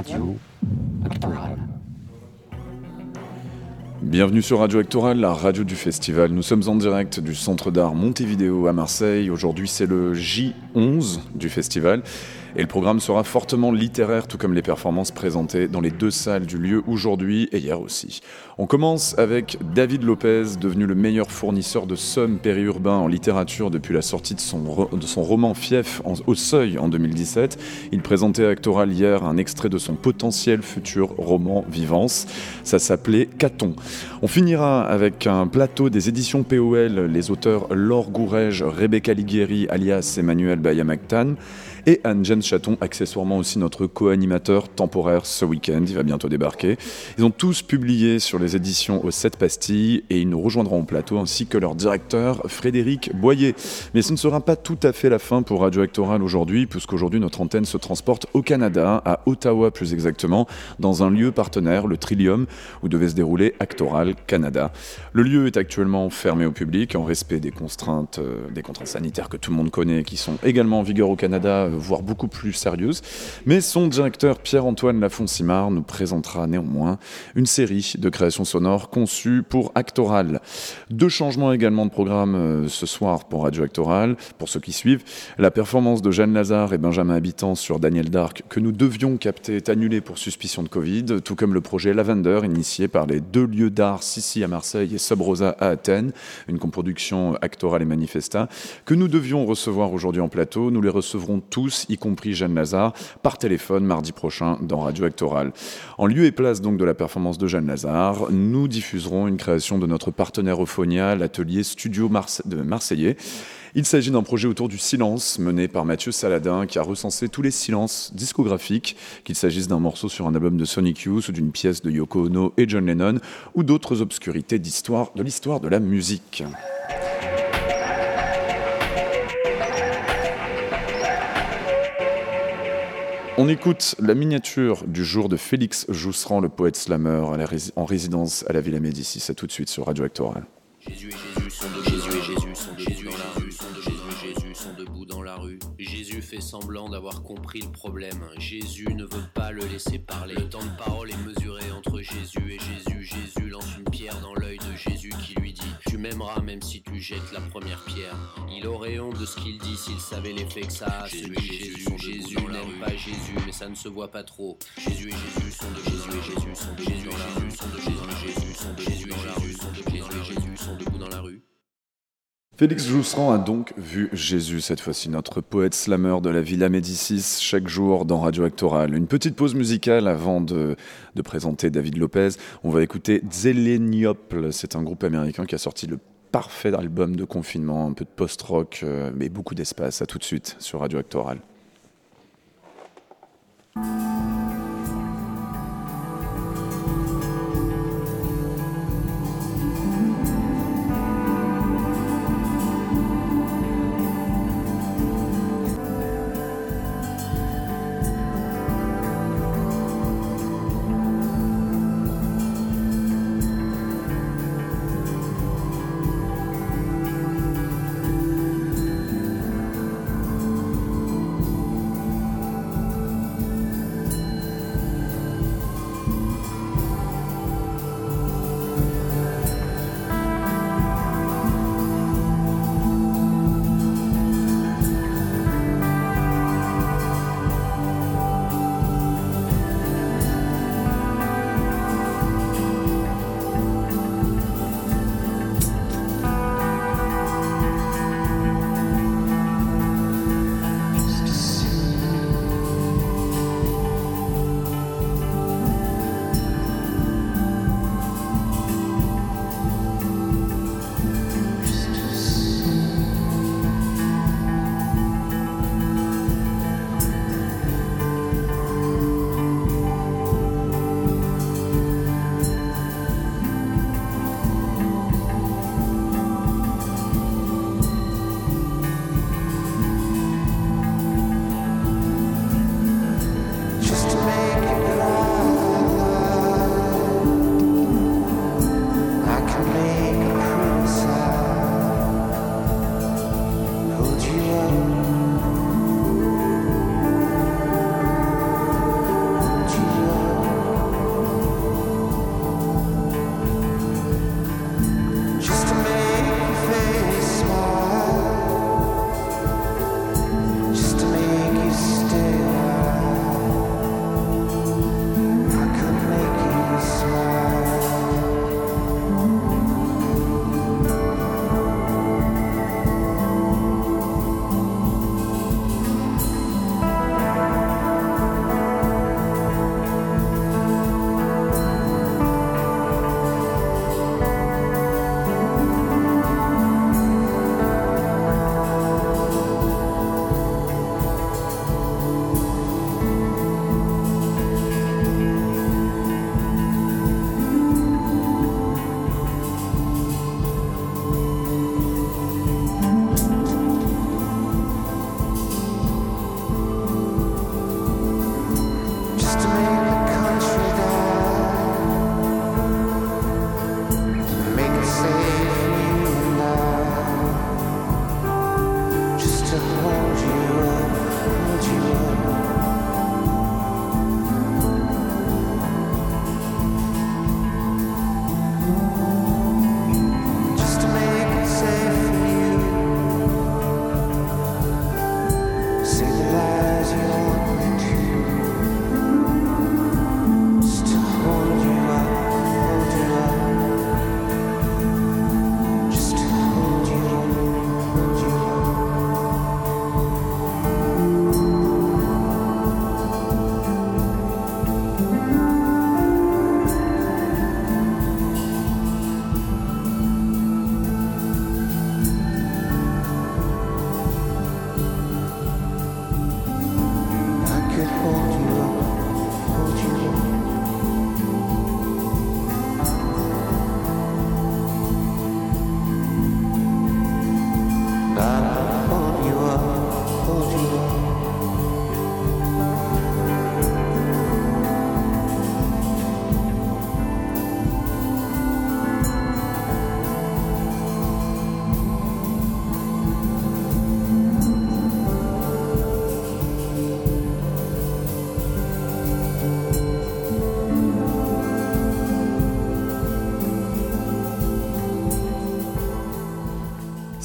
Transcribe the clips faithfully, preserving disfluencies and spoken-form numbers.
Radio Actoral. Bienvenue sur Radio Actoral, la radio du festival. Nous sommes en direct du Centre d'art Montevideo à Marseille. Aujourd'hui, c'est le J onze du festival. Et le programme sera fortement littéraire, tout comme les performances présentées dans les deux salles du lieu aujourd'hui et hier aussi. On commence avec David Lopez, devenu le meilleur fournisseur de sommes périurbains en littérature depuis la sortie de son, de son roman Fief en, au Seuil en deux mille dix-sept. Il présentait à Actoral hier un extrait de son potentiel futur roman Vivance. Ça s'appelait Caton. On finira avec un plateau des éditions P O L, les auteurs Laure Gourège, Rebecca Liguieri, alias Emmanuel Bayamaktan, et Anne-Jeanne Chaton, accessoirement aussi notre co-animateur temporaire ce week-end, il va bientôt débarquer. Ils ont tous publié sur les éditions aux sept pastilles et ils nous rejoindront au plateau ainsi que leur directeur Frédéric Boyer. Mais ce ne sera pas tout à fait la fin pour Radio Actoral aujourd'hui, puisqu'aujourd'hui notre antenne se transporte au Canada, à Ottawa plus exactement, dans un lieu partenaire, le Trillium, où devait se dérouler Actoral Canada. Le lieu est actuellement fermé au public en respect des contraintes, euh, des contraintes sanitaires que tout le monde connaît, qui sont également en vigueur au Canada, voire beaucoup plus sérieuse, mais son directeur Pierre-Antoine Lafont-Simard nous présentera néanmoins une série de créations sonores conçues pour Actoral. Deux changements également de programme euh, ce soir pour Radio Actoral, pour ceux qui suivent. La performance de Jeanne Lazare et Benjamin Habitant sur Daniel Darc, que nous devions capter, est annulée pour suspicion de Covid, tout comme le projet Lavender, initié par les deux lieux d'art Sissi à Marseille et Sub Rosa à Athènes, une coproduction Actoral et Manifesta, que nous devions recevoir aujourd'hui en plateau. Nous les recevrons tous, y compris Jeanne Lazare, par téléphone mardi prochain dans Radio Actoral. En lieu et place donc de la performance de Jeanne Lazare, nous diffuserons une création de notre partenaire Euphonia, l'atelier Studio Marse- de Marseillais. Il s'agit d'un projet autour du silence mené par Mathieu Saladin qui a recensé tous les silences discographiques, qu'il s'agisse d'un morceau sur un album de Sonic Youth ou d'une pièce de Yoko Ono et John Lennon ou d'autres obscurités d'histoire, de l'histoire de la musique. On écoute la miniature du jour de Félix Jousserand, le poète slammer, à la rés- en résidence à la Villa Médicis. C'est tout de suite sur Radio Actoral. Jésus et Jésus sont de Jésus et Jésus sont de Jésus dans la rue, sont de Jésus et Jésus sont debout dans la rue. Jésus fait semblant d'avoir compris le problème. Jésus ne veut pas le laisser parler. Le temps de parole est mesuré entre Jésus et Jésus. Jésus lance une pierre dans l'œil de Jésus qui lui dit « Tu m'aimeras même si tu jettes la première pierre ». Il aurait honte de ce qu'il dit s'il savait l'effet que ça a. Jésus et Jésus, Jésus n'aime pas Jésus, mais ça ne se voit pas trop. Jésus et Jésus sont de Jésus et Jésus sont de Jésus dans la rue, sont de Jésus et Jésus sont de Jésus dans la rue, sont de Jésus et Jésus sont debout dans la rue. Félix Jousserand a donc vu Jésus cette fois-ci, notre poète slammer de la Villa Médicis, chaque jour dans Radio Actoral. Une petite pause musicale avant de, de présenter David Lopez. On va écouter Zeleniopl, c'est un groupe américain qui a sorti le parfait album de confinement, un peu de post-rock, euh, mais beaucoup d'espace. À tout de suite sur Radio Actoral.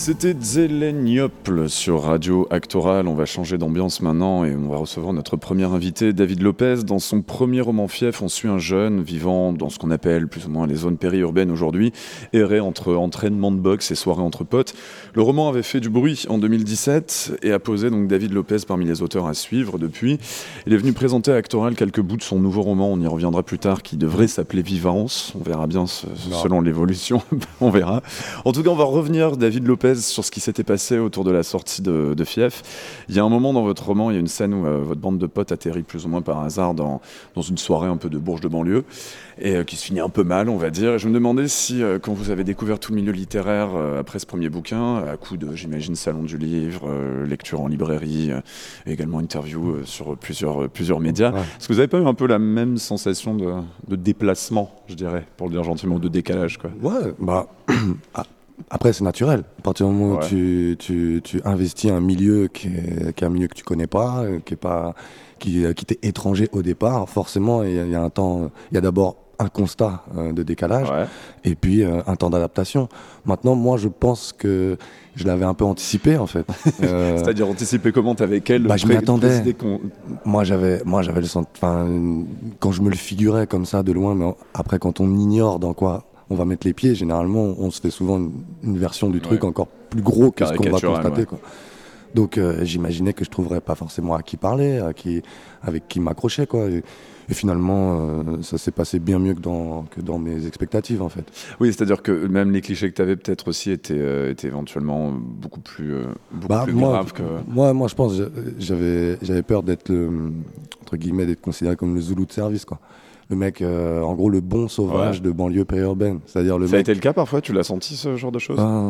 C'était Zélenioples sur Radio Actoral. On va changer d'ambiance maintenant et on va recevoir notre premier invité, David Lopez. Dans son premier roman Fief, on suit un jeune vivant dans ce qu'on appelle plus ou moins les zones périurbaines aujourd'hui, erré entre entraînement de boxe et soirées entre potes. Le roman avait fait du bruit en deux mille dix-sept et a posé donc David Lopez parmi les auteurs à suivre depuis. Il est venu présenter à Actoral quelques bouts de son nouveau roman, on y reviendra plus tard, qui devrait s'appeler Vivance. On verra bien ce, selon l'évolution, on verra. En tout cas, on va revenir, David Lopez, sur ce qui s'était passé autour de la sortie de, de Fief. Il y a un moment dans votre roman, il y a une scène où euh, votre bande de potes atterrit plus ou moins par hasard dans, dans une soirée un peu de Bourges de banlieue et euh, qui se finit un peu mal, on va dire. Et je me demandais si, euh, quand vous avez découvert tout le milieu littéraire euh, après ce premier bouquin, à coup de, j'imagine, salon du livre, euh, lecture en librairie, euh, et également interview euh, sur plusieurs, euh, plusieurs médias, ouais. Est-ce que vous n'avez pas eu un peu la même sensation de, de déplacement, je dirais, pour le dire gentiment, de décalage, quoi? Ouais, bah... Après, c'est naturel. À partir du moment où ouais. tu, tu, tu investis un milieu qui est, qui est un milieu que tu connais pas, qui est pas, qui, qui t'est étranger au départ, forcément, il y, y a un temps, il y a d'abord un constat euh, de décalage, ouais. et puis euh, un temps d'adaptation. Maintenant, moi, je pense que je l'avais un peu anticipé, en fait. Euh, C'est-à-dire anticipé comment? T'avais quel bah, je m'y attendais. Qu'on... Moi, j'avais, moi, j'avais le sens, enfin, quand je me le figurais comme ça de loin, mais après, quand on ignore dans quoi on va mettre les pieds, généralement, on se fait souvent une, une version du truc ouais. encore plus gros que ce qu'on va constater. Ouais. Quoi. Donc, euh, j'imaginais que je trouverais pas forcément à qui parler, à qui, avec qui m'accrocher, quoi. Et, et finalement, euh, ça s'est passé bien mieux que dans, que dans mes expectatives, en fait. Oui, c'est-à-dire que même les clichés que tu avais peut-être aussi étaient, euh, étaient éventuellement beaucoup plus, euh, beaucoup bah, plus moi, graves que... Moi, moi, je pense, j'avais, j'avais peur d'être, le, entre guillemets, d'être considéré comme le Zoulou de service, quoi. Le mec, euh, en gros, le bon sauvage ouais. de banlieue périurbaine. C'est-à-dire le Ça mec... a été le cas parfois? Tu l'as senti, ce genre de choses? euh...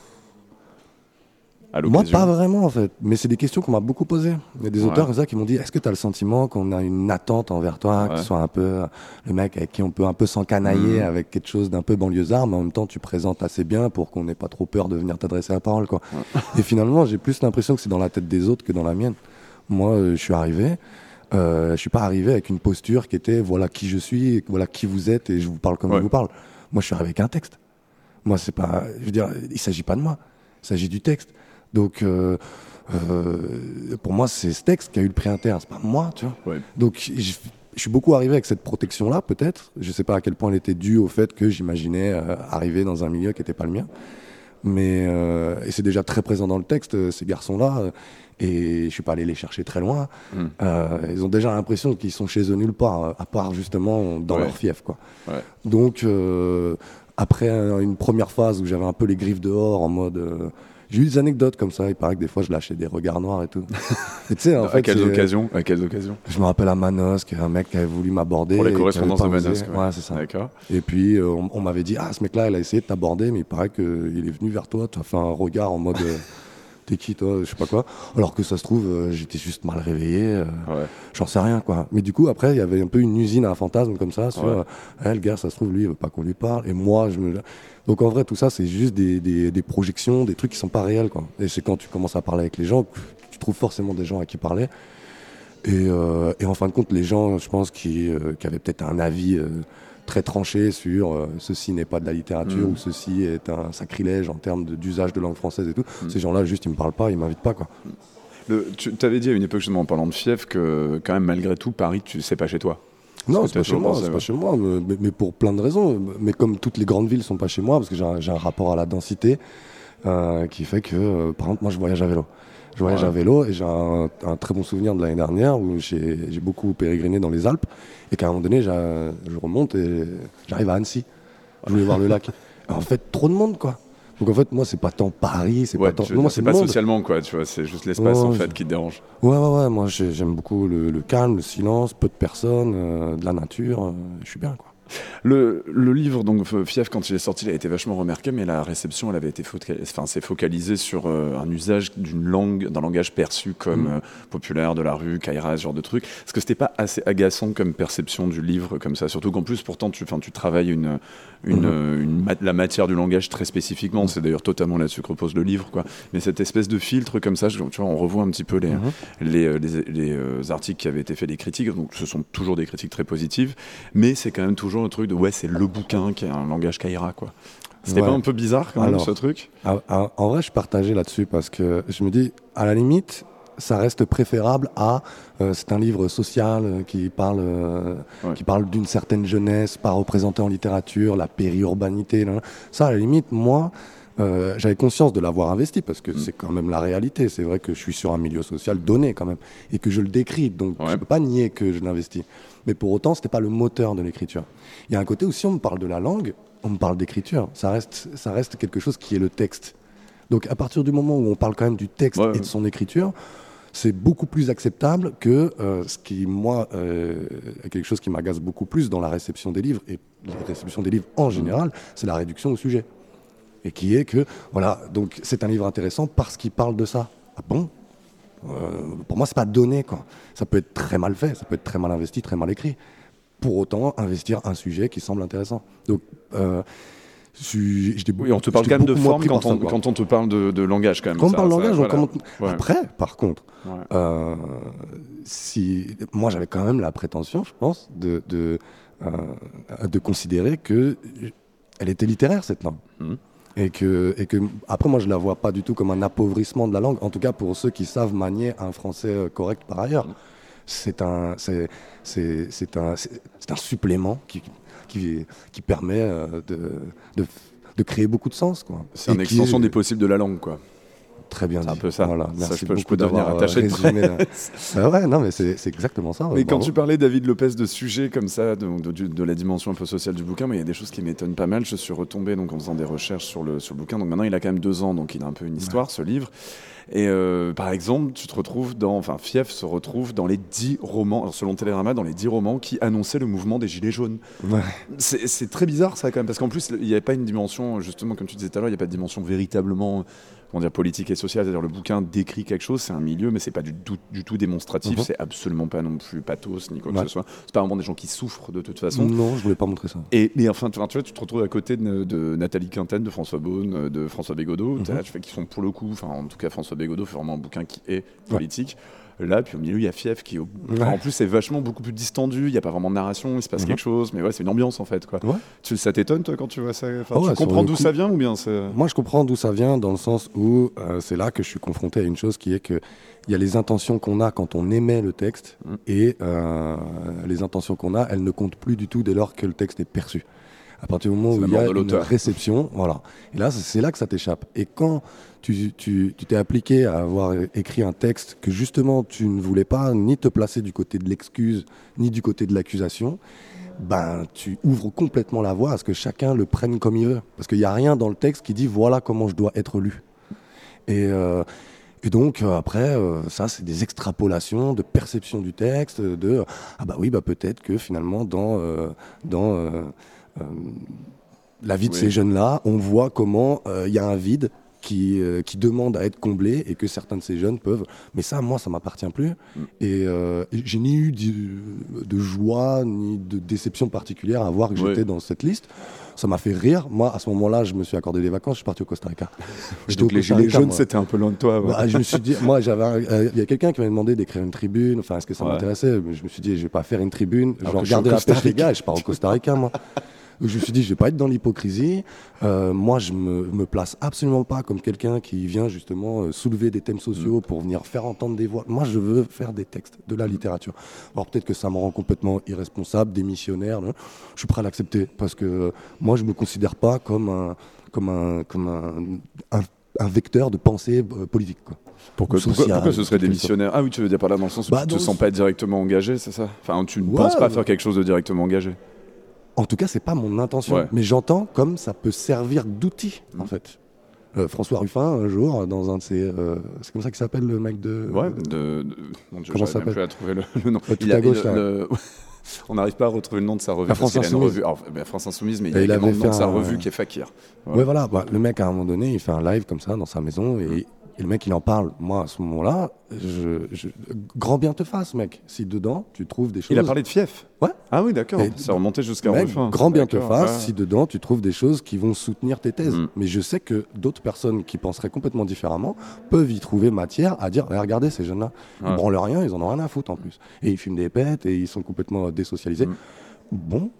Moi, pas vraiment, en fait. Mais c'est des questions qu'on m'a beaucoup posées. Il y a des ouais. auteurs comme ça qui m'ont dit, est-ce que tu as le sentiment qu'on a une attente envers toi, ouais. que tu sois un peu le mec avec qui on peut un peu s'encanailler mmh. avec quelque chose d'un peu banlieusard, mais en même temps, tu présentes assez bien pour qu'on n'ait pas trop peur de venir t'adresser la parole, quoi. Ouais. Et finalement, j'ai plus l'impression que c'est dans la tête des autres que dans la mienne. Moi, euh, je suis arrivé... Euh, je suis pas arrivé avec une posture qui était voilà qui je suis, voilà qui vous êtes et je vous parle comme ouais. je vous parle. Moi, je suis arrivé avec un texte. Moi, c'est pas, je veux dire, il s'agit pas de moi, il s'agit du texte. Donc, euh, euh, pour moi, c'est ce texte qui a eu le prix Inter, c'est pas moi, tu vois. Ouais. Donc, je, je suis beaucoup arrivé avec cette protection-là, peut-être. Je sais pas à quel point elle était due au fait que j'imaginais euh, arriver dans un milieu qui était pas le mien. Mais euh, et c'est déjà très présent dans le texte, ces garçons-là. Euh, Et je suis pas allé les chercher très loin. Mmh. Euh, ils ont déjà l'impression qu'ils sont chez eux nulle part, à part justement dans ouais. leur fief, quoi. Ouais. Donc euh, après une première phase où j'avais un peu les griffes dehors, en mode, euh, j'ai eu des anecdotes comme ça. Il paraît que des fois je lâchais des regards noirs et tout. Et tu sais, en à fait, quelles occasions À quelles occasions Je me rappelle à Manosque, un mec qui avait voulu m'aborder. Pour les correspondances de Manosque. Ouais, ouais c'est ça. D'accord. Et puis euh, on, on m'avait dit, ah, ce mec-là, il a essayé de t'aborder, mais il paraît qu'il est venu vers toi. Tu as fait un regard en mode. Euh, T'es qui toi, je sais pas quoi, alors que ça se trouve euh, j'étais juste mal réveillé, euh, ouais. j'en sais rien, quoi. Mais du coup après il y avait un peu une usine à fantasmes comme ça sur ouais. euh, le gars, ça se trouve lui il veut pas qu'on lui parle et moi je me... donc en vrai tout ça c'est juste des, des, des projections, des trucs qui sont pas réels, quoi. Et c'est quand tu commences à parler avec les gens que tu trouves forcément des gens à qui parler et, euh, et en fin de compte les gens je pense qui, euh, qui avaient peut-être un avis euh, très tranché sur euh, ceci n'est pas de la littérature mmh. ou ceci est un sacrilège en termes de, d'usage de langue française et tout. Mmh. Ces gens-là, juste, ils me parlent pas, ils m'invitent pas, quoi. Le, tu t'avais dit à une époque, justement, en parlant de Fief, que quand même, malgré tout, Paris, tu, c'est pas chez toi. Non, c'est pas chez moi, c'est pas chez moi, mais, mais pour plein de raisons. Mais comme toutes les grandes villes sont pas chez moi, parce que j'ai un, j'ai un rapport à la densité euh, qui fait que, euh, par exemple, moi, je voyage à vélo. Je voyage ouais. à vélo et j'ai un, un très bon souvenir de l'année dernière où j'ai, j'ai beaucoup pérégriné dans les Alpes et qu'à un moment donné, je remonte et j'arrive à Annecy. Je voulais voir le lac. Et en fait, trop de monde, quoi. Donc en fait, moi, c'est pas tant Paris, c'est ouais, pas tant... Je, non, moi, c'est, c'est pas monde. socialement, quoi, tu vois, c'est juste l'espace, ouais, en fait, je... qui te dérange. Ouais, ouais, ouais, moi, j'aime beaucoup le, le calme, le silence, peu de personnes, euh, de la nature, euh, je suis bien, quoi. Le, le livre, donc Fief, quand il est sorti, il a été vachement remarqué, mais la réception, elle avait été focalisée, enfin, c'est focalisé sur euh, un usage d'une langue, d'un langage perçu comme mmh. euh, populaire, de la rue, Kaira, ce genre de truc. Est-ce que c'était pas assez agaçant comme perception du livre comme ça? Surtout qu'en plus, pourtant, tu, tu travailles une, une, mmh. euh, une, la matière du langage très spécifiquement. Mmh. C'est d'ailleurs totalement là-dessus que repose le livre, quoi. Mais cette espèce de filtre comme ça, tu vois, on revoit un petit peu les, mmh. les, les, les, les euh, articles qui avaient été faits, les critiques. Donc, ce sont toujours des critiques très positives, mais c'est quand même toujours le truc de ouais, c'est le bouquin qui a un langage Kaira, quoi. C'était ouais. pas un peu bizarre quand même Alors, ce truc à, à, En vrai, je suis partagé là-dessus parce que je me dis, à la limite, ça reste préférable à euh, c'est un livre social euh, qui parle euh, ouais. qui parle d'une certaine jeunesse, pas représentée en littérature, la périurbanité. Là, là. Ça, à la limite, moi, euh, j'avais conscience de l'avoir investi parce que mmh. c'est quand même la réalité. C'est vrai que je suis sur un milieu social donné quand même et que je le décris, donc ouais. je peux pas nier que je l'investis. Mais pour autant, c'était pas le moteur de l'écriture. Il y a un côté où si on me parle de la langue, on me parle d'écriture. Ça reste, ça reste quelque chose qui est le texte. Donc à partir du moment où on parle quand même du texte ouais, et de son écriture, c'est beaucoup plus acceptable que euh, ce qui, moi, euh, est quelque chose qui m'agace beaucoup plus dans la réception des livres, et la réception des livres en général, c'est la réduction au sujet. Et qui est que, voilà, donc c'est un livre intéressant parce qu'il parle de ça. Ah bon ? euh, Pour moi, c'est pas donné, quoi. Ça peut être très mal fait, ça peut être très mal investi, très mal écrit. Pour autant, investir un sujet qui semble intéressant. Donc, euh, Je, je oui, on te parle quand même de forme quand on, quand on te parle de, de langage quand même. Quand on ça, parle de langage, ça, on voilà. commente... ouais. Après, par contre, ouais. euh, si moi j'avais quand même la prétention, je pense, de de, euh, de considérer que elle était littéraire cette langue. Mmh. Et que et que après moi je la vois pas du tout comme un appauvrissement de la langue. En tout cas pour ceux qui savent manier un français correct par ailleurs. Mmh. C'est un c'est c'est c'est un c'est, c'est un supplément qui Qui, qui permet euh, de, de, de créer beaucoup de sens, quoi. C'est une extension est... des possibles de la langue, quoi. Très bien c'est dit. un peu ça. Voilà, merci ça, je peux, beaucoup je peux devenir attaché de près. Ah ouais, non, mais c'est, c'est exactement ça. Mais quand tu parlais, David Lopez, de sujets comme ça, de, de, de, de la dimension un peu sociale du bouquin, mais il y a des choses qui m'étonnent pas mal. Je suis retombé donc, en faisant des recherches sur le, sur le bouquin. Donc maintenant, il a quand même deux ans, donc il a un peu une histoire, ouais. ce livre. Et euh, par exemple, tu te retrouves dans, enfin, Fief se retrouve dans les dix romans, alors selon Télérama, dans les dix romans qui annonçaient le mouvement des Gilets jaunes. Ouais. C'est, c'est très bizarre ça quand même, parce qu'en plus, il n'y avait pas une dimension, justement, comme tu disais tout à l'heure, il n'y a pas de dimension véritablement, comment dire, politique et sociale. C'est-à-dire le bouquin décrit quelque chose, c'est un milieu, mais c'est pas du tout, du tout démonstratif, mm-hmm. c'est absolument pas non plus pathos ni quoi ouais. que ce soit. C'est pas vraiment des gens qui souffrent de toute façon. Non, je voulais pas montrer ça. Et, et enfin, tu vois, tu te retrouves à côté de, de Nathalie Quintaine, de François Beaune, de François Bégodeau, mm-hmm. là, tu fais, qui sont pour le coup, enfin en tout cas François Bégodeau fait vraiment un bouquin qui est politique. Ouais. Là, puis au milieu, il y a Fief qui, au... ouais. en plus, c'est vachement beaucoup plus distendu. Il n'y a pas vraiment de narration, il se passe mmh. quelque chose, mais ouais, c'est une ambiance en fait, quoi. Ouais. Tu, ça t'étonne, toi, quand tu vois ça enfin, oh, Tu ouais, comprends d'où coup... ça vient ou bien c'est... Moi, je comprends d'où ça vient, dans le sens où euh, c'est là que je suis confronté à une chose qui est que il y a les intentions qu'on a quand on émet le texte, mmh. et euh, les intentions qu'on a, elles ne comptent plus du tout dès lors que le texte est perçu. À partir du moment c'est où il y a une réception, voilà. Et là, c'est là que ça t'échappe. Et quand tu, tu, tu t'es appliqué à avoir écrit un texte que justement tu ne voulais pas ni te placer du côté de l'excuse, ni du côté de l'accusation, ben tu ouvres complètement la voie à ce que chacun le prenne comme il veut. Parce qu'il n'y a rien dans le texte qui dit voilà comment je dois être lu. Et... Euh, Et donc euh, après, euh, ça c'est des extrapolations de perception du texte, de ah bah oui bah peut-être que finalement dans euh, dans euh, euh, la vie de oui. ces jeunes-là, on voit comment il euh, y a un vide qui euh, qui demande à être comblé et que certains de ces jeunes peuvent. Mais ça, moi, ça m'appartient plus. Mm. Et, euh, et j'ai ni eu de, de joie ni de déception particulière à voir que oui. j'étais dans cette liste. Ça m'a fait rire. Moi, à ce moment-là, je me suis accordé des vacances. Je suis parti au Costa Rica. J'étais donc les Gilets jaunes, c'était un peu loin de toi. Ouais. Bah, je me suis dit, moi, j'avais, il euh, y a quelqu'un qui m'avait demandé d'écrire une tribune. Enfin, est-ce que ça ouais. m'intéressait ? Je me suis dit, je vais pas faire une tribune. Alors je vais regarder la pêche, les gars, et je pars au Costa Rica, moi. Je me suis dit, je vais pas être dans l'hypocrisie. Euh, moi, je me, me place absolument pas comme quelqu'un qui vient justement euh, soulever des thèmes sociaux mmh. pour venir faire entendre des voix. Moi, je veux faire des textes, de la littérature. Alors peut-être que ça me rend complètement irresponsable, démissionnaire. Là. Je suis prêt à l'accepter parce que euh, moi, je me considère pas comme un, comme un, comme un, un, un vecteur de pensée euh, politique, quoi. Pourquoi, sociale, pourquoi, pourquoi ce serait démissionnaire ? Ah oui, tu veux dire par là dans le sens où bah, tu ne te sens pas être directement engagé, c'est ça ? Enfin, tu ne ouais, penses pas euh... faire quelque chose de directement engagé ? En tout cas, c'est pas mon intention, ouais. mais j'entends comme ça peut servir d'outil, mmh. en fait. Euh, François Ruffin, un jour, dans un de ses... Euh, c'est comme ça qu'il s'appelle, le mec de... Ouais, de... de... Mon Dieu, comment ça s'appelle ? Même plus à trouver le, le nom. Euh, tout il a, à gauche, il, le... On n'arrive pas à retrouver le nom de sa revue. La France Insoumise. Revue... Alors, ben, France Insoumise, mais il y a également le nom de sa revue un... qui est Fakir. Ouais, ouais voilà. Bah, le mec, à un moment donné, il fait un live comme ça, dans sa maison, et... Mmh. Et le mec, il en parle. Moi, à ce moment-là, je, je... grand bien te fasse, mec. Si dedans, tu trouves des choses... Il a parlé de Fief ? Ouais. Ah oui, d'accord. Et ça remontait jusqu'à Ruffin. Grand bien te fasse, ouais. si dedans, tu trouves des choses qui vont soutenir tes thèses. Mm. Mais je sais que d'autres personnes qui penseraient complètement différemment peuvent y trouver matière à dire, regardez, ces jeunes-là, ouais. ils branlent rien, ils en ont rien à foutre en plus. Et ils fument des pètes et ils sont complètement désocialisés. Mm. Bon,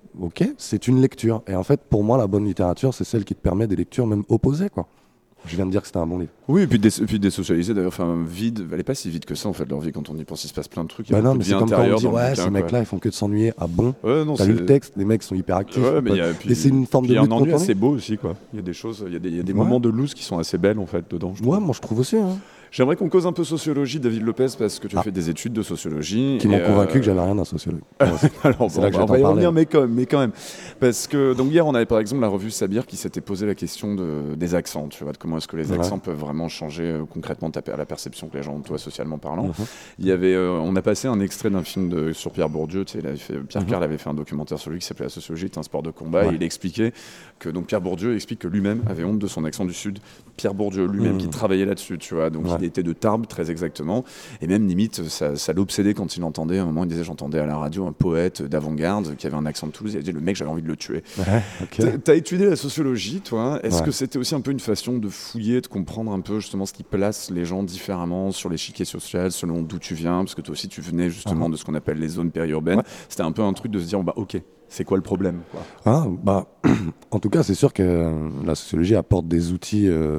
ok, c'est une lecture. Et en fait, pour moi, la bonne littérature, c'est celle qui te permet des lectures même opposées, quoi. Je viens de dire que c'était un bon livre. Oui, et puis, des, et puis désocialiser, d'ailleurs, enfin, vide, elle n'est pas si vide que ça, en fait, leur vie, quand on y pense, il se passe plein de trucs. Il y a bah non, mais de c'est comme quand on dit, ouais, bouquin, ces mecs-là, ils font que de s'ennuyer. Ah bon? Ouais, non, t'as c'est... lu le texte, les mecs sont hyper actifs. Ouais, mais y a, puis, et c'est une forme de lutte contre ennui assez beau aussi, quoi. Il y a des choses, il y a des, il y a des ouais. moments de loose qui sont assez belles, en fait, dedans. Ouais, moi, je trouve aussi, hein. J'aimerais qu'on cause un peu sociologie, David Lopez, parce que tu as ah. fait des études de sociologie. Qui m'ont euh... convaincu que j'avais rien en sociologie. Alors, bon, là bah, on va y revenir, mais quand même, mais quand même. Parce que, donc, hier, on avait par exemple la revue Sabir qui s'était posé la question de, des accents, tu vois, de comment est-ce que les accents ouais. peuvent vraiment changer euh, concrètement ta, la perception que les gens ont de toi, socialement parlant. Mm-hmm. Il y avait, euh, on a passé un extrait d'un film de, sur Pierre Bourdieu, tu sais, il avait fait, Pierre mm-hmm. Carl avait fait un documentaire sur lui qui s'appelait La sociologie est un sport de combat, ouais. et il expliquait que, donc, Pierre Bourdieu explique que lui-même avait honte de son accent du Sud. Pierre Bourdieu lui-même mm-hmm. qui travaillait là-dessus, tu vois, donc ouais. il était de Tarbes, très exactement, et même limite ça, ça l'obsédait quand il entendait, à un moment il disait j'entendais à la radio un poète d'avant-garde qui avait un accent de Toulouse, il a dit le mec j'avais envie de le tuer. Ouais, okay. T'as étudié la sociologie toi, est-ce ouais. que c'était aussi un peu une façon de fouiller, de comprendre un peu justement ce qui place les gens différemment sur l'échiquier social selon d'où tu viens, parce que toi aussi tu venais justement uh-huh. de ce qu'on appelle les zones périurbaines, ouais. c'était un peu un truc de se dire bah ok, c'est quoi le problème quoi. Ah, bah, en tout cas c'est sûr que la sociologie apporte des outils euh...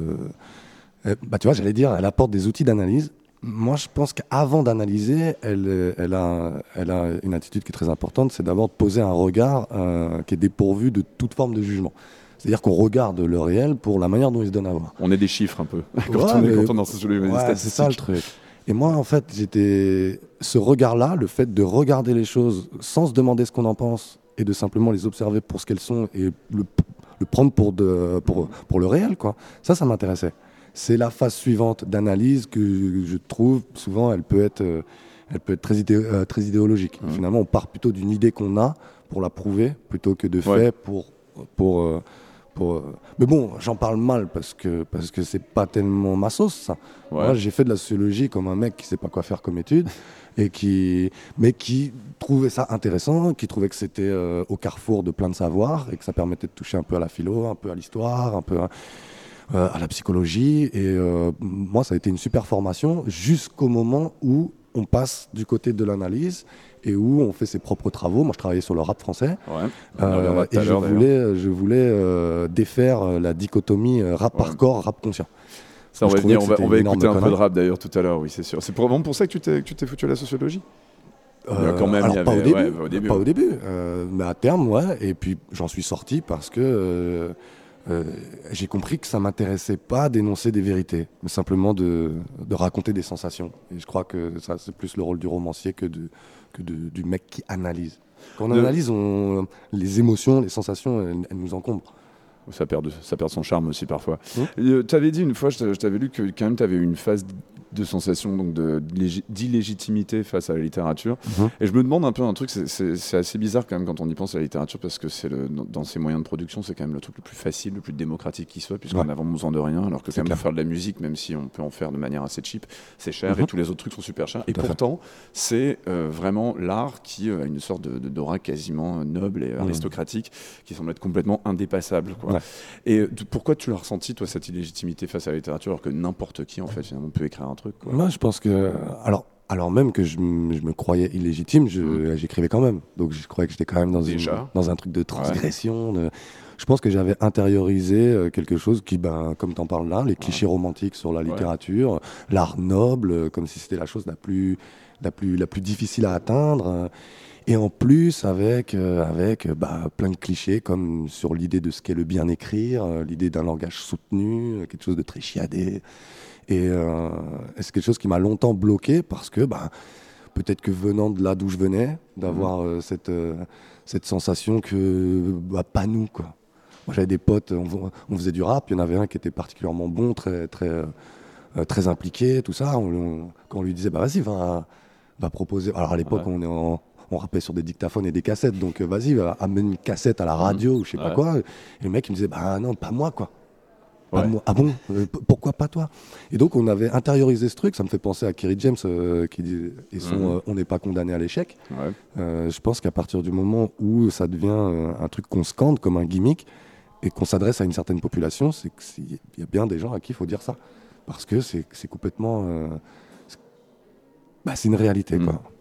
bah tu vois j'allais dire elle apporte des outils d'analyse. Moi, je pense qu'avant d'analyser, elle, elle, a, elle a une attitude qui est très importante, c'est d'abord de poser un regard euh, qui est dépourvu de toute forme de jugement. C'est-à-dire qu'on regarde le réel pour la manière dont il se donne à voir. On est des chiffres un peu, quand, ouais, on, est, mais, quand on est en sociologie ouais, statistique. C'est ça le truc. Et moi, en fait, j'étais... ce regard-là, le fait de regarder les choses sans se demander ce qu'on en pense et de simplement les observer pour ce qu'elles sont et le, le prendre pour, de, pour, pour le réel, quoi. Ça, ça m'intéressait. C'est la phase suivante d'analyse que je trouve souvent elle peut être, euh, elle peut être très, idé- euh, très idéologique. Mmh. Finalement, on part plutôt d'une idée qu'on a pour la prouver plutôt que de fait ouais. pour pour euh, pour. Euh... Mais bon, j'en parle mal parce que parce que c'est pas tellement ma sauce ça. Ouais. Moi, j'ai fait de la sociologie comme un mec qui sait pas quoi faire comme étude et qui mais qui trouvait ça intéressant, qui trouvait que c'était euh, au carrefour de plein de savoirs et que ça permettait de toucher un peu à la philo, un peu à l'histoire, un peu à... Euh, à la psychologie et euh, moi ça a été une super formation jusqu'au moment où on passe du côté de l'analyse et où on fait ses propres travaux. Moi je travaillais sur le rap français ouais. euh, et je voulais, je voulais euh, défaire la dichotomie rap ouais. hardcore, rap conscient. Ça, on va, venir, on va, on va écouter un peu de rap d'ailleurs tout à l'heure, oui c'est sûr. C'est vraiment pour ça que tu t'es, que tu t'es foutu à la sociologie euh, quand même, alors, avait, pas, au début, ouais, au début, pas ouais. au début, euh, mais à terme ouais, et puis j'en suis sorti parce que euh, Euh, j'ai compris que ça m'intéressait pas d'énoncer des vérités, mais simplement de, de raconter des sensations. Et je crois que ça, c'est plus le rôle du romancier que, de, que de, du mec qui analyse. Quand on analyse, on, les émotions, les sensations, elles, elles nous encombrent. Ça perd, de, ça perd son charme aussi parfois. Mmh. Euh, tu avais dit une fois, je t'avais lu que quand même tu avais une phase de sensation, donc de, d'illégitimité face à la littérature. Mmh. Et je me demande un peu un truc, c'est, c'est, c'est assez bizarre quand même quand on y pense à la littérature, parce que c'est le, dans ses moyens de production, c'est quand même le truc le plus facile, le plus démocratique qui soit, puisqu'on n'a vraiment besoin de rien, alors que c'est quand même pour faire de la musique, même si on peut en faire de manière assez cheap, c'est cher, mmh. et tous les autres trucs sont super chers. Et pourtant, c'est euh, vraiment l'art qui euh, a une sorte de, de, d'aura quasiment noble et mmh. aristocratique, qui semble être complètement indépassable, quoi. Ouais. Et euh, pourquoi tu l'as ressenti, toi, cette illégitimité face à la littérature, alors que n'importe qui, en fait, finalement, peut écrire un truc, quoi. Moi, je pense que... Alors, alors même que je, m- je me croyais illégitime, je, mmh. j'écrivais quand même. Donc, je croyais que j'étais quand même dans, une, dans un truc de transgression. Ouais. De... Je pense que j'avais intériorisé euh, quelque chose qui, ben, comme t'en parles là, les clichés ouais. romantiques sur la littérature, ouais. l'art noble, euh, comme si c'était la chose la plus, la plus, la plus difficile à atteindre. Euh, Et en plus, avec, euh, avec bah, plein de clichés, comme sur l'idée de ce qu'est le bien écrire, euh, l'idée d'un langage soutenu, euh, quelque chose de très chiadé. Et, euh, et c'est quelque chose qui m'a longtemps bloqué, parce que bah, peut-être que venant de là d'où je venais, d'avoir euh, cette, euh, cette sensation que bah, pas nous, quoi. Moi, j'avais des potes, on, on faisait du rap, il y en avait un qui était particulièrement bon, très, très, euh, très impliqué, tout ça. On, on, quand on lui disait, bah, vas-y, va, va proposer. Alors à l'époque, ouais. on est en... on rappait sur des dictaphones et des cassettes, donc euh, vas-y, va, amène une cassette à la radio, mmh. ou je sais ouais. pas quoi. Et le mec, il me disait, bah non, pas moi, quoi. Pas ouais. moi. Ah bon euh, p- Pourquoi pas toi? Et donc, on avait intériorisé ce truc, ça me fait penser à Kerry James, euh, qui dit, et son mmh. euh, on n'est pas condamné à l'échec. Ouais. Euh, je pense qu'à partir du moment où ça devient euh, un truc qu'on scande comme un gimmick, et qu'on s'adresse à une certaine population, c'est qu'il y a bien des gens à qui il faut dire ça. Parce que c'est, c'est complètement... Euh, c'est... Bah, c'est une réalité, mmh. quoi.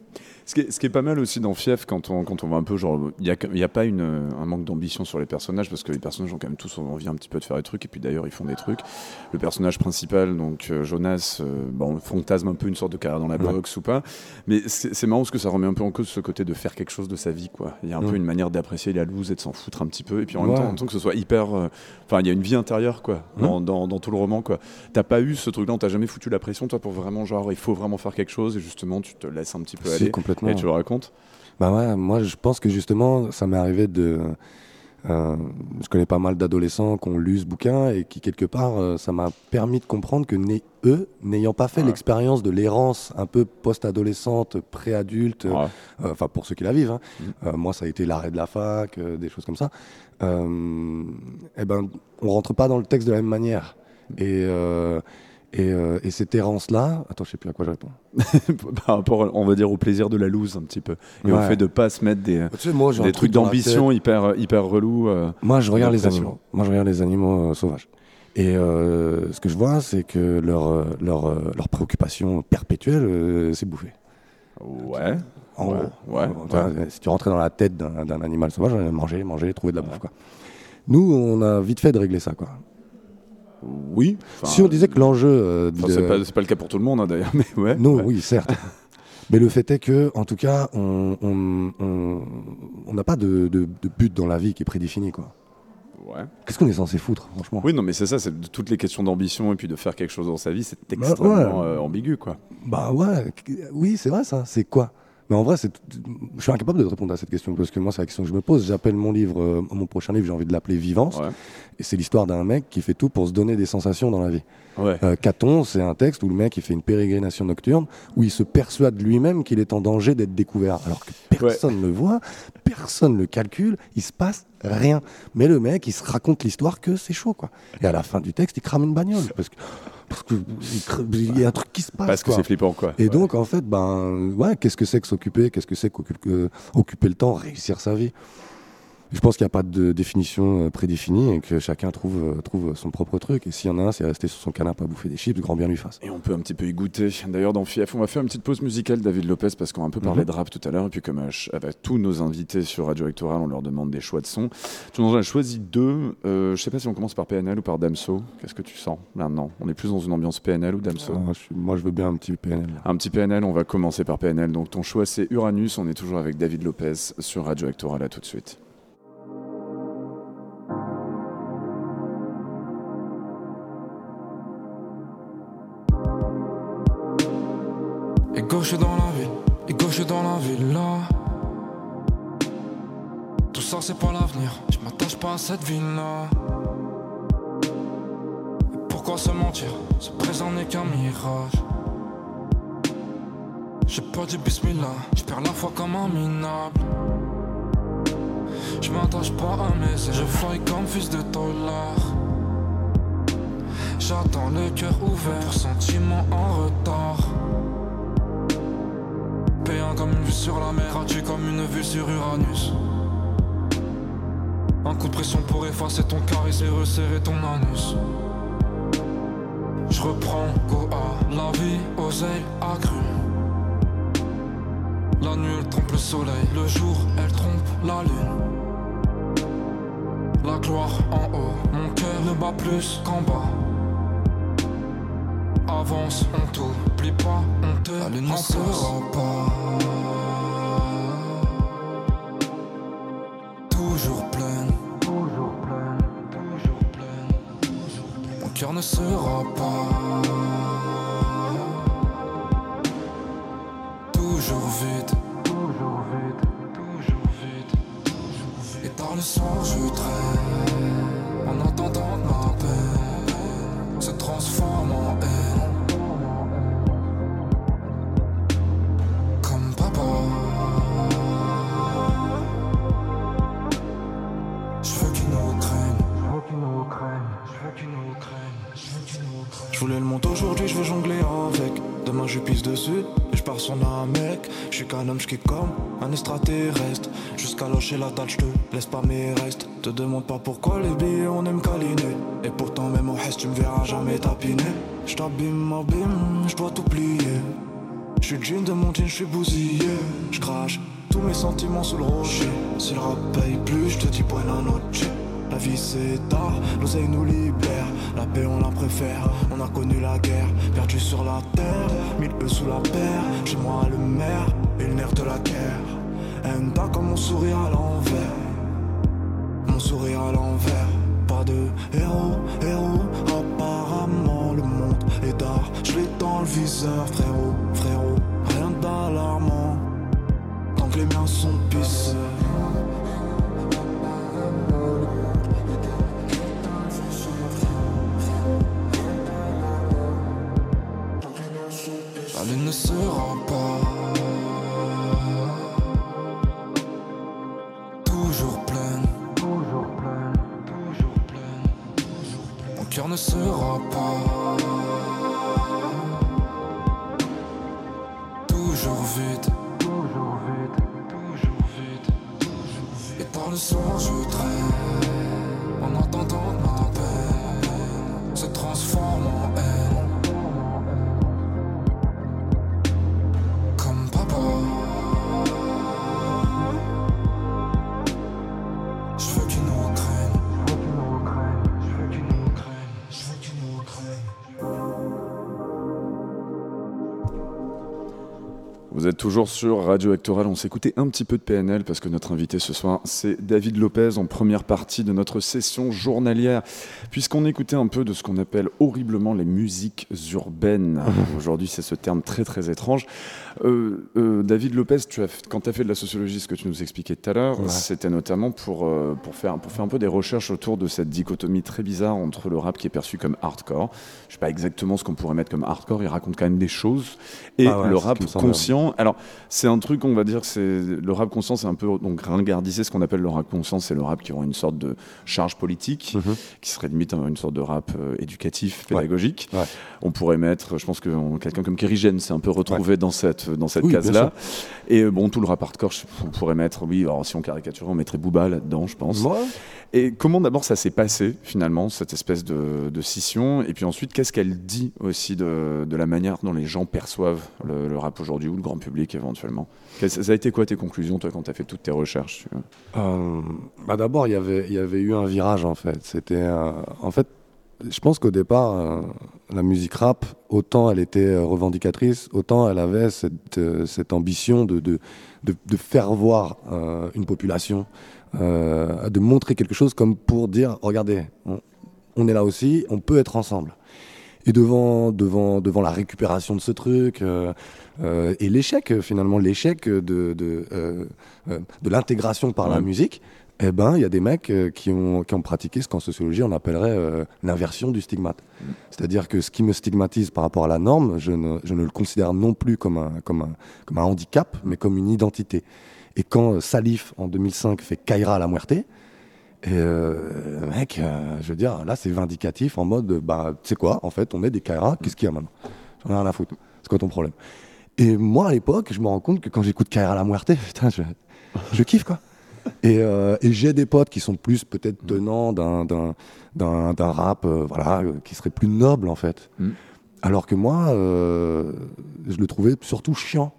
Ce qui, est, ce qui est pas mal aussi dans Fief, quand on, quand on voit un peu, genre, il n'y a, y a pas une, un manque d'ambition sur les personnages, parce que les personnages ont quand même tous envie un petit peu de faire des trucs, et puis d'ailleurs, ils font des trucs. Le personnage principal, donc euh, Jonas, euh, bon, on fantasme un peu une sorte de carrière dans la ouais. boxe ou pas, mais c'est, c'est marrant parce que ça remet un peu en cause ce côté de faire quelque chose de sa vie, quoi. Il y a un mmh. peu une manière d'apprécier la loose et de s'en foutre un petit peu, et puis en ouais. même temps, en même temps que ce soit hyper. Enfin, euh, il y a une vie intérieure, quoi, mmh. dans, dans, dans tout le roman, quoi. T'as pas eu ce truc-là, on t'a jamais foutu la pression, toi, pour vraiment, genre, il faut vraiment faire quelque chose, et justement, tu te laisses un petit peu si, aller. Complètement. Et tu le racontes ? Bah ouais, moi je pense que justement ça m'est arrivé de... Euh, je connais pas mal d'adolescents qui ont lu ce bouquin et qui quelque part euh, ça m'a permis de comprendre que né, eux, n'ayant pas fait ouais. l'expérience de l'errance un peu post-adolescente, pré-adulte, enfin ouais. euh, pour ceux qui la vivent, hein, mmh. euh, moi ça a été l'arrêt de la fac, euh, des choses comme ça, euh, et ben on rentre pas dans le texte de la même manière. Et... Euh, Et, euh, et cette errance-là, attends, je sais plus à quoi je réponds. Par rapport, on va dire, au plaisir de la loose un petit peu, et ouais. au fait de pas se mettre des, tu sais, moi, des trucs d'ambition hyper hyper relous. Euh, moi, je regarde les animaux. Moi, je regarde les animaux euh, sauvages. Et euh, ce que je vois, c'est que leur leur leur préoccupation perpétuelle, euh, c'est bouffer. Ouais. En ouais. gros, ouais. Enfin, ouais. Si tu rentrais dans la tête d'un, d'un animal sauvage, manger, manger, trouver de la ouais. bouffe, quoi. Nous, on a vite fait de régler ça, quoi. Oui. Si on disait que l'enjeu... Euh, de... c'est, pas, c'est pas le cas pour tout le monde, hein, d'ailleurs. Mais ouais, non, ouais. oui, certes. Mais le fait est que, en tout cas, on on, on, on n'a pas de, de, de but dans la vie qui est prédéfini, quoi. Ouais. Qu'est-ce qu'on est censé foutre, franchement ? Oui, non, mais c'est ça, c'est toutes les questions d'ambition et puis de faire quelque chose dans sa vie, c'est extrêmement bah, ouais. euh, ambigu, quoi. Bah ouais, oui, c'est vrai, ça. C'est quoi ? Mais en vrai, c'est... je suis incapable de te répondre à cette question parce que moi, c'est la question que je me pose. J'appelle mon livre, euh, mon prochain livre, j'ai envie de l'appeler Vivance. Ouais. Et c'est l'histoire d'un mec qui fait tout pour se donner des sensations dans la vie. Ouais. Euh, Caton, c'est un texte où le mec il fait une pérégrination nocturne où il se persuade lui-même qu'il est en danger d'être découvert. Alors que personne ne ouais. le voit, personne ne le calcule, il se passe rien. Mais le mec, il se raconte l'histoire que c'est chaud, quoi. Et à la fin du texte, il crame une bagnole parce que parce qu'il y a un truc qui se passe. Parce que quoi. C'est flippant, quoi. Et ouais. donc, en fait, ben, ouais, qu'est-ce que c'est que s'occuper ? Qu'est-ce que c'est qu'occuper occuper le temps, réussir sa vie ? Je pense qu'il n'y a pas de définition prédéfinie et que chacun trouve, trouve son propre truc. Et s'il y en a un, c'est rester sur son canapé à bouffer des chips, grand bien lui fasse. Et on peut un petit peu y goûter. D'ailleurs, dans Fief, on va faire une petite pause musicale, David Lopez, parce qu'on a un peu parlé mm-hmm. de rap tout à l'heure. Et puis, comme avec tous nos invités sur Radio Rectoral, on leur demande des choix de sons. Tu en as choisi deux. Euh, je ne sais pas si on commence par P N L ou par Damso. Qu'est-ce que tu sens maintenant ? On est plus dans une ambiance P N L ou Damso ? ah, je suis, Moi, je veux bien un petit P N L. Un petit P N L, on va commencer par P N L. Donc, ton choix, c'est Uranus. On est toujours avec David Lopez sur Radio Rectoral. À tout de suite. Et gauche dans la ville, et gauche dans la ville là. Tout ça c'est pas l'avenir, je m'attache pas à cette ville là. Et pourquoi se mentir, ce présent n'est qu'un mirage. J'ai pas dit bismillah, je perds la foi comme un minable. Je m'attache pas à mes ailes, je fly comme fils de dollar. J'attends le cœur ouvert, sentiment en retard. Payant comme une vue sur la mer, gratuit comme une vue sur Uranus. Un coup de pression pour effacer ton charisme et resserrer ton anus. Je reprends go à la vie, oseille accrue. La nuit elle trompe le soleil, le jour elle trompe la lune. La gloire en haut, mon cœur ne bat plus qu'en bas. Avance, on t'oublie pas, on te la lune ne sera pas toujours pleine, toujours pleine, toujours pleine, toujours pleine. Mon cœur ne sera pas toujours vide, toujours vide, toujours vide, toujours vide. Et tard le soir je traîne en attendant que ma peine se transforme en haine. Je voulais le monde aujourd'hui, je veux jongler avec. Demain je pisse dessus et je pars sur un mec. Je suis qu'un homme, je kick comme un extraterrestre. Jusqu'à lâcher la dalle, je te laisse pas mes restes. Te demande pas pourquoi les billets on aime câliner. Et pourtant même au reste tu me verras jamais tapiner. Je t'abîme, m'abîme, je dois t'oublier. J'suis le jean de mon jean, j'suis bousillé. J'crache tous mes sentiments sous le rocher. Si le rap paye plus, j'te dis buena noche. La vie c'est tard, l'oseille nous libère. La paix on la préfère, on a connu la guerre. Perdu sur la terre, mille œufs sous la paire. Chez moi le maire, et le nerf de la guerre. Enda comme mon sourire à l'envers. Mon sourire à l'envers. Pas de héros, héros. Apparemment le monde est d'art. Je l'ai dans le viseur, frérot, frérot. Rien d'alarmant. Tant que les miens sont pissés. La lune ne sera pas toujours pleine, toujours pleine, toujours pleine. Mon cœur ne sera pas toujours vide, toujours vide, toujours vide, toujours vide. Et par le soir je traîne en attendant que ma peine se transforme en haine. Vous êtes toujours sur Radio Actoral, on s'écoutait un petit peu de P N L parce que notre invité ce soir c'est David Lopez en première partie de notre session journalière, puisqu'on écoutait un peu de ce qu'on appelle horriblement les musiques urbaines. Aujourd'hui c'est ce terme très très étrange. Euh, euh, David Lopez, tu as, quand tu as fait de la sociologie, ce que tu nous expliquais tout à l'heure, ouais. C'était notamment pour, euh, pour, faire, pour faire un peu des recherches autour de cette dichotomie très bizarre entre le rap qui est perçu comme hardcore, je ne sais pas exactement ce qu'on pourrait mettre comme hardcore, il raconte quand même des choses, et ah ouais, le rap conscient. Alors, c'est un truc, on va dire, c'est le rap conscient, c'est un peu donc ringardisé. Ce qu'on appelle le rap conscient, c'est le rap qui aura une sorte de charge politique, mmh. qui serait limite une sorte de rap euh, éducatif, pédagogique. Ouais. Ouais. On pourrait mettre, je pense que on, quelqu'un comme Kerry James s'est un peu retrouvé ouais. dans cette dans cette oui, case-là. Et bon, tout le rap hardcore, on pourrait mettre, oui, alors si on caricaturait, on mettrait Booba là-dedans, je pense. Ouais. Et comment d'abord ça s'est passé finalement, cette espèce de, de scission, et puis ensuite qu'est-ce qu'elle dit aussi de, de la manière dont les gens perçoivent le, le rap aujourd'hui ou le grand public éventuellement. Ça a été quoi tes conclusions toi quand tu as fait toutes tes recherches? euh, bah D'abord il y avait, il y avait eu un virage en fait. C'était, euh, en fait je pense qu'au départ euh, la musique rap, autant elle était revendicatrice, autant elle avait cette, euh, cette ambition de, de, de, de faire voir euh, une population, euh, de montrer quelque chose comme pour dire regardez, on, on est là aussi, on peut être ensemble. Et devant, devant, devant la récupération de ce truc euh, euh, et l'échec, finalement, l'échec de, de, euh, de l'intégration par ouais. la musique, eh ben, il y a des mecs qui ont, qui ont pratiqué ce qu'en sociologie on appellerait euh, l'inversion du stigmate. Mmh. C'est-à-dire que ce qui me stigmatise par rapport à la norme, je ne, je ne le considère non plus comme un, comme un, comme un handicap, mais comme une identité. Et quand euh, Salif, en deux mille cinq, fait Kaira à la Muerte, et euh, mec, euh, je veux dire, là c'est vindicatif en mode, bah, tu sais quoi, en fait, on est des Kaira, qu'est-ce qu'il y a maintenant? J'en ai rien à foutre. C'est quoi ton problème? Et moi, à l'époque, je me rends compte que quand j'écoute Kaira à la Muerte, putain, je, je kiffe, quoi. Et, euh, et j'ai des potes qui sont plus peut-être tenants d'un, d'un, d'un, d'un rap, euh, voilà, euh, qui serait plus noble, en fait. Mm. Alors que moi, euh, je le trouvais surtout chiant.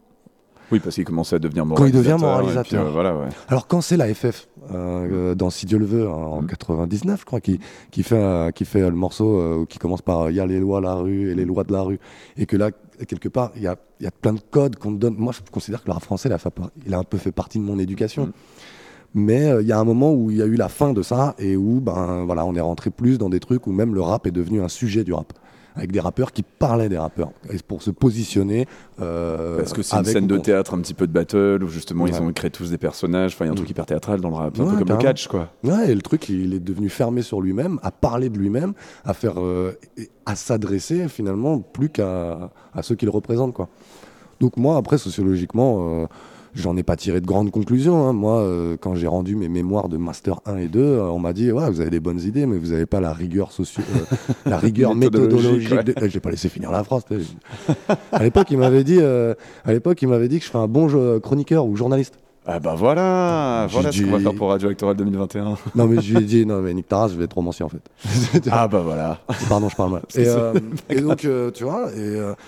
Oui, parce qu'il commençait à devenir moralisateur. Quand il devient moralisateur. Puis, euh, voilà, ouais. Alors quand c'est la F F, euh, dans Si Dieu le veut, en mmh. quatre-vingt-dix-neuf, je crois, qui, qui, fait, euh, qui fait le morceau euh, qui commence par « Il y a les lois de la rue et les lois de la rue ». Et que là, quelque part, il y a, y a plein de codes qu'on te donne. Moi, je considère que le rap français, il a, fait, il a un peu fait partie de mon éducation. Mmh. Mais il euh, y a un moment où il y a eu la fin de ça et où ben, voilà, on est rentré plus dans des trucs où même le rap est devenu un sujet du rap. Avec des rappeurs qui parlaient des rappeurs, et pour se positionner. Euh, Parce que c'est une scène de théâtre, un petit peu de battle, où justement ouais. ils ont créé tous des personnages. Enfin, il y a un truc hyper théâtral dans le rap, ouais, un peu comme carrément. Le catch, quoi. Ouais, et le truc, il est devenu fermé sur lui-même, à parler de lui-même, à faire, euh, à s'adresser finalement plus qu'à à ceux qu'il représente, quoi. Donc moi, après, sociologiquement. Euh, J'en ai pas tiré de grandes conclusions. Hein. Moi, euh, quand j'ai rendu mes mémoires de Master un et deux, euh, on m'a dit ouais, vous avez des bonnes idées, mais vous n'avez pas la rigueur, socio- euh, la rigueur méthodologique. Ouais. De... J'ai pas laissé finir la phrase. à l'époque, il m'avait dit, euh, à l'époque, il m'avait dit que je ferais un bon jeu, chroniqueur ou journaliste. Ah bah voilà, j'ai voilà dit... ce qu'on va faire pour Radio Actoral deux mille vingt et un. Non mais je lui ai dit non mais nique ta race, je vais être romancier en fait. Ah bah voilà. Pardon, je parle mal. Et, euh, et donc euh, tu vois, et euh,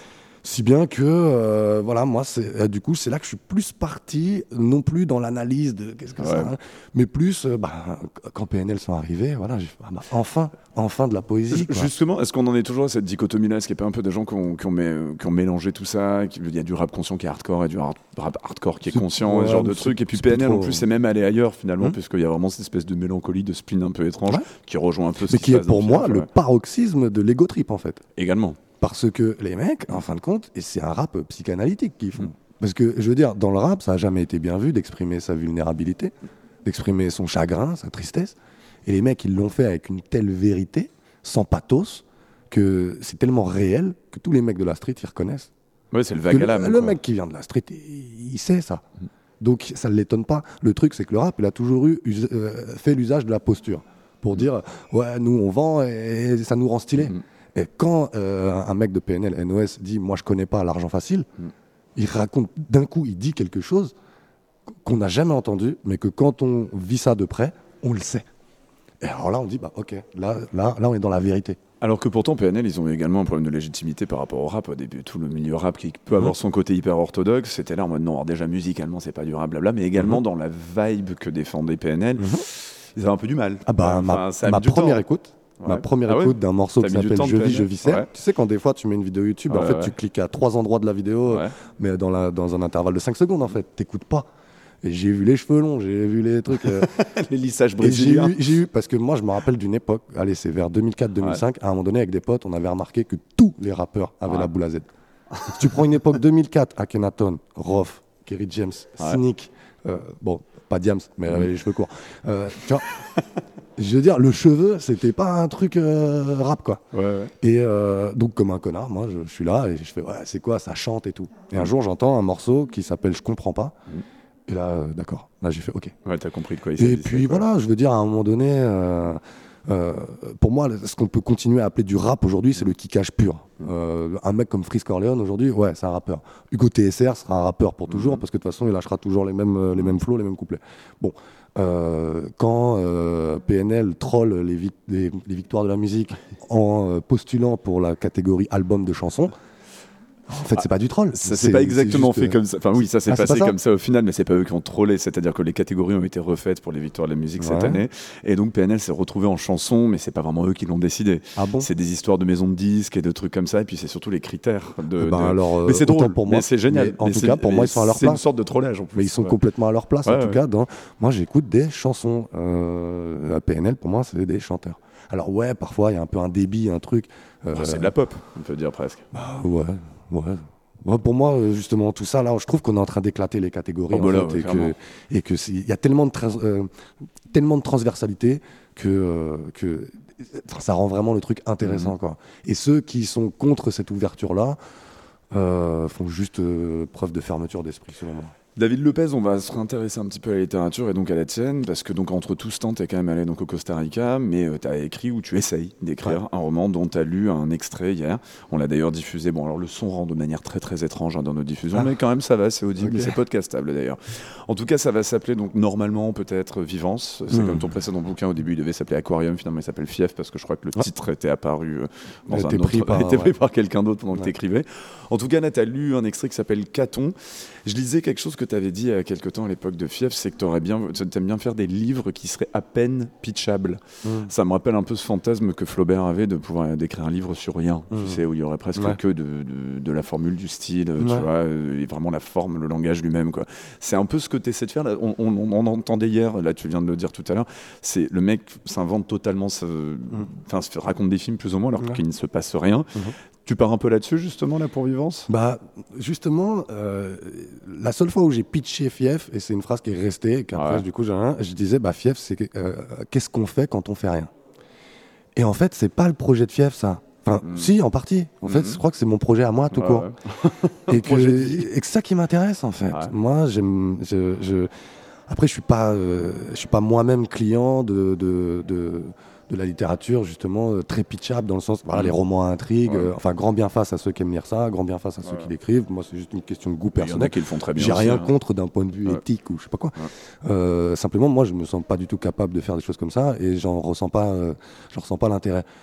Si bien que, euh, voilà, moi, c'est, euh, du coup, c'est là que je suis plus parti, non plus dans l'analyse de qu'est-ce que ouais. ça, hein, mais plus, euh, bah, quand P N L sont arrivés, voilà, j'ai fait, ah bah, enfin, enfin de la poésie. Quoi. Justement, est-ce qu'on en est toujours à cette dichotomie-là? Est-ce qu'il n'y a pas un peu des gens qui ont, qui ont, mé- qui ont mélangé tout ça? Il y a du rap conscient qui est hardcore et du hard- rap hardcore qui est, c'est, conscient, ouais, ce genre de trucs. Et puis P N L, trop... en plus, c'est même allé ailleurs, finalement, mmh. puisqu'il y a vraiment cette espèce de mélancolie, de spleen un peu étrange, ouais. qui rejoint un peu ce mais qui, qui se est passe pour dans moi film, le ouais. paroxysme de l'ego trip, en fait. Également. Parce que les mecs, en fin de compte, et c'est un rap psychanalytique qu'ils font. Mmh. Parce que, je veux dire, dans le rap, ça n'a jamais été bien vu d'exprimer sa vulnérabilité, d'exprimer son chagrin, sa tristesse. Et les mecs, ils l'ont fait avec une telle vérité, sans pathos, que c'est tellement réel que tous les mecs de la street, ils reconnaissent. Ouais, c'est le vague à l'âme. Le, le mec qui vient de la street, il, il sait ça. Mmh. Donc, ça ne l'étonne pas. Le truc, c'est que le rap, il a toujours eu, euh, fait l'usage de la posture. Pour dire, ouais, nous, on vend et ça nous rend stylé. Mmh. Et quand euh, un mec de P N L, N O S, dit « moi je connais pas l'argent facile mm. », il raconte, d'un coup, il dit quelque chose qu'on n'a jamais entendu, mais que quand on vit ça de près, on le sait. Et alors là, on dit bah ok, là, là, là on est dans la vérité. Alors que pourtant, P N L, ils ont eu également un problème de légitimité par rapport au rap. Au début, tout le milieu rap qui peut avoir mmh. son côté hyper orthodoxe, c'était là en mode non, alors déjà musicalement, c'est pas du rap, blabla, mais également mmh. dans la vibe que défendait P N L, mmh. ils avaient un peu du mal. Ah bah, enfin, ma, ma première temps. écoute. Ouais. Ma première ah écoute ouais d'un morceau T'as qui s'appelle Je vis, je viscère. Ouais. Tu sais, quand des fois tu mets une vidéo YouTube, ouais, en fait, ouais. tu cliques à trois endroits de la vidéo, ouais. mais dans, la, dans un intervalle de cinq secondes, en fait. T'écoutes pas. Et j'ai vu les cheveux longs, j'ai vu les trucs. Euh... les lissages brésiliens. J'ai eu, j'ai eu, parce que moi, je me rappelle d'une époque, allez, c'est vers deux mille quatre deux mille cinq, ouais. à un moment donné, avec des potes, on avait remarqué que tous les rappeurs avaient ouais. la boule à Z. Si tu prends une époque deux mille quatre, Akhenaton, Rof, Kerry James, ouais. Cynic, euh, bon, pas Diams, mais elle avait les cheveux courts. Euh, tu vois. Je veux dire, le cheveu, c'était pas un truc euh, rap, quoi. Ouais, ouais. Et euh, donc, comme un connard, moi, je, je suis là et je fais, ouais, c'est quoi, ça chante et tout. Et un jour, j'entends un morceau qui s'appelle Je comprends pas. Mmh. Et là, euh, d'accord. Là, j'ai fait, ok. Ouais, t'as compris de quoi il s'agit. Et puis quoi. Voilà, je veux dire, à un moment donné, euh, euh, pour moi, ce qu'on peut continuer à appeler du rap aujourd'hui, c'est le kickage pur. Mmh. Euh, un mec comme Freeze Corleone aujourd'hui, ouais, c'est un rappeur. Hugo T S R sera un rappeur pour toujours, mmh. parce que de toute façon, il lâchera toujours les mêmes, euh, les mêmes flows, les mêmes couplets. Bon. Euh, quand euh, P N L troll les, vi- les, les victoires de la musique en euh, postulant pour la catégorie album de chansons, en fait, ah, c'est pas du troll. Ça s'est pas exactement fait comme ça. Enfin, oui, ça s'est ah, passé ça comme ça au final, mais c'est pas eux qui ont trollé. C'est-à-dire que les catégories ont été refaites pour les victoires de la musique ouais. cette année. Et donc, P N L s'est retrouvé en chanson, mais c'est pas vraiment eux qui l'ont décidé. Ah bon c'est des histoires de maisons de disques et de trucs comme ça. Et puis, c'est surtout les critères. De, ben de... Alors, euh, mais c'est drôle. Pour moi, mais c'est génial. Mais en mais tout cas, pour moi, ils sont à leur c'est place. C'est une sorte de trollage. En plus. Mais ils sont ouais. complètement à leur place. Ouais, en tout ouais. cas, dans... moi, j'écoute des chansons. Euh, à P N L, pour moi, c'est des chanteurs. Alors, ouais, parfois, il y a un peu un débit, un truc. Euh... Oh, c'est de la pop, on peut dire presque. Bah, ouais, ouais. Ouais, pour moi, justement, tout ça, là, je trouve qu'on est en train d'éclater les catégories. Oh, bah là, en fait, ouais, et, que, et que il y a tellement de, trans, euh, tellement de transversalité que, euh, que ça rend vraiment le truc intéressant. Mmh. Quoi. Et ceux qui sont contre cette ouverture-là euh, font juste euh, preuve de fermeture d'esprit, selon moi. David Lopez, on va se réintéresser un petit peu à la littérature et donc à la tienne, parce que donc entre tout ce temps, tu es quand même allé donc au Costa Rica, mais euh, tu as écrit ou tu essayes d'écrire ouais. un roman dont tu as lu un extrait hier. On l'a d'ailleurs diffusé. Bon, alors le son rend de manière très très étrange hein, dans nos diffusions, ah. mais quand même ça va, c'est audible, okay. c'est podcastable d'ailleurs. En tout cas, ça va s'appeler donc normalement peut-être Vivance. C'est mmh. comme ton précédent bouquin, au début il devait s'appeler Aquarium, finalement il s'appelle Fief parce que je crois que le ah. titre était apparu euh, dans un était autre, pris par, était pris ouais. par quelqu'un d'autre pendant ouais. que tu écrivais. En tout cas, là, tu as lu un extrait qui s'appelle Caton. Je lisais quelque chose que tu avais dit il y a quelque temps à l'époque de Fief, c'est que tu aimes bien faire des livres qui seraient à peine pitchables. Mmh. Ça me rappelle un peu ce fantasme que Flaubert avait de pouvoir d'écrire un livre sur rien, mmh. tu sais, où il y aurait presque ouais. que de, de, de la formule, du style, ouais. tu vois, et vraiment la forme, le langage lui-même, quoi. C'est un peu ce que tu essaies de faire. Là, on, on, on entendait hier, là tu viens de le dire tout à l'heure, c'est le mec s'invente totalement, enfin, mmh. se raconte des films plus ou moins alors ouais. qu'il ne se passe rien. Mmh. Tu pars un peu là-dessus, justement, là, pour Vivance ? Bah, justement, euh, la seule fois où j'ai pitché Fief, et c'est une phrase qui est restée, et qu'après, ouais. du coup, j'ai rien, je disais, bah, Fief, c'est euh, qu'est-ce qu'on fait quand on fait rien ? Et en fait, c'est pas le projet de Fief, ça. Enfin, mmh. si, en partie. En mmh. fait, je crois que c'est mon projet à moi, tout ouais, court. Ouais. et, que, et que c'est ça qui m'intéresse, en fait. Ouais. Moi, j'aime... Je, je... Après, je suis pas, euh, je suis pas moi-même client de... de, de de la littérature justement euh, très pitchable dans le sens voilà mmh. les romans à intrigue ouais. euh, enfin grand bien face à ceux qui aiment lire ça, grand bien face à ouais. ceux qui l'écrivent. Moi c'est juste une question de goût personnel. Il y en a qui le font très bien. J'ai aussi, rien hein. contre d'un point de vue ouais. éthique ou je sais pas quoi. Ouais. Euh, simplement moi je me sens pas du tout capable de faire des choses comme ça et j'en ressens pas euh, j'en ressens pas l'intérêt.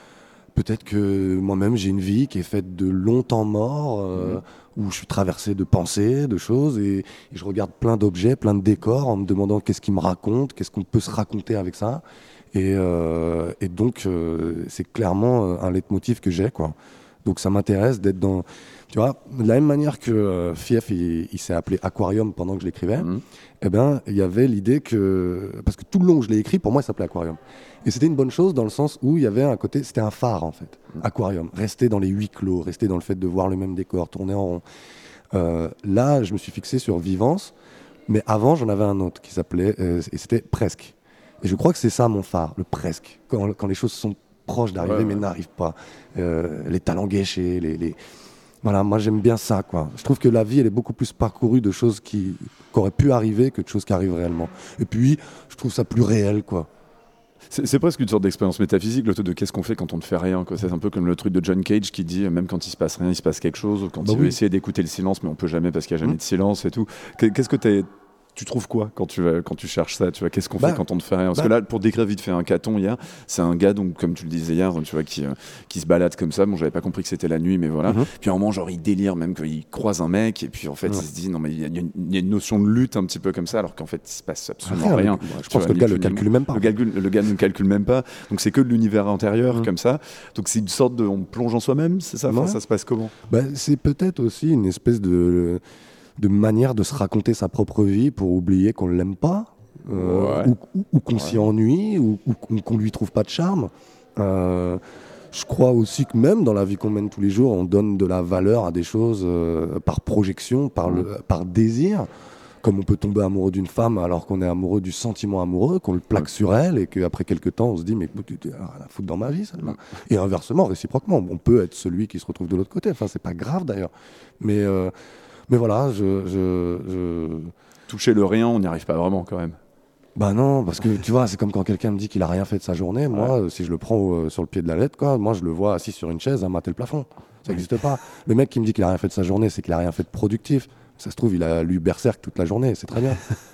peut-être que moi-même j'ai une vie qui est faite de longs temps morts, euh, mmh. où je suis traversé de pensées, de choses, et, et je regarde plein d'objets, plein de décors, en me demandant qu'est-ce qu'ils me racontent, qu'est-ce qu'on peut se raconter avec ça. Et, euh, et donc euh, c'est clairement un leitmotiv que j'ai, quoi. Donc ça m'intéresse d'être dans, tu vois, de la même manière que euh, Fief, il, il s'est appelé Aquarium pendant que je l'écrivais. Mmh. Eh ben, il y avait l'idée que, parce que tout le long que je l'ai écrit, pour moi, il s'appelait Aquarium. Et c'était une bonne chose dans le sens où il y avait un côté, c'était un phare en fait, mmh. Aquarium. Rester dans les huis clos, rester dans le fait de voir le même décor, tourner en rond. Euh, là, je me suis fixé sur Vivance, mais avant, j'en avais un autre qui s'appelait, euh, et c'était Presque. Et je crois que c'est ça mon phare, le presque. Quand, quand les choses sont proches d'arriver, ouais, mais ouais. n'arrivent pas. Euh, les talents gâchés, les, les... Voilà, moi j'aime bien ça, quoi. Je trouve que la vie, elle est beaucoup plus parcourue de choses qui, qui auraient pu arriver que de choses qui arrivent réellement. Et puis, je trouve ça plus réel, quoi. C'est, c'est presque une sorte d'expérience métaphysique, le truc de qu'est-ce qu'on fait quand on ne fait rien, quoi. C'est un peu comme le truc de John Cage qui dit, même quand il se passe rien, il se passe quelque chose, ou quand bah il oui. veut essayer d'écouter le silence, mais on peut jamais parce qu'il n'y a jamais mmh. de silence et tout. Qu'est-ce que t'es... Tu trouves quoi quand tu, vas, quand tu cherches ça, tu vois, qu'est-ce qu'on bah, fait quand on ne fait rien? Parce bah, que là, pour décrire vite fait un caton hier, c'est un gars, donc, comme tu le disais hier, tu vois, qui, euh, qui se balade comme ça. Bon, j'avais pas compris que c'était la nuit, mais voilà. Mm-hmm. Puis à un moment, genre, il délire même qu'il croise un mec, et puis en fait, ouais. il se dit, non, mais il y, y, y a une notion de lutte un petit peu comme ça, alors qu'en fait, il se passe absolument rien. rien. Mais, je pense vois, que le gars ne calcule même pas. Le gars, le gars ne calcule même pas. Donc c'est que de l'univers intérieur, mm. comme ça. Donc c'est une sorte de. On plonge en soi-même, c'est ça? Enfin, ça se passe comment? Bah, c'est peut-être aussi une espèce de. de manière de se raconter sa propre vie pour oublier qu'on ne l'aime pas, euh, ouais. ou, ou, ou qu'on ouais. s'y ennuie, ou, ou qu'on ne lui trouve pas de charme. Euh, je crois aussi que même dans la vie qu'on mène tous les jours, on donne de la valeur à des choses euh, par projection, par, le, par désir. Comme on peut tomber amoureux d'une femme alors qu'on est amoureux du sentiment amoureux, qu'on le plaque ouais. sur elle, et qu'après quelques temps, on se dit « mais tu t'es rien à foutre dans ma vie, seulement. » Et inversement, réciproquement, on peut être celui qui se retrouve de l'autre côté. Enfin, c'est pas grave d'ailleurs. Mais... Euh, Mais voilà, je, je, je... Toucher le rien, on n'y arrive pas vraiment quand même. Bah non, parce que tu vois, c'est comme quand quelqu'un me dit qu'il a rien fait de sa journée. Moi, ouais. si je le prends euh, sur le pied de la lettre, quoi, moi je le vois assis sur une chaise à mater le plafond. Ça n'existe pas. Le mec qui me dit qu'il a rien fait de sa journée, c'est qu'il a rien fait de productif. Ça se trouve, il a lu Berserk toute la journée, c'est très bien.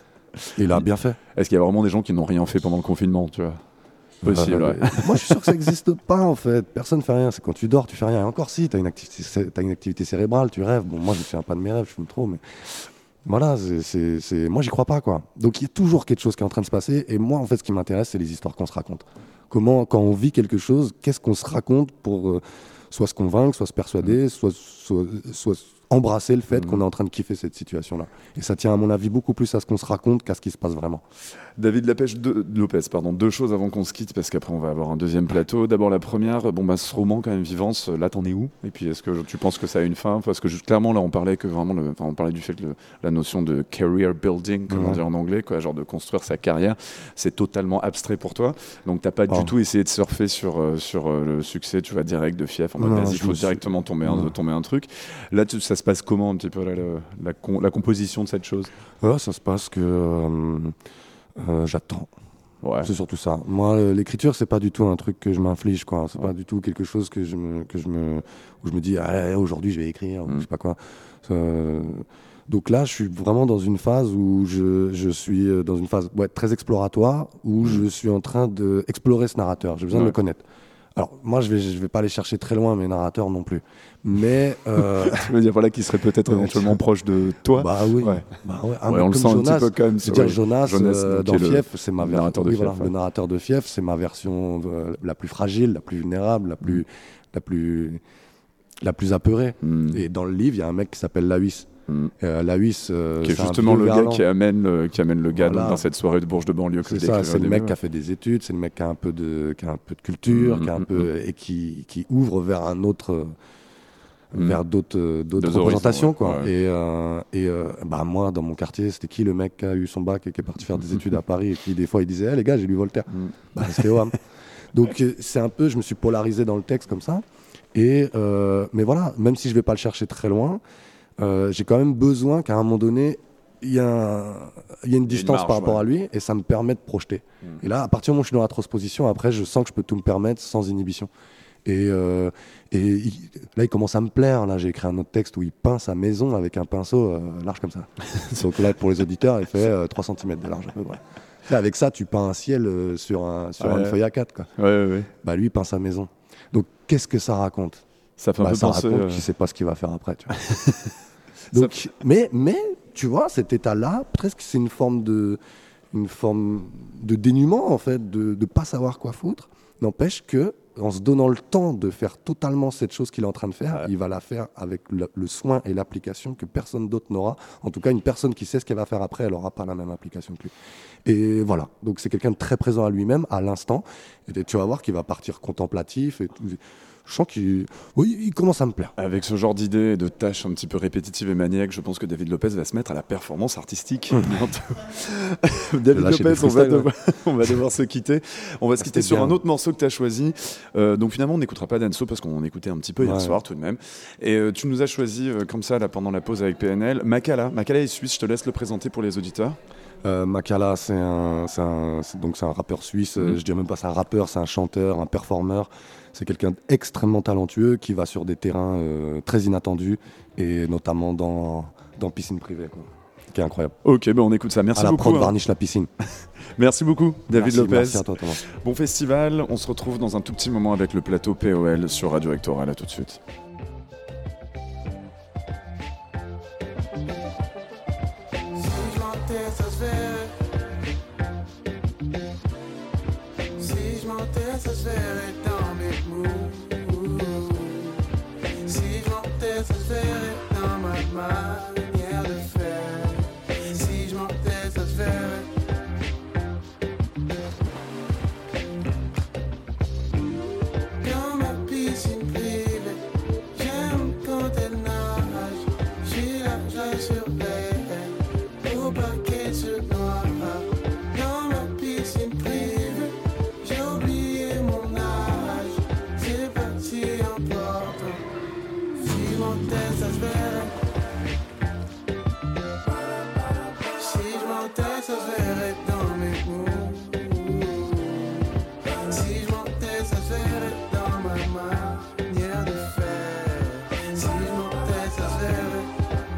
Et il a bien fait. Est-ce qu'il y a vraiment des gens qui n'ont rien fait pendant le confinement, tu vois? Possible, euh, ouais. Moi, je suis sûr que ça n'existe pas, en fait. Personne ne fait rien. C'est quand tu dors, tu fais rien. Et encore si, tu as une, acti- t'as une activité cérébrale, tu rêves. Bon, moi, je ne me souviens pas de mes rêves, je fume trop, mais... Voilà, c'est, c'est, c'est... moi, j'y crois pas, quoi. Donc, il y a toujours quelque chose qui est en train de se passer. Et moi, en fait, ce qui m'intéresse, c'est les histoires qu'on se raconte. Comment, quand on vit quelque chose, qu'est-ce qu'on se raconte pour euh, soit se convaincre, soit se persuader, mmh. soit, soit, soit embrasser le fait mmh. qu'on est en train de kiffer cette situation-là. Et ça tient, à mon avis, beaucoup plus à ce qu'on se raconte qu'à ce qui se passe vraiment. David Lapèche, de, Lopez, pardon, deux choses avant qu'on se quitte, parce qu'après on va avoir un deuxième plateau. D'abord la première, bon bah ce roman quand même, Vivance, là t'en es où? Et puis est-ce que tu penses que ça a une fin? Parce que juste, clairement là on parlait que vraiment, le, enfin, on parlait du fait que le, la notion de career building, comme ouais. on dit en anglais, quoi, genre de construire sa carrière, c'est totalement abstrait pour toi. Donc t'as pas oh. du tout essayé de surfer sur, euh, sur euh, le succès, tu vois, direct de Fief, en mode vas-y, il faut directement tomber un, tomber un truc. Là tu, ça se passe comment un petit peu là, le, la, la, la composition de cette chose? Ouais, ça se passe que euh, euh, j'attends. Ouais. C'est surtout ça. Moi, l'écriture, c'est pas du tout un truc que je m'inflige, quoi. C'est ouais. pas du tout quelque chose que je me, que je me, où je me dis, ah, aujourd'hui, je vais écrire, mmh. ou je sais pas quoi. Euh, donc là, je suis vraiment dans une phase où je, je suis dans une phase ouais, très exploratoire, où mmh. je suis en train d'explorer ce narrateur. J'ai besoin ouais. de le connaître. Alors, moi, je vais, je vais pas aller chercher très loin mes narrateurs non plus. Mais. Euh... tu veux dire, voilà, qui serait peut-être éventuellement proche de toi? Bah oui. Ouais. Bah ouais. Un ouais, on le sent Jonas, un petit peu quand même. Je veux dire, Jonas, Jonas euh, dans Fief, le, c'est ma version. Narrateur de oui, Fief, voilà, ouais. Le narrateur de Fief, c'est ma version euh, la plus fragile, la plus vulnérable, la plus, mm. la plus, la plus apeurée. Mm. Et dans le livre, il y a un mec qui s'appelle Lawis. Mm. Euh, Lawis, euh, qui est justement le gars qui amène, le, qui amène le gars voilà. dans cette soirée de Bourges de banlieue. Que c'est ça, c'est le mec qui a fait des études, c'est le mec qui a un peu de, qui a un peu de culture, mm, qui a un mm, peu, mm. et qui, qui ouvre vers un autre, mm. vers d'autres, d'autres représentations, horizons, ouais. quoi. Ouais. Et, euh, et euh, bah moi, dans mon quartier, c'était qui le mec qui a eu son bac et qui est parti faire des études à Paris et qui des fois il disait, hey, les gars, j'ai lu Voltaire. Mm. Bah, c'était Oam. Donc c'est un peu, je me suis polarisé dans le texte comme ça. Et euh, mais voilà, même si je vais pas le chercher très loin. Euh, j'ai quand même besoin qu'à un moment donné, il y, y a une distance une marge, par rapport ouais. à lui et ça me permet de projeter. Mmh. Et là, à partir du moment où je suis dans la transposition, après, je sens que je peux tout me permettre sans inhibition. Et, euh, et il, là, il commence à me plaire. Là, j'ai écrit un autre texte où il peint sa maison avec un pinceau euh, large comme ça. Donc là, pour les auditeurs, il fait euh, trois centimètres de large à peu près. Là, avec ça, tu peins un ciel euh, sur, un, sur ouais. une feuille A quatre. Quoi. Ouais, ouais, ouais. Bah, lui, il peint sa maison. Donc qu'est-ce que ça raconte? Ça fait un bah, peu ça penser... raconte euh... qu'il ne sait pas ce qu'il va faire après. Tu vois. Donc, ça... mais, mais, tu vois, cet état-là, presque c'est une forme de, une forme de dénuement, en fait, de ne pas savoir quoi foutre. N'empêche que, en se donnant le temps de faire totalement cette chose qu'il est en train de faire, ouais. il va la faire avec le, le soin et l'application que personne d'autre n'aura. En tout cas, une personne qui sait ce qu'elle va faire après, elle n'aura pas la même application que lui. Et voilà. Donc, c'est quelqu'un de très présent à lui-même, à l'instant. Et tu vas voir qu'il va partir contemplatif et tout. Je sens qu'il oui, il commence à me plaire. Avec ce genre d'idées et de tâches un petit peu répétitives et maniaques, je pense que David Lopez va se mettre à la performance artistique bientôt. David Lopez, on va, devoir, on va devoir se quitter. On va se quitter sur bien. un autre morceau que tu as choisi. Euh, donc finalement, on n'écoutera pas Damso parce qu'on écoutait un petit peu hier ouais. soir tout de même. Et euh, tu nous as choisi euh, comme ça là, pendant la pause avec P N L. Makala. Makala est suisse, je te laisse le présenter pour les auditeurs. Euh, Makala, c'est un, c'est un, c'est, donc c'est un rappeur suisse. Mmh. Je dirais même pas c'est un rappeur, c'est un chanteur, un performeur. C'est quelqu'un d'extrêmement talentueux qui va sur des terrains euh, très inattendus et notamment dans, dans Piscine Privée, quoi, qui est incroyable. Ok, ben on écoute ça. Merci à beaucoup. La prod hein. varniche la piscine. Merci beaucoup, David merci, Lopez. Merci à toi, Thomas. Bon festival. On se retrouve dans un tout petit moment avec le plateau P O L sur Radio Actoral. À tout de suite. Ça se verrait dans mes mots. Si je mentais, ça se verrait dans ma manière de faire. Si je mentais, ça se verrait. Dans ma piscine privée, j'aime quand elle nage. J'suis là, je la surveille. Au paquet se noie. Dans ma piscine privée. Ça se verrait. Si je mentais, ça se verrait dans mes mots. Si je mentais, ça se verrait dans ma manière de faire. Si je mentais, ça se verrait.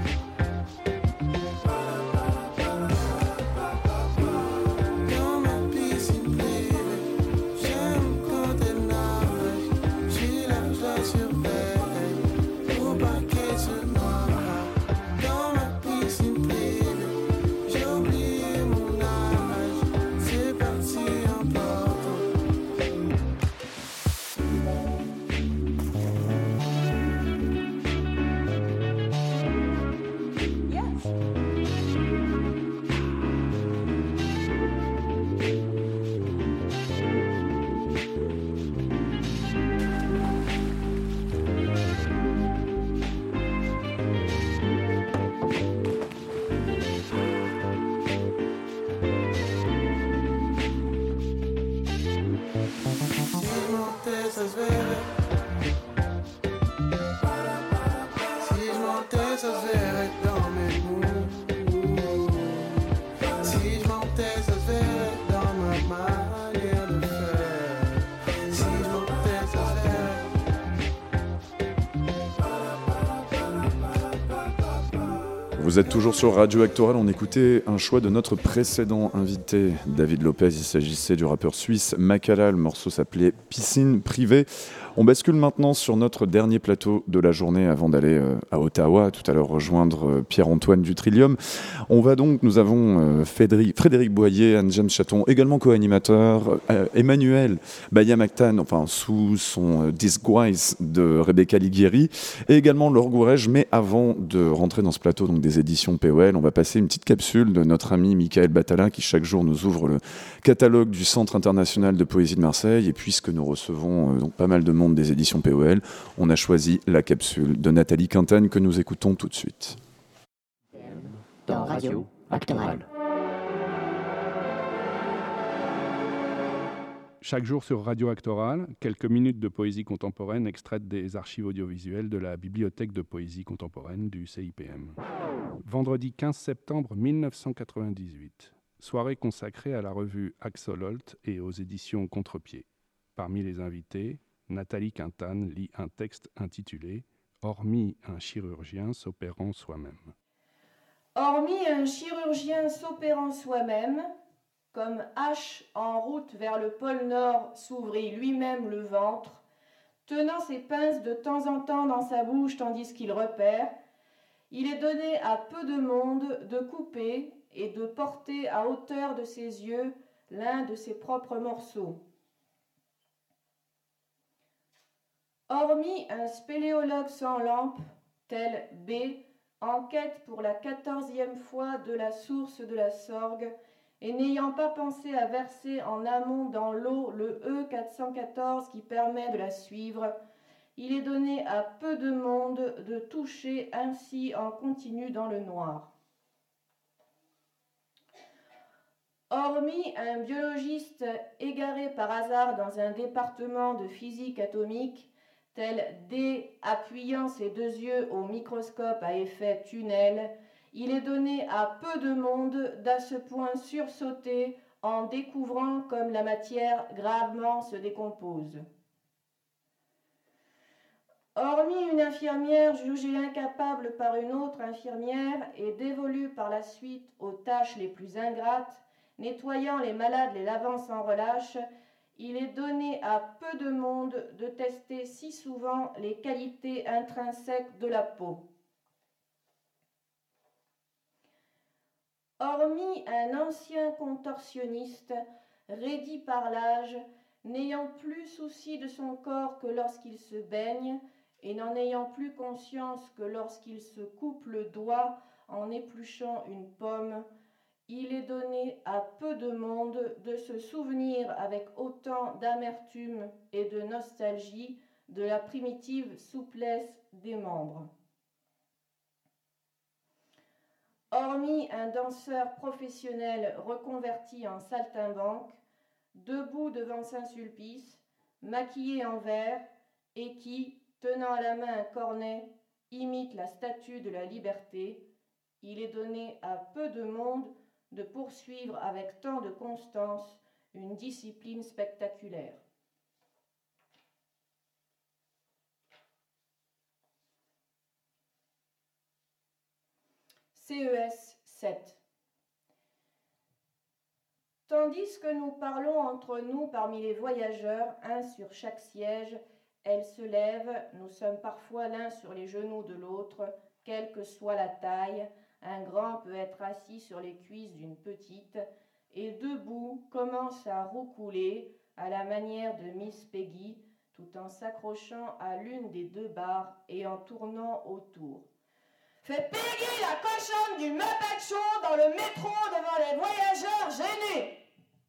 Dans ma piscine privée, j'aime quand elle nage. J'suis là, je la surveille. Au baquet. Dans ma piscine privée, j'ai oublié mon âge. C'est pas si important. Yes. Ça se verrait. Si je mentais, ça se verrait dans mes mots. Si je mentais, ça se verrait dans ma manière de faire. Si je mentais, ça se verrait. Vous êtes toujours sur Radio Actoral, on écoutait un choix de notre précédent invité, David Lopez. Il s'agissait du rappeur suisse Makala, le morceau s'appelait Piscine Privée. On bascule maintenant sur notre dernier plateau de la journée avant d'aller euh, à Ottawa, tout à l'heure rejoindre euh, Pierre-Antoine du Trillium. On va donc, nous avons euh, Frédéric, Frédéric Boyer, Anne-James Chaton, également co-animateur, euh, Emmanuel Baya-Mactan, enfin sous son euh, disguise de Rebecca Liguieri, et également Laure Gourège. Mais avant de rentrer dans ce plateau donc, des éditions P O L, on va passer une petite capsule de notre ami Michael Batala qui chaque jour nous ouvre le catalogue du Centre international de poésie de Marseille. Et puisque nous recevons euh, donc pas mal de monde des éditions P O L, on a choisi la capsule de Nathalie Quintane que nous écoutons tout de suite. Dans Radio Actoral. Chaque jour sur Radio Actoral, quelques minutes de poésie contemporaine extraites des archives audiovisuelles de la Bibliothèque de poésie contemporaine du C I P M. Vendredi quinze septembre mille neuf cent quatre-vingt-dix-huit. Soirée consacrée à la revue Axolotl et aux éditions Contre-Pied. Parmi les invités, Nathalie Quintane lit un texte intitulé « Hormis un chirurgien s'opérant soi-même ». Hormis un chirurgien s'opérant soi-même, comme H en route vers le pôle Nord s'ouvrit lui-même le ventre, tenant ses pinces de temps en temps dans sa bouche tandis qu'il repère, il est donné à peu de monde de couper et de porter à hauteur de ses yeux l'un de ses propres morceaux. Hormis un spéléologue sans lampe, tel B, enquête pour la quatorzième fois de la source de la Sorgue, et n'ayant pas pensé à verser en amont dans l'eau le E quatre cent quatorze qui permet de la suivre, il est donné à peu de monde de toucher ainsi en continu dans le noir. Hormis un biologiste égaré par hasard dans un département de physique atomique, tel D appuyant ses deux yeux au microscope à effet tunnel, il est donné à peu de monde d'à ce point sursauter en découvrant comme la matière gravement se décompose. Hormis une infirmière jugée incapable par une autre infirmière et dévolue par la suite aux tâches les plus ingrates, nettoyant les malades, les lavant sans relâche, il est donné à peu de monde de tester si souvent les qualités intrinsèques de la peau. Hormis un ancien contorsionniste, raidi par l'âge, n'ayant plus souci de son corps que lorsqu'il se baigne, et n'en ayant plus conscience que lorsqu'il se coupe le doigt en épluchant une pomme, il est donné à peu de monde de se souvenir avec autant d'amertume et de nostalgie de la primitive souplesse des membres. Hormis un danseur professionnel reconverti en saltimbanque, debout devant Saint-Sulpice, maquillé en vert, et qui, tenant à la main un cornet, imite la statue de la liberté, il est donné à peu de monde de poursuivre avec tant de constance une discipline spectaculaire. C E S sept. Tandis que nous parlons entre nous parmi les voyageurs, un sur chaque siège, elle se lève, nous sommes parfois l'un sur les genoux de l'autre, quelle que soit la taille. Un grand peut être assis sur les cuisses d'une petite, et debout commence à roucouler à la manière de Miss Peggy, tout en s'accrochant à l'une des deux barres et en tournant autour. Fais Peggy la cochonne du Muppet Show dans le métro devant les voyageurs gênés.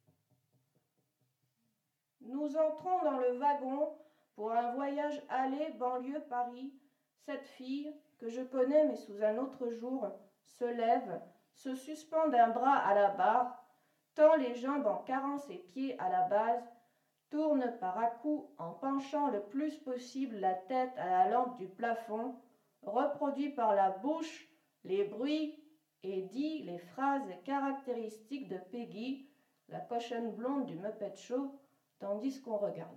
Nous entrons dans le wagon pour un voyage aller banlieue Paris. Cette fille, que je connais mais sous un autre jour, se lève, se suspend d'un bras à la barre, tend les jambes en carrant ses pieds à la base, tourne par à-coups en penchant le plus possible la tête à la lampe du plafond, reproduit par la bouche les bruits et dit les phrases caractéristiques de Peggy, la cochonne blonde du Muppet Show, tandis qu'on regarde.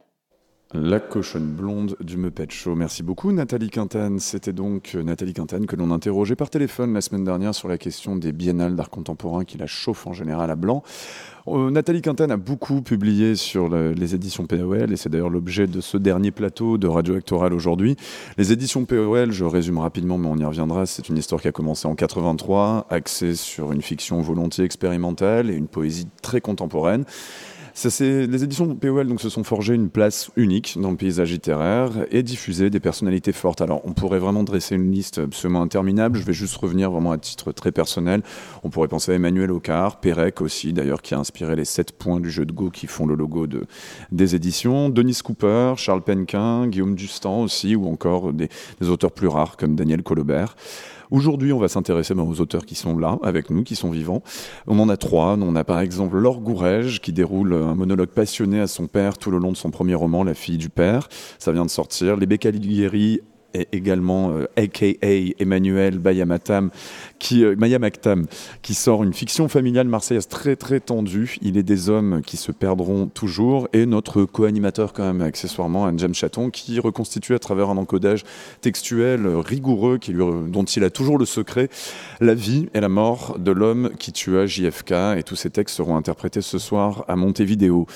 La cochonne blonde du Muppet Show. Merci beaucoup Nathalie Quintane. C'était donc Nathalie Quintane que l'on interrogeait par téléphone la semaine dernière sur la question des biennales d'art contemporain qui la chauffent en général à blanc. Euh, Nathalie Quintane a beaucoup publié sur le, les éditions P O L et c'est d'ailleurs l'objet de ce dernier plateau de Radio Actoral aujourd'hui. Les éditions P O L, je résume rapidement mais on y reviendra, c'est une histoire qui a commencé en quatre-vingt-trois, axée sur une fiction volontiers expérimentale et une poésie très contemporaine. Ça, c'est, les éditions P O L donc, se sont forgées une place unique dans le paysage littéraire et diffusé des personnalités fortes. Alors, on pourrait vraiment dresser une liste absolument interminable. Je vais juste revenir vraiment à titre très personnel. On pourrait penser à Emmanuel Aucard, Pérec aussi, d'ailleurs, qui a inspiré les sept points du jeu de Go qui font le logo de, des éditions. Denis Cooper, Charles Penquin, Guillaume Dustan aussi, ou encore des, des auteurs plus rares comme Daniel Colobert. Aujourd'hui, on va s'intéresser ben, aux auteurs qui sont là, avec nous, qui sont vivants. On en a trois. On a par exemple Laure Gourège, qui déroule un monologue passionné à son père tout le long de son premier roman, La fille du père. Ça vient de sortir. Les Beccalighieri, et également euh, a k a. Emmanuel Bayamatam, qui, euh, Mayamaktam, qui sort une fiction familiale marseillaise très très tendue. Il est des hommes qui se perdront toujours. Et notre co-animateur quand même, accessoirement, Anne-Jem Chaton, qui reconstitue à travers un encodage textuel rigoureux qui lui, dont il a toujours le secret, la vie et la mort de l'homme qui tua J F K. Et tous ces textes seront interprétés ce soir à Montevideo.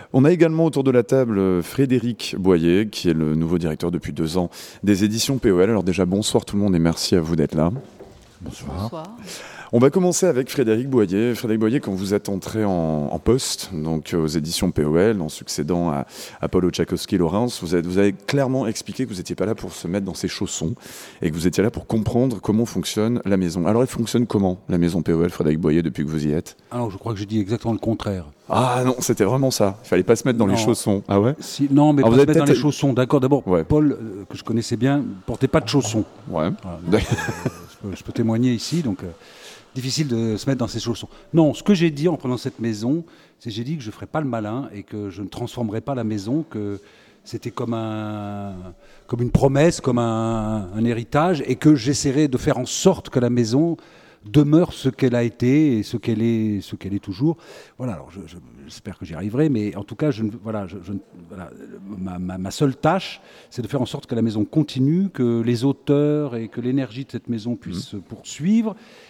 On a également autour de la table Frédéric Boyer, qui est le nouveau directeur depuis deux ans des éditions P O L. Alors déjà, bonsoir tout le monde et merci à vous d'être là. Bonsoir. Bonsoir. On va commencer avec Frédéric Boyer. Frédéric Boyer, quand vous êtes entré en, en poste, donc aux éditions P O L, en succédant à, à Paul Oczakowski-Laurens, vous avez, vous avez clairement expliqué que vous n'étiez pas là pour se mettre dans ses chaussons et que vous étiez là pour comprendre comment fonctionne la maison. Alors, elle fonctionne comment, la maison P O L, Frédéric Boyer, depuis que vous y êtes ? Alors, je crois que j'ai dit exactement le contraire. Ah non, c'était vraiment ça. Il fallait pas se mettre dans non. les chaussons. Ah ouais si, Non, mais Alors pas se mettre dans les chaussons. D'accord, d'abord, ouais. Paul, euh, que je connaissais bien, portait pas de chaussons. Ouais. Voilà, donc, euh, je, peux, je peux témoigner ici, donc... Euh, difficile de se mettre dans ses chaussons. Non, ce que j'ai dit en prenant cette maison, c'est que j'ai dit que je ne ferais pas le malin et que je ne transformerais pas la maison, que c'était comme, un, comme une promesse, comme un, un héritage, et que j'essaierais de faire en sorte que la maison demeure ce qu'elle a été et ce qu'elle est, ce qu'elle est toujours. Voilà, alors je, je, j'espère que j'y arriverai, mais en tout cas, je, voilà, je, je, voilà, ma, ma, ma seule tâche, c'est de faire en sorte que la maison continue, que les auteurs et que l'énergie de cette maison puissent mmh. se poursuivre.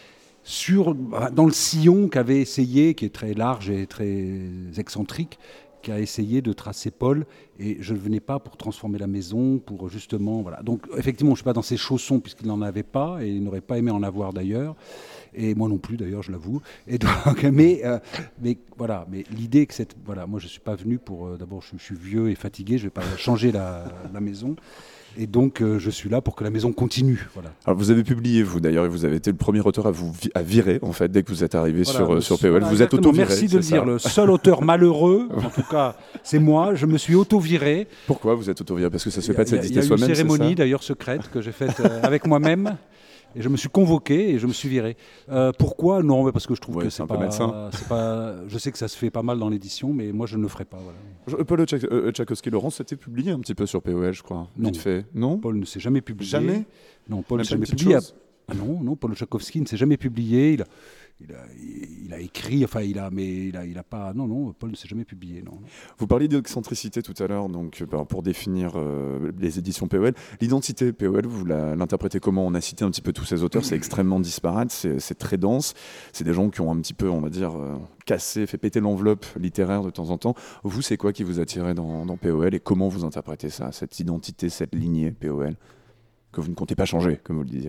Sur, dans le sillon qu'avait essayé, qui est très large et très excentrique, qui a essayé de tracer Paul, et je ne venais pas pour transformer la maison, pour justement... Voilà. Donc effectivement, je ne suis pas dans ses chaussons, puisqu'il n'en avait pas, et il n'aurait pas aimé en avoir d'ailleurs, et moi non plus d'ailleurs, je l'avoue. Et donc, mais, euh, mais voilà, mais l'idée que cette... Voilà, moi je ne suis pas venu pour... Euh, d'abord, je, je suis vieux et fatigué, je ne vais pas changer la, la maison. Et donc, euh, je suis là pour que la maison continue. Voilà. Alors, vous avez publié, vous d'ailleurs, et vous avez été le premier auteur à vous vi- à virer, en fait, dès que vous êtes arrivé voilà, sur, euh, sur P O L. Voilà, vous êtes auto-viré. Merci de le dire. Le seul auteur malheureux, en tout cas, c'est moi. Je me suis auto-viré. Pourquoi vous êtes auto-viré ? Parce que ça ne se fait pas de s'éditer soi-même. Il y a eu une cérémonie, d'ailleurs, secrète, que j'ai faite euh, avec moi-même. Et je me suis convoqué et je me suis viré. Euh, pourquoi ? Non, mais parce que je trouve ouais, que c'est, c'est pas, c'est pas. Je sais que ça se fait pas mal dans l'édition, mais moi je ne le ferai pas. Voilà. Paul Oczakowski-Laurens, c'était publié un petit peu sur P O L, je crois. Non. Vite fait. Non. Paul ne s'est jamais publié. Jamais. Non, Paul ne s'est jamais publié. Ah non, non, Paul Oczakowski ne s'est jamais publié. Il a, il a, il a écrit, enfin, il a, mais il a, il a pas. Non, non, Paul ne s'est jamais publié. Non. non. Vous parliez d'excentricité tout à l'heure, donc pour définir euh, les éditions P O L. L'identité P O L, vous la, l'interprétez comment ? On a cité un petit peu tous ces auteurs, c'est extrêmement disparate, c'est, c'est très dense. C'est des gens qui ont un petit peu, on va dire, euh, cassé, fait péter l'enveloppe littéraire de temps en temps. Vous, c'est quoi qui vous attirait dans, dans P O L et comment vous interprétez ça, cette identité, cette lignée P O L que vous ne comptez pas changer, comme vous le disiez ?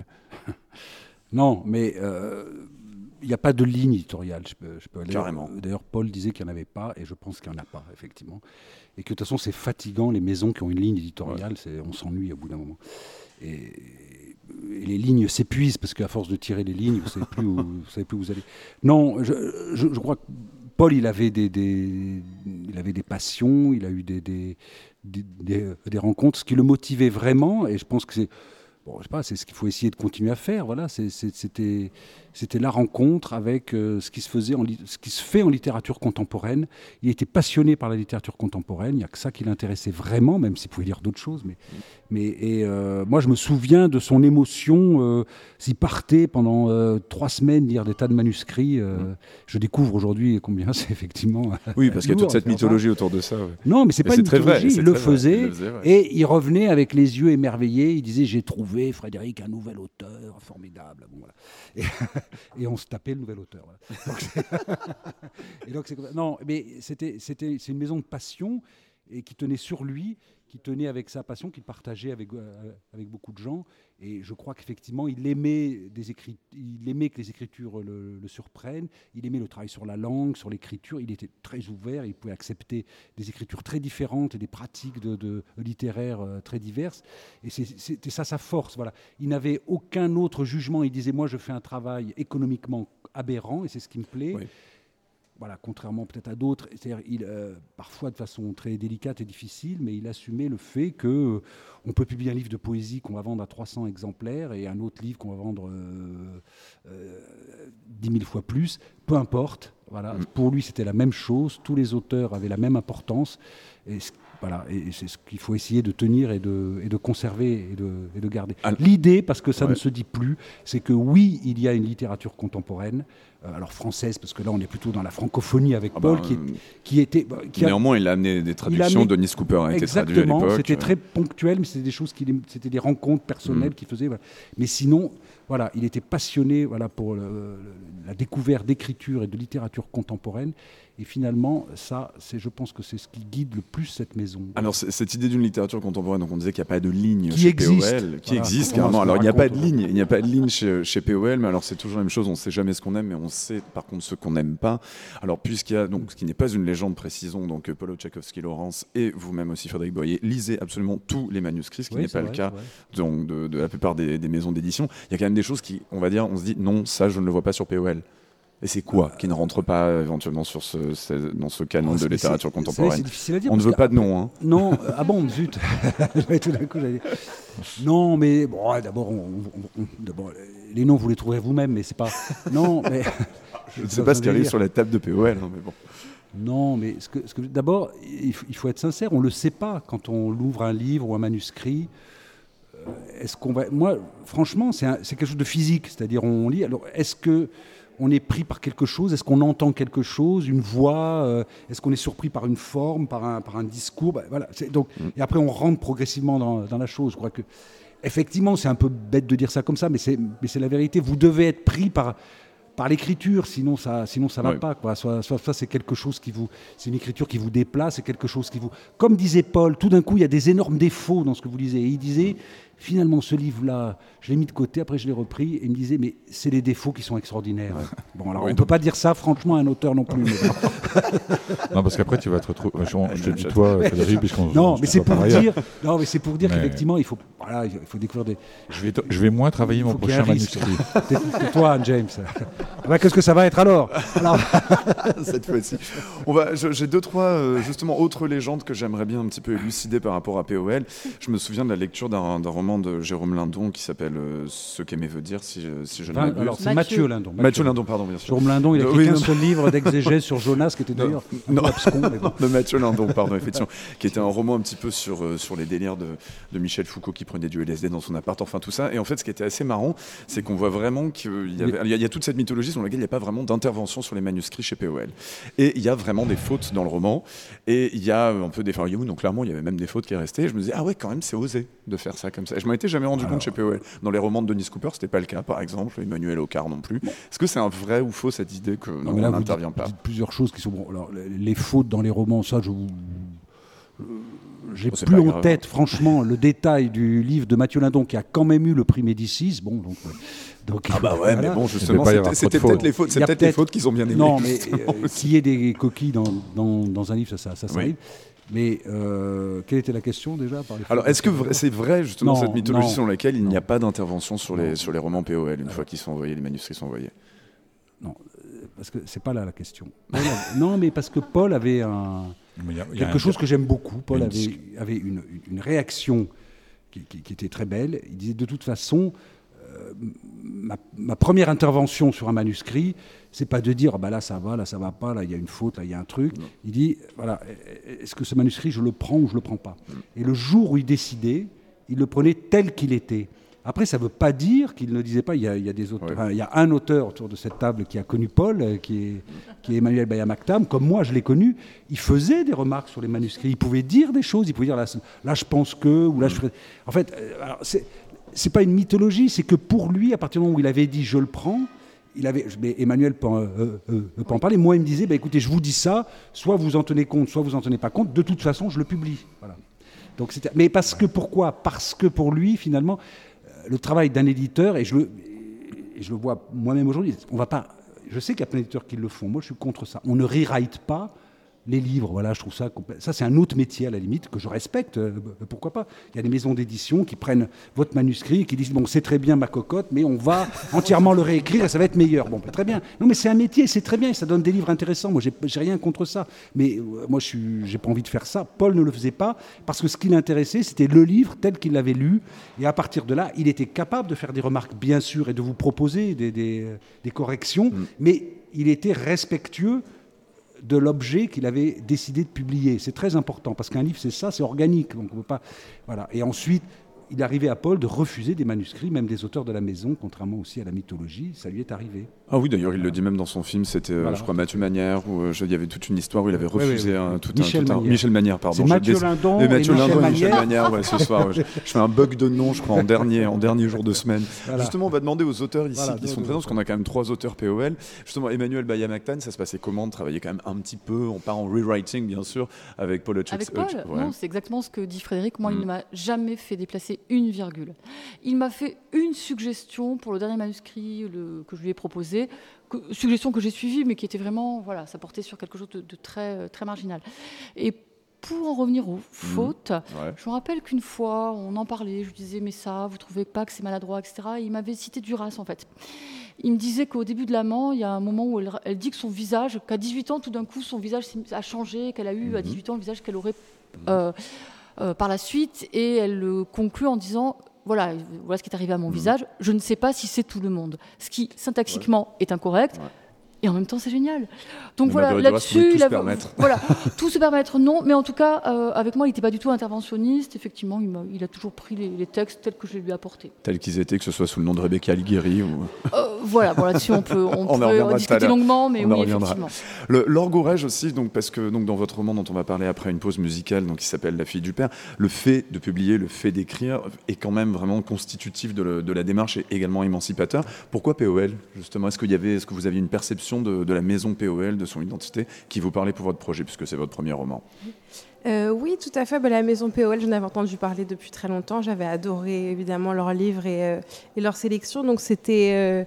Non, mais il euh, n'y a pas de ligne éditoriale. Je peux, je peux aller, Carrément. D'ailleurs, Paul disait qu'il n'y en avait pas, et je pense qu'il n'y en a pas, effectivement. Et que de toute façon, c'est fatigant, les maisons qui ont une ligne éditoriale, ouais. c'est, on s'ennuie au bout d'un moment. Et, et les lignes s'épuisent, parce qu'à force de tirer les lignes, vous ne savez plus où, vous savez plus où vous allez. Non, je, je, je crois que Paul, il avait des, des, il avait des passions, il a eu des, des, des, des, des rencontres, ce qui le motivait vraiment, et je pense que c'est... Bon, je sais pas, c'est ce qu'il faut essayer de continuer à faire. Voilà, c'est, c'est, c'était, c'était la rencontre avec euh, ce qui se faisait, en li- ce qui se fait en littérature contemporaine. Il était passionné par la littérature contemporaine. Il n'y a que ça qui l'intéressait vraiment, même s'il pouvait lire d'autres choses. Mais, mais et euh, moi, je me souviens de son émotion. Euh, s'il partait pendant euh, trois semaines lire des tas de manuscrits, euh, mmh. je découvre aujourd'hui combien c'est effectivement. Oui, parce qu'il y a toute cette mythologie ça. autour de ça. Ouais. Non, mais c'est mais pas c'est une mythologie. Vrai, il le faisait, il le faisait ouais. et il revenait avec les yeux émerveillés. Il disait, j'ai trouvé Frédéric, un nouvel auteur formidable. Bon, voilà. et, et on se tapait le nouvel auteur. Voilà. Donc, c'est... et donc, c'est... Non, mais c'était, c'était, c'est une maison de passion et qui tenait sur lui, qui tenait avec sa passion, qu'il partageait avec, euh, avec beaucoup de gens. Et je crois qu'effectivement, il aimait, des écrit... il aimait que les écritures le, le surprennent. Il aimait le travail sur la langue, sur l'écriture. Il était très ouvert. Il pouvait accepter des écritures très différentes et des pratiques de, de, de littéraires euh, très diverses. Et c'est, c'était ça sa force. Voilà. Il n'avait aucun autre jugement. Il disait, moi, je fais un travail économiquement aberrant et c'est ce qui me plaît. Oui. Voilà, contrairement peut-être à d'autres, c'est-à-dire il, euh, parfois de façon très délicate et difficile, mais il assumait le fait qu'on euh, peut publier un livre de poésie qu'on va vendre à trois cents exemplaires et un autre livre qu'on va vendre euh, euh, dix mille fois plus, peu importe. Voilà. Mmh. Pour lui, c'était la même chose, tous les auteurs avaient la même importance. Et, voilà, et c'est ce qu'il faut essayer de tenir et de, et de conserver et de, et de garder. Ah, L'idée, parce que ça ouais. ne se dit plus, c'est que oui, il y a une littérature contemporaine, euh, alors française, parce que là on est plutôt dans la francophonie avec ah Paul, bah, qui, est, qui était... Qui néanmoins, a, il a amené des traductions, amené, Denis Cooper a été traduit à l'époque. Exactement, c'était très ponctuel, mais c'était des choses, qui, c'était des rencontres personnelles mmh. qu'il faisait. Voilà. Mais sinon, voilà, il était passionné voilà, pour le, le, la découverte d'écriture et de littérature contemporaine. Et finalement, ça, c'est, je pense que c'est ce qui guide le plus cette maison. Alors, cette idée d'une littérature contemporaine, donc on disait qu'il n'y a pas de ligne qui chez existe. P O L, qui voilà. existe carrément. Alors, il n'y a pas de ligne, il n'y a pas de ligne chez, chez P O L, mais alors c'est toujours la même chose. On ne sait jamais ce qu'on aime, mais on sait par contre ce qu'on n'aime pas. Alors, puisqu'il y a donc ce qui n'est pas une légende, précisons donc Paulo Tchaikovsky-Laurence et vous-même aussi Frédéric Boyer, lisez absolument tous les manuscrits, ce qui oui, n'est pas vrai, le cas donc de, de la plupart des, des maisons d'édition. Il y a quand même des choses qui, on va dire, on se dit non, ça je ne le vois pas sur P O L. Et c'est quoi qui ne rentre pas éventuellement sur ce, ce, dans ce canon oh, de littérature c'est, contemporaine c'est, c'est difficile à dire. On ne veut pas de nom. Hein. Non, euh, ah bon, zut. Tout d'un coup, j'allais dire. Non, mais bon, d'abord, on, on, on, d'abord, les noms, vous les trouverez vous-même, mais c'est pas. Non, mais. Je ne sais pas ce qui arrive sur la table de P O L, hein, mais bon. Non, mais ce que, ce que, d'abord, il faut, il faut être sincère, on ne le sait pas quand on ouvre un livre ou un manuscrit. Euh, est-ce qu'on va. Moi, franchement, c'est, un, c'est quelque chose de physique, c'est-à-dire on lit. Alors, est-ce que. On est pris par quelque chose, est-ce qu'on entend quelque chose, une voix, euh, est-ce qu'on est surpris par une forme, par un, par un discours, ben, voilà. C'est, donc, mmh. Et après, on rentre progressivement dans, dans la chose. Je crois que, effectivement, c'est un peu bête de dire ça comme ça, mais c'est, mais c'est la vérité. Vous devez être pris par, par l'écriture, sinon ça sinon ça va oui. pas. Quoi. Soit, soit, soit c'est quelque chose qui vous, c'est une écriture qui vous déplace, c'est quelque chose qui vous... Comme disait Paul, tout d'un coup, il y a des énormes défauts dans ce que vous lisez. Et il disait... Finalement, ce livre-là, je l'ai mis de côté, après je l'ai repris, et il me disait, mais c'est les défauts qui sont extraordinaires. Ouais. Bon, alors oui, on ne peut pas dire ça, franchement, à un auteur non plus. Non, parce qu'après, tu vas te retrouver... Je te dis toi, Frédéric, puisqu'on... Non, mais c'est pour dire, non, mais c'est pour dire mais... qu'effectivement, il faut, voilà, il faut découvrir des... Je vais, t- je vais moins travailler mon prochain manuscrit. Tais-toi, James. Bah, qu'est-ce que ça va être alors, alors... Cette fois-ci. On va, je, j'ai deux, trois, euh, justement, autres légendes que j'aimerais bien un petit peu élucider par rapport à P O L. Je me souviens de la lecture d'un, d'un roman de Jérôme Lindon qui s'appelle euh, Ce qu'aimer veut dire, si je, si je ne m'abuse. Alors, c'est Mathieu Lindon. Mathieu, Mathieu Lindon, pardon, bien sûr. Jérôme Lindon, il a écrit oui, un seul livre d'exégèse sur Jonas, qui était d'ailleurs non, un abscon. Mais bon. De Mathieu Lindon, pardon, effectivement, qui était un roman un petit peu sur, euh, sur les délires de, de Michel Foucault qui prenait du L S D dans son appart, enfin tout ça. Et en fait, ce qui était assez marrant, c'est qu'on voit vraiment qu'il y, avait, il y, a, il y a toute cette mythologie sur laquelle il n'y a pas vraiment d'intervention sur les manuscrits chez P O L. Et il y a vraiment des fautes dans le roman. Et il y a un peu des farillons, donc clairement, il y avait même des fautes qui restaient. Et je me disais, ah ouais, quand même, c'est osé de faire ça comme ça. Et je m'en étais jamais rendu Alors, compte chez P O L. Dans les romans de Denis Cooper, c'était pas le cas, par exemple, Emmanuel Ocard non plus. Bon. Est-ce que c'est un vrai ou faux cette idée que non, non, là, on n'intervient pas? Vous dites plusieurs choses qui sont bon. Alors, les, les fautes dans les romans, ça, je vous. J'ai oh, plus en grave. tête, franchement, le détail du livre de Mathieu Lindon qui a quand même eu le prix Médicis. Bon, donc. Donc, ah bah ouais, voilà. Mais bon, justement, c'était, c'était peut-être les fautes, c'est peut-être, peut-être les fautes qu'ils ont bien aimées. Non, mais euh, qu'il y ait des coquilles dans, dans, dans un livre, ça, ça, ça, ça oui. arrive. Mais euh, quelle était la question déjà par les Alors, est-ce que vra- c'est vrai justement non, cette mythologie non, selon laquelle il non. n'y a pas d'intervention sur les, sur les romans P O L une Alors, fois qu'ils sont envoyés, les manuscrits sont envoyés? Non, parce que c'est pas là la question. Paul avait, non, mais parce que Paul avait un, y a, y quelque chose un, que j'aime beaucoup. Paul avait, avait une, une réaction qui, qui, qui était très belle. Il disait de toute façon, euh, ma, ma première intervention sur un manuscrit, c'est pas de dire, bah là ça va, là ça va pas, là il y a une faute, là il y a un truc. Non. Il dit, voilà, est-ce que ce manuscrit, je le prends ou je le prends pas? mm. Et le jour où il décidait, il le prenait tel qu'il était. Après, ça ne veut pas dire qu'il ne disait pas, il y a, il y a des auteurs, ouais. enfin, il y a un auteur autour de cette table qui a connu Paul, qui est, qui est Emmanuel Bayamaktam, comme moi je l'ai connu, il faisait des remarques sur les manuscrits, il pouvait dire des choses, il pouvait dire, là, là je pense que, ou là je ferais... En fait, alors, c'est, c'est pas une mythologie, c'est que pour lui, à partir du moment où il avait dit, je le prends, il avait, mais Emmanuel peut, euh, euh, peut en parler, moi il me disait, bah, écoutez, je vous dis ça, soit vous en tenez compte, soit vous en tenez pas compte, de toute façon je le publie. Voilà. Donc, c'était... Mais parce que, pourquoi? Parce que pour lui, finalement, le travail d'un éditeur, et je le, et je le vois moi-même aujourd'hui, on va pas, je sais qu'il y a plein d'éditeurs qui le font, moi je suis contre ça. On ne rewrite pas les livres, voilà, je trouve ça, ça c'est un autre métier à la limite, que je respecte, euh, pourquoi pas. Il y a des maisons d'édition qui prennent votre manuscrit et qui disent, bon, c'est très bien ma cocotte, mais on va entièrement le réécrire et ça va être meilleur. Bon, ben, très bien. Non, mais c'est un métier, c'est très bien, et ça donne des livres intéressants, moi j'ai, j'ai rien contre ça, mais euh, moi je suis, j'ai pas envie de faire ça. Paul ne le faisait pas, parce que ce qui l'intéressait, c'était le livre tel qu'il l'avait lu, et à partir de là, il était capable de faire des remarques, bien sûr, et de vous proposer des, des, des corrections, mmh. mais il était respectueux de l'objet qu'il avait décidé de publier. C'est très important, parce qu'un livre, c'est ça, c'est organique. Donc on peut pas... voilà. Et ensuite, il est arrivé à Paul de refuser des manuscrits, même des auteurs de la maison, contrairement aussi à la mythologie, ça lui est arrivé. Ah oui, d'ailleurs, il le dit même dans son film, c'était, voilà. je crois, Mathieu Manière, où euh, il y avait toute une histoire où il avait refusé oui, oui, oui. Un, tout Michel, un, tout un, Manière. Michel Manière. Pardon. C'est Mathieu des... Lindon et Mathieu et Lindon Michel et Michel Manière, Manière ouais, ce soir. Ouais. Je, je fais un bug de nom, je crois, en dernier, en dernier jour de semaine. Voilà. Justement, on va demander aux auteurs ici voilà, qui sont présents, parce qu'on a quand même trois auteurs P O L. Justement, Emmanuel Bayamaktan, ça se passait comment de travailler quand même un petit peu, on part en rewriting, bien sûr, avec Paul Hutchins. Avec Paul, euh, ouais. Non, c'est exactement ce que dit Frédéric. Moi, mm. il ne m'a jamais fait déplacer une virgule. Il m'a fait une suggestion pour le dernier manuscrit le, que je lui ai proposé, que, suggestion que j'ai suivie, mais qui était vraiment, voilà, ça portait sur quelque chose de, de très, très marginal. Et pour en revenir aux fautes, mmh, ouais. je me rappelle qu'une fois, on en parlait, je lui disais, mais ça, vous trouvez pas que c'est maladroit, et cetera. Et il m'avait cité Duras, en fait. Il me disait qu'au début de l'amant, il y a un moment où elle, elle dit que son visage, qu'à dix-huit ans, tout d'un coup, son visage a changé, qu'elle a eu mmh. à dix-huit ans le visage qu'elle aurait euh, euh, par la suite, et elle le conclut en disant... Voilà, voilà ce qui est arrivé à mon mmh. visage. Je ne sais pas si c'est tout le monde. Ce qui, syntaxiquement, ouais. est incorrect. Ouais. Et en même temps, c'est génial. Donc mais voilà, là-dessus, tout, il a, se permettre. voilà, tout se permettre, non. Mais en tout cas, euh, avec moi, il n'était pas du tout interventionniste. Effectivement, il, m'a, il a toujours pris les, les textes tels que je les lui ai apportés. Tels qu'ils étaient, que ce soit sous le nom de Rebecca Alighieri ou... Euh, voilà, bon, là-dessus, on peut, on on peut discuter longuement, mais on oui, effectivement. Le, l'orgorège aussi, donc, parce que donc, dans votre roman dont on va parler après une pause musicale, donc, qui s'appelle La fille du père, le fait de publier, le fait d'écrire est quand même vraiment constitutif de, le, de la démarche et également émancipateur. Pourquoi P O L, justement ? Est-ce qu'il y avait, est-ce que vous aviez une perception de, de la maison P O L, de son identité, qui vous parlait pour votre projet, puisque c'est votre premier roman? euh, Oui, tout à fait. Bah, la maison P O L, j'en avais entendu parler depuis très longtemps. J'avais adoré, évidemment, leurs livres et, euh, et leur sélection. Donc, c'était... Euh,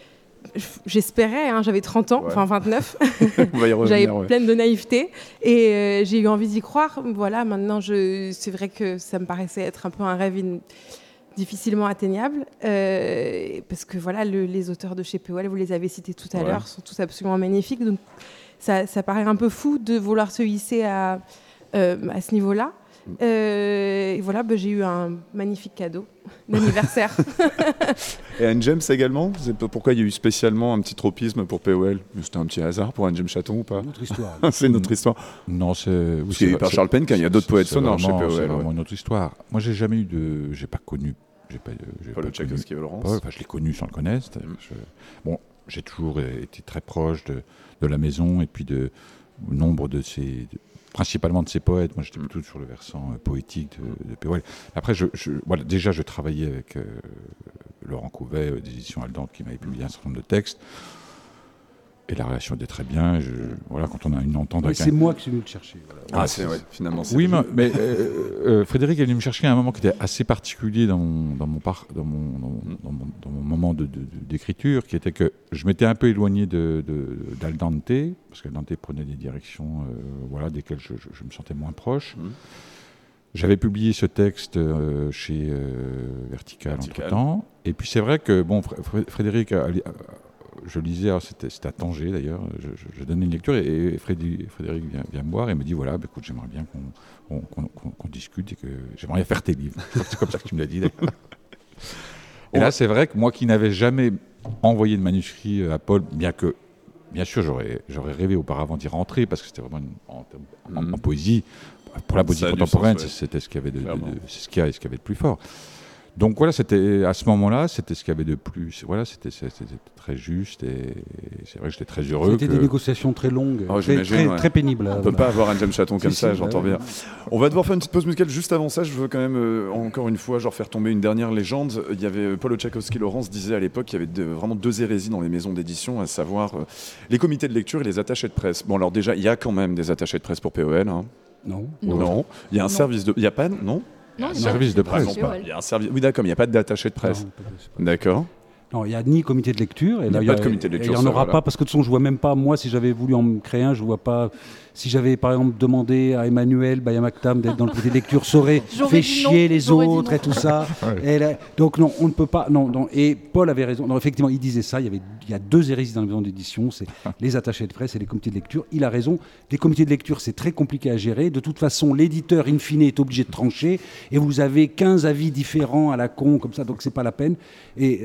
j'espérais, hein, j'avais trente ans, ouais. enfin vingt-neuf. On va y revenir, j'avais ouais. pleine de naïveté. Et euh, j'ai eu envie d'y croire. Voilà, maintenant, je... c'est vrai que ça me paraissait être un peu un rêve... In... difficilement atteignable, euh, parce que voilà, le, les auteurs de chez P O L, vous les avez cités tout à ouais. l'heure, sont tous absolument magnifiques. Donc ça, ça paraît un peu fou de vouloir se hisser à, euh, à ce niveau-là. Euh, et voilà, bah, j'ai eu un magnifique cadeau d'anniversaire. Et Anne James également, c'est pourquoi il y a eu spécialement un petit tropisme pour P O L? C'était un petit hasard pour Anne James Chaton ou pas? Une autre histoire. C'est une autre histoire. Non, c'est. Oui, c'est, c'est par Charles Penn, il y a d'autres poètes sonores chez P O L. C'est vraiment ouais. une autre histoire. Moi, j'ai jamais eu de, j'ai pas connu. J'ai pas, j'ai Paul Tchaikovsky et Laurence. Enfin, je l'ai connu sans le connaître. Mm. Je, bon, j'ai toujours été très proche de, de la maison et puis de nombre de ses, de, principalement de ses poètes. Moi, j'étais mm. plutôt sur le versant euh, poétique de, de P O L. Après, je, je, voilà, déjà, je travaillais avec euh, Laurent Couvet, euh, des éditions Aldante, qui m'avait publié un certain nombre de textes. Et la relation était très bien. Je, voilà, quand on a une entente. Oui, c'est un... moi qui suis venu le chercher. Voilà. Ah, ah, c'est, c'est ouais, finalement. C'est oui, mais, mais euh, euh, Frédéric est venu me chercher à un moment qui était assez particulier dans mon dans mon par, dans mon dans, mm. dans, mon, dans mon moment de, de, de, d'écriture, qui était que je m'étais un peu éloigné de, de d'Aldante, parce qu'Aldante prenait des directions, euh, voilà, desquelles je, je, je me sentais moins proche. Mm. J'avais publié ce texte euh, chez euh, Vertical, Vertical entre-temps. Et puis c'est vrai que bon, Frédéric a, a, je lisais, alors c'était, c'était à Tanger d'ailleurs, je, je, je donnais une lecture et, et Frédéric, Frédéric vient, vient me voir et me dit voilà, bah, écoute, j'aimerais bien qu'on, qu'on, qu'on, qu'on discute et que j'aimerais bien faire tes livres. Je crois que c'est comme ça que tu me l'as dit. D'accord. Et là, c'est vrai que moi qui n'avais jamais envoyé de manuscrit à Paul, bien que, bien sûr, j'aurais, j'aurais rêvé auparavant d'y rentrer parce que c'était vraiment une, en, en, mmh. en poésie, pour la poésie contemporaine, sens, ouais. c'était ce qu'il y avait de, de, de, c'est ce qu'il y a, ce qu'il y avait de plus fort. Donc voilà, c'était à ce moment-là, c'était ce qu'il y avait de plus. Voilà, c'était, c'était, c'était très juste et c'est vrai que j'étais très heureux. C'était que... des négociations très longues, oh, très, très, ouais. très pénibles. On ne peut pas avoir un James Chaton comme si, ça, si, j'entends ouais. bien. On va devoir faire une petite pause musicale. Juste avant ça, je veux quand même euh, encore une fois, genre faire tomber une dernière légende. Il y avait Paul Tchaikovsky Laurence disait à l'époque qu'il y avait de, vraiment deux hérésies dans les maisons d'édition, à savoir euh, les comités de lecture et les attachés de presse. Bon, alors déjà, il y a quand même des attachés de presse pour P O L. Hein. Non. Non. non. Il y a un non. service de. Il n'y a pas, non. Non, un service de presse. Il y a un service. Oui, d'accord, mais il n'y a pas d'attaché de presse. Non, d'accord. Non, il n'y a ni comité de lecture. Et il n'y a, a pas de comité de lecture. Il n'y en aura voilà. pas, parce que de toute façon, je ne vois même pas, moi, si j'avais voulu en créer un, je ne vois pas. Si j'avais, par exemple, demandé à Emmanuel Bayamaktan d'être dans le comité de lecture, ça aurait fait chier non. les J'aurais autres et tout ça. ouais. et là, donc, non, on ne peut pas. Non, non. Et Paul avait raison. Non, effectivement, il disait ça. Il y, avait, il y a deux hérésies dans les maisons d'édition, c'est les attachés de presse et les comités de lecture. Il a raison. Les comités de lecture, c'est très compliqué à gérer. De toute façon, l'éditeur, in fine, est obligé de trancher. Et vous avez quinze avis différents à la con, comme ça, donc c'est pas la peine. Et donc, une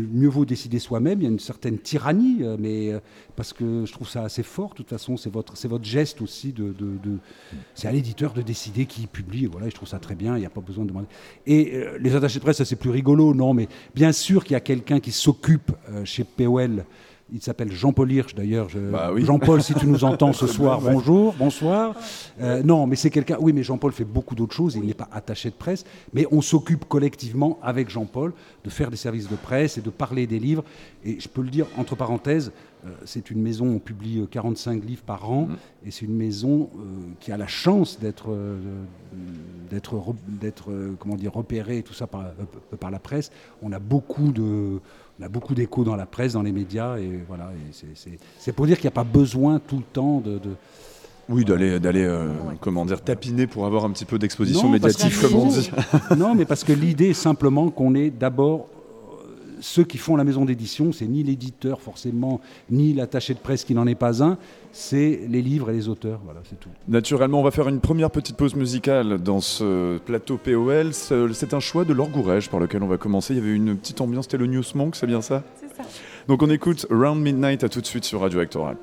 mieux vaut décider soi-même. Il y a une certaine tyrannie, euh, mais euh, parce que je trouve ça assez fort. De toute façon, c'est votre, c'est votre geste aussi. De, de, de... C'est à l'éditeur de décider qui publie. Voilà, et je trouve ça très bien. Il n'y a pas besoin de demander. Et euh, les attachés de presse, ça c'est plus rigolo, non? Mais bien sûr qu'il y a quelqu'un qui s'occupe euh, chez P O L. Il s'appelle Jean-Paul Hirsch, d'ailleurs. Je... Bah oui. Jean-Paul, si tu nous entends ce soir, bonjour, bonsoir. Euh, non, mais c'est quelqu'un... Oui, mais Jean-Paul fait beaucoup d'autres choses. Il n'est pas attaché de presse. Mais on s'occupe collectivement, avec Jean-Paul, de faire des services de presse et de parler des livres. Et je peux le dire, entre parenthèses, euh, c'est une maison, on publie quarante-cinq livres par an. Mmh. Et c'est une maison euh, qui a la chance d'être, euh, d'être, d'être euh, comment dire, repérée et tout ça par, euh, par la presse. On a beaucoup de... On a beaucoup d'échos dans la presse, dans les médias, et voilà. Et c'est, c'est, c'est pour dire qu'il n'y a pas besoin tout le temps de... de oui, d'aller, d'aller euh, ouais. comment dire, tapiner pour avoir un petit peu d'exposition non, médiatique, comme on dit. Non, mais parce que l'idée est simplement qu'on ait d'abord... Ceux qui font la maison d'édition, c'est ni l'éditeur forcément, ni l'attaché de presse qui n'en est pas un, c'est les livres et les auteurs, voilà, c'est tout. Naturellement, on va faire une première petite pause musicale dans ce plateau P O L. C'est un choix de Laure Gourège par lequel on va commencer. Il y avait une petite ambiance Thelonious Monk, c'est bien ça? C'est ça. Donc on écoute Round Midnight, à tout de suite sur Radio Actoral.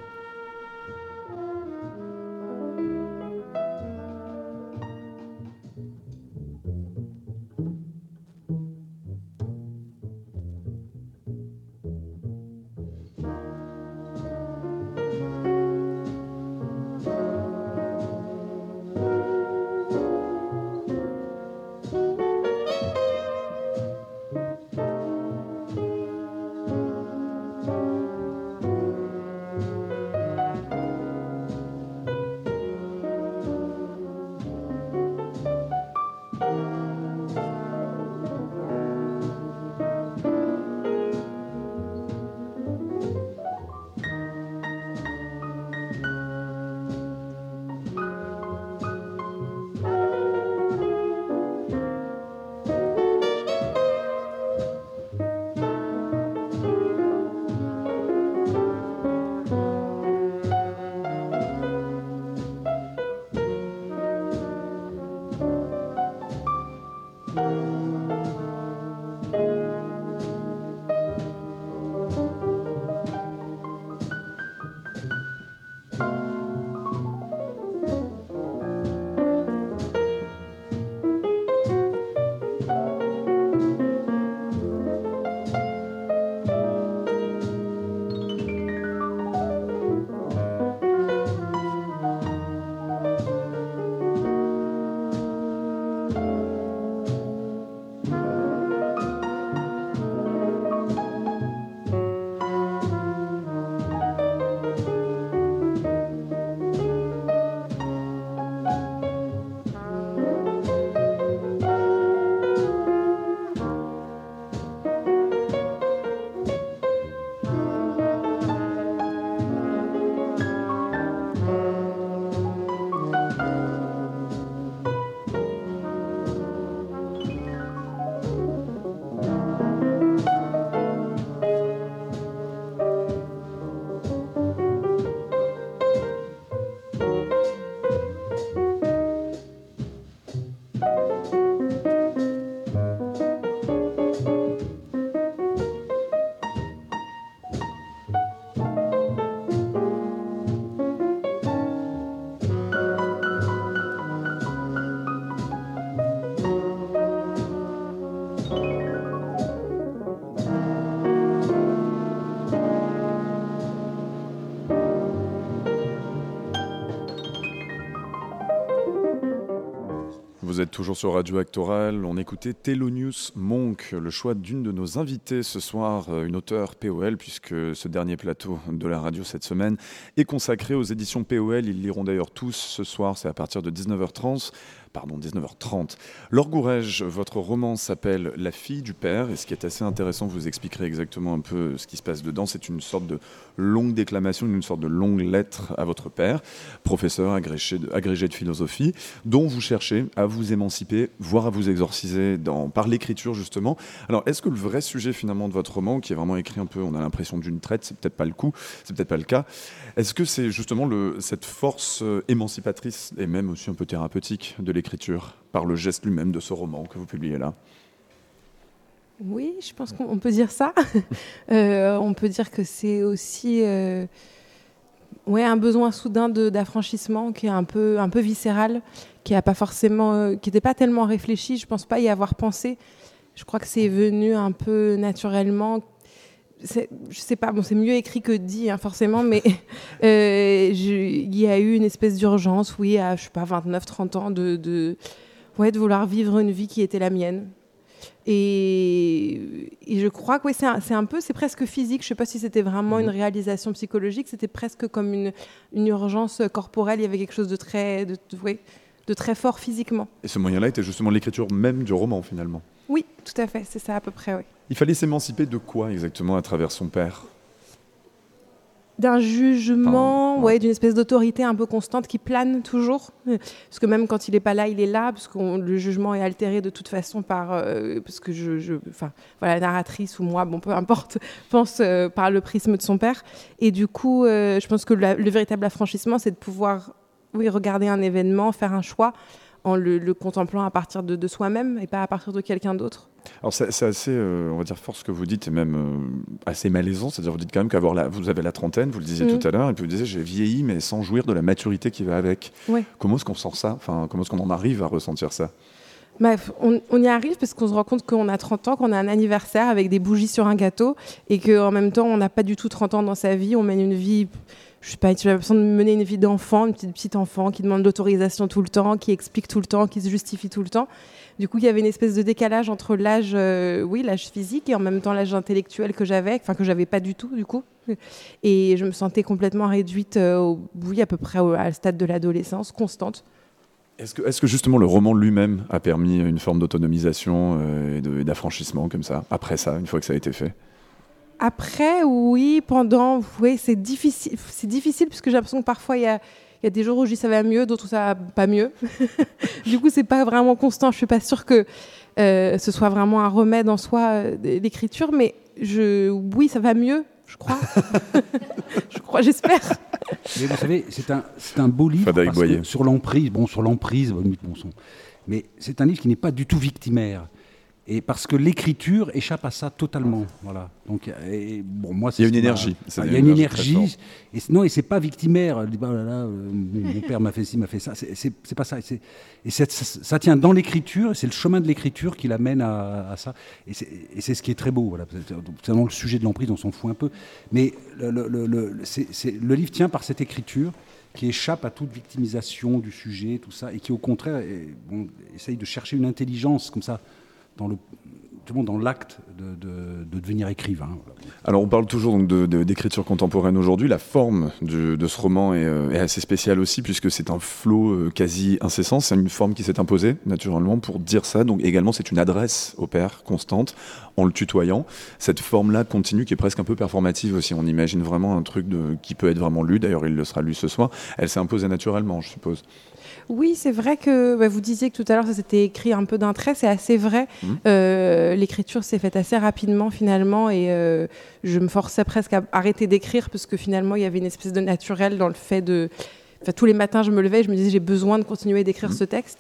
Vous êtes toujours sur Radio Actoral, on écoutait Thelonious Monk, le choix d'une de nos invitées ce soir, une auteure P O L, puisque ce dernier plateau de la radio cette semaine est consacré aux éditions P O L. Ils liront d'ailleurs tous ce soir, c'est à partir de dix-neuf heures trente. Pardon, dix-neuf heures trente. Laure Gourège, votre roman s'appelle La fille du père, et ce qui est assez intéressant, vous expliquerez exactement un peu ce qui se passe dedans. C'est une sorte de longue déclamation, une sorte de longue lettre à votre père, professeur agrégé de, agrégé de philosophie, dont vous cherchez à vous émanciper, voire à vous exorciser dans, par l'écriture justement. Alors, est-ce que le vrai sujet finalement de votre roman, qui est vraiment écrit un peu, on a l'impression d'une traite, c'est peut-être pas le coup, c'est peut-être pas le cas, est-ce que c'est justement le, cette force émancipatrice et même aussi un peu thérapeutique de l'écriture, par le geste lui-même de ce roman que vous publiez là? Oui, je pense qu'on peut dire ça. euh, on peut dire que c'est aussi euh, ouais, un besoin soudain de, d'affranchissement qui est un peu, un peu viscéral, qui n'a pas forcément, euh, qui n'était pas tellement réfléchi. Je ne pense pas y avoir pensé. Je crois que c'est venu un peu naturellement. C'est, je sais pas, bon, c'est mieux écrit que dit, hein, forcément, mais euh, il y a eu une espèce d'urgence, oui, à je sais pas, vingt-neuf trente ans, de, de, ouais, de vouloir vivre une vie qui était la mienne. Et, et je crois que ouais, c'est, un, c'est un peu, c'est presque physique. Je sais pas si c'était vraiment une réalisation psychologique, c'était presque comme une, une urgence corporelle. Il y avait quelque chose de très, de, de, ouais, de très fort physiquement. Et ce moyen-là était justement l'écriture même du roman, finalement. Oui, tout à fait, c'est ça à peu près, oui. Il fallait s'émanciper de quoi exactement à travers son père ? D'un jugement, enfin, ouais. ouais, d'une espèce d'autorité un peu constante qui plane toujours. Parce que même quand il n'est pas là, il est là, parce que le jugement est altéré de toute façon par... Euh, parce que je, je, enfin, voilà, la narratrice ou moi, bon, peu importe, pense euh, par le prisme de son père. Et du coup, euh, je pense que la, le véritable affranchissement, c'est de pouvoir oui, regarder un événement, faire un choix, en le, le contemplant à partir de, de soi-même et pas à partir de quelqu'un d'autre. Alors c'est, c'est assez, euh, on va dire, fort ce que vous dites, et même euh, assez malaisant, c'est-à-dire vous dites quand même qu'avoir la, vous avez la trentaine, vous le disiez mmh. tout à l'heure, et puis vous disiez j'ai vieilli mais sans jouir de la maturité qui va avec. Ouais. Comment est-ce qu'on sent ça ? Enfin, comment est-ce qu'on en arrive à ressentir ça ? Bah, on, on y arrive parce qu'on se rend compte qu'on a trente ans, qu'on a un anniversaire avec des bougies sur un gâteau, et qu'en même temps on n'a pas du tout trente ans dans sa vie, on mène une vie... Je sais pas, tu as l'impression de mener une vie d'enfant, une petite, petite enfant qui demande l'autorisation tout le temps, qui explique tout le temps, qui se justifie tout le temps. Du coup, il y avait une espèce de décalage entre l'âge, euh, oui, l'âge physique et en même temps l'âge intellectuel que j'avais, enfin que j'avais pas du tout, du coup. Et je me sentais complètement réduite, euh, au, oui, à peu près au à stade de l'adolescence, constante. Est-ce que, est-ce que justement le roman lui-même a permis une forme d'autonomisation euh, et, de, et d'affranchissement comme ça, après ça, une fois que ça a été fait ? Après, oui, pendant, oui, c'est difficile, c'est difficile parce que j'ai l'impression que parfois il y a, il y a des jours où je dis ça va mieux, d'autres où ça va pas mieux. Du coup, c'est pas vraiment constant. Je suis pas sûre que euh, ce soit vraiment un remède en soi euh, l'écriture, mais je, oui, ça va mieux, je crois. je crois, j'espère. Mais vous savez, c'est un, c'est un beau livre parce que sur l'emprise, bon, sur l'emprise, bon son, mais c'est un livre qui n'est pas du tout victimaire. Et parce que l'écriture échappe à ça totalement, voilà. Donc, et, bon, moi, c'est il y a une énergie. Il y a une énergie. Et non, et c'est pas victimaire. Oh là là, euh, mon, mon père m'a fait ci, m'a fait ça. C'est, c'est, c'est pas ça. C'est, et c'est, ça, ça tient dans l'écriture. Et c'est le chemin de l'écriture qui l'amène à, à ça. Et c'est, et c'est ce qui est très beau. Voilà. C'est vraiment le sujet de l'emprise. On s'en fout un peu. Mais le, le, le, le, c'est, c'est, le livre tient par cette écriture qui échappe à toute victimisation du sujet, tout ça, et qui au contraire, est, bon, essaye de chercher une intelligence comme ça. Dans, le, dans l'acte de, de, de devenir écrivain. Alors on parle toujours donc de, de, d'écriture contemporaine aujourd'hui. La forme du, de ce roman est, euh, est assez spéciale aussi puisque c'est un flot euh, quasi incessant. C'est une forme qui s'est imposée naturellement pour dire ça. Donc également c'est une adresse au père constante en le tutoyant. Cette forme-là continue qui est presque un peu performative aussi. On imagine vraiment un truc de, qui peut être vraiment lu. D'ailleurs il le sera lu ce soir. Elle s'est imposée naturellement, je suppose. Oui, c'est vrai que bah, vous disiez que tout à l'heure ça s'était écrit un peu d'un trait, c'est assez vrai. Mmh. Euh, l'écriture s'est faite assez rapidement finalement et euh, je me forçais presque à arrêter d'écrire parce que finalement il y avait une espèce de naturel dans le fait de... Enfin, tous les matins je me levais et je me disais j'ai besoin de continuer d'écrire mmh. ce texte.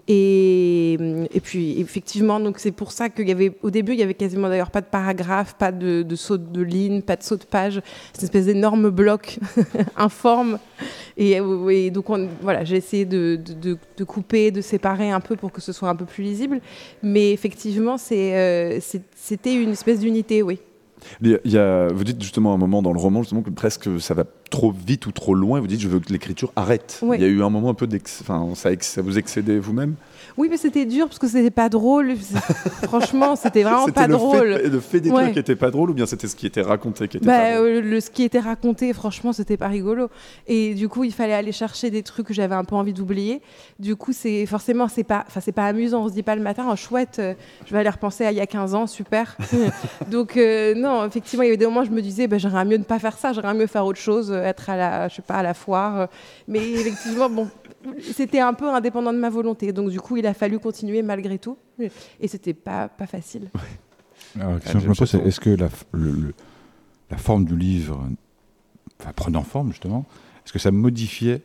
Et, et puis effectivement, donc c'est pour ça qu'il y avait au début il y avait quasiment d'ailleurs pas de paragraphe, pas de, de saut de ligne, pas de saut de page, c'est une espèce d'énorme bloc informe. Et, et donc on, voilà, j'ai essayé de, de, de couper, de séparer un peu pour que ce soit un peu plus lisible. Mais effectivement, c'est, euh, c'est, c'était une espèce d'unité, oui. Il y a, vous dites justement à un moment dans le roman justement que presque ça va trop vite ou trop loin. Vous dites je veux que l'écriture arrête. Oui. Il y a eu un moment un peu d'ex... enfin, ça, ça vous excédait vous-même. Oui, mais c'était dur parce que c'était pas drôle. Franchement, c'était vraiment c'était pas le drôle. Fait, le fait d'écrire ouais. qui était pas drôle ou bien c'était ce qui était raconté qui était bah, pas drôle. Euh, le, ce qui était raconté, franchement, c'était pas rigolo. Et du coup, il fallait aller chercher des trucs que j'avais un peu envie d'oublier. Du coup, c'est forcément c'est pas, enfin c'est pas amusant. On se dit pas le matin, oh, chouette, euh, je vais aller repenser à il y a quinze ans, super. Donc euh, non, effectivement, il y avait des moments où je me disais, bah, j'aimerais mieux ne pas faire ça, j'aimerais mieux faire autre chose, être à la, je sais pas, à la foire. Mais effectivement, bon. C'était un peu indépendant de ma volonté, donc du coup il a fallu continuer malgré tout, et c'était pas, pas facile. Ouais. Alors, la question que je me pose, c'est est-ce que la, le, le, la forme du livre, enfin, prenant forme justement, est-ce que ça modifiait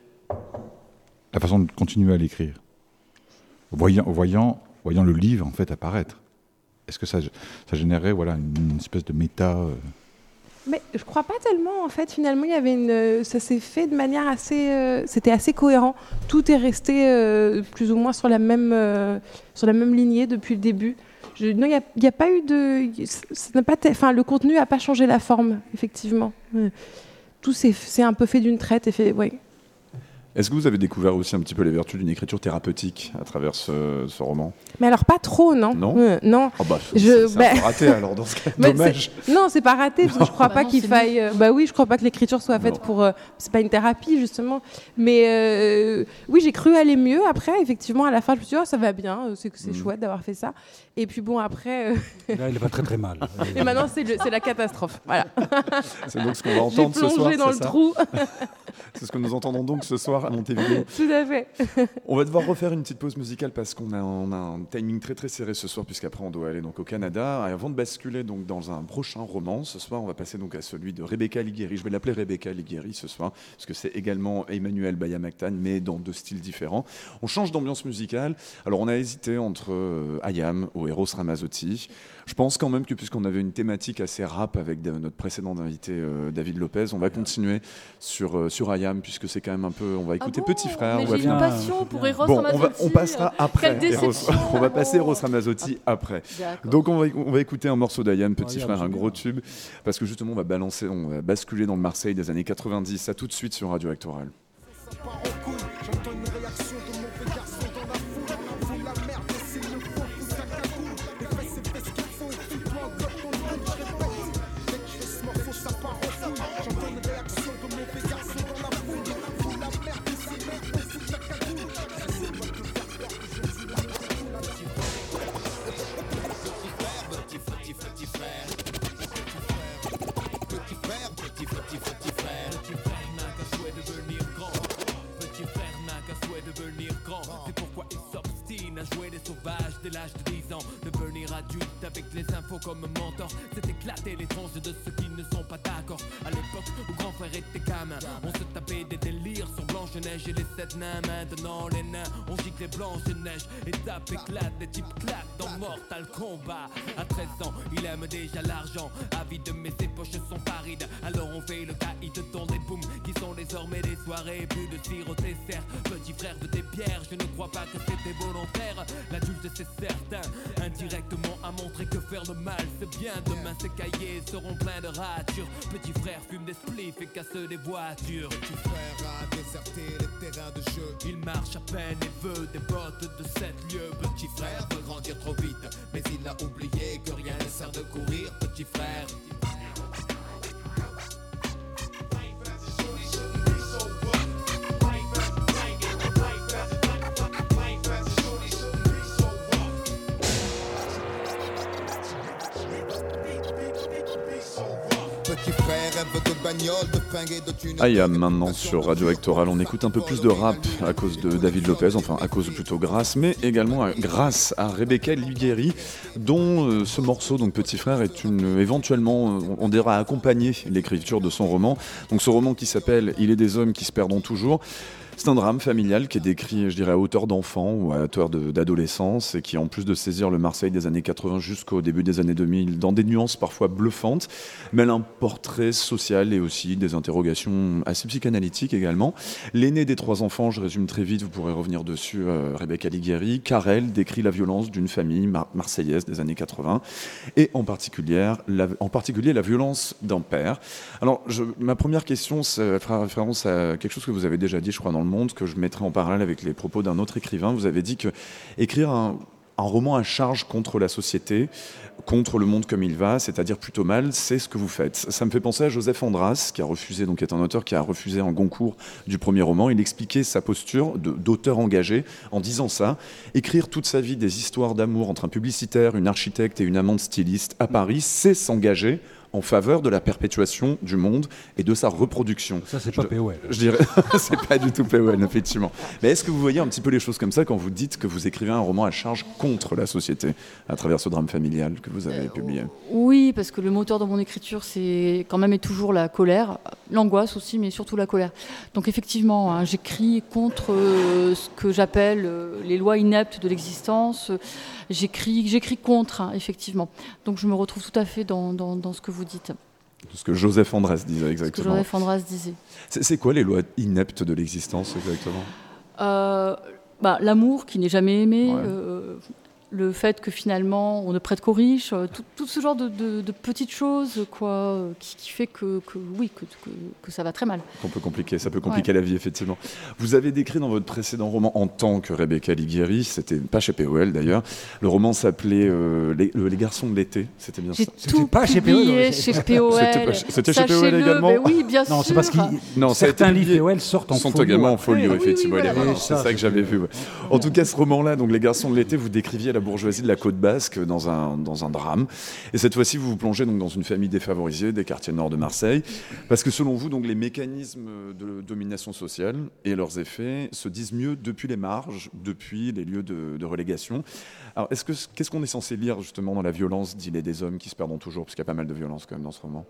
la façon de continuer à l'écrire, voyant, voyant, voyant le livre en fait apparaître? est-ce que ça, ça générait voilà, une, une espèce de méta euh... Mais je crois pas tellement, en fait. Finalement, il y avait une, ça s'est fait de manière assez, euh, c'était assez cohérent. Tout est resté euh, plus ou moins sur la même, euh, sur la même lignée depuis le début. Je, non, il n'y a, a pas eu de, ça n'a pas, enfin, le contenu n'a pas changé la forme, effectivement. Tout s'est, c'est un peu fait d'une traite et fait, ouais. Est-ce que vous avez découvert aussi un petit peu les vertus d'une écriture thérapeutique à travers ce, ce roman ? Mais alors pas trop, non. Non. euh, non. Oh bah, je, c'est, c'est bah... un peu raté alors dans ce cas. Dommage. C'est... Non, c'est pas raté. Parce que je crois bah pas non, qu'il faille. Euh... Bah oui, je crois pas que l'écriture soit faite non. pour. Euh... C'est pas une thérapie justement. Mais euh... oui, j'ai cru aller mieux. Après, effectivement, à la fin, je me suis dit, oh, ça va bien. C'est c'est mmh. chouette d'avoir fait ça. Et puis bon, après. Euh... Là, il va très très mal. Et maintenant, c'est, le... c'est la catastrophe. Voilà. C'est donc ce qu'on va entendre ce soir. J'ai plongé dans le ça trou. C'est ce que nous entendons donc ce soir à Montevideo. Tout à fait. On va devoir refaire une petite pause musicale parce qu'on a, on a un timing très très serré ce soir, puisqu'après on doit aller donc au Canada. Et avant de basculer donc dans un prochain roman, ce soir on va passer donc à celui de Rebecca Alighieri. Je vais l'appeler Rebecca Alighieri ce soir, parce que c'est également Emmanuel Baya-Mactan, mais dans deux styles différents. On change d'ambiance musicale. Alors on a hésité entre euh, Ayam ou Eros Ramazzotti. Je pense quand même que puisqu'on avait une thématique assez rap avec notre précédent invité euh, David Lopez, on va continuer sur, euh, sur Ayam, puisque c'est quand même un peu... On va écouter ah bon Petit Frère. Mais on j'ai va une passion pour Eros bon, Ramazzotti. On, va, on passera après. Eros, on va passer Eros Ramazzotti ah, après. D'accord. Donc on va, on va écouter un morceau d'Ayam, Petit ah, Frère, un gros tube, parce que justement on va balancer, on va basculer dans le Marseille des années quatre-vingt-dix. À tout de suite sur Radio Actoral. Dès l'âge de dix ans, devenir adulte avec les infos comme mentor, c'est éclater les tranches de ceux qui ne sont pas d'accord. À l'époque où grand frère était gamin, on se tapait des délires sur Blanche-Neige et les sept nains. Maintenant les nains, on gicle les Blanche-Neige. Étape éclate, des types claquent dans Mortal Kombat. À treize ans, il aime déjà l'argent, avide mais ses poches sont parides. Alors on fait le caïd dans des booms qui sont désormais des soirées. Plus de sirop dessert, petit frère de tes pierres. Je ne crois pas que c'était volontaire. L'adulte c'est certain, indirectement a montré que faire le mal c'est bien. Demain ces cahiers seront pleins de ratures. Petit frère fume des spliffs et casse des voitures. Petit frère a déserté les terrains de jeu. Il marche à peine et veut des bottes de sept lieues. Petit frère veut grandir trop vite, mais il a oublié que rien ne sert de courir. Petit frère. Ayam maintenant sur Radio Actoral. On écoute un peu plus de rap à cause de David Lopez, enfin à cause plutôt grâce, mais également à, grâce à Rebecca Alighieri, dont euh, ce morceau, donc Petit Frère, est une, éventuellement, on dirait accompagner l'écriture de son roman. Donc ce roman qui s'appelle Il est des hommes qui se perdront toujours. C'est un drame familial qui est décrit, je dirais, à hauteur d'enfant ou à hauteur de, d'adolescence et qui, en plus de saisir le Marseille des années quatre-vingts jusqu'au début des années deux mille, dans des nuances parfois bluffantes, mêle un portrait social et aussi des interrogations assez psychanalytiques également. L'aîné des trois enfants, je résume très vite, vous pourrez revenir dessus, euh, Rebecca Alighieri, car elle décrit la violence d'une famille mar- marseillaise des années quatre-vingts et en particulier la, en particulier la violence d'un père. Alors, je, ma première question ça fera référence à quelque chose que vous avez déjà dit, je crois, dans le monde, que je mettrai en parallèle avec les propos d'un autre écrivain. Vous avez dit que écrire un, un roman à charge contre la société, contre le monde comme il va, c'est-à-dire plutôt mal, c'est ce que vous faites. Ça me fait penser à Joseph Andras, qui a refusé, donc est un auteur qui a refusé un Goncourt du premier roman. Il expliquait sa posture de, d'auteur engagé en disant ça: écrire toute sa vie des histoires d'amour entre un publicitaire, une architecte et une amante styliste à Paris, c'est s'engager en faveur de la perpétuation du monde et de sa reproduction. Ça, c'est pas je, P O L. Je dirais, c'est pas du tout P O L, effectivement. Mais est-ce que vous voyez un petit peu les choses comme ça quand vous dites que vous écrivez un roman à charge contre la société à travers ce drame familial que vous avez euh, publié? Oui, parce que le moteur de mon écriture, c'est quand même et toujours la colère, l'angoisse aussi, mais surtout la colère. Donc effectivement, hein, j'écris contre euh, ce que j'appelle euh, les lois ineptes de l'existence. J'écris, j'écris contre, hein, effectivement. Donc je me retrouve tout à fait dans, dans, dans ce que vous dites. Ce que Joseph Andrés disait exactement. Ce que Joseph Andrés disait. C'est, c'est quoi les lois ineptes de l'existence exactement? euh, bah, L'amour qui n'est jamais aimé, ouais. euh, le fait que finalement on ne prête qu'aux riches, tout, tout ce genre de, de, de petites choses quoi, qui, qui fait que, que, oui, que, que, que ça va très mal. Qu'on peut compliquer, ça peut compliquer ouais. la vie, effectivement. Vous avez décrit dans votre précédent roman en tant que Rebecca Alighieri, c'était pas chez P O L d'ailleurs, le roman s'appelait euh, les, les garçons de l'été, c'était bien J'ai ça. Tout pas chez P O L. Chez P O L. C'était, pas, c'était chez P O L également. Mais oui, bien non, sûr. C'est parce que non, certains livres P O L sortent en sont folio. également en folio, oui, effectivement. oui, oui, voilà. C'est ça, ça que j'avais vu. Ouais. En tout cas, ce roman-là, donc Les garçons de l'été, vous décriviez la bourgeoisie de la côte basque dans un, dans un drame. Et cette fois-ci, vous vous plongez donc dans une famille défavorisée des quartiers nord de Marseille. Parce que selon vous, donc, les mécanismes de domination sociale et leurs effets se disent mieux depuis les marges, depuis les lieux de, de relégation. Alors, est-ce que, qu'est-ce qu'on est censé lire justement dans la violence d'Il est des hommes qui se perdent toujours? Parce qu'il y a pas mal de violence quand même dans ce roman.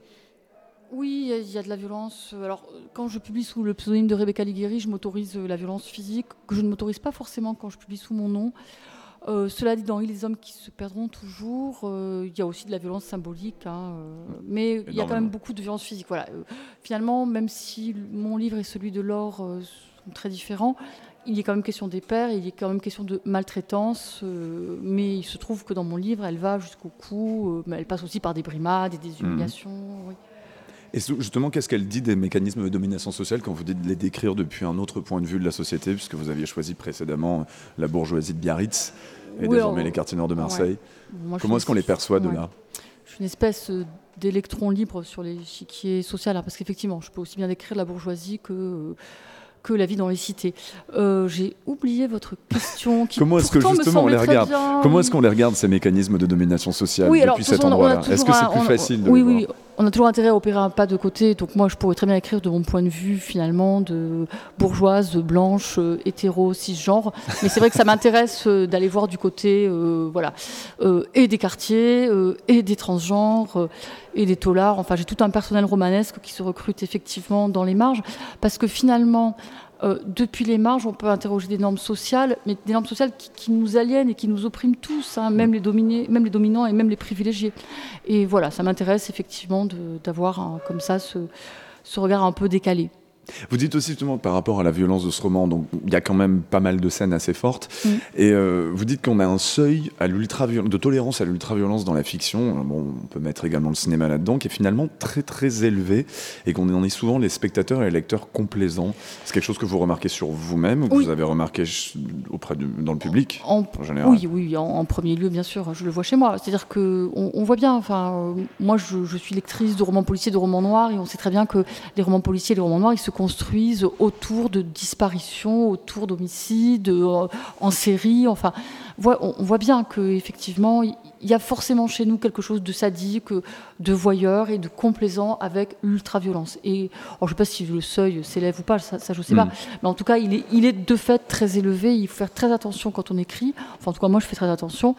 Oui, il y a de la violence. Alors, quand je publie sous le pseudonyme de Rebecca Alighieri, je m'autorise la violence physique, que je ne m'autorise pas forcément quand je publie sous mon nom. Euh, cela dit, dans Il les hommes qui se perdront toujours, euh, il y a aussi de la violence symbolique, hein, euh, mais il y a quand même beaucoup de violence physique. Voilà. Euh, finalement, même si mon livre et celui de Laure euh, sont très différents, il y a quand même question des pères, il y a quand même question de maltraitance, euh, mais il se trouve que dans mon livre, elle va jusqu'au cou, euh, mais elle passe aussi par des brimades et des humiliations. Mmh. Oui. Et justement, qu'est-ce qu'elle dit des mécanismes de domination sociale quand vous dites les décrire depuis un autre point de vue de la société, puisque vous aviez choisi précédemment la bourgeoisie de Biarritz et oui, désormais alors, les quartiers nord de Marseille. Ouais. Moi, Comment est-ce qu'on les perçoit de ouais. là? Je suis une espèce d'électron libre sur l'échiquier social, hein, parce qu'effectivement, je peux aussi bien décrire la bourgeoisie que... Euh, que la vie dans les cités. Euh, j'ai oublié votre question. Qui Comment est-ce que justement on les regarde bien, Comment oui. est-ce qu'on les regarde ces mécanismes de domination sociale oui, depuis alors, cet on, endroit-là? on Est-ce que c'est plus on, facile de oui, le oui. voir? On a toujours intérêt à opérer un pas de côté. Donc moi, je pourrais très bien écrire de mon point de vue finalement de bourgeoise, de blanche, euh, hétéro, cisgenre. Mais c'est vrai que ça m'intéresse euh, d'aller voir du côté, euh, voilà, euh, et des quartiers, euh, et des transgenres. Euh, et des taulards. Enfin, j'ai tout un personnel romanesque qui se recrute effectivement dans les marges, parce que finalement, euh, depuis les marges, on peut interroger des normes sociales, mais des normes sociales qui, qui nous aliènent et qui nous oppriment tous, hein, même les dominés, même les dominants et même les privilégiés. Et voilà, ça m'intéresse effectivement de, d'avoir un, comme ça ce, ce regard un peu décalé. Vous dites aussi justement par rapport à la violence de ce roman, donc il y a quand même pas mal de scènes assez fortes, mmh. et euh, vous dites qu'on a un seuil à de tolérance à l'ultra-violence dans la fiction, bon, on peut mettre également le cinéma là-dedans, qui est finalement très très élevé, et qu'on en est souvent les spectateurs et les lecteurs complaisants. C'est quelque chose que vous remarquez sur vous-même, ou que oui. vous avez remarqué auprès du, dans le public en, en général? Oui, oui, en, en premier lieu bien sûr, je le vois chez moi, c'est-à-dire qu'on on voit bien, enfin, euh, moi je, je suis lectrice de romans policiers, de romans noirs, et on sait très bien que les romans policiers et les romans noirs, ils se construisent autour de disparitions, autour d'homicides, euh, en série. Enfin, on, on voit bien qu'effectivement, il y a forcément chez nous quelque chose de sadique, de voyeur et de complaisant avec l'ultra-violence. Et alors, je ne sais pas si le seuil s'élève ou pas, ça, ça je ne sais mmh. pas. Mais en tout cas, il est, il est de fait très élevé. Il faut faire très attention quand on écrit. Enfin, en tout cas, moi, je fais très attention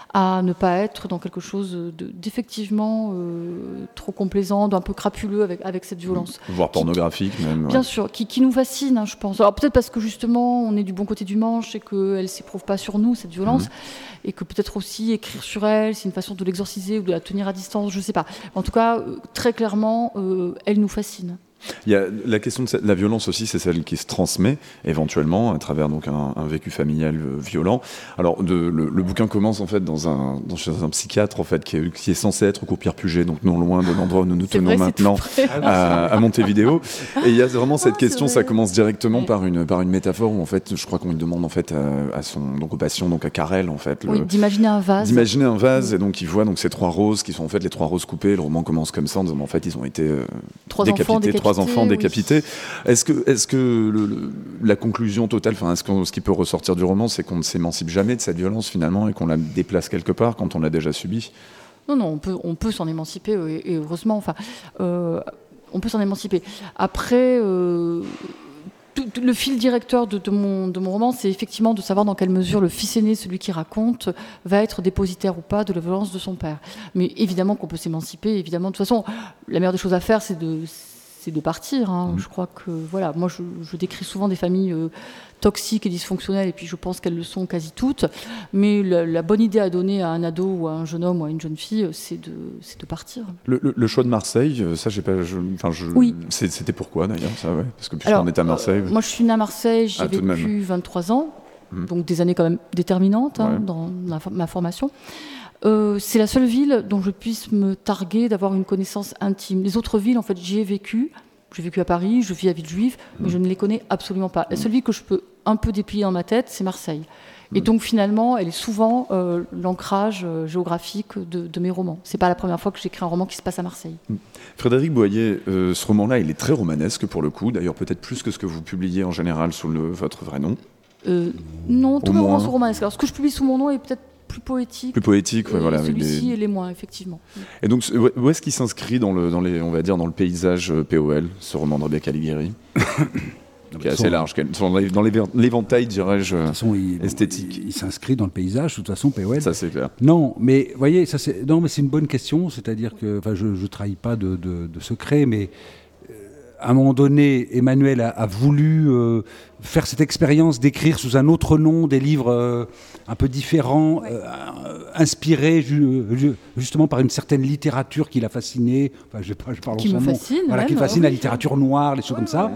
à ne pas être dans quelque chose de, d'effectivement euh, trop complaisant, d'un peu crapuleux avec, avec cette violence. Voire pornographique qui, même. Bien ouais. sûr, qui, qui nous fascine, hein, je pense. Alors peut-être parce que justement, on est du bon côté du manche et qu'elle ne s'éprouve pas sur nous, cette violence, mmh. et que peut-être aussi écrire sur elle, c'est une façon de l'exorciser ou de la tenir à distance, je ne sais pas. En tout cas, euh, très clairement, euh, elle nous fascine. Il y a la question de cette, la violence aussi, c'est celle qui se transmet éventuellement à travers donc un, un vécu familial euh, violent. Alors de, le, le bouquin commence en fait dans un, dans, chez un psychiatre en fait qui est, qui est censé être au Coupierre-Puget, donc non loin de l'endroit où nous nous tenons vrai, maintenant à, à Montevideo. Et il y a vraiment cette oh, question, ça commence directement ouais. par une par une métaphore où en fait, je crois qu'on lui demande en fait à, à son donc au patient donc à Carrel en fait oui, le, d'imaginer un vase. D'imaginer un vase oui. et donc il voit donc ces trois roses qui sont en fait les trois roses coupées. Le roman commence comme ça en disant en fait ils ont été euh, trois décapités. Enfants décapités. Trois enfants décapités. Oui. Est-ce que, est-ce que le, le, la conclusion totale, enfin, est-ce que, ce qui peut ressortir du roman, c'est qu'on ne s'émancipe jamais de cette violence finalement et qu'on la déplace quelque part quand on l'a déjà subie? Non, non, on peut, on peut s'en émanciper, et, et heureusement, enfin, euh, on peut s'en émanciper. Après, euh, tout, tout, le fil directeur de, de, mon, de mon roman, c'est effectivement de savoir dans quelle mesure le fils aîné, celui qui raconte, va être dépositaire ou pas de la violence de son père. Mais évidemment qu'on peut s'émanciper, évidemment. De toute façon, la meilleure des choses à faire, c'est de... c'est de partir. Hein. Mmh. Je crois que, voilà, moi, je, je décris souvent des familles euh, toxiques et dysfonctionnelles, et puis je pense qu'elles le sont quasi toutes. Mais la, la bonne idée à donner à un ado ou à un jeune homme ou à une jeune fille, c'est de, c'est de partir. Le, le, le choix de Marseille, ça, j'ai pas. Je, je, oui. C'était pourquoi d'ailleurs, ça, ouais. Parce que puisqu'on est à Marseille. Euh, moi, je suis née à Marseille, j'ai ah, vécu vingt-trois ans, mmh. donc des années quand même déterminantes hein, ouais. dans la, ma formation. Euh, c'est la seule ville dont je puisse me targuer d'avoir une connaissance intime. Les autres villes, en fait, j'y ai vécu. J'ai vécu à Paris, je vis à Villejuif, mais je ne les connais absolument pas. La seule ville que je peux un peu déplier dans ma tête, c'est Marseille. Et donc, finalement, elle est souvent euh, l'ancrage euh, géographique de, de mes romans. C'est pas la première fois que j'écris un roman qui se passe à Marseille. Frédéric Boyer, euh, ce roman-là, il est très romanesque pour le coup. D'ailleurs, peut-être plus que ce que vous publiez en général sous le, votre vrai nom. Euh, non, tous mes romans sont romanesques. Alors, ce que je publie sous mon nom est peut-être plus poétique. Plus poétique, ouais, voilà. Celui-ci les... et les moins, effectivement. Et donc, où est-ce qu'il s'inscrit dans le, dans les, on va dire, dans le paysage P O L, ce roman de Rebecca Alighieri, qui est assez large, dans l'éventail, dirais-je, il, esthétique. Il, il s'inscrit dans le paysage, de toute façon, P O L. Ça, c'est clair. Non, mais vous voyez, ça, c'est, non, mais c'est une bonne question. C'est-à-dire que, enfin, je ne trahis pas de, de, de secret, mais à un moment donné, Emmanuel a, a voulu euh, faire cette expérience d'écrire sous un autre nom des livres euh, un peu différents, ouais. euh, inspirés ju- ju- justement par une certaine littérature qui l'a fasciné. Enfin, je, je parle qui en me son fascine, nom. Voilà, même, qui fascine oui. la littérature noire, les choses ouais, comme ça. Ouais.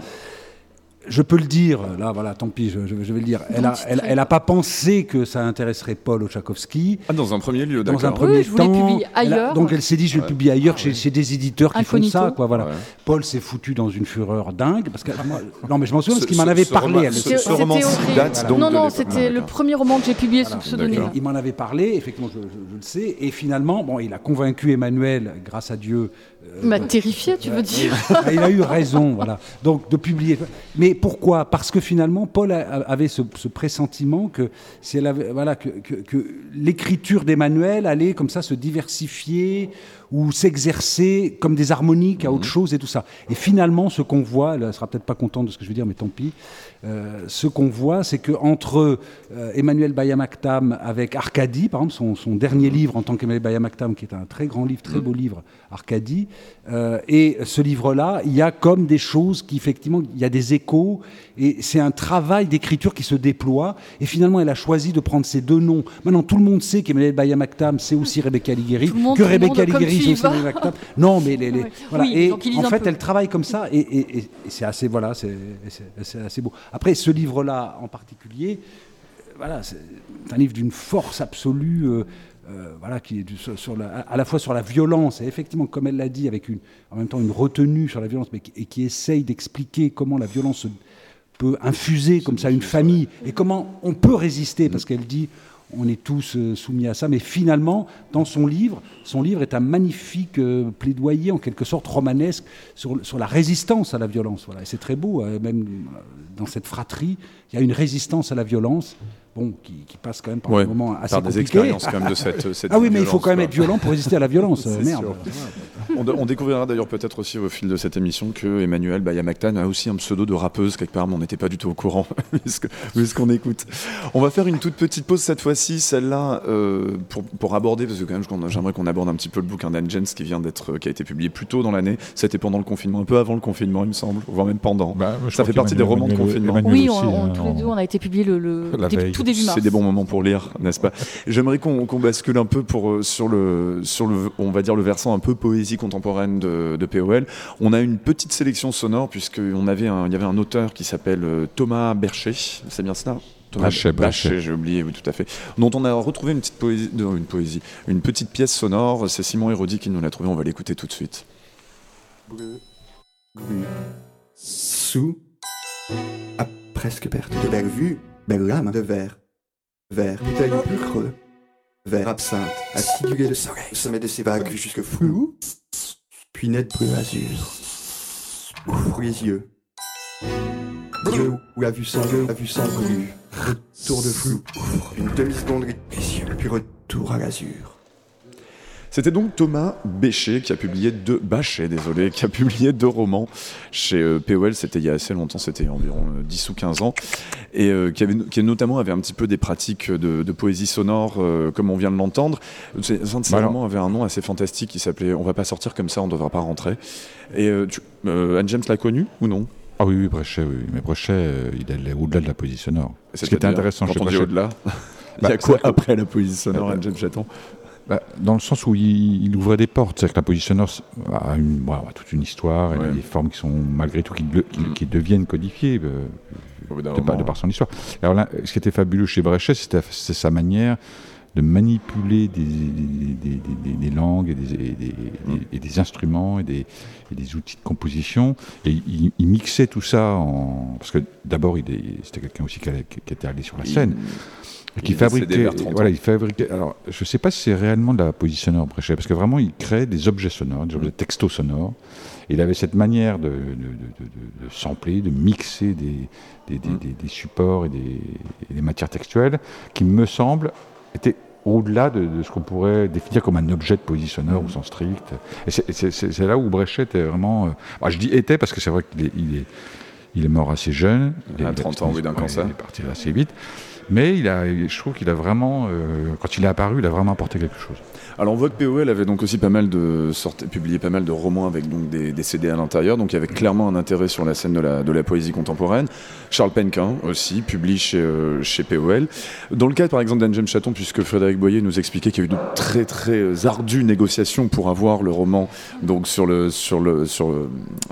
Je peux le dire, là, voilà, tant pis, je, je, je vais le dire. Elle n'a elle, elle a pas pensé que ça intéresserait Paul Ochakovsky. Ah, dans un premier lieu, d'accord. Dans un premier oui, je temps. voulais publier ailleurs. Elle a, donc elle s'est dit, je vais ouais. le publier ailleurs, ah, chez, ouais. chez des éditeurs qui Incognito. font ça, quoi, voilà. Ouais. Paul s'est foutu dans une fureur dingue, parce que moi, non, mais je m'en souviens parce qu'il m'en avait ce parlé. Roman, elle, ce, ce roman date voilà. donc Non, non, de c'était le premier roman que j'ai publié voilà. sous pseudonyme. Il m'en avait parlé, effectivement, je, je, je le sais, et finalement, bon, il a convaincu Emmanuel, grâce à Dieu. Il m'a terrifié, tu veux dire. Il a eu raison, voilà. Donc de publier. Mais pourquoi ? Parce que finalement, Paul a, avait ce, ce pressentiment que si elle avait, voilà, que, que, que l'écriture d'Emmanuel allait comme ça se diversifier ou s'exercer comme des harmoniques à autre chose et tout ça. Et finalement, ce qu'on voit, elle ne sera peut-être pas contente de ce que je vais dire, mais tant pis. Euh, ce qu'on voit, c'est qu'entre euh, Emmanuel Bayamaktam avec Arcadie, par exemple, son, son dernier livre en tant qu'Emmanuel Bayamaktam, qui est un très grand livre, très beau livre, Arcadie, euh, et ce livre-là, il y a comme des choses qui, effectivement, il y a des échos, et c'est un travail d'écriture qui se déploie, et finalement, elle a choisi de prendre ces deux noms. Maintenant, tout le monde sait qu'Emmanuel Bayamaktam, c'est aussi Rebecca Alighieri, que Rebecca Alighieri, c'est aussi Emmanuel Bayamaktam. Non, mais les, les, oui. voilà. Oui, et donc, en fait, elle travaille comme ça, et, et, et, et c'est assez, voilà, c'est, c'est, c'est assez beau. Après, ce livre-là en particulier, euh, voilà, c'est un livre d'une force absolue, euh, euh, voilà, qui est du, sur, sur la, à la fois sur la violence, et effectivement, comme elle l'a dit, avec une, en même temps une retenue sur la violence, mais qui, et qui essaye d'expliquer comment la violence se, peut infuser comme ça une famille, et comment on peut résister, parce qu'elle dit... On est tous euh, soumis à ça, mais finalement, dans son livre, son livre est un magnifique euh, plaidoyer, en quelque sorte romanesque, sur, sur la résistance à la violence. Voilà. Et c'est très beau, euh, même euh, dans cette fratrie, il y a une résistance à la violence, bon, qui, qui passe quand même par ouais, un moment assez par compliqué. des expériences quand même de cette, cette ah oui, mais violence, il faut quand même quoi. être violent pour résister à la violence. euh, merde. on, de, on découvrira d'ailleurs peut-être aussi au fil de cette émission que Emmanuel Bayamaktam a aussi un pseudo de rappeuse quelque part, mais on n'était pas du tout au courant vu ce qu'on écoute. On va faire une toute petite pause cette fois-ci, celle-là euh, pour, pour aborder, parce que quand même j'aimerais qu'on aborde un petit peu le bouquin d'Anne Jens qui vient d'être, qui a été publié plus tôt dans l'année. C'était pendant le confinement, un peu avant le confinement, il me semble, voire même pendant. Bah, ça fait partie des romans de confinement. Emmanuel oui, on, on, tous les deux, on a été publié le, le début, tout début mars. C'est des bons moments pour lire, n'est-ce pas? J'aimerais qu'on, qu'on bascule un peu pour, euh, sur, le, sur le, on va dire le versant un peu poésie contemporaine de, de P O L. On a une petite sélection sonore puisqu'on avait un, il y avait un auteur qui s'appelle euh, Thomas Bercher, c'est bien ça? Thomas Brachet, Brachet, j'ai oublié, oui, tout à fait. Dont on a retrouvé une petite poésie, non, une poésie, une petite pièce sonore. C'est Simon Hérodi qui nous l'a trouvée. On va l'écouter tout de suite. Bleu, glu, sous, à presque perte de belle vue, belle lame de verre, vert, bouteille plus creux, vert absinthe, acidulé de soleil, sommet de ses vagues jusque flou, puis net bleu azur. Ouvre les yeux. Bleu où la vue sans bleu, la vue sans bleu. Retour de flou, une demi-seconde les yeux, puis retour à l'azur. C'était donc Thomas Béchet qui a publié deux Bachet, désolé, qui a publié deux romans chez euh, P O L. C'était il y a assez longtemps, c'était environ euh, dix ou quinze ans, et euh, qui, avait, qui notamment avait un petit peu des pratiques de, de poésie sonore, euh, comme on vient de l'entendre. C'est, c'est Voilà. roman avait un nom assez fantastique qui s'appelait On va pas sortir comme ça, on devra pas rentrer. Et euh, tu, euh, Anne James l'a connu ou non? Ah oui, oui, Bréchet, oui. Mais Bréchet, euh, il allait au-delà de la poésie sonore. Ce qui était intéressant quand chez on dit Bréchet. au-delà, il Bah, y a quoi c'est- après la poésie sonore, Bah, Anne James Chaton? Bah, dans le sens où il, il ouvrait des portes, c'est-à-dire que la poésie sonore a, une, bon, a toute une histoire, et Ouais. des formes qui sont malgré tout qui, qui, qui deviennent codifiées euh, de, par, de par son histoire. Alors là, ce qui était fabuleux chez Bréchet, c'était, c'était sa manière de manipuler des, des, des, des, des langues et des, et des, et des instruments et des, et des outils de composition. Et il, il mixait tout ça en... Parce que d'abord, il est, c'était quelqu'un aussi qui, allait, qui était allé sur la scène. Et qui fabriquait, voilà, il fabriquait. Alors, je ne sais pas si c'est réellement de la poésie sonore, Bréchet, parce que vraiment, il crée des objets sonores, des objets textos sonores. Et il avait cette manière de, de, de, de, de sampler, de mixer des, des, des, des, des supports et des, et des matières textuelles, qui me semble était au-delà de, de ce qu'on pourrait définir comme un objet de poésie sonore au sens strict. Et c'est, c'est, c'est, c'est là où Bréchet était vraiment. Euh, bah, je dis était parce que c'est vrai qu'il est, il est, il est mort assez jeune. Il à trente ans, oui, d'un cancer. Il est parti assez vite. Mais il a, je trouve qu'il a vraiment, euh, quand il est apparu, il a vraiment apporté quelque chose. Alors on voit que P O L avait donc aussi pas mal de sorti, publié pas mal de romans avec donc des, des C D à l'intérieur, donc il y avait clairement un intérêt sur la scène de la, de la poésie contemporaine. Charles Penquin aussi publie chez, euh, chez P O L. Dans le cas par exemple d'Anne James Chaton, puisque Frédéric Boyer nous expliquait qu'il y a eu de très très ardues négociations pour avoir le roman donc sur le sur le sur le,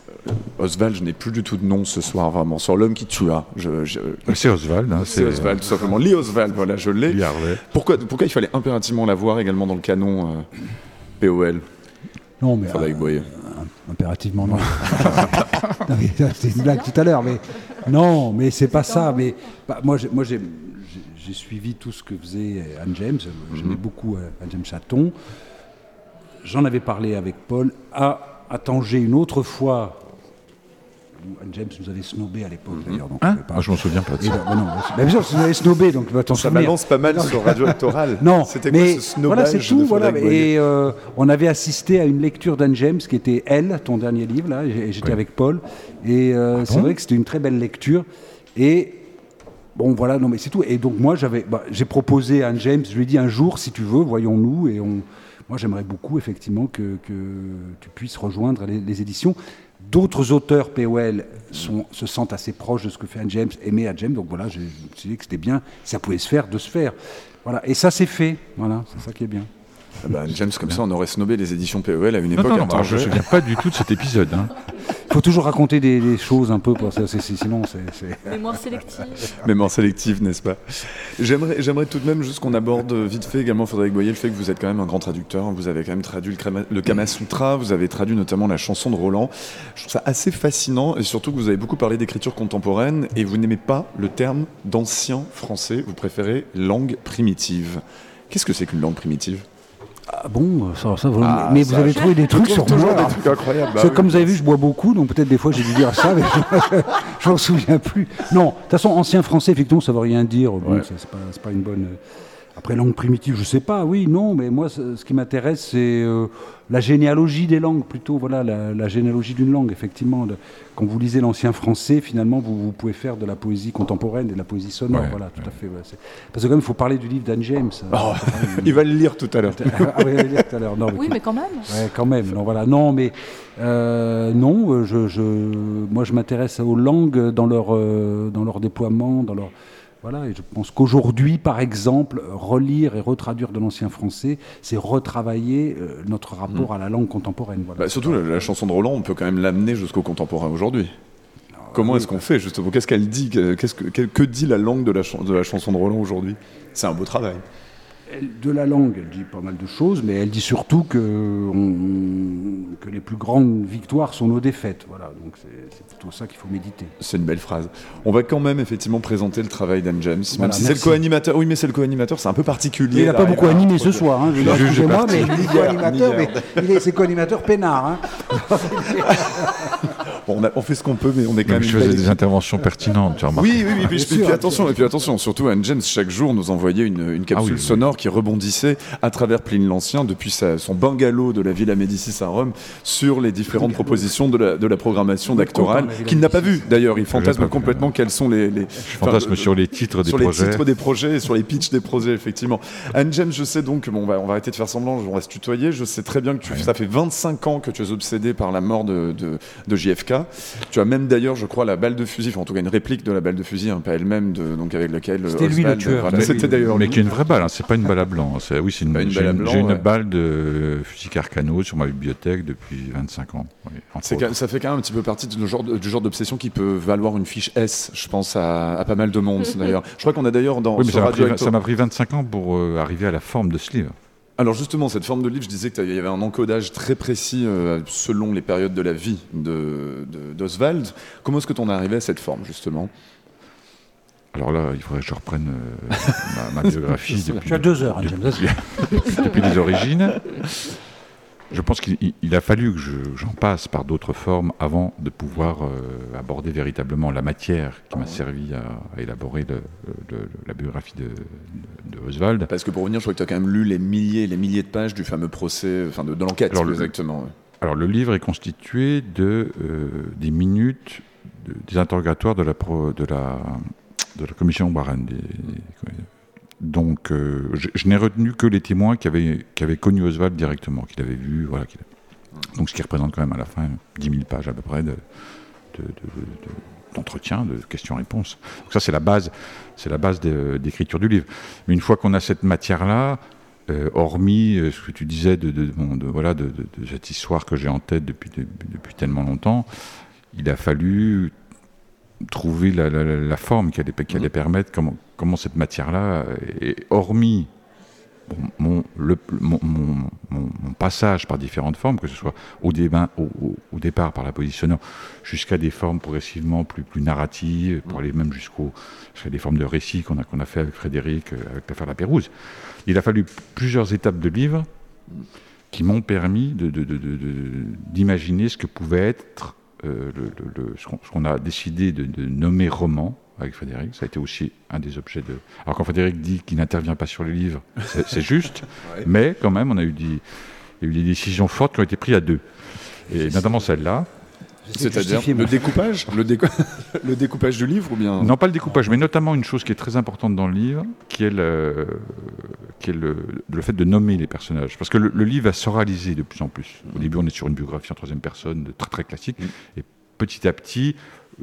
Oswald, je n'ai plus du tout de nom ce soir, vraiment. Sur l'homme qui tua. Je, je... C'est Oswald. Hein, c'est, c'est Oswald, tout simplement. Lee Oswald, voilà, je l'ai. Pourquoi, pourquoi il fallait impérativement l'avoir également dans le canon euh, P O L? Non, mais. Frédéric Boyer. Euh, impérativement, non. non mais, c'était une blague tout à l'heure, mais. Non, mais c'est pas ça. Mais bah, moi, j'ai, moi j'ai, j'ai, j'ai suivi tout ce que faisait Anne James. J'aimais mm-hmm. beaucoup euh, Anne James Chaton. J'en avais parlé avec Paul à, à Tanger une autre fois. Anne James nous avait snobé à l'époque, mmh. d'ailleurs. Donc, hein pas... ah, je m'en souviens pas de ça. Et, bah, non, bah, bien sûr, vous avez snobé, donc va t'en ça souvenir. balance pas mal non, sur Radio Actoral. Non, c'était mais quoi ce snobage voilà, c'est tout. Voilà, et et euh, on avait assisté à une lecture d'Anne James, qui était Elle, ton dernier livre, là, et j'étais oui. avec Paul. Et euh, ah, c'est bon vrai que c'était une très belle lecture. Et bon, voilà, non, mais c'est tout. Et donc, moi, j'avais, bah, j'ai proposé à Anne James, je lui ai dit un jour, si tu veux, voyons-nous. Et on, moi, j'aimerais beaucoup, effectivement, que, que tu puisses rejoindre les, les éditions. D'autres auteurs P O L sont, se sentent assez proches de ce que fait Anne James, aimer Anne James, donc voilà, je me suis dit que c'était bien, ça pouvait se faire, de se faire. Voilà, et ça s'est fait, voilà, c'est ça qui est bien. Ah bah, Anne James, comme ça, on aurait snobé les éditions P O L à une non, époque. Non, non, je ne me souviens pas du tout de cet épisode. Hein. Il faut toujours raconter des, des choses un peu, pour ça, c'est, c'est, sinon c'est... c'est... Mémoire sélective. Mémoire sélective, n'est-ce pas? J'aimerais, j'aimerais tout de même juste qu'on aborde vite fait également, Frédéric Boyer, le fait que vous êtes quand même un grand traducteur. Vous avez quand même traduit le, Kama, le Kama Sutra, vous avez traduit notamment la chanson de Roland. Je trouve ça assez fascinant, et surtout que vous avez beaucoup parlé d'écriture contemporaine, et vous n'aimez pas le terme d'ancien français, vous préférez langue primitive. Qu'est-ce que c'est qu'une langue primitive? Ah bon, ça, ça, ah, mais ça, vous avez je... trouvé des trucs sur moi. Des trucs incroyables. Bah, oui, comme vous avez vu, je bois beaucoup, donc peut-être des fois j'ai dû dire ça, mais je m'en souviens plus. Non, de toute façon, ancien français, effectivement, ça ne veut rien dire. Bon, ouais. ça, c'est pas, c'est pas une bonne. Après, langue primitive, je sais pas. Oui, non, mais moi, ce qui m'intéresse, c'est euh, la généalogie des langues, plutôt. Voilà, la, la généalogie d'une langue, effectivement. De, quand vous lisez l'ancien français, finalement, vous, vous pouvez faire de la poésie contemporaine et de la poésie sonore. Ouais, voilà, tout ouais. à fait. Ouais, c'est... Parce que quand même, il faut parler du livre d'Anne James. Oh, il va le lire tout à l'heure. Ah oui, il va le lire tout à l'heure. Non, mais oui, tout... mais quand même. Ouais, quand même. Non, voilà. Non, mais euh, non. Je, je, moi, je m'intéresse aux langues dans leur, euh, dans leur déploiement, dans leur. Voilà, et je pense qu'aujourd'hui, par exemple, relire et retraduire de l'ancien français, c'est retravailler euh, notre rapport mmh. à la langue contemporaine. Voilà. Bah, surtout, la, la chanson de Roland, on peut quand même l'amener jusqu'au contemporain aujourd'hui. Ah, Comment oui, est-ce qu'on fait, justement? Qu'est-ce qu'elle dit? Qu'est-ce que, que, que dit la langue de la, ch- de la chanson de Roland aujourd'hui? C'est un beau travail. Elle, de la langue, elle dit pas mal de choses, mais elle dit surtout que, on, que les plus grandes victoires sont nos défaites. Voilà, donc c'est, c'est plutôt ça qu'il faut méditer. C'est une belle phrase. On va quand même effectivement présenter le travail d'Anne James, même voilà, si merci. C'est le co-animateur. Oui, mais c'est le co-animateur, c'est un peu particulier. Il n'a pas beaucoup animé ce soir, hein, je veux dire, excusez-moi, mais il est co-animateur, mais il est, c'est co-animateur peinard. Hein. bon, on, a, on fait ce qu'on peut, mais on est quand même. Je faisais des interventions pertinentes, tu remarques. Oui, oui, oui. Puis, puis, puis attention, et puis attention, surtout Anne James chaque jour nous envoyait une, une capsule ah oui, sonore oui. qui rebondissait à travers Pline l'Ancien depuis sa, son bungalow de la Villa Médicis à Rome sur les différentes propositions de la, de la programmation d'Actoral, qu'il n'a pas vu d'ailleurs. Il fantasme complètement quels sont les. les Je fantasme enfin, sur les titres des sur projets. Sur les titres des projets et sur les pitchs des projets, effectivement. Anne James, je sais donc, bon, on va, on va arrêter de faire semblant, on va se tutoyer. Je sais très bien que tu, ouais. ça fait vingt-cinq ans que tu es obsédé par la mort de, de, de J F K. Tu as même d'ailleurs, je crois, la balle de fusil, enfin en tout cas une réplique de la balle de fusil, hein, pas elle-même, de, donc avec laquelle. C'était lui le tueur. Voilà, c'était d'ailleurs. Mais qui est une vraie balle, hein, c'est pas une balle à blanc. C'est, oui, c'est une, une, balle, à blanc, j'ai une ouais. balle de fusil Carcano sur ma bibliothèque depuis vingt-cinq ans. Oui, c'est, ça fait quand même un petit peu partie du genre, du genre d'obsession qui peut valoir une fiche S, je pense à, à pas mal de monde d'ailleurs. Je crois qu'on a d'ailleurs dans. Oui, mais ça m'a, pris, ça m'a pris vingt-cinq ans pour euh, arriver à la forme de ce livre. Alors justement, cette forme de livre, je disais qu'il y avait un encodage très précis euh, selon les périodes de la vie de, de, d'Oswald. Comment est-ce que tu en es arrivé à cette forme, justement ? Alors là, il faudrait que je reprenne euh, ma, ma biographie depuis, tu as deux heures, depuis, depuis, depuis les origines. Je pense qu'il il a fallu que je, j'en passe par d'autres formes avant de pouvoir euh, aborder véritablement la matière qui m'a servi à, à élaborer le, le, le, la biographie de, de, de Oswald. Parce que pour revenir, je crois que tu as quand même lu les milliers les milliers de pages du fameux procès, enfin de, de l'enquête, alors, exactement. Le, alors le livre est constitué de euh, des minutes, de, des interrogatoires de la, pro, de la, de la commission Warren. Des, des, Donc, euh, je, je n'ai retenu que les témoins qui avaient, qui avaient connu Oswald directement, qui l'avaient vu, voilà. Qu'il a... Donc, ce qui représente quand même à la fin dix mille pages à peu près de, de, de, de, d'entretien, de questions-réponses. Donc ça, c'est la base, c'est la base de, d'écriture du livre. Mais une fois qu'on a cette matière-là, euh, hormis euh, ce que tu disais de, de, de, de, voilà, de, de, de cette histoire que j'ai en tête depuis, de, depuis tellement longtemps, il a fallu trouver la, la, la forme qui allait, qui allait permettre comment, comment cette matière-là, et hormis bon, mon, le, mon, mon, mon, mon passage par différentes formes, que ce soit au, débat, au, au, au départ par la position sonore, jusqu'à des formes progressivement plus, plus narratives, pour aller même jusqu'au, jusqu'à des formes de récits qu'on a, qu'on a fait avec Frédéric, avec l'affaire La Pérouse. Il a fallu plusieurs étapes de livre qui m'ont permis de, de, de, de, de, d'imaginer ce que pouvait être Euh, le, le, le, ce, qu'on, ce qu'on a décidé de, de nommer roman avec Frédéric. Ça a été aussi un des objets de... Alors quand Frédéric dit qu'il n'intervient pas sur les livres, c'est, c'est juste, ouais. Mais quand même, on a eu des, il y a eu des décisions fortes qui ont été prises à deux. Et notamment celle-là. C'est-à-dire le découpage le, décou... le découpage du livre ou bien... Non, pas le découpage, mais notamment une chose qui est très importante dans le livre, qui est le, qui est le, le fait de nommer les personnages. Parce que le, le livre va s'oraliser de plus en plus. Au début, on est sur une biographie en troisième personne, très très classique, mmh. et petit à petit,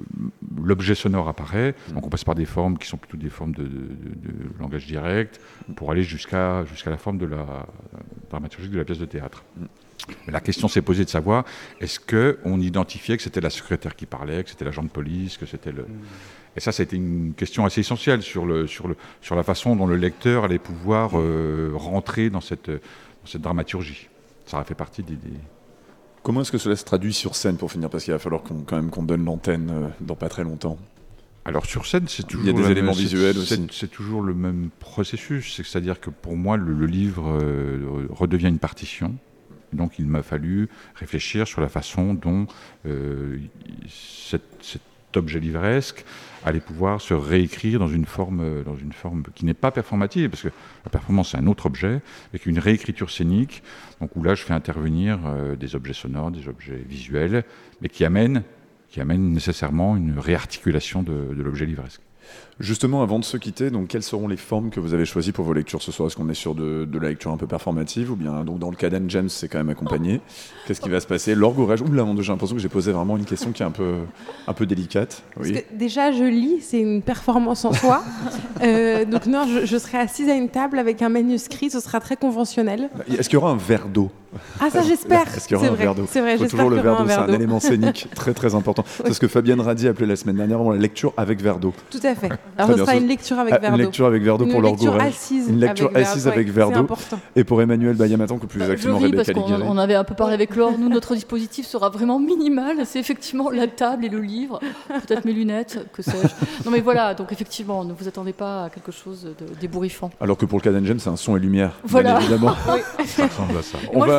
l'objet sonore apparaît, mmh. donc on passe par des formes qui sont plutôt des formes de, de, de, de langage direct, pour aller jusqu'à, jusqu'à la forme de la dramaturgique de la pièce de théâtre. Mmh. Mais la question s'est posée de savoir, est-ce qu'on identifiait que c'était la secrétaire qui parlait, que c'était l'agent de police, que c'était le... Mmh. Et ça, c'était une question assez essentielle sur, le, sur, le, sur la façon dont le lecteur allait pouvoir euh, rentrer dans cette, dans cette dramaturgie. Ça a fait partie des, des... Comment est-ce que cela se traduit sur scène, pour finir, parce qu'il va falloir qu'on, quand même qu'on donne l'antenne euh, dans pas très longtemps. Alors sur scène, c'est toujours... Il y a des éléments c'est, visuels c'est, aussi. C'est, c'est toujours le même processus, c'est, c'est-à-dire que pour moi, le, le livre euh, redevient une partition. Donc il m'a fallu réfléchir sur la façon dont euh, cette, cet objet livresque allait pouvoir se réécrire dans une forme, dans une forme qui n'est pas performative, parce que la performance c'est un autre objet, avec une réécriture scénique, donc où là je fais intervenir euh, des objets sonores, des objets visuels, mais qui amènent, qui amènent nécessairement une réarticulation de, de l'objet livresque. Justement, avant de se quitter, donc, quelles seront les formes que vous avez choisies pour vos lectures ce soir ? Est-ce qu'on est sur de, de la lecture un peu performative ou bien, donc, dans le cas d'Anne James, c'est quand même accompagné ? Qu'est-ce qui va se passer ? L'orgorage ? Oula, j'ai l'impression que j'ai posé vraiment une question qui est un peu, un peu délicate. Oui. Parce que déjà, je lis, c'est une performance en soi. euh, donc non, je, je serai assise à une table avec un manuscrit, ce sera très conventionnel. Est-ce qu'il y aura un verre d'eau ? Ah, ça j'espère. Est-ce qu'il y aura c'est un vrai, verre d'eau ? C'est vrai, Faut j'espère toujours le qu'il y aura verre d'eau, un verre c'est d'eau. un élément scénique très très important. Oui. C'est ce que Fabienne Radi appelait la semaine dernière la lecture avec verre d'eau. Tout à fait. Alors ce sera une lecture avec verre d'eau. Une lecture avec verre d'eau pour l'orgorage. Une lecture assise avec verre d'eau. Et pour Emmanuel Bayamaton, que plus exactement je ris Rebecca parce qu'on Liguiri. on avait un peu parlé avec Laure. Nous, notre dispositif sera vraiment minimal. C'est effectivement la table et le livre, peut-être mes lunettes, que sais-je. Non mais voilà, donc effectivement, ne vous attendez pas à quelque chose de d'ébouriffant. Alors que pour le cas d'Anne James, c'est un son et lumière. Voilà. Bien évidemment. Oui. Ça ressemble à ça. Moi, va... je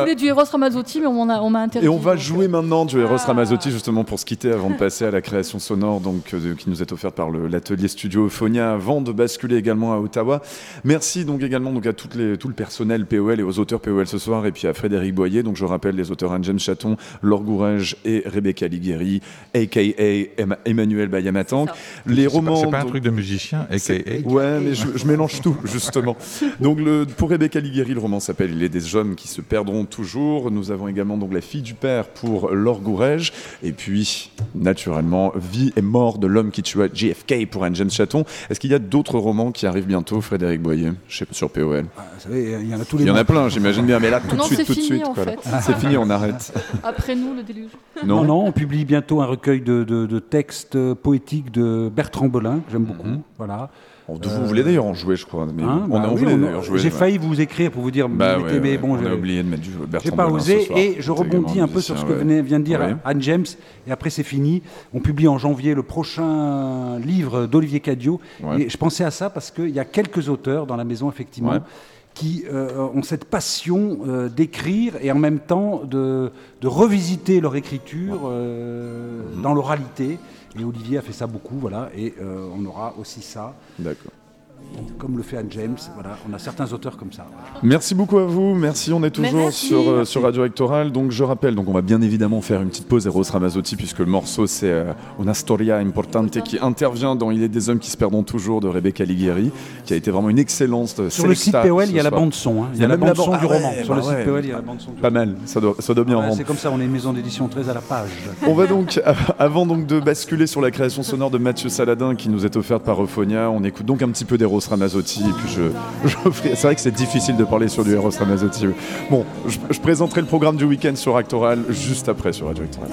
voulais du Eros Ramazzotti, mais on m'a, on m'a interdit. Et on va donc, jouer euh... maintenant du Eros ah. Ramazzotti, justement, pour se quitter avant de passer à la création sonore donc, euh, qui nous est offerte par le, l'atelier studio Euphonia, avant de basculer également à Ottawa. Merci donc également donc, à toutes les, tout le personnel P O L et aux auteurs P O L ce soir, et puis à Frédéric Boyer. Donc je rappelle les auteurs Anne-James Chaton, Laure Gourège et Rebecca Ligueri, a k a. Emmanuel Bayamatank. Les c'est romans. Pas, c'est pas un donc, truc de musicien, a k a. Ouais, mais je, je mélange tout, justement. Donc le, pour Rebecca Ligueri, le roman s'appelle Il est des hommes qui se perdront toujours. Nous avons également donc La fille du père pour Laure Gourège. Et puis, naturellement, Vie et mort de l'homme qui tua J F K pour Anne-James Chaton. Est-ce qu'il y a d'autres romans qui arrivent bientôt, Frédéric Boyer, sur P O L? Ah, vous savez, il y en a tous les Il y en mois. a plein, j'imagine bien, mais là, tout non, de suite, tout fini, de suite. En quoi, fait. C'est fini, on arrête. Après nous, le déluge. Non, non, non, on publie bientôt un recueil de, de, de textes poétiques de Bertrand Belin, que j'aime beaucoup. Mm-hmm. Voilà. On vous euh... voulait d'ailleurs en jouer, je crois. Mais hein, on, bah on oui, voulait on, d'ailleurs jouer. J'ai ouais. failli vous écrire pour vous dire, bah mettez, ouais, mais ouais, bon, on je a oublié de mettre du Bertrand j'ai pas Belin osé. ce soir. Et je rebondis un peu sur ce que ouais. vient de dire ouais. Anne James. Et après, c'est fini. On publie en janvier le prochain livre d'Olivier Cadiot. Ouais. Et je pensais à ça parce qu'il y a quelques auteurs dans la maison, effectivement. Ouais. qui euh, ont cette passion euh, d'écrire et en même temps de, de revisiter leur écriture euh, mmh. dans l'oralité. Et Olivier a fait ça beaucoup, voilà, et euh, on aura aussi ça. D'accord. Comme le fait Anne James, voilà, on a certains auteurs comme ça. Voilà. Merci beaucoup à vous, merci, on est toujours sur, euh, sur Radio Actoral. Donc je rappelle, donc on va bien évidemment faire une petite pause Eros Ramazzotti puisque le morceau c'est euh, Una Storia Importante qui intervient dans Il est des hommes qui se perdront toujours de Rebecca Ligueri, qui a été vraiment une excellence. Sur le site P O L, il y a la bande son, hein. il y a, il y a la bande son ah, du roman. Ouais, sur bah le ouais, site P O L, il y a la bande son. Du pas roman. Mal, ça doit, ça doit bien ah, rendre. C'est comme ça, on est une maison d'édition très à la page. On va donc, avant donc de basculer sur la création sonore de Mathieu Saladin qui nous est offerte par Euphonia, on écoute donc un petit peu d'Eros Ramazzotti. Et puis je, je, c'est vrai que c'est difficile de parler sur du Eros Ramazzotti. Bon, je, je présenterai le programme du week-end sur Actoral juste après sur Radio Actoral.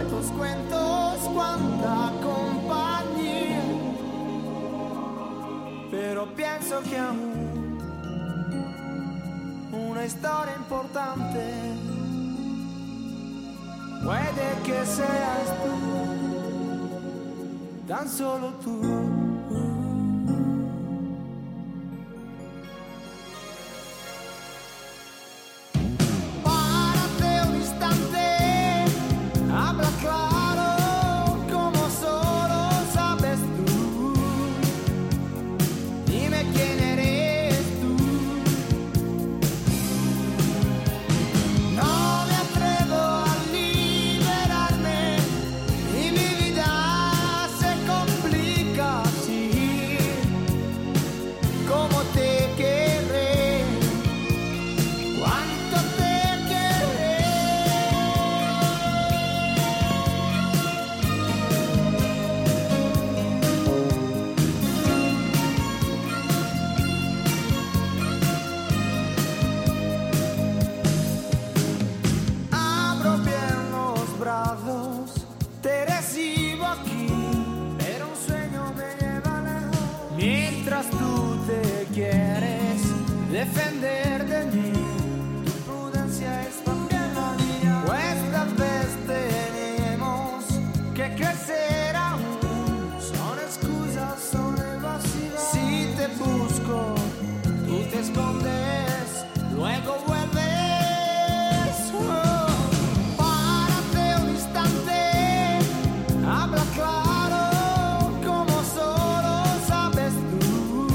Defender de mí, tu prudencia es también la mía. Nuestras veces tenemos que crecer aún. Son excusas, son evasivas. Si te busco, tú te escondes, luego vuelves. Oh, párate un instante, habla claro, como solo sabes tú.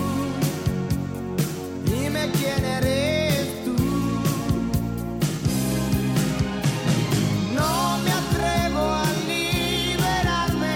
Dime quién eres tú. No me atrevo a liberarme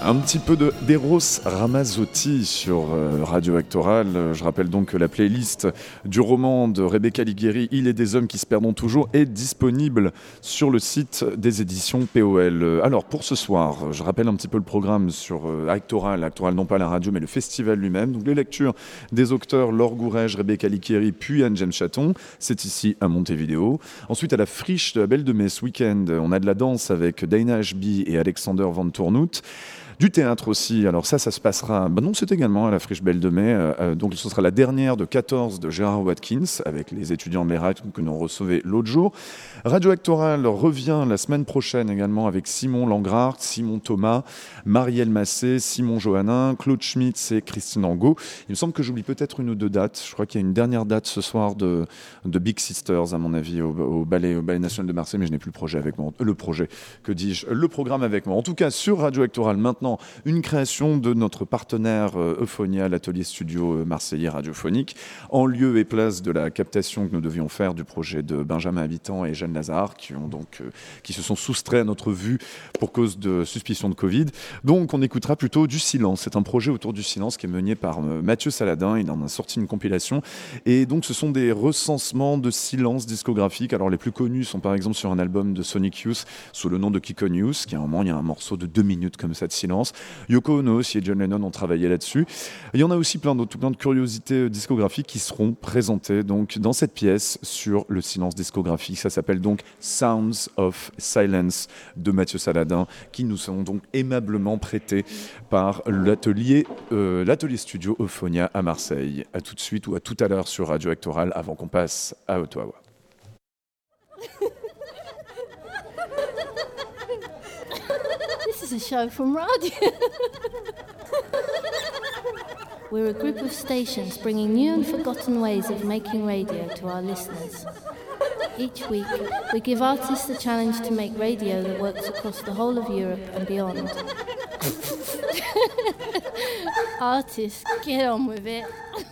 Un petit peu de d'Eros Ramazzotti sur euh, Radio Actoral. Je rappelle donc que la playlist du roman de Rebecca Alighieri, Il est des hommes qui se perdent toujours, est disponible sur le site des éditions P O L. Alors pour ce soir, je rappelle un petit peu le programme sur euh, Actoral, Actoral non pas la radio mais le festival lui-même. Donc les lectures des auteurs Laure Gourège, Rebecca Alighieri puis Anne-James Chaton. C'est ici à Montevideo. Ensuite à la Friche de la Belle de Mai ce week-end, on a de la danse avec Dana Ashby et Alexander Van Tournout. Du théâtre aussi, alors ça, ça se passera, ben non, c'est également à la Friche Belle de Mai, euh, donc ce sera la dernière de quatorze de Gérard Watkins, avec les étudiants de l'E R A C que nous recevait l'autre jour. Radio Actoral revient la semaine prochaine également avec Simon Langrard, Simon Thomas, Marielle Massé, Simon Johannin, Claude Schmitz et Christine Angot. Il me semble que j'oublie peut-être une ou deux dates, je crois qu'il y a une dernière date ce soir de, de Big Sisters, à mon avis, au, au, ballet, au Ballet National de Marseille, mais je n'ai plus le projet avec moi, le projet, que dis-je, le programme avec moi. En tout cas, sur Radio Actoral, maintenant, une création de notre partenaire euh, Euphonia, l'atelier studio euh, marseillais radiophonique, en lieu et place de la captation que nous devions faire du projet de Benjamin Habitant et Jeanne Lazare, qui, ont donc, euh, qui se sont soustraits à notre vue pour cause de suspicion de Covid. Donc on écoutera plutôt du silence. C'est un projet autour du silence qui est mené par euh, Mathieu Saladin. Il en a sorti une compilation. Et donc ce sont des recensements de silence discographiques. Alors les plus connus sont par exemple sur un album de Sonic Youth sous le nom de Kiko News, qui à un moment, il y a un morceau de deux minutes comme ça de silence. Yoko Ono aussi et John Lennon ont travaillé là-dessus. Il y en a aussi plein d'autres, plein de curiosités discographiques qui seront présentées donc dans cette pièce sur le silence discographique. Ça s'appelle donc Sounds of Silence de Mathieu Saladin, qui nous sont donc aimablement prêtés par l'atelier, euh, l'atelier studio Euphonia à Marseille. À tout de suite ou à tout à l'heure sur Radio Actoral avant qu'on passe à Ottawa. This is a show from radio. We're a group of stations bringing new and forgotten ways of making radio to our listeners. Each week, we give artists the challenge to make radio that works across the whole of Europe and beyond. Artists, get on with it.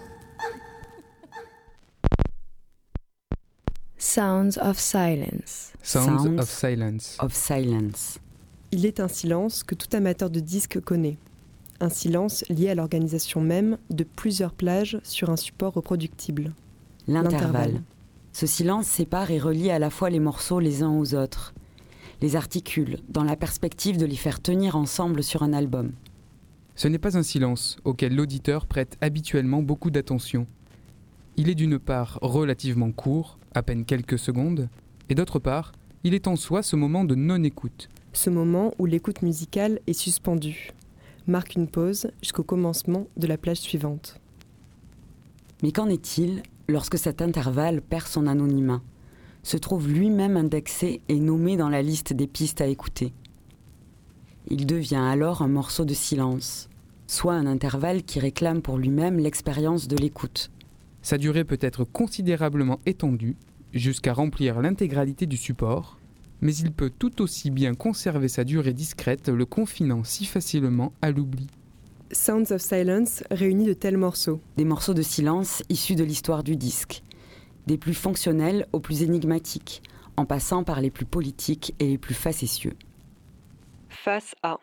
Sounds of Silence. Sounds, Sounds of Silence. Of Silence. Il est un silence que tout amateur de disques connaît. Un silence lié à l'organisation même de plusieurs plages sur un support reproductible. L'intervalle. L'intervalle. Ce silence sépare et relie à la fois les morceaux les uns aux autres, les articule, dans la perspective de les faire tenir ensemble sur un album. Ce n'est pas un silence auquel l'auditeur prête habituellement beaucoup d'attention. Il est d'une part relativement court, à peine quelques secondes, et d'autre part, il est en soi ce moment de non-écoute. Ce moment où l'écoute musicale est suspendue, marque une pause jusqu'au commencement de la plage suivante. Mais qu'en est-il lorsque cet intervalle perd son anonymat, se trouve lui-même indexé et nommé dans la liste des pistes à écouter? Il devient alors un morceau de silence, soit un intervalle qui réclame pour lui-même l'expérience de l'écoute. Sa durée peut être considérablement étendue, jusqu'à remplir l'intégralité du support, mais il peut tout aussi bien conserver sa durée discrète, le confinant si facilement à l'oubli. Sounds of Silence réunit de tels morceaux. Des morceaux de silence issus de l'histoire du disque, des plus fonctionnels aux plus énigmatiques, en passant par les plus politiques et les plus facétieux. Face à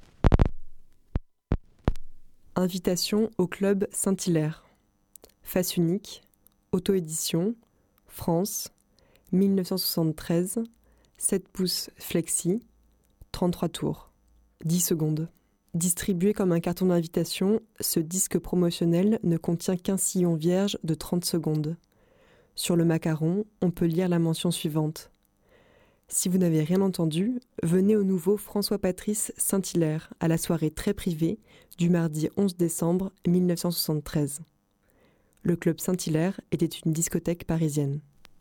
Invitation au club Saint-Hilaire. Face unique, auto-édition, France, dix-neuf cent soixante-treize, sept pouces flexi, trente-trois tours, dix secondes. Distribué comme un carton d'invitation, ce disque promotionnel ne contient qu'un sillon vierge de trente secondes. Sur le macaron, on peut lire la mention suivante. Si vous n'avez rien entendu, venez au nouveau François-Patrice Saint-Hilaire à la soirée très privée du mardi onze décembre dix-neuf cent soixante-treize. Le club Saint-Hilaire était une discothèque parisienne.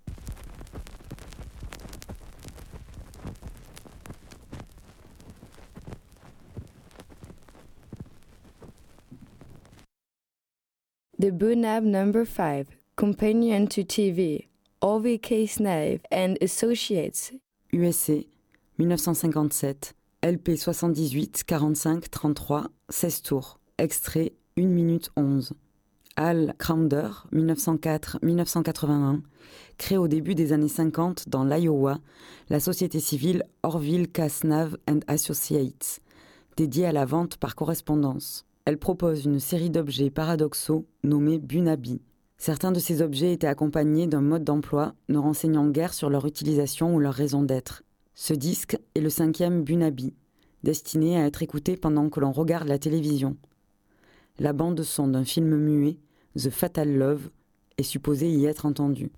The Bunab number five, companion to T V, O V K Snave and Associates. U S C, dix-neuf cent cinquante-sept, L P soixante-dix-huit, quarante-cinq, trente-trois, seize tours, extrait une minute onze. Al Crowder, dix-neuf cent quatre à dix-neuf cent quatre-vingt-un, crée au début des années cinquante dans l'Iowa la société civile Orville K. Snave and Associates, dédiée à la vente par correspondance. Elle propose une série d'objets paradoxaux nommés Bunabi. Certains de ces objets étaient accompagnés d'un mode d'emploi ne renseignant guère sur leur utilisation ou leur raison d'être. Ce disque est le cinquième Bunabi, destiné à être écouté pendant que l'on regarde la télévision. La bande-son d'un film muet, The Fatal Love, est supposée y être entendue.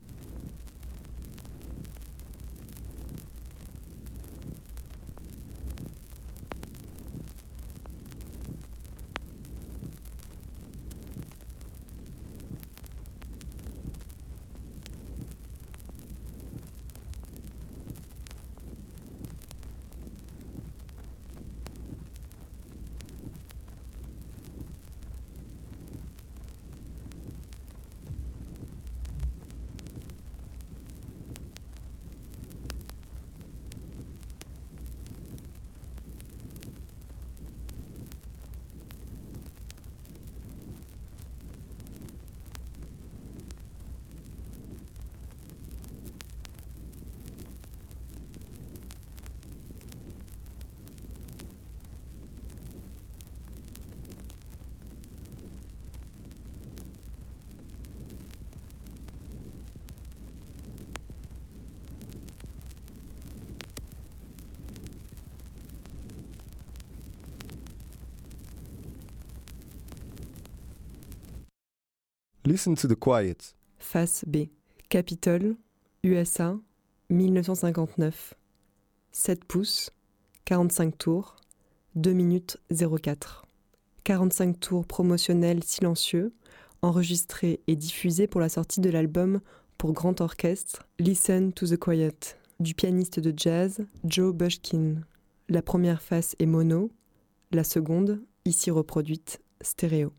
Listen to the quiet. Face B. Capitole, U S A, dix-neuf cent cinquante-neuf. sept pouces, quarante-cinq tours, deux minutes zéro quatre. quarante-cinq tours promotionnels silencieux, enregistrés et diffusés pour la sortie de l'album pour grand orchestre Listen to the Quiet, du pianiste de jazz Joe Bushkin. La première face est mono, la seconde, ici reproduite, stéréo.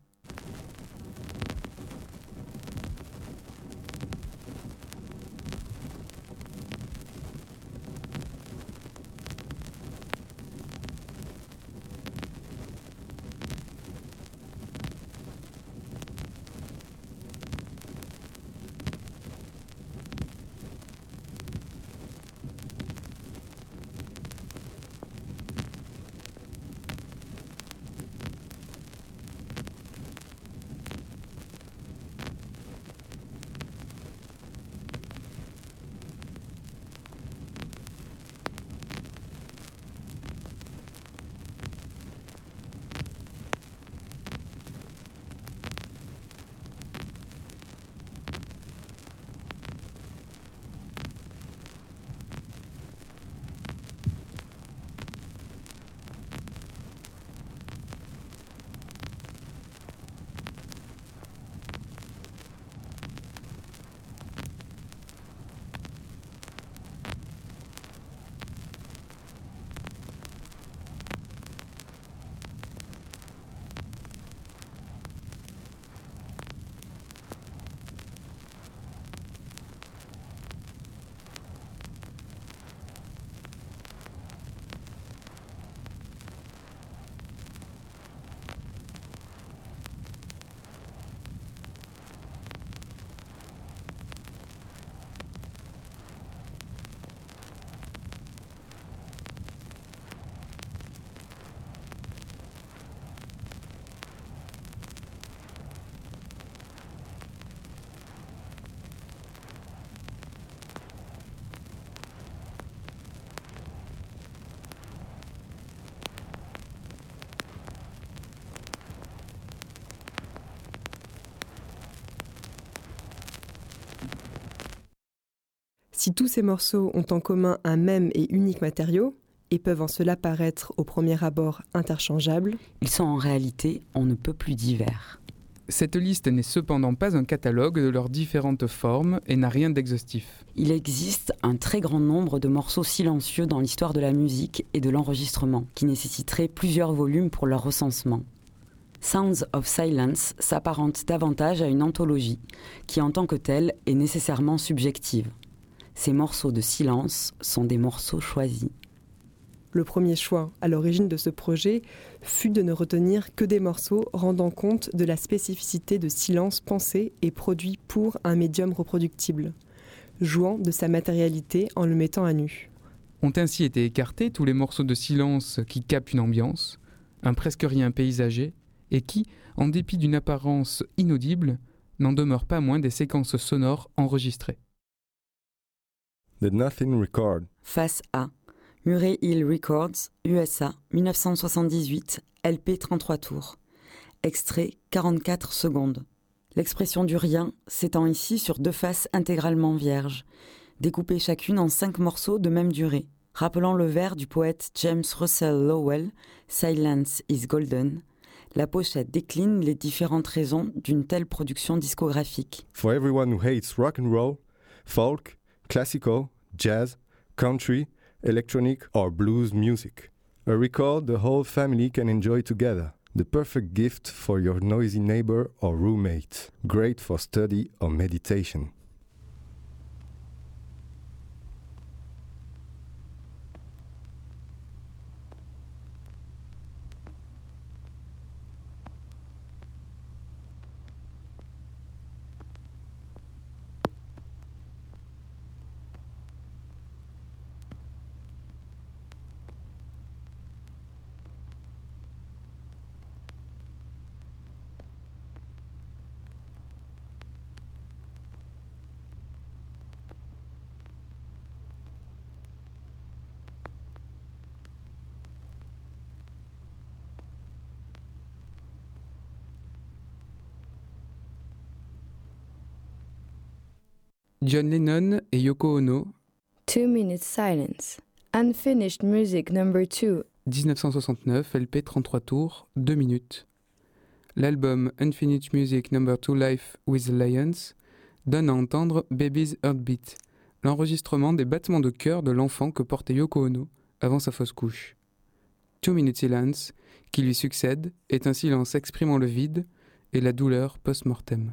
Si tous ces morceaux ont en commun un même et unique matériau, et peuvent en cela paraître au premier abord interchangeables, ils sont en réalité on ne peut plus divers. Cette liste n'est cependant pas un catalogue de leurs différentes formes et n'a rien d'exhaustif. Il existe un très grand nombre de morceaux silencieux dans l'histoire de la musique et de l'enregistrement, qui nécessiteraient plusieurs volumes pour leur recensement. Sounds of Silence s'apparente davantage à une anthologie, qui en tant que telle est nécessairement subjective. Ces morceaux de silence sont des morceaux choisis. Le premier choix à l'origine de ce projet fut de ne retenir que des morceaux rendant compte de la spécificité de silence pensé et produit pour un médium reproductible, jouant de sa matérialité en le mettant à nu. Ont ainsi été écartés tous les morceaux de silence qui capent une ambiance, un presque rien paysager, et qui, en dépit d'une apparence inaudible, n'en demeure pas moins des séquences sonores enregistrées. The Nothing Record. Face A. Murray Hill Records, U S A, dix-neuf cent soixante-dix-huit, L P trente-trois tours. Extrait quarante-quatre secondes. L'expression du rien s'étend ici sur deux faces intégralement vierges, découpées chacune en cinq morceaux de même durée. Rappelant le vers du poète James Russell Lowell, Silence is Golden, la pochette décline les différentes raisons d'une telle production discographique. For everyone who hates rock and roll, folk, classical, jazz, country, electronic or blues music. A record the whole family can enjoy together. The perfect gift for your noisy neighbor or roommate. Great for study or meditation. John Lennon et Yoko Ono. Two Minutes Silence. Unfinished Music Number two. dix-neuf cent soixante-neuf, L P trente-trois tours, deux minutes. L'album Unfinished Music Number two Life with the Lions donne à entendre Baby's Heartbeat, l'enregistrement des battements de cœur de l'enfant que portait Yoko Ono avant sa fausse couche. Two Minute Silence, qui lui succède, est un silence exprimant le vide et la douleur post-mortem.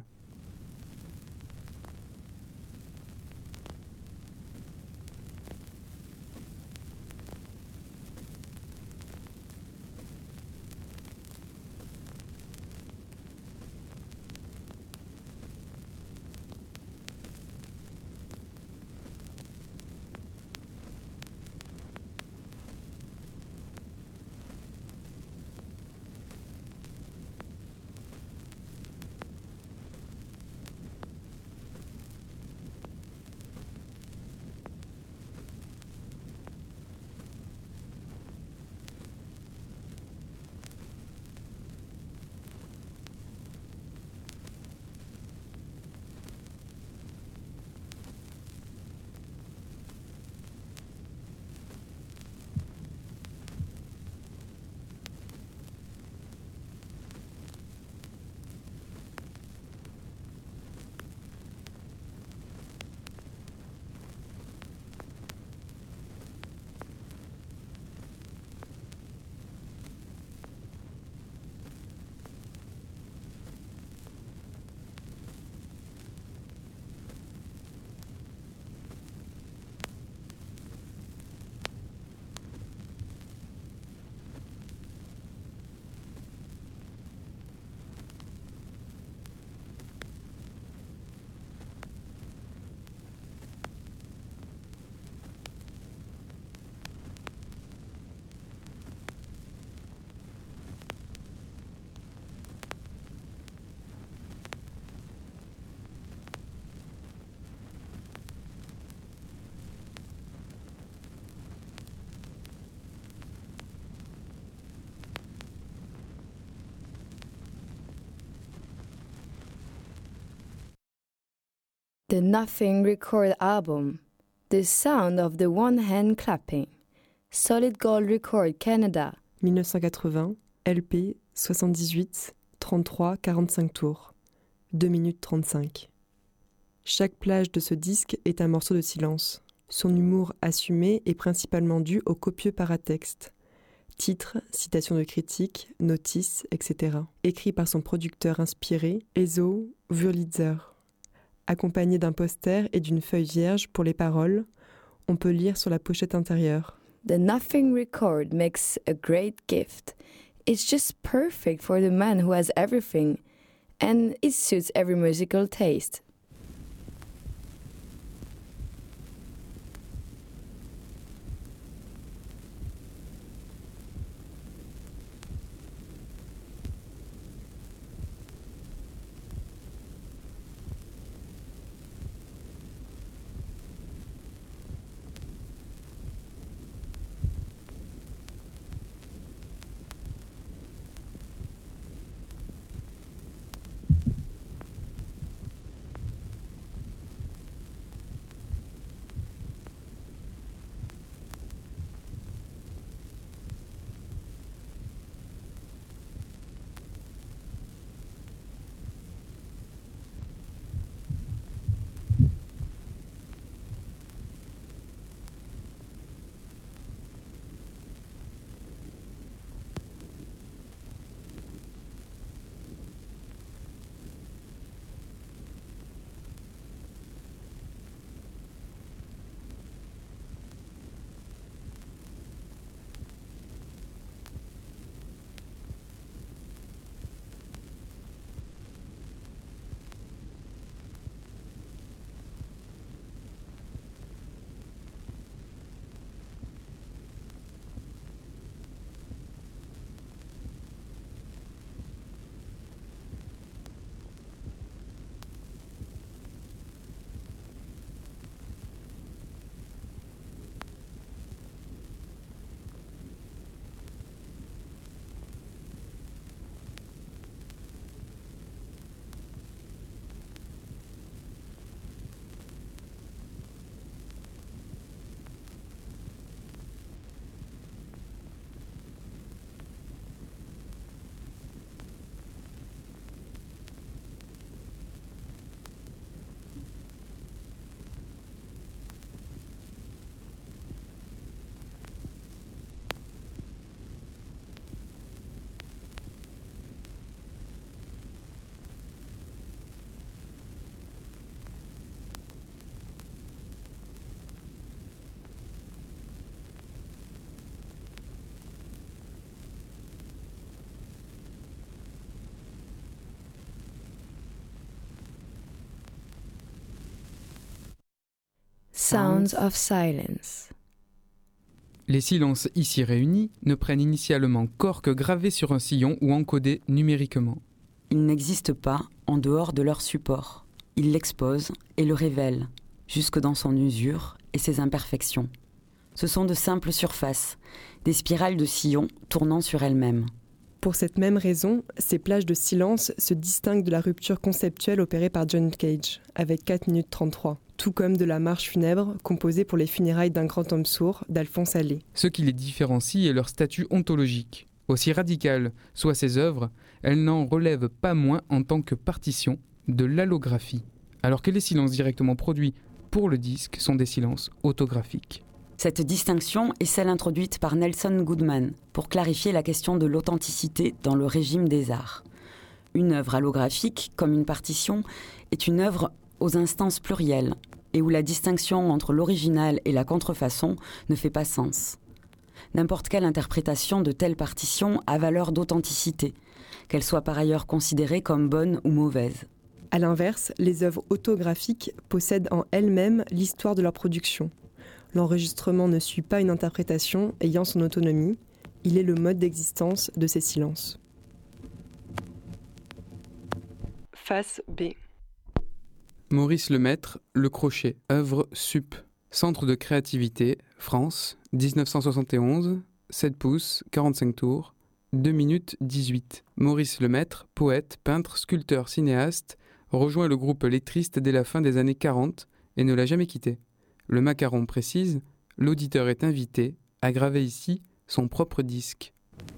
The Nothing Record Album. The Sound of the One Hand Clapping. Solid Gold Record Canada. dix-neuf cent quatre-vingts, L P soixante-dix-huit, trente-trois quarante-cinq tours. deux minutes trente-cinq. Chaque plage de ce disque est un morceau de silence. Son humour assumé est principalement dû au copieux paratexte. Titres, citations de critiques, notices, et cetera. Écrit par son producteur inspiré, Ezo Wurlitzer. Accompagné d'un poster et d'une feuille vierge pour les paroles, on peut lire sur la pochette intérieure. The Nothing Record makes a great gift. It's just perfect for the man who has everything, and it suits every musical taste. Sounds of silence. Les silences ici réunis ne prennent initialement corps que gravés sur un sillon ou encodés numériquement. Ils n'existent pas en dehors de leur support. Ils l'exposent et le révèlent, jusque dans son usure et ses imperfections. Ce sont de simples surfaces, des spirales de sillons tournant sur elles-mêmes. Pour cette même raison, ces plages de silence se distinguent de la rupture conceptuelle opérée par John Cage, avec quatre minutes trente-trois, tout comme de la marche funèbre composée pour les funérailles d'un grand homme sourd d'Alphonse Allais. Ce qui les différencie est leur statut ontologique. Aussi radicales soient ces œuvres, elles n'en relèvent pas moins en tant que partition de l'allographie, alors que les silences directement produits pour le disque sont des silences autographiques. Cette distinction est celle introduite par Nelson Goodman pour clarifier la question de l'authenticité dans le régime des arts. Une œuvre allographique, comme une partition, est une œuvre aux instances plurielles et où la distinction entre l'original et la contrefaçon ne fait pas sens. N'importe quelle interprétation de telle partition a valeur d'authenticité, qu'elle soit par ailleurs considérée comme bonne ou mauvaise. A l'inverse, les œuvres autographiques possèdent en elles-mêmes l'histoire de leur production. L'enregistrement ne suit pas une interprétation ayant son autonomie, il est le mode d'existence de ces silences. Face B. Maurice Lemaître, Le Crochet, œuvre sup. Centre de créativité, France, dix-neuf cent soixante et onze, sept pouces, quarante-cinq tours, deux minutes dix-huit. Maurice Lemaître, poète, peintre, sculpteur, cinéaste, rejoint le groupe lettriste dès la fin des années quarante et ne l'a jamais quitté. Le macaron précise, l'auditeur est invité à graver ici son propre disque.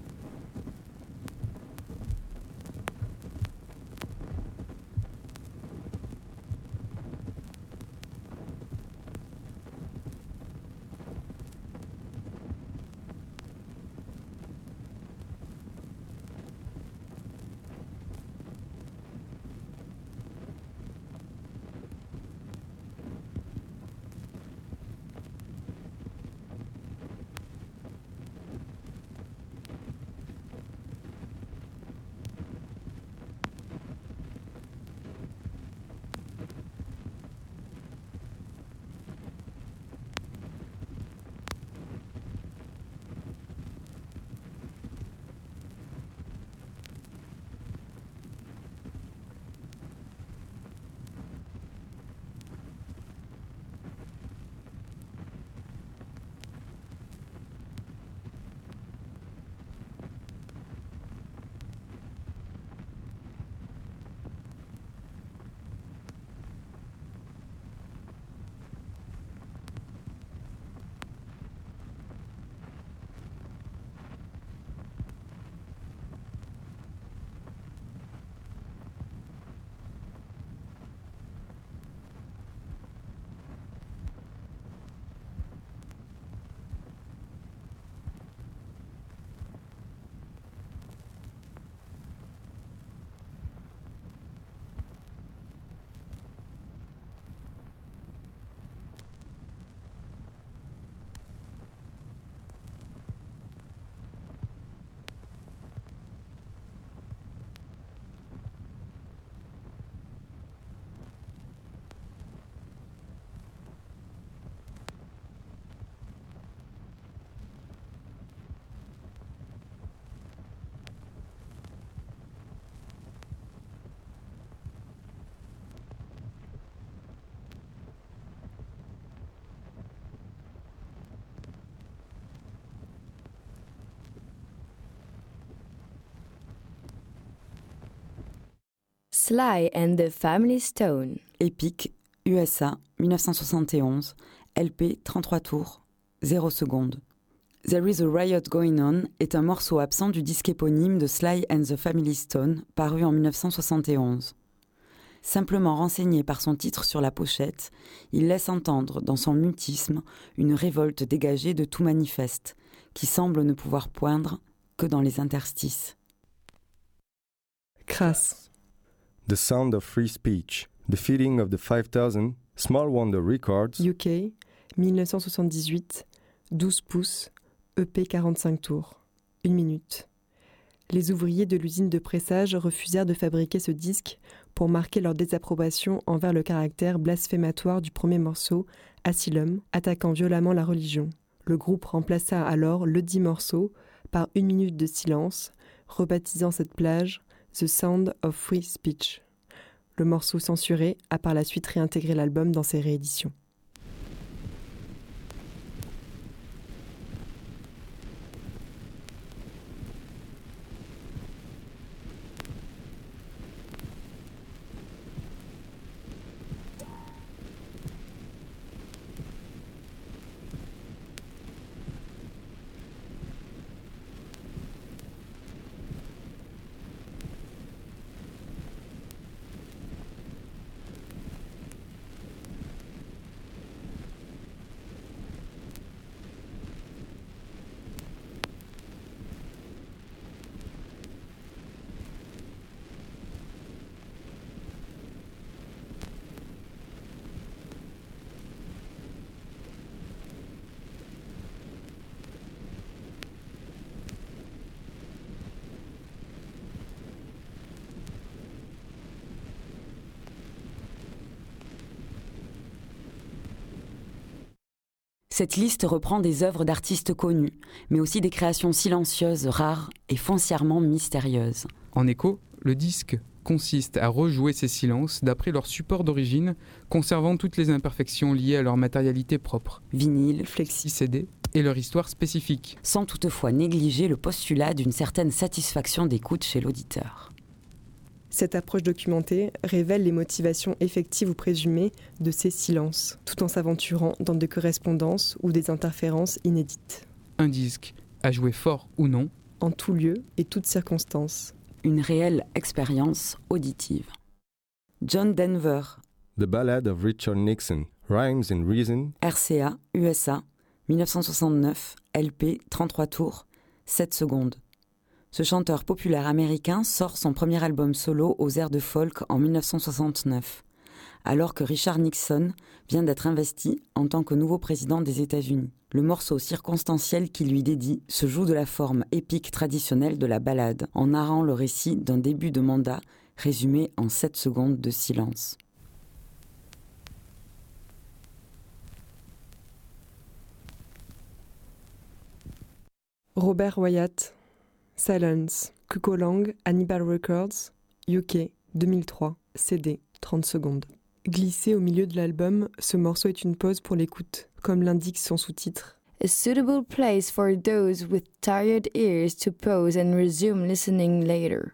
Sly and the Family Stone. Epic, U S A, dix-neuf cent soixante et onze, L P trente-trois tours, zéro secondes. There is a Riot Going On est un morceau absent du disque éponyme de Sly and the Family Stone, paru en dix-neuf cent soixante et onze. Simplement renseigné par son titre sur la pochette, il laisse entendre dans son mutisme une révolte dégagée de tout manifeste, qui semble ne pouvoir poindre que dans les interstices. Crasse. The Sound of Free Speech, The Feeling of the five thousand, Small Wonder Records, U K, dix-neuf cent soixante-dix-huit, douze pouces, E P quarante-cinq tours, une minute. Les ouvriers de l'usine de pressage refusèrent de fabriquer ce disque pour marquer leur désapprobation envers le caractère blasphématoire du premier morceau, Asylum, attaquant violemment la religion. Le groupe remplaça alors le dit morceau par une minute de silence, rebaptisant cette plage The Sound of Free Speech. Le morceau censuré a par la suite réintégré l'album dans ses rééditions. Cette liste reprend des œuvres d'artistes connus, mais aussi des créations silencieuses, rares et foncièrement mystérieuses. En écho, le disque consiste à rejouer ces silences d'après leur support d'origine, conservant toutes les imperfections liées à leur matérialité propre. Vinyle, flexi C D et leur histoire spécifique. Sans toutefois négliger le postulat d'une certaine satisfaction d'écoute chez l'auditeur. Cette approche documentée révèle les motivations effectives ou présumées de ces silences, tout en s'aventurant dans des correspondances ou des interférences inédites. Un disque, à jouer fort ou non, en tout lieu et toutes circonstances. Une réelle expérience auditive. John Denver. The Ballad of Richard Nixon, Rhymes and Reason. R C A, U S A, dix-neuf cent soixante-neuf, L P, trente-trois tours, sept secondes. Ce chanteur populaire américain sort son premier album solo aux airs de folk en dix-neuf cent soixante-neuf, alors que Richard Nixon vient d'être investi en tant que nouveau président des États-Unis. Le morceau circonstanciel qu'il lui dédie se joue de la forme épique traditionnelle de la ballade, en narrant le récit d'un début de mandat résumé en sept secondes de silence. Robert Wyatt, Silence, Kukolang, Hannibal Records, U K, deux mille trois, C D, trente secondes. Glissé au milieu de l'album, ce morceau est une pause pour l'écoute, comme l'indique son sous-titre. A suitable place for those with tired ears to pause and resume listening later.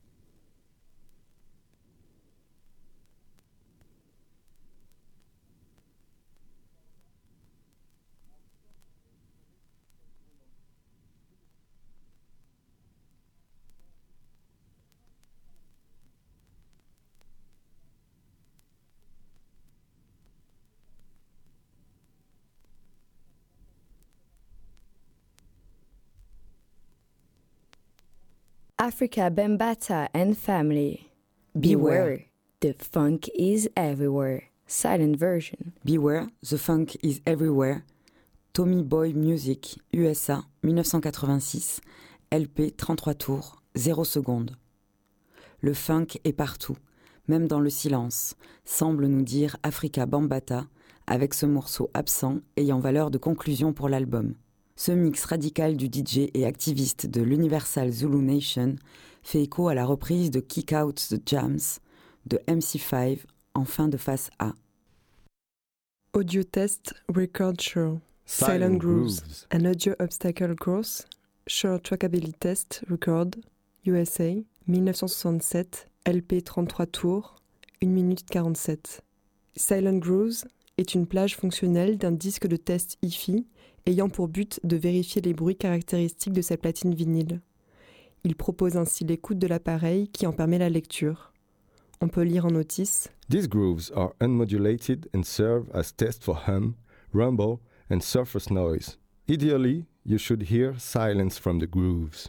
Africa Bambaataa and Family. Beware, the funk is everywhere. Silent version. Beware, the funk is everywhere. Tommy Boy Music, U S A, dix-neuf cent quatre-vingt-six, L P trente-trois tours, zéro secondes. Le funk est partout, même dans le silence, semble nous dire Africa Bambaataa, avec ce morceau absent ayant valeur de conclusion pour l'album. Ce mix radical du D J et activiste de l'Universal Zulu Nation fait écho à la reprise de Kick Out the Jams de M C cinq en fin de face A. Audio Test Record Show. Silent, Silent Grooves. Grooves. An Audio Obstacle Course. Shore Trackability Test Record. U S A. dix-neuf cent soixante-sept. L P trente-trois tours. une minute quarante-sept. Silent Grooves est une plage fonctionnelle d'un disque de test Hi Fi ayant pour but de vérifier les bruits caractéristiques de sa platine vinyle. Il propose ainsi l'écoute de l'appareil qui en permet la lecture. On peut lire en notice: These grooves are unmodulated and serve as test for hum, rumble and surface noise. Ideally, you should hear silence from the grooves.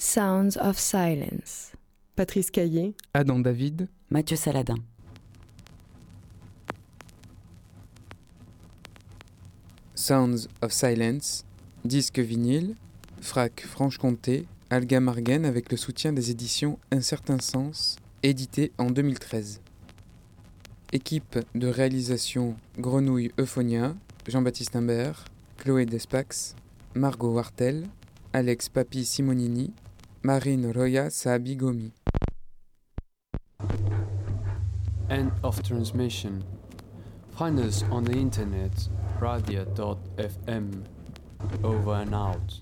Sounds of Silence. Patrice Caillé, Adam David, Mathieu Saladin. Sounds of Silence, disque vinyle, Frac Franche-Comté, Alga Margen avec le soutien des éditions Un Certain Sens, édité en deux mille treize. Équipe de réalisation Grenouille Euphonia, Jean-Baptiste Imbert, Chloé Despax, Margot Wartel, Alex Papi Simonini, Marine Roya Saabi Gomi. End of transmission. Find us on the internet, radia dot f m. Over and out.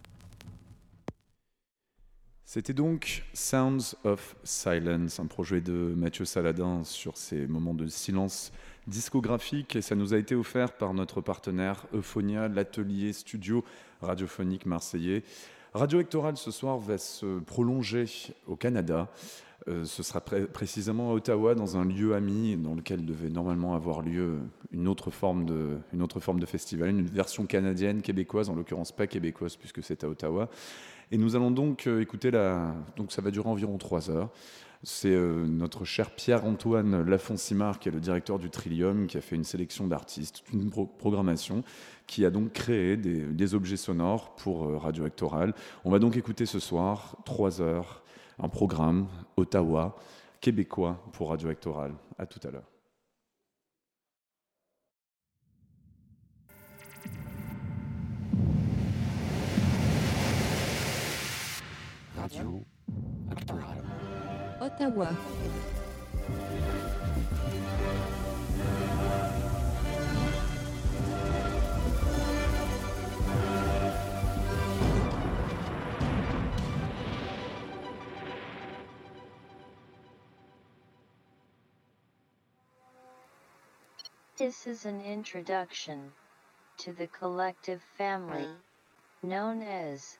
C'était donc Sounds of Silence, un projet de Mathieu Saladin sur ces moments de silence discographique, et ça nous a été offert par notre partenaire Euphonia, l'atelier studio radiophonique marseillais. Radio Hectorale ce soir va se prolonger au Canada. Euh, ce sera pré- précisément à Ottawa, dans un lieu ami dans lequel devait normalement avoir lieu une autre forme de, une autre forme de festival, une version canadienne, québécoise, en l'occurrence pas québécoise puisque c'est à Ottawa. Et nous allons donc euh, écouter la... Donc ça va durer environ trois heures. C'est euh, notre cher Pierre-Antoine Lafont-Simard, qui est le directeur du Trillium, qui a fait une sélection d'artistes, une pro- programmation, qui a donc créé des, des objets sonores pour euh, Radio Hectorale. On va donc écouter ce soir, trois heures, un programme Ottawa, québécois pour Radio Hectorale. À tout à l'heure. Radio Hectorale. Ottawa. This is an introduction to the collective family known as.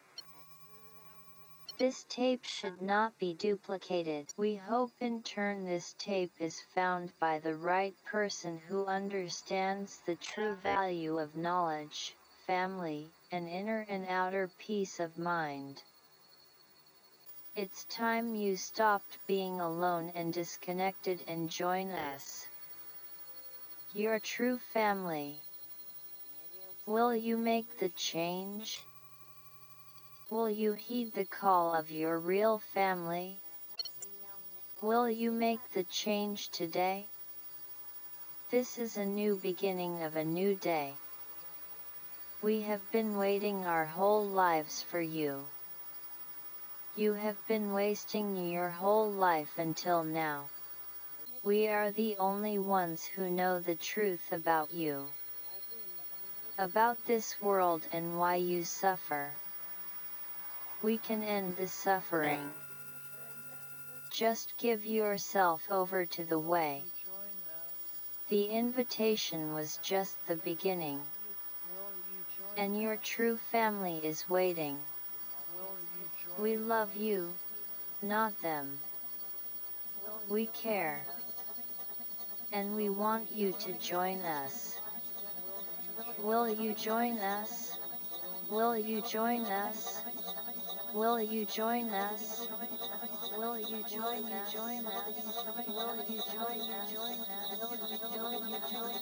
This tape should not be duplicated. We hope in turn this tape is found by the right person who understands the true value of knowledge, family, and inner and outer peace of mind. It's time you stopped being alone and disconnected and join us. Your true family. Will you make the change? Will you heed the call of your real family? Will you make the change today? This is a new beginning of a new day. We have been waiting our whole lives for you. You have been wasting your whole life until now. We are the only ones who know the truth about you. About this world and why you suffer. We can end the suffering. Just give yourself over to the way. The invitation was just the beginning. And your true family is waiting. We love you, not them. We care. And we want you to join us. Will you join us? Will you join us? Will you join us? Will you join us? Join us? Will you join us? Join us? Will you join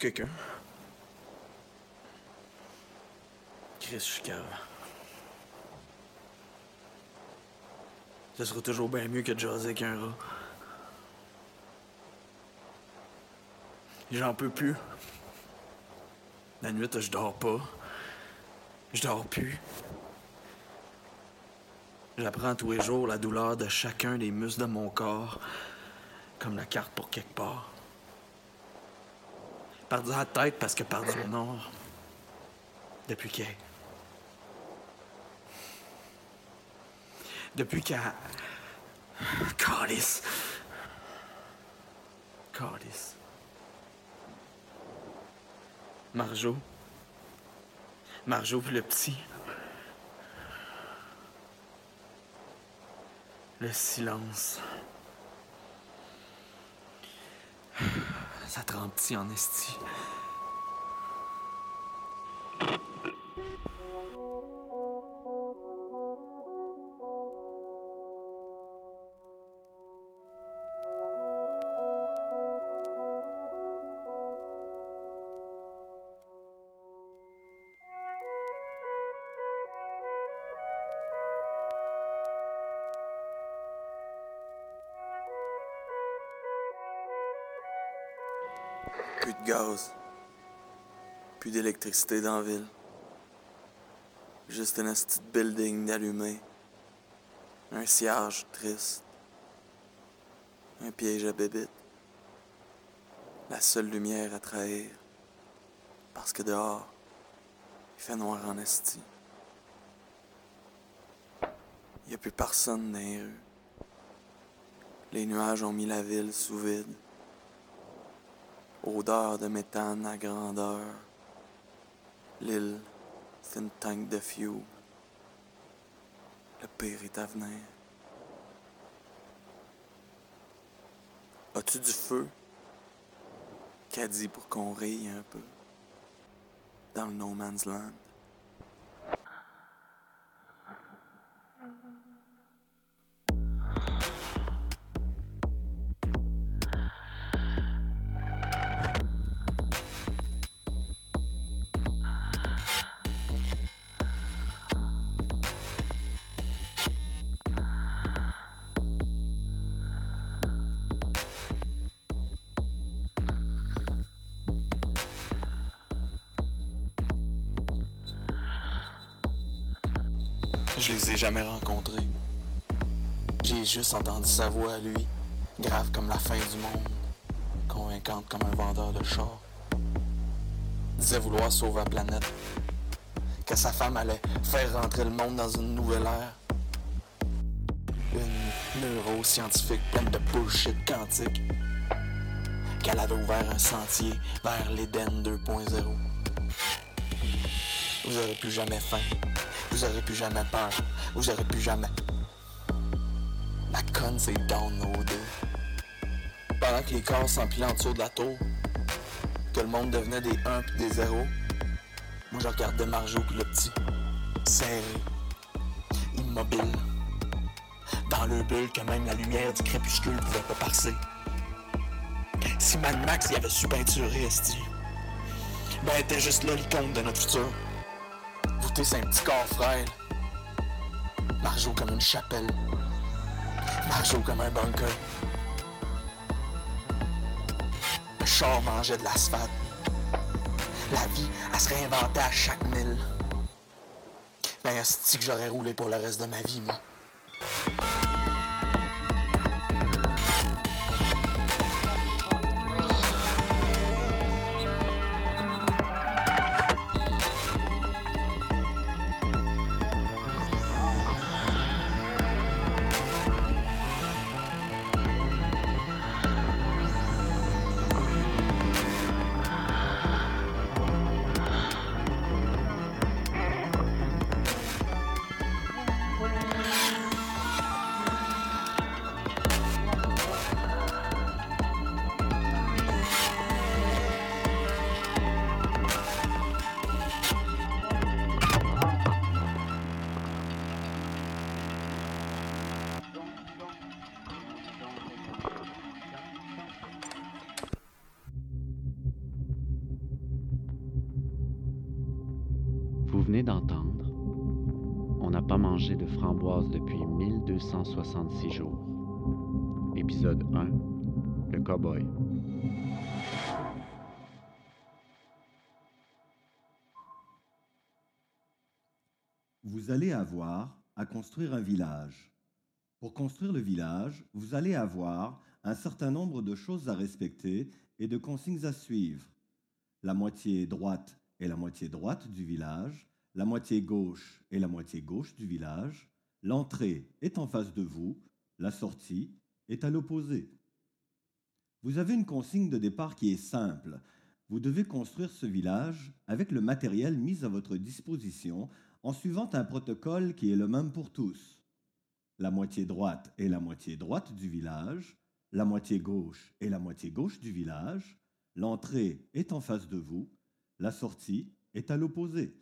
quelqu'un? Chris, je suis cave. Ce sera toujours bien mieux que de jaser avec un rat. J'en peux plus. La nuit, je dors pas. Je dors plus. J'apprends tous les jours la douleur de chacun des muscles de mon corps, comme la carte pour quelque part. Perdu la tête parce que perdu mon nord. Depuis qu'elle... Depuis qu'elle... Calice. Calice. Marjo. Marjo puis le petit. Le silence. Ça trempe petit en esti. Plus de gaz. Plus d'électricité dans la ville. Juste un petit building d'allumé. Un cierge triste. Un piège à bébite. La seule lumière à trahir. Parce que dehors, il fait noir en esti. Il n'y a plus personne dans les rues. Les nuages ont mis la ville sous vide. Odeur de méthane à grandeur. L'île, c'est une tank de fuel. Le pire est à venir. As-tu du feu? Qu'a dit pour qu'on rie un peu? Dans le no man's land. Je les ai jamais rencontrés. J'ai juste entendu sa voix à lui, grave comme la fin du monde, convaincante comme un vendeur de chars. Disait vouloir sauver la planète, que sa femme allait faire rentrer le monde dans une nouvelle ère. Une neuroscientifique pleine de bullshit quantique, qu'elle avait ouvert un sentier vers l'Éden deux point zéro. Vous aurez plus jamais faim. Vous aurez plus jamais peur. Vous aurez plus jamais... La conne s'est downloadée. Pendant que les corps s'empilaient en dessous de la tour, que le monde devenait des un puis des zéro, moi je regardais Marjo puis le petit, serré, immobile, dans le bulle que même la lumière du crépuscule pouvait pas passer. Si Mad Max y avait su peinturer, esti, ben elle était juste là l'icône de notre futur. Voûté, c'est un petit corps frêle. Marjo comme une chapelle. Marjo comme un bunker. Le char mangeait de l'asphalte. La vie, elle se réinventait à chaque mille. Ben, c'est que j'aurais roulé pour le reste de ma vie, moi. venez d'entendre, on n'a pas mangé de framboise depuis mille deux cent soixante-six jours. Épisode un, le cow-boy. Vous allez avoir à construire un village. Pour construire le village, vous allez avoir un certain nombre de choses à respecter et de consignes à suivre. La moitié droite est la moitié droite du village, la moitié gauche est la moitié gauche du village, l'entrée est en face de vous, la sortie est à l'opposé. Vous avez une consigne de départ qui est simple. Vous devez construire ce village avec le matériel mis à votre disposition en suivant un protocole qui est le même pour tous. La moitié droite est la moitié droite du village, la moitié gauche est la moitié gauche du village, l'entrée est en face de vous, la sortie est à l'opposé.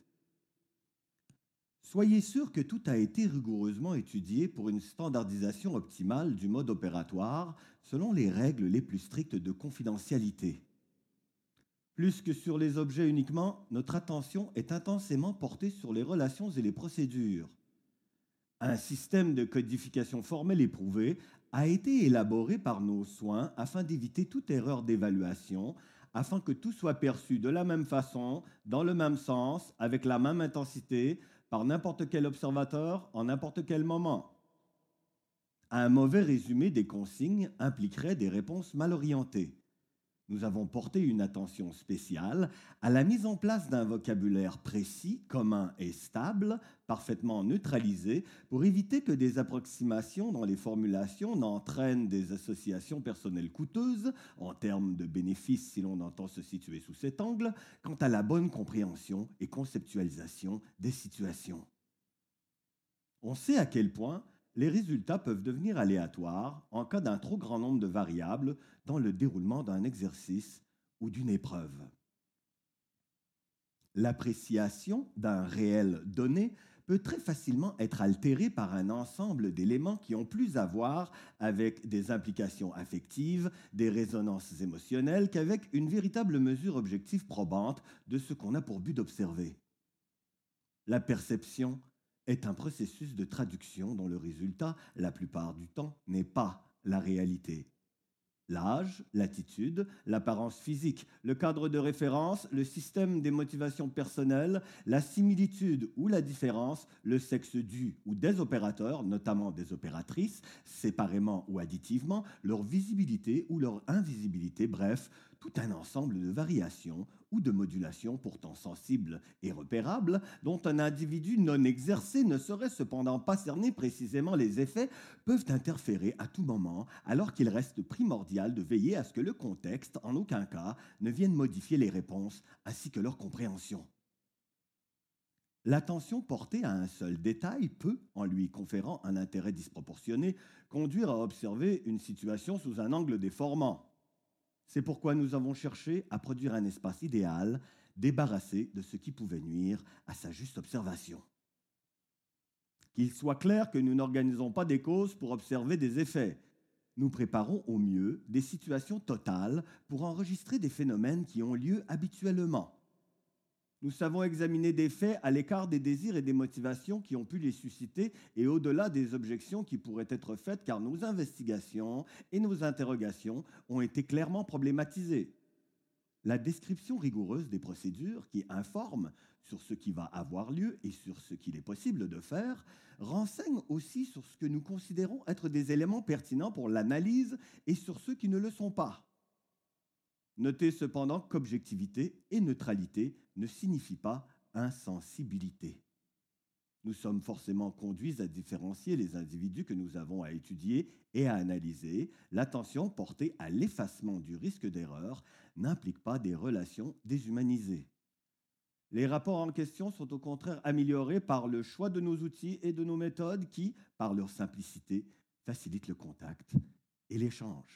Soyez sûr que tout a été rigoureusement étudié pour une standardisation optimale du mode opératoire selon les règles les plus strictes de confidentialité. Plus que sur les objets uniquement, notre attention est intensément portée sur les relations et les procédures. Un système de codification formelle éprouvé a été élaboré par nos soins afin d'éviter toute erreur d'évaluation, afin que tout soit perçu de la même façon, dans le même sens, avec la même intensité, par n'importe quel observateur, en n'importe quel moment. Un mauvais résumé des consignes impliquerait des réponses mal orientées. Nous avons porté une attention spéciale à la mise en place d'un vocabulaire précis, commun et stable, parfaitement neutralisé, pour éviter que des approximations dans les formulations n'entraînent des associations personnelles coûteuses, en termes de bénéfices si l'on entend se situer sous cet angle, quant à la bonne compréhension et conceptualisation des situations. On sait à quel point les résultats peuvent devenir aléatoires en cas d'un trop grand nombre de variables dans le déroulement d'un exercice ou d'une épreuve. L'appréciation d'un réel donné peut très facilement être altérée par un ensemble d'éléments qui ont plus à voir avec des implications affectives, des résonances émotionnelles qu'avec une véritable mesure objective probante de ce qu'on a pour but d'observer. La perception est un processus de traduction dont le résultat, la plupart du temps, n'est pas la réalité. L'âge, l'attitude, l'apparence physique, le cadre de référence, le système des motivations personnelles, la similitude ou la différence, le sexe du ou des opérateurs, notamment des opératrices, séparément ou additivement, leur visibilité ou leur invisibilité, bref, tout un ensemble de variations ou de modulations pourtant sensibles et repérables, dont un individu non exercé ne saurait cependant pas cerner précisément les effets, peuvent interférer à tout moment, alors qu'il reste primordial de veiller à ce que le contexte, en aucun cas, ne vienne modifier les réponses ainsi que leur compréhension. L'attention portée à un seul détail peut, en lui conférant un intérêt disproportionné, conduire à observer une situation sous un angle déformant. C'est pourquoi nous avons cherché à produire un espace idéal, débarrassé de ce qui pouvait nuire à sa juste observation. Qu'il soit clair que nous n'organisons pas des causes pour observer des effets. Nous préparons au mieux des situations totales pour enregistrer des phénomènes qui ont lieu habituellement. Nous savons examiner des faits à l'écart des désirs et des motivations qui ont pu les susciter et au-delà des objections qui pourraient être faites car nos investigations et nos interrogations ont été clairement problématisées. La description rigoureuse des procédures qui informent sur ce qui va avoir lieu et sur ce qu'il est possible de faire renseigne aussi sur ce que nous considérons être des éléments pertinents pour l'analyse et sur ceux qui ne le sont pas. Notez cependant qu'objectivité et neutralité ne signifient pas insensibilité. Nous sommes forcément conduits à différencier les individus que nous avons à étudier et à analyser. L'attention portée à l'effacement du risque d'erreur n'implique pas des relations déshumanisées. Les rapports en question sont au contraire améliorés par le choix de nos outils et de nos méthodes qui, par leur simplicité, facilitent le contact et l'échange.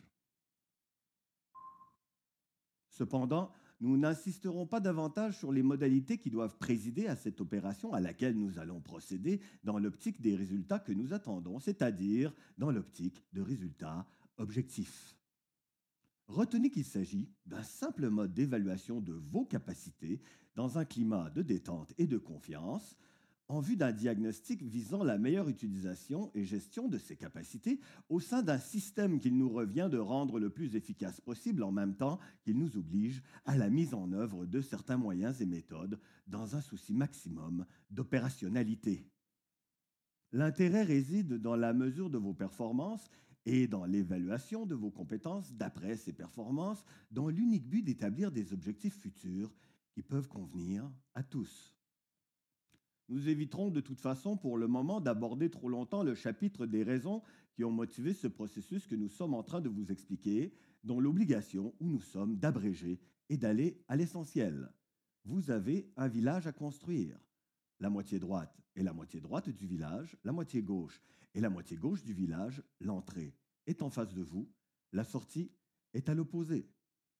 Cependant, nous n'insisterons pas davantage sur les modalités qui doivent présider à cette opération à laquelle nous allons procéder dans l'optique des résultats que nous attendons, c'est-à-dire dans l'optique de résultats objectifs. Retenez qu'il s'agit d'un simple mode d'évaluation de vos capacités dans un climat de détente et de confiance, en vue d'un diagnostic visant la meilleure utilisation et gestion de ces capacités au sein d'un système qu'il nous revient de rendre le plus efficace possible en même temps qu'il nous oblige à la mise en œuvre de certains moyens et méthodes dans un souci maximum d'opérationnalité. L'intérêt réside dans la mesure de vos performances et dans l'évaluation de vos compétences d'après ces performances, dans l'unique but d'établir des objectifs futurs qui peuvent convenir à tous. Nous éviterons de toute façon pour le moment d'aborder trop longtemps le chapitre des raisons qui ont motivé ce processus que nous sommes en train de vous expliquer, dont l'obligation où nous sommes d'abréger et d'aller à l'essentiel. Vous avez un village à construire. La moitié droite est la moitié droite du village, la moitié gauche est la moitié gauche du village, l'entrée est en face de vous, la sortie est à l'opposé.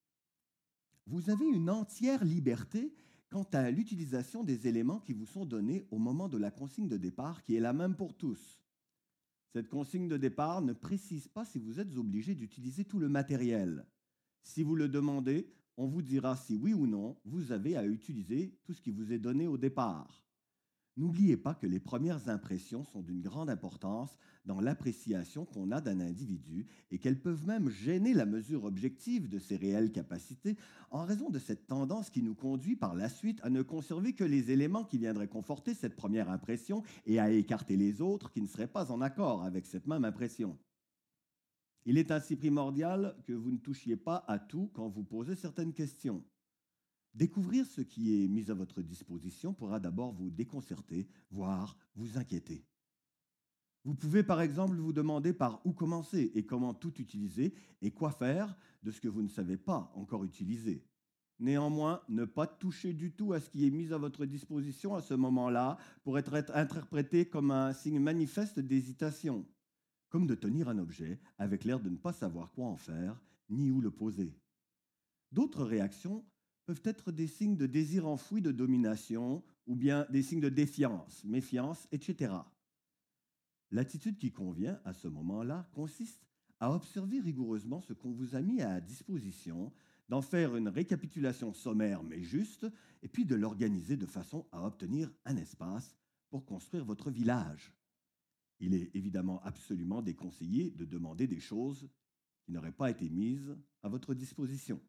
Vous avez une entière liberté quant à l'utilisation des éléments qui vous sont donnés au moment de la consigne de départ, qui est la même pour tous. Cette consigne de départ ne précise pas si vous êtes obligé d'utiliser tout le matériel. Si vous le demandez, on vous dira si oui ou non vous avez à utiliser tout ce qui vous est donné au départ. N'oubliez pas que les premières impressions sont d'une grande importance dans l'appréciation qu'on a d'un individu et qu'elles peuvent même gêner la mesure objective de ses réelles capacités en raison de cette tendance qui nous conduit par la suite à ne conserver que les éléments qui viendraient conforter cette première impression et à écarter les autres qui ne seraient pas en accord avec cette même impression. Il est ainsi primordial que vous ne touchiez pas à tout quand vous posez certaines questions. Découvrir ce qui est mis à votre disposition pourra d'abord vous déconcerter, voire vous inquiéter. Vous pouvez par exemple vous demander par où commencer et comment tout utiliser et quoi faire de ce que vous ne savez pas encore utiliser. Néanmoins, ne pas toucher du tout à ce qui est mis à votre disposition à ce moment-là pourrait être interprété comme un signe manifeste d'hésitation, comme de tenir un objet avec l'air de ne pas savoir quoi en faire ni où le poser. D'autres réactions peuvent être des signes de désir enfoui de domination ou bien des signes de défiance, méfiance, et cetera. L'attitude qui convient à ce moment-là consiste à observer rigoureusement ce qu'on vous a mis à disposition, d'en faire une récapitulation sommaire mais juste, et puis de l'organiser de façon à obtenir un espace pour construire votre village. Il est évidemment absolument déconseillé de demander des choses qui n'auraient pas été mises à votre disposition.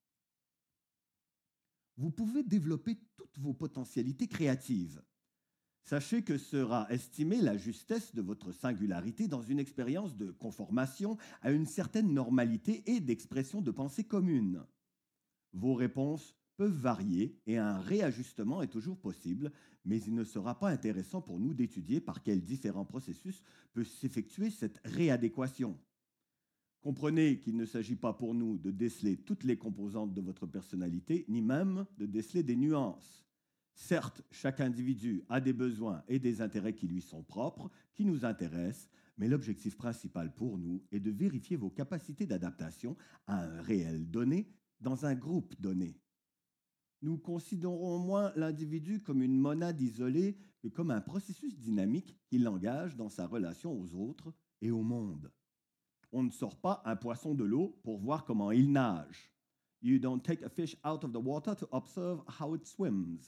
Vous pouvez développer toutes vos potentialités créatives. Sachez que sera estimée la justesse de votre singularité dans une expérience de conformation à une certaine normalité et d'expression de pensée commune. Vos réponses peuvent varier et un réajustement est toujours possible, mais il ne sera pas intéressant pour nous d'étudier par quels différents processus peut s'effectuer cette réadéquation. Comprenez qu'il ne s'agit pas pour nous de déceler toutes les composantes de votre personnalité, ni même de déceler des nuances. Certes, chaque individu a des besoins et des intérêts qui lui sont propres, qui nous intéressent, mais l'objectif principal pour nous est de vérifier vos capacités d'adaptation à un réel donné dans un groupe donné. Nous considérons moins l'individu comme une monade isolée que comme un processus dynamique qui l'engage dans sa relation aux autres et au monde. On ne sort pas un poisson de l'eau pour voir comment il nage. You don't take a fish out of the water to observe how it swims.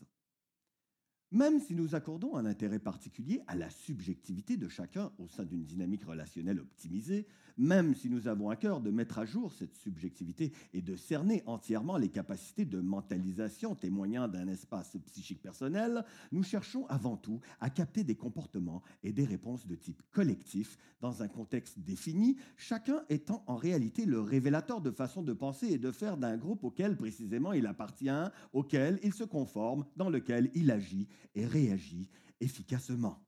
Même si nous accordons un intérêt particulier à la subjectivité de chacun au sein d'une dynamique relationnelle optimisée, même si nous avons à cœur de mettre à jour cette subjectivité et de cerner entièrement les capacités de mentalisation témoignant d'un espace psychique personnel, nous cherchons avant tout à capter des comportements et des réponses de type collectif dans un contexte défini, chacun étant en réalité le révélateur de façons de penser et de faire d'un groupe auquel précisément il appartient, auquel il se conforme, dans lequel il agit et réagit efficacement.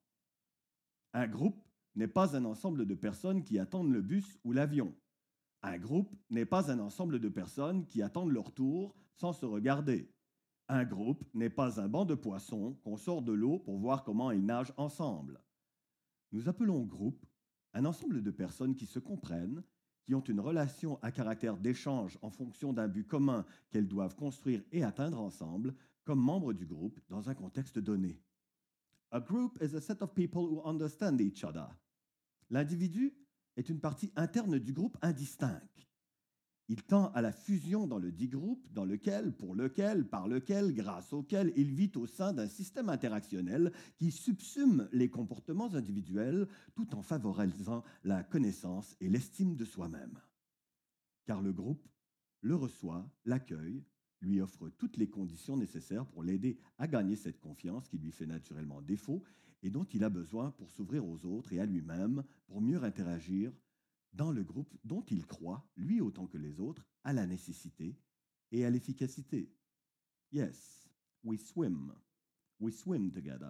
Un groupe n'est pas un ensemble de personnes qui attendent le bus ou l'avion. Un groupe n'est pas un ensemble de personnes qui attendent leur tour sans se regarder. Un groupe n'est pas un banc de poissons qu'on sort de l'eau pour voir comment ils nagent ensemble. Nous appelons groupe un ensemble de personnes qui se comprennent, qui ont une relation à caractère d'échange en fonction d'un but commun qu'elles doivent construire et atteindre ensemble, comme membres du groupe dans un contexte donné. A group is a set of people who understand each other. L'individu est une partie interne du groupe indistincte. Il tend à la fusion dans le dit groupe, dans lequel, pour lequel, par lequel, grâce auquel il vit au sein d'un système interactionnel qui subsume les comportements individuels tout en favorisant la connaissance et l'estime de soi-même. Car le groupe le reçoit, l'accueille, lui offre toutes les conditions nécessaires pour l'aider à gagner cette confiance qui lui fait naturellement défaut et dont il a besoin pour s'ouvrir aux autres et à lui-même, pour mieux interagir dans le groupe dont il croit, lui autant que les autres, à la nécessité et à l'efficacité. Yes, we swim. We swim together.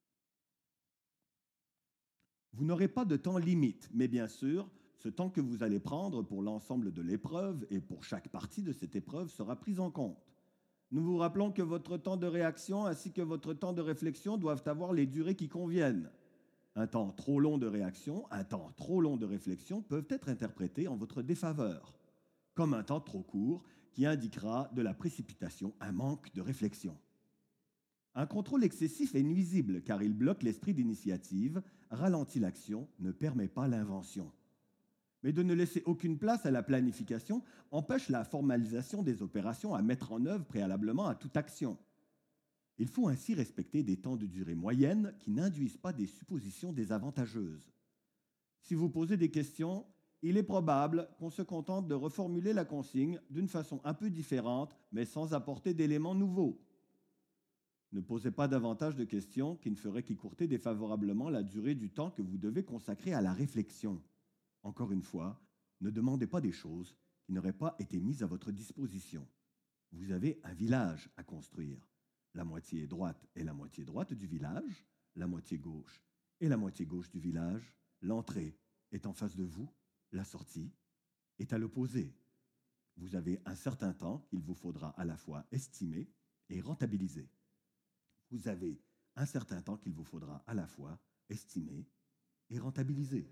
Vous n'aurez pas de temps limite, mais bien sûr, ce temps que vous allez prendre pour l'ensemble de l'épreuve et pour chaque partie de cette épreuve sera pris en compte. Nous vous rappelons que votre temps de réaction ainsi que votre temps de réflexion doivent avoir les durées qui conviennent. Un temps trop long de réaction, un temps trop long de réflexion peuvent être interprétés en votre défaveur, comme un temps trop court qui indiquera de la précipitation, un manque de réflexion. Un contrôle excessif est nuisible car il bloque l'esprit d'initiative, ralentit l'action, ne permet pas l'invention. Mais de ne laisser aucune place à la planification empêche la formalisation des opérations à mettre en œuvre préalablement à toute action. Il faut ainsi respecter des temps de durée moyenne qui n'induisent pas des suppositions désavantageuses. Si vous posez des questions, il est probable qu'on se contente de reformuler la consigne d'une façon un peu différente, mais sans apporter d'éléments nouveaux. Ne posez pas davantage de questions qui ne feraient qu'écourter défavorablement la durée du temps que vous devez consacrer à la réflexion. Encore une fois, ne demandez pas des choses qui n'auraient pas été mises à votre disposition. Vous avez un village à construire. La moitié droite est la moitié droite du village, la moitié gauche est la moitié gauche du village. L'entrée est en face de vous, la sortie est à l'opposé. Vous avez un certain temps qu'il vous faudra à la fois estimer et rentabiliser. Vous avez un certain temps qu'il vous faudra à la fois estimer et rentabiliser.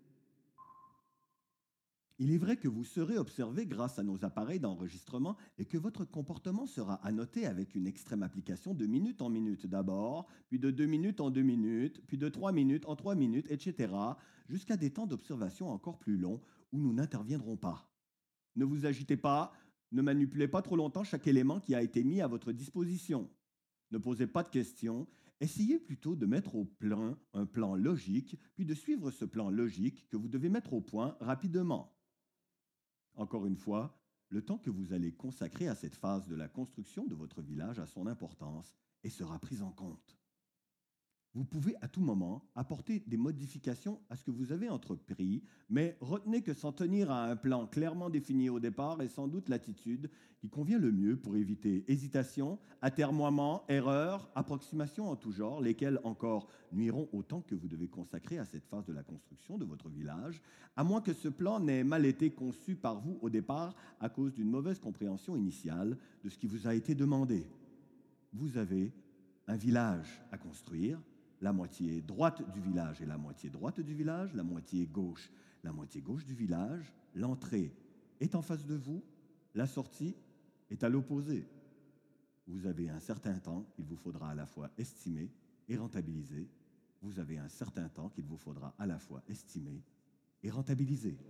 Il est vrai que vous serez observé grâce à nos appareils d'enregistrement et que votre comportement sera annoté avec une extrême application de minute en minute d'abord, puis de deux minutes en deux minutes, puis de trois minutes en trois minutes, et cetera, jusqu'à des temps d'observation encore plus longs où nous n'interviendrons pas. Ne vous agitez pas, ne manipulez pas trop longtemps chaque élément qui a été mis à votre disposition. Ne posez pas de questions, essayez plutôt de mettre au plan un plan logique, puis de suivre ce plan logique que vous devez mettre au point rapidement. Encore une fois, le temps que vous allez consacrer à cette phase de la construction de votre village a son importance et sera pris en compte. Vous pouvez à tout moment apporter des modifications à ce que vous avez entrepris, mais retenez que s'en tenir à un plan clairement défini au départ est sans doute l'attitude qui convient le mieux pour éviter hésitation, atermoiement, erreurs, approximations en tout genre, lesquelles encore nuiront au temps que vous devez consacrer à cette phase de la construction de votre village, à moins que ce plan n'ait mal été conçu par vous au départ à cause d'une mauvaise compréhension initiale de ce qui vous a été demandé. Vous avez un village à construire. La moitié droite du village est la moitié droite du village, la moitié gauche, la moitié gauche du village. L'entrée est en face de vous, la sortie est à l'opposé. Vous avez un certain temps qu'il vous faudra à la fois estimer et rentabiliser. Vous avez un certain temps qu'il vous faudra à la fois estimer et rentabiliser.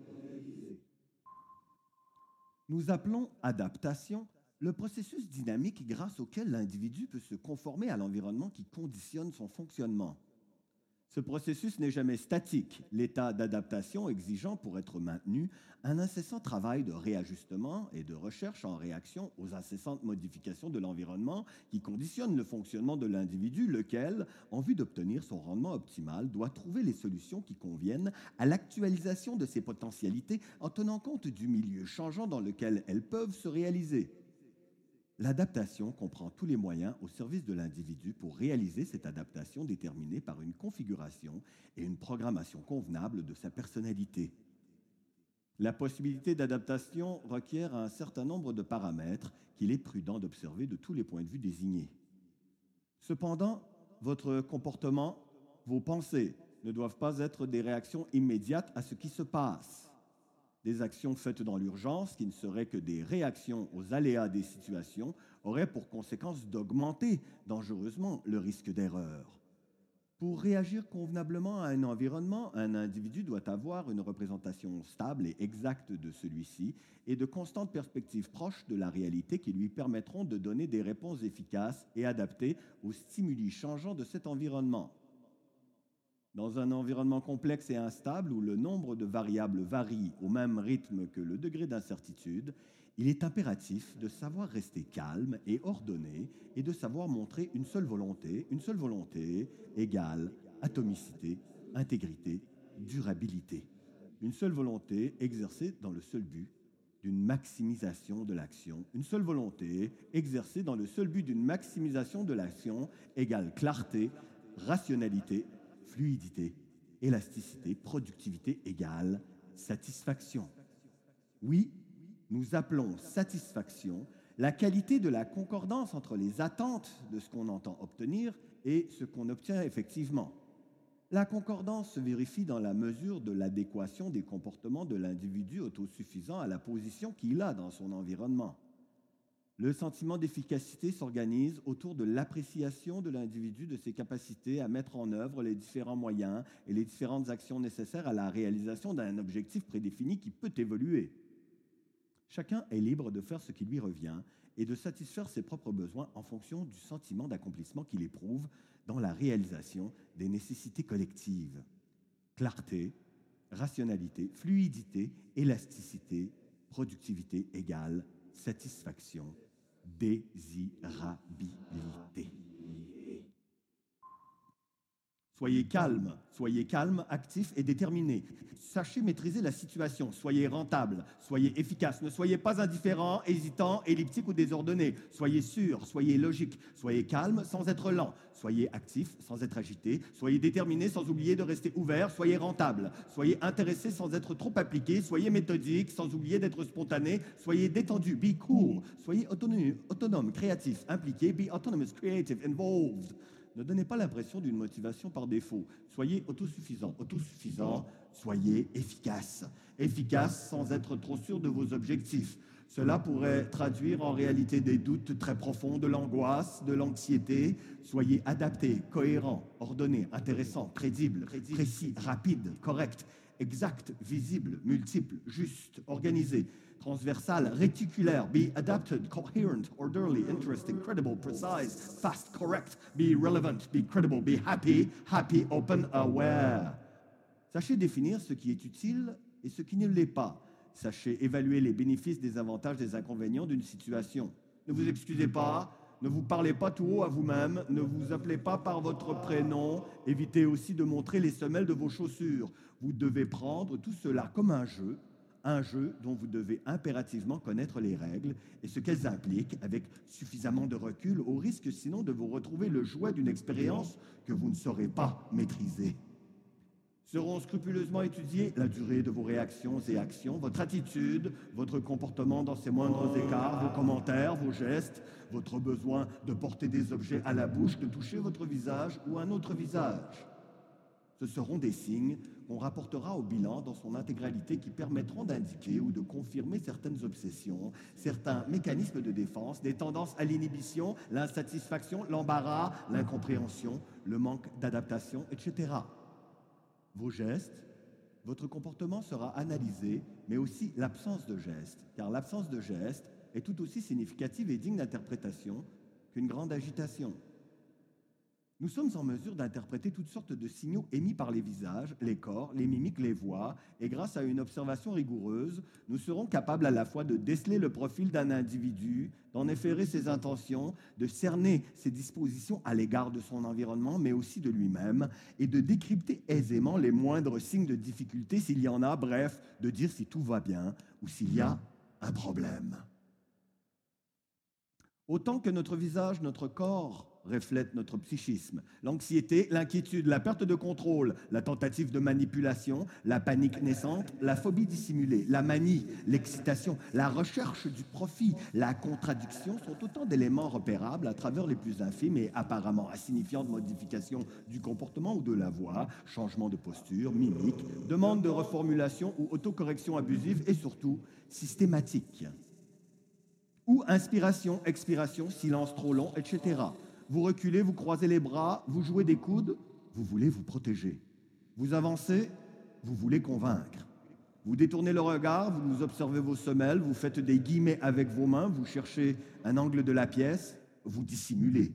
Nous appelons adaptation le processus dynamique grâce auquel l'individu peut se conformer à l'environnement qui conditionne son fonctionnement. Ce processus n'est jamais statique, l'état d'adaptation exigeant pour être maintenu un incessant travail de réajustement et de recherche en réaction aux incessantes modifications de l'environnement qui conditionnent le fonctionnement de l'individu, lequel, en vue d'obtenir son rendement optimal, doit trouver les solutions qui conviennent à l'actualisation de ses potentialités en tenant compte du milieu changeant dans lequel elles peuvent se réaliser. L'adaptation comprend tous les moyens au service de l'individu pour réaliser cette adaptation déterminée par une configuration et une programmation convenable de sa personnalité. La possibilité d'adaptation requiert un certain nombre de paramètres qu'il est prudent d'observer de tous les points de vue désignés. Cependant, votre comportement, vos pensées ne doivent pas être des réactions immédiates à ce qui se passe. Des actions faites dans l'urgence, qui ne seraient que des réactions aux aléas des situations, auraient pour conséquence d'augmenter dangereusement le risque d'erreur. Pour réagir convenablement à un environnement, un individu doit avoir une représentation stable et exacte de celui-ci et de constantes perspectives proches de la réalité qui lui permettront de donner des réponses efficaces et adaptées aux stimuli changeants de cet environnement. Dans un environnement complexe et instable où le nombre de variables varie au même rythme que le degré d'incertitude, il est impératif de savoir rester calme et ordonné et de savoir montrer une seule volonté, une seule volonté égale atomicité, intégrité, durabilité. Une seule volonté exercée dans le seul but d'une maximisation de l'action. Une seule volonté exercée dans le seul but d'une maximisation de l'action égale clarté, rationalité, fluidité, élasticité, productivité égale satisfaction. Oui, nous appelons satisfaction la qualité de la concordance entre les attentes de ce qu'on entend obtenir et ce qu'on obtient effectivement. La concordance se vérifie dans la mesure de l'adéquation des comportements de l'individu autosuffisant à la position qu'il a dans son environnement. Le sentiment d'efficacité s'organise autour de l'appréciation de l'individu de ses capacités à mettre en œuvre les différents moyens et les différentes actions nécessaires à la réalisation d'un objectif prédéfini qui peut évoluer. Chacun est libre de faire ce qui lui revient et de satisfaire ses propres besoins en fonction du sentiment d'accomplissement qu'il éprouve dans la réalisation des nécessités collectives. Clarté, rationalité, fluidité, élasticité, productivité égale satisfaction, désirabilité. Soyez calme, soyez calme, actif et déterminé. Sachez maîtriser la situation, soyez rentable, soyez efficace, ne soyez pas indifférent, hésitant, elliptique ou désordonné. Soyez sûr, soyez logique, soyez calme sans être lent, soyez actif sans être agité, soyez déterminé sans oublier de rester ouvert, soyez rentable, soyez intéressé sans être trop appliqué, soyez méthodique sans oublier d'être spontané, soyez détendu, be cool, soyez autonome, autonome, créatif, impliqué, be autonomous, creative, involved. Ne donnez pas l'impression d'une motivation par défaut. Soyez autosuffisant. Autosuffisant, soyez efficace. Efficace sans être trop sûr de vos objectifs. Cela pourrait traduire en réalité des doutes très profonds, de l'angoisse, de l'anxiété. Soyez adapté, cohérent, ordonné, intéressant, crédible, précis, rapide, correct, exact, visible, multiple, juste, organisé, transversal, réticulaire, be adapted, coherent, orderly, interesting, credible, precise, fast, correct, be relevant, be credible, be happy, happy, open, aware. Sachez définir ce qui est utile et ce qui ne l'est pas. Sachez évaluer les bénéfices, des avantages, des inconvénients d'une situation. Ne vous excusez pas, ne vous parlez pas tout haut à vous-même, ne vous appelez pas par votre prénom, évitez aussi de montrer les semelles de vos chaussures. Vous devez prendre tout cela comme un jeu, un jeu dont vous devez impérativement connaître les règles et ce qu'elles impliquent avec suffisamment de recul, au risque sinon de vous retrouver le jouet d'une expérience que vous ne saurez pas maîtriser. Seront scrupuleusement étudiées la durée de vos réactions et actions, votre attitude, votre comportement dans ses moindres écarts, vos commentaires, vos gestes, votre besoin de porter des objets à la bouche, de toucher votre visage ou un autre visage. Ce seront des signes qu'on rapportera au bilan dans son intégralité qui permettront d'indiquer ou de confirmer certaines obsessions, certains mécanismes de défense, des tendances à l'inhibition, l'insatisfaction, l'embarras, l'incompréhension, le manque d'adaptation, et cetera. Vos gestes, votre comportement sera analysé, mais aussi l'absence de gestes, car l'absence de gestes est tout aussi significative et digne d'interprétation qu'une grande agitation. Nous sommes en mesure d'interpréter toutes sortes de signaux émis par les visages, les corps, les mimiques, les voix, et grâce à une observation rigoureuse, nous serons capables à la fois de déceler le profil d'un individu, d'en efférer ses intentions, de cerner ses dispositions à l'égard de son environnement, mais aussi de lui-même, et de décrypter aisément les moindres signes de difficulté s'il y en a, bref, de dire si tout va bien ou s'il y a un problème. Autant que notre visage, notre corps reflètent notre psychisme. L'anxiété, l'inquiétude, la perte de contrôle, la tentative de manipulation, la panique naissante, la phobie dissimulée, la manie, l'excitation, la recherche du profit, la contradiction sont autant d'éléments repérables à travers les plus infimes et apparemment insignifiantes modifications du comportement ou de la voix, changement de posture, mimique, demande de reformulation ou autocorrection abusive et surtout systématique. Ou inspiration, expiration, silence trop long, et cetera. Vous reculez, vous croisez les bras, vous jouez des coudes, vous voulez vous protéger. Vous avancez, vous voulez convaincre. Vous détournez le regard, vous observez vos semelles, vous faites des guillemets avec vos mains, vous cherchez un angle de la pièce, vous dissimulez.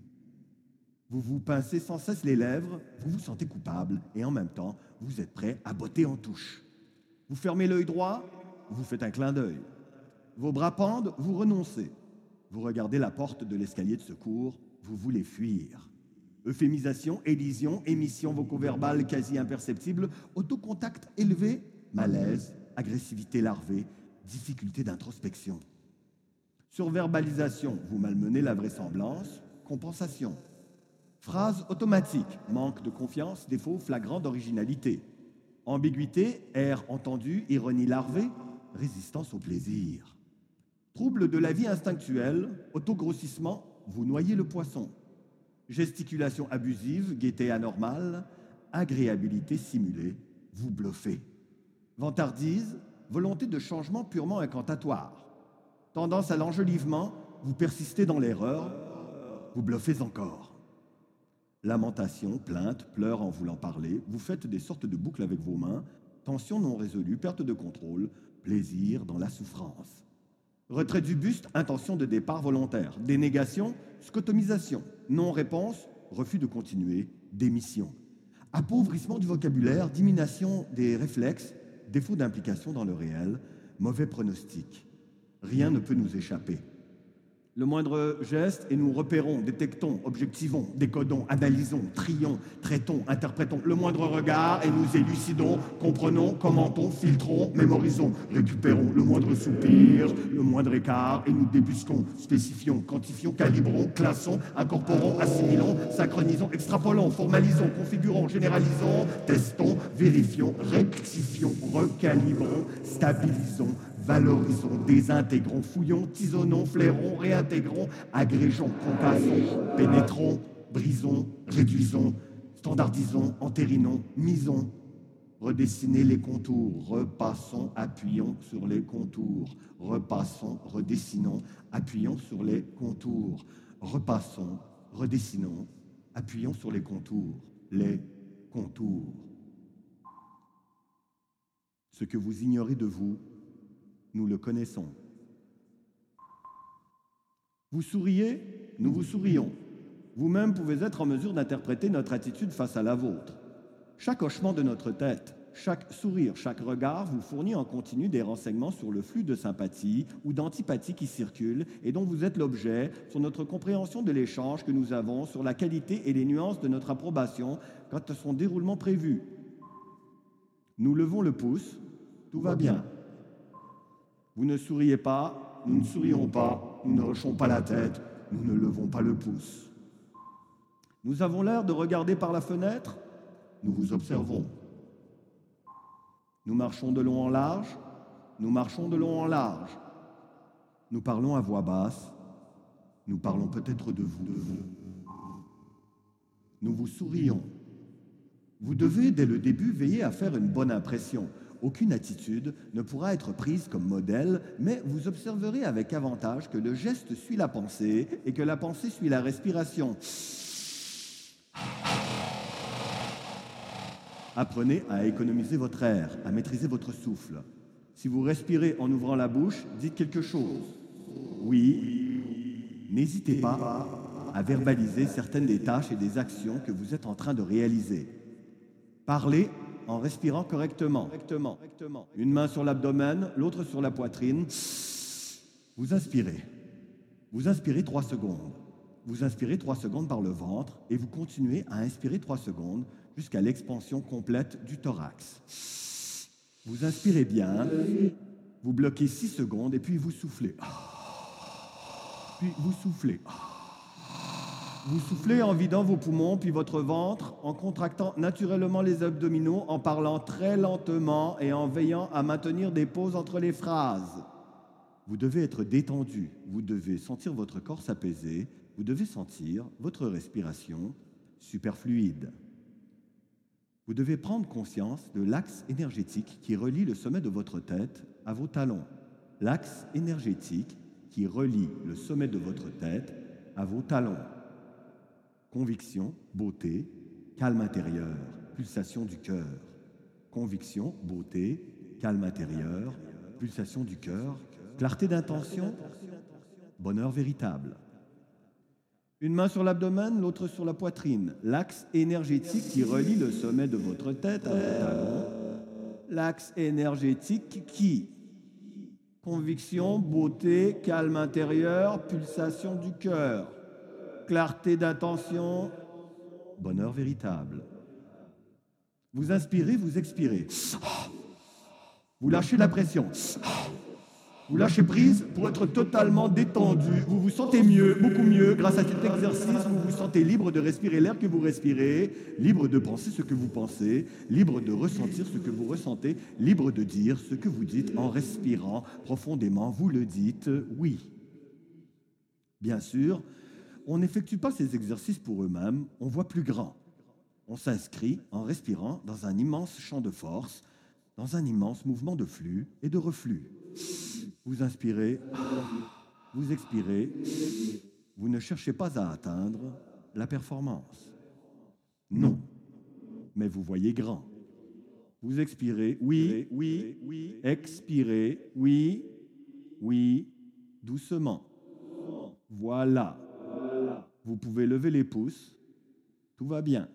Vous vous pincez sans cesse les lèvres, vous vous sentez coupable et en même temps, vous êtes prêt à botter en touche. Vous fermez l'œil droit, vous faites un clin d'œil. Vos bras pendent, vous renoncez. Vous regardez la porte de l'escalier de secours, vous voulez fuir. Euphémisation, élision, émission vocaux-verbale quasi imperceptible, autocontact élevé, malaise, agressivité larvée, difficulté d'introspection. Surverbalisation, vous malmenez la vraisemblance, compensation. Phrase automatique, manque de confiance, défaut flagrant d'originalité. Ambiguïté, air entendu, ironie larvée, résistance au plaisir. Trouble de la vie instinctuelle, autogrossissement, vous noyez le poisson. Gesticulation abusive, gaieté anormale, agréabilité simulée, vous bluffez. Vantardise, volonté de changement purement incantatoire. Tendance à l'enjolivement, vous persistez dans l'erreur, vous bluffez encore. Lamentation, plainte, pleurs en voulant parler, vous faites des sortes de boucles avec vos mains, tension non résolue, perte de contrôle, plaisir dans la souffrance. Retrait du buste, intention de départ volontaire. Dénégation, scotomisation. Non-réponse, refus de continuer, démission. Appauvrissement du vocabulaire, diminution des réflexes, défaut d'implication dans le réel, mauvais pronostic. Rien ne peut nous échapper. Le moindre geste, et nous repérons, détectons, objectivons, décodons, analysons, trions, traitons, interprétons. Le moindre regard, et nous élucidons, comprenons, commentons, filtrons, mémorisons, récupérons. Le moindre soupir, le moindre écart, et nous débusquons, spécifions, quantifions, calibrons, classons, incorporons, assimilons, synchronisons, extrapolons, formalisons, configurons, généralisons, testons, vérifions, rectifions, recalibrons, stabilisons, valorisons, désintégrons, fouillons, tisonnons, flairons, réintégrons, agrégeons, concassons, pénétrons, brisons, réduisons, standardisons, entérinons, misons. Redessinez les contours, repassons, appuyons sur les contours, repassons, redessinons, appuyons sur les contours, repassons, redessinons, appuyons sur les contours, les contours. Ce que vous ignorez de vous, nous le connaissons. Vous souriez, nous vous sourions. Vous-même pouvez être en mesure d'interpréter notre attitude face à la vôtre. Chaque hochement de notre tête, chaque sourire, chaque regard vous fournit en continu des renseignements sur le flux de sympathie ou d'antipathie qui circule et dont vous êtes l'objet, sur notre compréhension de l'échange que nous avons, sur la qualité et les nuances de notre approbation quant à son déroulement prévu. Nous levons le pouce, tout va bien. Vous ne souriez pas, nous ne sourions pas, nous ne hochons pas la tête, nous ne levons pas le pouce. Nous avons l'air de regarder par la fenêtre, nous vous observons. Nous marchons de long en large, nous marchons de long en large. Nous parlons à voix basse, nous parlons peut-être de vous. De vous. Nous vous sourions. Vous devez, dès le début, veiller à faire une bonne impression. Aucune attitude ne pourra être prise comme modèle, mais vous observerez avec avantage que le geste suit la pensée et que la pensée suit la respiration. Apprenez à économiser votre air, à maîtriser votre souffle. Si vous respirez en ouvrant la bouche, dites quelque chose. Oui, n'hésitez pas à verbaliser certaines des tâches et des actions que vous êtes en train de réaliser. Parlez en respirant correctement. Une main sur l'abdomen, l'autre sur la poitrine. Vous inspirez. Vous inspirez trois secondes. Vous inspirez trois secondes par le ventre et vous continuez à inspirer trois secondes jusqu'à l'expansion complète du thorax. Vous inspirez bien. Vous bloquez six secondes et puis vous soufflez. Puis vous soufflez. Vous soufflez en vidant vos poumons, puis votre ventre, en contractant naturellement les abdominaux, en parlant très lentement et en veillant à maintenir des pauses entre les phrases. Vous devez être détendu, vous devez sentir votre corps s'apaiser, vous devez sentir votre respiration superfluide. Vous devez prendre conscience de l'axe énergétique qui relie le sommet de votre tête à vos talons. L'axe énergétique qui relie le sommet de votre tête à vos talons. Conviction, beauté, calme intérieur, pulsation du cœur. Conviction, beauté, calme intérieur, pulsation du cœur, clarté d'intention, bonheur véritable. Une main sur l'abdomen, l'autre sur la poitrine. L'axe énergétique qui relie le sommet de votre tête à vos talons. L'axe énergétique qui, conviction, beauté, calme intérieur, pulsation du cœur, clarté d'intention, bonheur véritable. Vous inspirez, vous expirez. Vous lâchez la pression. Vous lâchez prise pour être totalement détendu. Vous vous sentez mieux, beaucoup mieux. Grâce à cet exercice, vous vous sentez libre de respirer l'air que vous respirez, libre de penser ce que vous pensez, libre de ressentir ce que vous ressentez, libre de dire ce que vous dites en respirant profondément. Vous le dites, oui. Bien sûr, on n'effectue pas ces exercices pour eux-mêmes, on voit plus grand. On s'inscrit en respirant dans un immense champ de force, dans un immense mouvement de flux et de reflux. Vous inspirez, vous expirez, vous ne cherchez pas à atteindre la performance. Non, mais vous voyez grand. Vous expirez, oui, oui, oui, expirez, oui, oui, doucement. Voilà. Vous pouvez lever les pouces, tout va bien.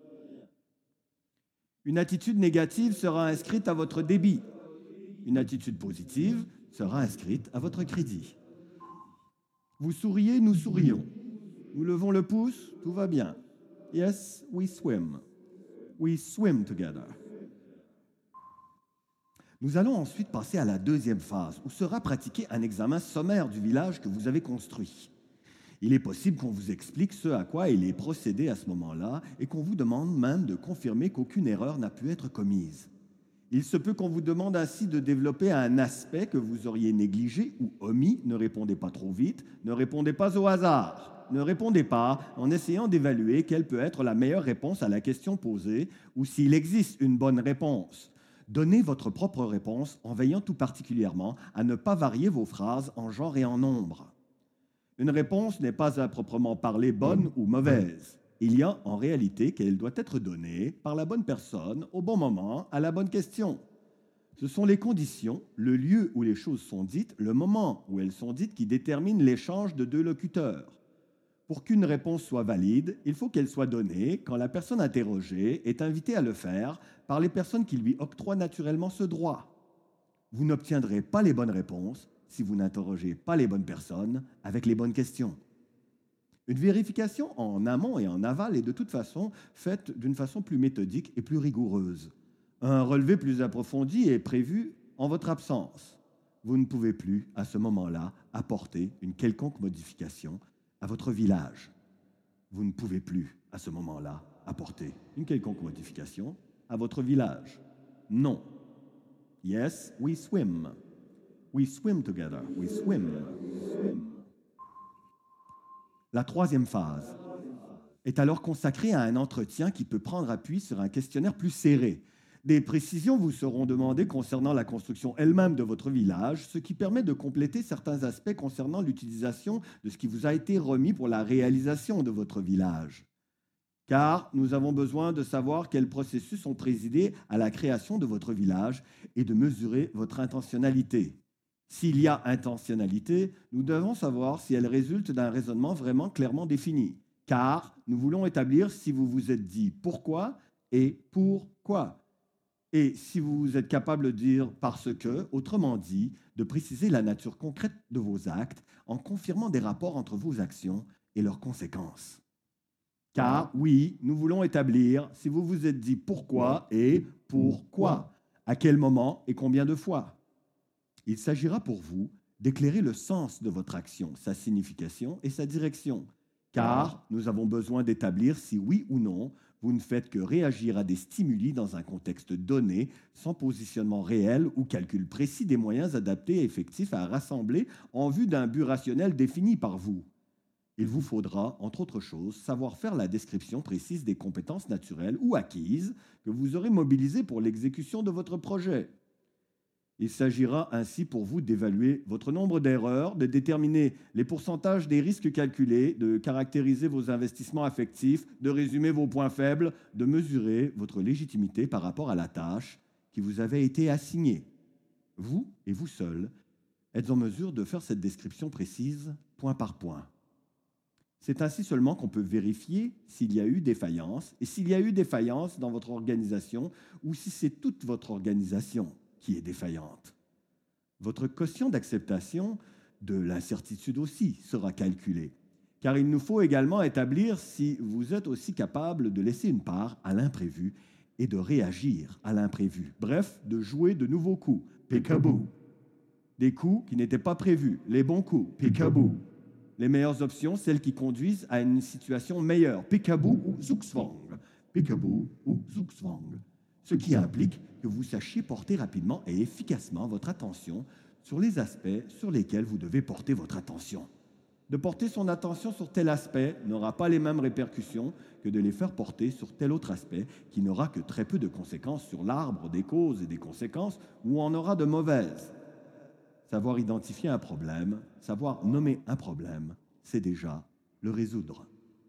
Une attitude négative sera inscrite à votre débit. Une attitude positive sera inscrite à votre crédit. Vous souriez, nous sourions. Nous levons le pouce, tout va bien. Yes, we swim. We swim together. Nous allons ensuite passer à la deuxième phase, où sera pratiqué un examen sommaire du village que vous avez construit. Il est possible qu'on vous explique ce à quoi il est procédé à ce moment-là et qu'on vous demande même de confirmer qu'aucune erreur n'a pu être commise. Il se peut qu'on vous demande ainsi de développer un aspect que vous auriez négligé ou omis. Ne répondez pas trop vite, ne répondez pas au hasard, ne répondez pas en essayant d'évaluer quelle peut être la meilleure réponse à la question posée ou s'il existe une bonne réponse. Donnez votre propre réponse en veillant tout particulièrement à ne pas varier vos phrases en genre et en nombre. Une réponse n'est pas à proprement parler bonne ou mauvaise. Il y a en réalité qu'elle doit être donnée par la bonne personne, au bon moment, à la bonne question. Ce sont les conditions, le lieu où les choses sont dites, le moment où elles sont dites qui déterminent l'échange de deux locuteurs. Pour qu'une réponse soit valide, il faut qu'elle soit donnée quand la personne interrogée est invitée à le faire par les personnes qui lui octroient naturellement ce droit. Vous n'obtiendrez pas les bonnes réponses si vous n'interrogez pas les bonnes personnes avec les bonnes questions. Une vérification en amont et en aval est de toute façon faite d'une façon plus méthodique et plus rigoureuse. Un relevé plus approfondi est prévu en votre absence. Vous ne pouvez plus, à ce moment-là, apporter une quelconque modification à votre village. Vous ne pouvez plus, à ce moment-là, apporter une quelconque modification à votre village. Non. Yes, we swim. We swim together. We swim. La troisième phase est alors consacrée à un entretien qui peut prendre appui sur un questionnaire plus serré. Des précisions vous seront demandées concernant la construction elle-même de votre village, ce qui permet de compléter certains aspects concernant l'utilisation de ce qui vous a été remis pour la réalisation de votre village. Car nous avons besoin de savoir quels processus ont présidé à la création de votre village et de mesurer votre intentionnalité. S'il y a intentionnalité, nous devons savoir si elle résulte d'un raisonnement vraiment clairement défini. Car nous voulons établir si vous vous êtes dit pourquoi et pourquoi. Et si vous êtes capable de dire parce que, autrement dit, de préciser la nature concrète de vos actes en confirmant des rapports entre vos actions et leurs conséquences. Car oui, nous voulons établir si vous vous êtes dit pourquoi et pourquoi, à quel moment et combien de fois. Il s'agira pour vous d'éclairer le sens de votre action, sa signification et sa direction, car nous avons besoin d'établir si oui ou non vous ne faites que réagir à des stimuli dans un contexte donné, sans positionnement réel ou calcul précis des moyens adaptés et effectifs à rassembler en vue d'un but rationnel défini par vous. Il vous faudra, entre autres choses, savoir faire la description précise des compétences naturelles ou acquises que vous aurez mobilisées pour l'exécution de votre projet. Il s'agira ainsi pour vous d'évaluer votre nombre d'erreurs, de déterminer les pourcentages des risques calculés, de caractériser vos investissements affectifs, de résumer vos points faibles, de mesurer votre légitimité par rapport à la tâche qui vous avait été assignée. Vous, et vous seul, êtes en mesure de faire cette description précise, point par point. C'est ainsi seulement qu'on peut vérifier s'il y a eu défaillance, et s'il y a eu défaillance dans votre organisation, ou si c'est toute votre organisation qui est défaillante. Votre quotient d'acceptation de l'incertitude aussi sera calculé, car il nous faut également établir si vous êtes aussi capable de laisser une part à l'imprévu et de réagir à l'imprévu. Bref, de jouer de nouveaux coups, peekaboo. Des coups qui n'étaient pas prévus, les bons coups, peekaboo. Les meilleures options, celles qui conduisent à une situation meilleure, peekaboo ou zugzwang. Peekaboo ou zugzwang. Ce qui implique que vous sachiez porter rapidement et efficacement votre attention sur les aspects sur lesquels vous devez porter votre attention. De porter son attention sur tel aspect n'aura pas les mêmes répercussions que de les faire porter sur tel autre aspect qui n'aura que très peu de conséquences sur l'arbre des causes et des conséquences ou en aura de mauvaises. Savoir identifier un problème, savoir nommer un problème, c'est déjà le résoudre.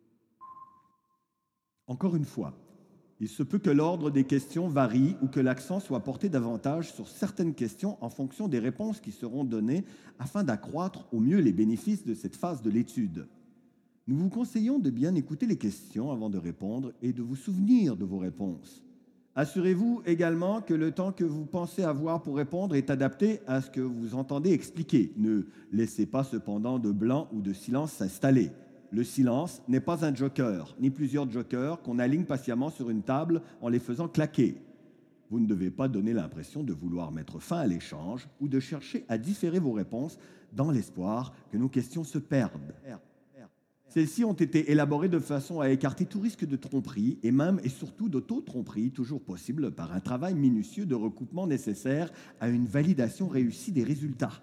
Encore une fois, il se peut que l'ordre des questions varie ou que l'accent soit porté davantage sur certaines questions en fonction des réponses qui seront données afin d'accroître au mieux les bénéfices de cette phase de l'étude. Nous vous conseillons de bien écouter les questions avant de répondre et de vous souvenir de vos réponses. Assurez-vous également que le temps que vous pensez avoir pour répondre est adapté à ce que vous entendez expliquer. Ne laissez pas cependant de blanc ou de silence s'installer. Le silence n'est pas un joker, ni plusieurs jokers qu'on aligne patiemment sur une table en les faisant claquer. Vous ne devez pas donner l'impression de vouloir mettre fin à l'échange ou de chercher à différer vos réponses dans l'espoir que nos questions se perdent. Celles-ci ont été élaborées de façon à écarter tout risque de tromperie et même et surtout d'auto-tromperie, toujours possible par un travail minutieux de recoupement nécessaire à une validation réussie des résultats.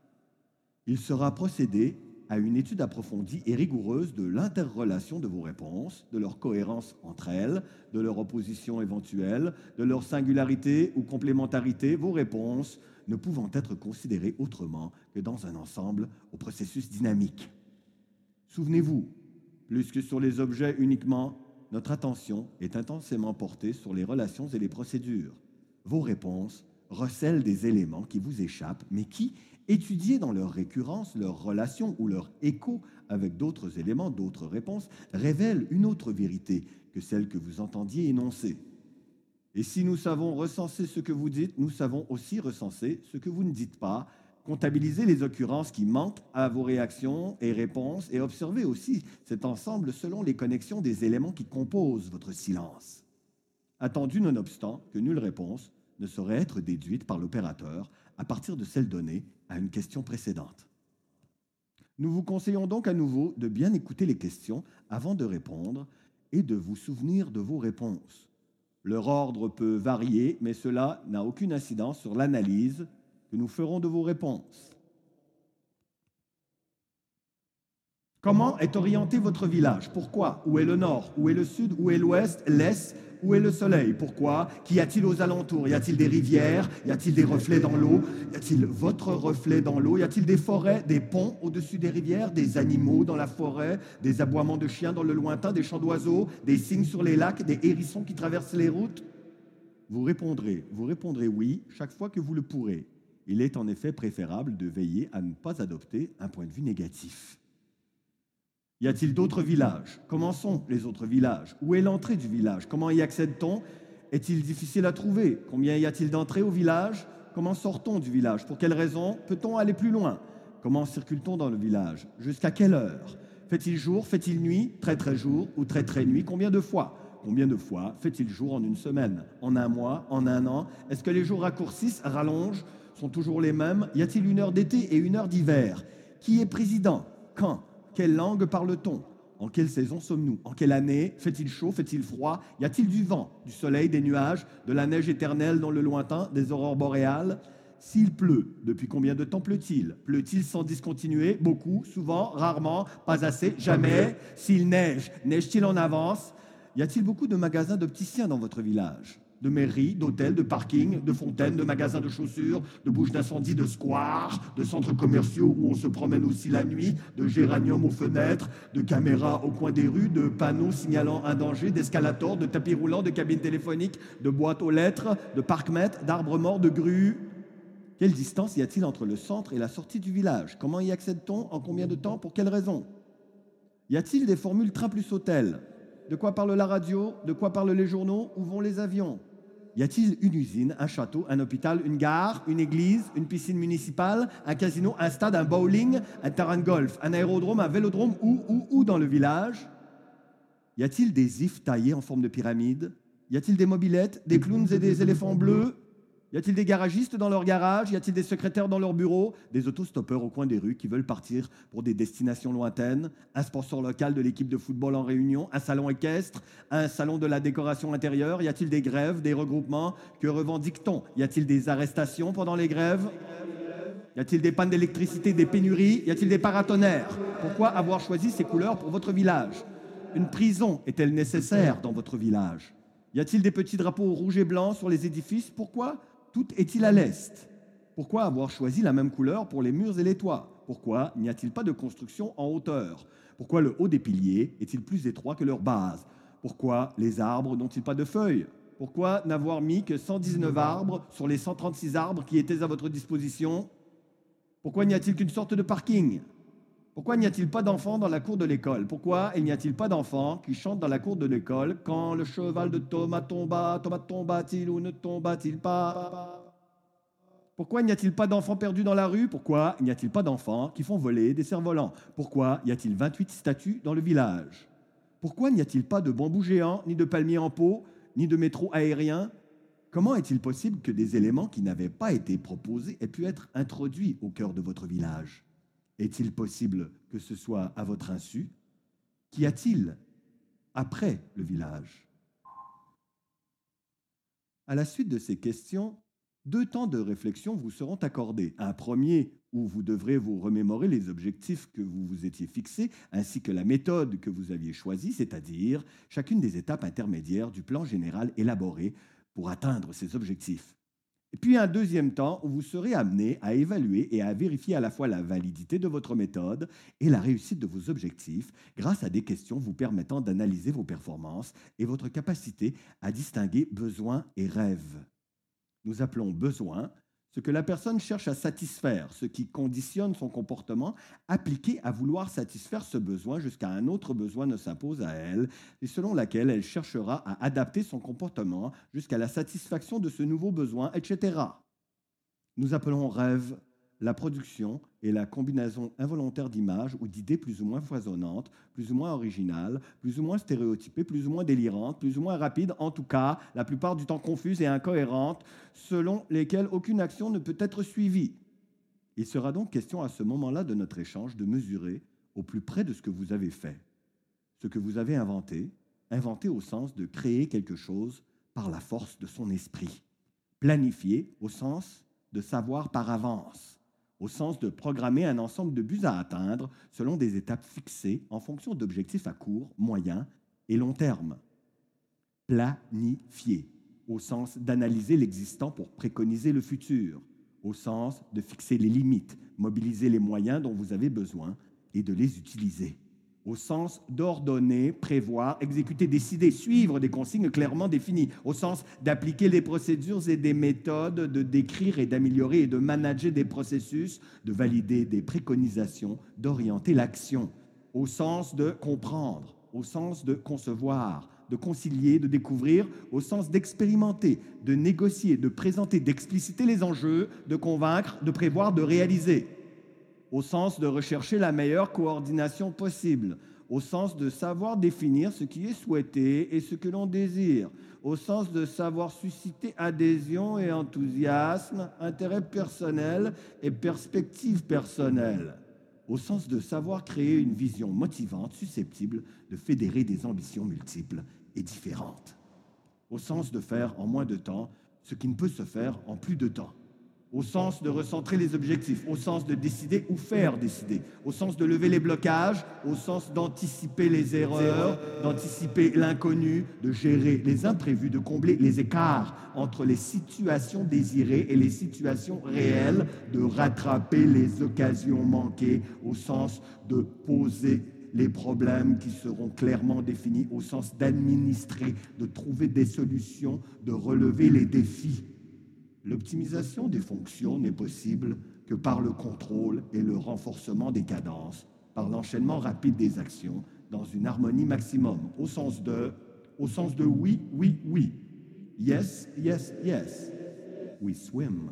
Il sera procédé à une étude approfondie et rigoureuse de l'interrelation de vos réponses, de leur cohérence entre elles, de leur opposition éventuelle, de leur singularité ou complémentarité, vos réponses ne pouvant être considérées autrement que dans un ensemble au processus dynamique. Souvenez-vous, plus que sur les objets uniquement, notre attention est intensément portée sur les relations et les procédures. Vos réponses recèlent des éléments qui vous échappent, mais qui, étudiés dans leur récurrence, leur relation ou leur écho avec d'autres éléments, d'autres réponses, révèlent une autre vérité que celle que vous entendiez énoncer. Et si nous savons recenser ce que vous dites, nous savons aussi recenser ce que vous ne dites pas, comptabiliser les occurrences qui manquent à vos réactions et réponses et observer aussi cet ensemble selon les connexions des éléments qui composent votre silence. Attendu nonobstant que nulle réponse ne saurait être déduite par l'opérateur à partir de celle donnée à une question précédente. Nous vous conseillons donc à nouveau de bien écouter les questions avant de répondre et de vous souvenir de vos réponses. Leur ordre peut varier, mais cela n'a aucune incidence sur l'analyse que nous ferons de vos réponses. Comment est orienté votre village? Pourquoi? Où est le nord? Où est le sud? Où est l'ouest? L'est? Où est le soleil? Pourquoi? Qu'y a-t-il aux alentours? Y a-t-il des rivières? Y a-t-il des reflets dans l'eau? Y a-t-il votre reflet dans l'eau? Y a-t-il des forêts, des ponts au-dessus des rivières, des animaux dans la forêt, des aboiements de chiens dans le lointain, des chants d'oiseaux, des cygnes sur les lacs, des hérissons qui traversent les routes? Vous répondrez, vous répondrez oui chaque fois que vous le pourrez. Il est en effet préférable de veiller à ne pas adopter un point de vue négatif. Y a-t-il d'autres villages? Comment sont les autres villages? Où est l'entrée du village? Comment y accède-t-on? Est-il difficile à trouver? Combien y a-t-il d'entrées au village? Comment sort-on du village? Pour quelles raisons? Peut-on aller plus loin? Comment circule-t-on dans le village? Jusqu'à quelle heure? Fait-il jour? Fait-il nuit? Très très jour ou très très nuit? Combien de fois? Combien de fois fait-il jour en une semaine? En un mois? En un an? Est-ce que les jours raccourcissent, rallongent? Sont toujours les mêmes? Y a-t-il une heure d'été et une heure d'hiver? Qui est président? Quand? Quelle langue parle-t-on? En quelle saison sommes-nous? En quelle année? Fait-il chaud? Fait-il froid? Y a-t-il du vent, du soleil, des nuages, de la neige éternelle dans le lointain, des aurores boréales? S'il pleut, depuis combien de temps pleut-il? Pleut-il sans discontinuer? Beaucoup? Souvent? Rarement? Pas assez? Jamais? S'il neige, neige-t-il en avance? Y a-t-il beaucoup de magasins d'opticiens dans votre village? de mairies, d'hôtels, de parkings, de fontaines, de magasins de chaussures, de bouches d'incendie, de squares, de centres commerciaux où on se promène aussi la nuit, de géraniums aux fenêtres, de caméras au coin des rues, de panneaux signalant un danger, d'escalators, de tapis roulants, de cabines téléphoniques, de boîtes aux lettres, de parcs-mètres, d'arbres morts, de grues. Quelle distance y a-t-il entre le centre et la sortie du village? Comment y accède-t-on? En combien de temps? Pour quelles raisons? Y a-t-il des formules train plus hôtel? De quoi parle la radio? De quoi parlent les journaux? Où vont les avions? Y a-t-il une usine, un château, un hôpital, une gare, une église, une piscine municipale, un casino, un stade, un bowling, un terrain de golf, un aérodrome, un vélodrome, où, où, où dans le village? Y a-t-il des ifs taillés en forme de pyramide? Y a-t-il des mobylettes, des clowns et des éléphants bleus? Y a-t-il des garagistes dans leur garage? Y a-t-il des secrétaires dans leur bureau? Des autostoppeurs au coin des rues qui veulent partir pour des destinations lointaines? Un sponsor local de l'équipe de football en réunion? Un salon équestre? Un salon de la décoration intérieure? Y a-t-il des grèves, des regroupements? Que revendique-t-on? Y a-t-il des arrestations pendant les grèves? Y a-t-il des pannes d'électricité, des pénuries? Y a-t-il des paratonnerres? Pourquoi avoir choisi ces couleurs pour votre village? Une prison est-elle nécessaire dans votre village? Y a-t-il des petits drapeaux rouges et blancs sur les édifices? Pourquoi tout est-il à l'est? Pourquoi avoir choisi la même couleur pour les murs et les toits? Pourquoi n'y a-t-il pas de construction en hauteur? Pourquoi le haut des piliers est-il plus étroit que leur base? Pourquoi les arbres n'ont-ils pas de feuilles? Pourquoi n'avoir mis que cent dix-neuf arbres sur les cent trente-six arbres qui étaient à votre disposition? Pourquoi n'y a-t-il qu'une sorte de parking? Pourquoi n'y a-t-il pas d'enfants dans la cour de l'école? Pourquoi il n'y a-t-il pas d'enfants qui chantent dans la cour de l'école quand le cheval de Thomas tomba, Thomas tomba-t-il ou ne tomba-t-il pas? Pourquoi n'y a-t-il pas d'enfants perdus dans la rue? Pourquoi n'y a-t-il pas d'enfants qui font voler des cerfs-volants? Pourquoi y a-t-il vingt-huit statues dans le village? Pourquoi n'y a-t-il pas de bambous géants, ni de palmiers en pot, ni de métro aérien? Comment est-il possible que des éléments qui n'avaient pas été proposés aient pu être introduits au cœur de votre village? Est-il possible que ce soit à votre insu? Qu'y a-t-il après le village? À la suite de ces questions, deux temps de réflexion vous seront accordés. Un premier où vous devrez vous remémorer les objectifs que vous vous étiez fixés, ainsi que la méthode que vous aviez choisie, c'est-à-dire chacune des étapes intermédiaires du plan général élaboré pour atteindre ces objectifs. Et puis un deuxième temps où vous serez amené à évaluer et à vérifier à la fois la validité de votre méthode et la réussite de vos objectifs grâce à des questions vous permettant d'analyser vos performances et votre capacité à distinguer besoins et rêves. Nous appelons besoin ce que la personne cherche à satisfaire, ce qui conditionne son comportement appliqué à vouloir satisfaire ce besoin jusqu'à un autre besoin ne s'impose à elle et selon laquelle elle cherchera à adapter son comportement jusqu'à la satisfaction de ce nouveau besoin, et cetera. Nous appelons rêve la production et la combinaison involontaire d'images ou d'idées plus ou moins foisonnantes, plus ou moins originales, plus ou moins stéréotypées, plus ou moins délirantes, plus ou moins rapides, en tout cas, la plupart du temps confuses et incohérentes, selon lesquelles aucune action ne peut être suivie. Il sera donc question à ce moment-là de notre échange de mesurer au plus près de ce que vous avez fait, ce que vous avez inventé, inventé au sens de créer quelque chose par la force de son esprit, planifié au sens de savoir par avance, au sens de programmer un ensemble de buts à atteindre selon des étapes fixées en fonction d'objectifs à court, moyen et long terme. Planifier, au sens d'analyser l'existant pour préconiser le futur, au sens de fixer les limites, mobiliser les moyens dont vous avez besoin et de les utiliser, au sens d'ordonner, prévoir, exécuter, décider, suivre des consignes clairement définies, au sens d'appliquer les procédures et des méthodes, de décrire et d'améliorer et de manager des processus, de valider des préconisations, d'orienter l'action, au sens de comprendre, au sens de concevoir, de concilier, de découvrir, au sens d'expérimenter, de négocier, de présenter, d'expliciter les enjeux, de convaincre, de prévoir, de réaliser, au sens de rechercher la meilleure coordination possible, au sens de savoir définir ce qui est souhaité et ce que l'on désire, au sens de savoir susciter adhésion et enthousiasme, intérêt personnel et perspective personnelle, au sens de savoir créer une vision motivante susceptible de fédérer des ambitions multiples et différentes, au sens de faire en moins de temps ce qui ne peut se faire en plus de temps, au sens de recentrer les objectifs, au sens de décider ou faire décider, au sens de lever les blocages, au sens d'anticiper les erreurs, d'anticiper l'inconnu, de gérer les imprévus, de combler les écarts entre les situations désirées et les situations réelles, de rattraper les occasions manquées, au sens de poser les problèmes qui seront clairement définis, au sens d'administrer, de trouver des solutions, de relever les défis. L'optimisation des fonctions n'est possible que par le contrôle et le renforcement des cadences, par l'enchaînement rapide des actions, dans une harmonie maximum, au sens de, au sens de oui, oui, oui. Yes, yes, yes. We swim.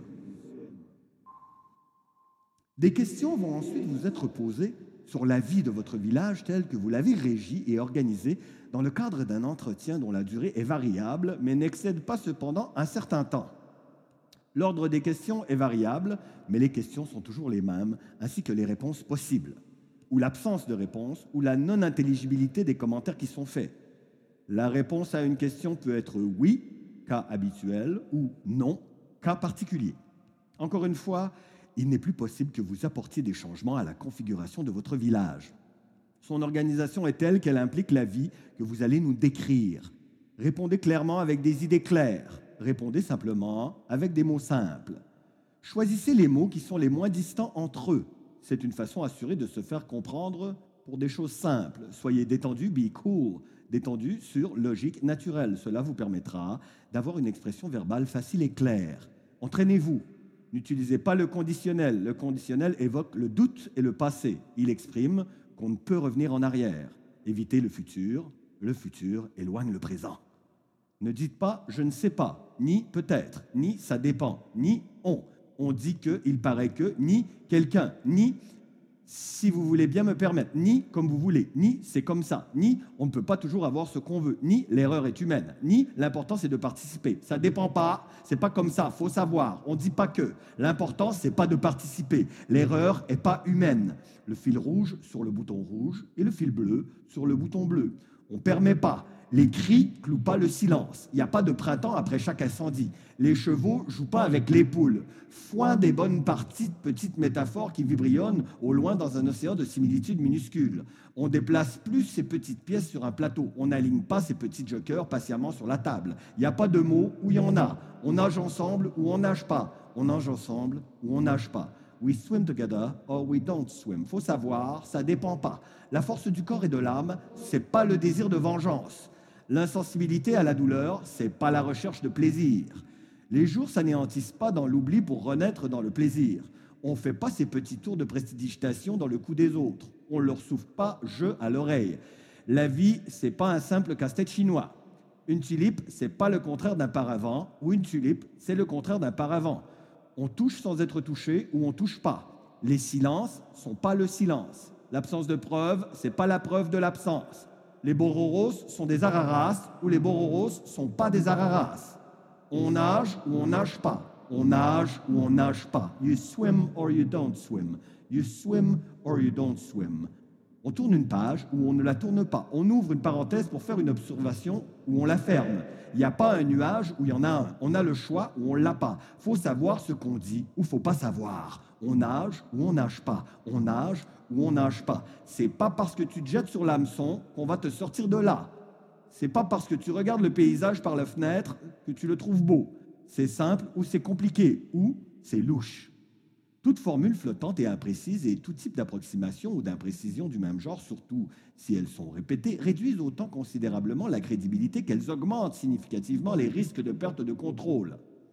Des questions vont ensuite vous être posées sur la vie de votre village tel que vous l'avez régi et organisé dans le cadre d'un entretien dont la durée est variable, mais n'excède pas cependant un certain temps. L'ordre des questions est variable, mais les questions sont toujours les mêmes, ainsi que les réponses possibles, ou l'absence de réponse, ou la non-intelligibilité des commentaires qui sont faits. La réponse à une question peut être oui, cas habituel, ou non, cas particulier. Encore une fois, il n'est plus possible que vous apportiez des changements à la configuration de votre village. Son organisation est telle qu'elle implique la vie que vous allez nous décrire. Répondez clairement avec des idées claires. Répondez simplement avec des mots simples. Choisissez les mots qui sont les moins distants entre eux. C'est une façon assurée de se faire comprendre pour des choses simples. Soyez détendu, be cool. Détendu sur logique naturelle. Cela vous permettra d'avoir une expression verbale facile et claire. Entraînez-vous. N'utilisez pas le conditionnel. Le conditionnel évoque le doute et le passé. Il exprime qu'on ne peut revenir en arrière. Évitez le futur. Le futur éloigne le présent. Ne dites pas « je ne sais pas », ni « peut-être », ni « ça dépend », ni « on ». On dit que « il paraît que », ni « quelqu'un », ni « si vous voulez bien me permettre », ni « comme vous voulez », ni « c'est comme ça », ni « on ne peut pas toujours avoir ce qu'on veut », ni « l'erreur est humaine », ni « l'important c'est de participer ». Ça dépend pas, c'est pas comme ça, faut savoir. On dit pas que. L'important c'est pas de participer. L'erreur est pas humaine. Le fil rouge sur le bouton rouge et le fil bleu sur le bouton bleu. On permet pas. Les cris clouent pas le silence. Il n'y a pas de printemps après chaque incendie. Les chevaux jouent pas avec les poules. Foin des bonnes parties de petites métaphores qui vibrionnent au loin dans un océan de similitudes minuscules. On déplace plus ces petites pièces sur un plateau. On n'aligne pas ces petits jokers patiemment sur la table. Il n'y a pas de mots où il y en a. On nage ensemble ou on nage pas. On nage ensemble ou on nage pas. We swim together or we don't swim. Faut savoir, ça dépend pas. La force du corps et de l'âme, c'est pas le désir de vengeance. L'insensibilité à la douleur, c'est pas la recherche de plaisir. Les jours s'anéantissent pas dans l'oubli pour renaître dans le plaisir. On fait pas ces petits tours de prestidigitation dans le cou des autres. On leur souffle pas « je » à l'oreille. La vie, c'est pas un simple casse-tête chinois. Une tulipe, c'est pas le contraire d'un paravent, ou une tulipe, c'est le contraire d'un paravent. On touche sans être touché ou on touche pas. Les silences sont pas le silence. L'absence de preuve, c'est pas la preuve de l'absence. Les bororos sont des araras ou les bororos sont pas des araras. On nage ou on nage pas. On nage ou on nage pas. You swim or you don't swim. You swim or you don't swim. On tourne une page ou on ne la tourne pas. On ouvre une parenthèse pour faire une observation ou on la ferme. Il n'y a pas un nuage où il y en a un. On a le choix ou on l'a pas. Faut savoir ce qu'on dit ou faut pas savoir. On nage ou on nage pas. On nage ou on nage pas. C'est pas parce que tu te jettes sur l'hameçon qu'on va te sortir de là. C'est pas parce que tu regardes le paysage par la fenêtre que tu le trouves beau. C'est simple ou c'est compliqué ou c'est louche. Toute formule flottante et imprécise et tout type d'approximation ou d'imprécision du même genre, surtout si elles sont répétées, réduisent autant considérablement la crédibilité qu'elles augmentent significativement les risques de perte de contrôle.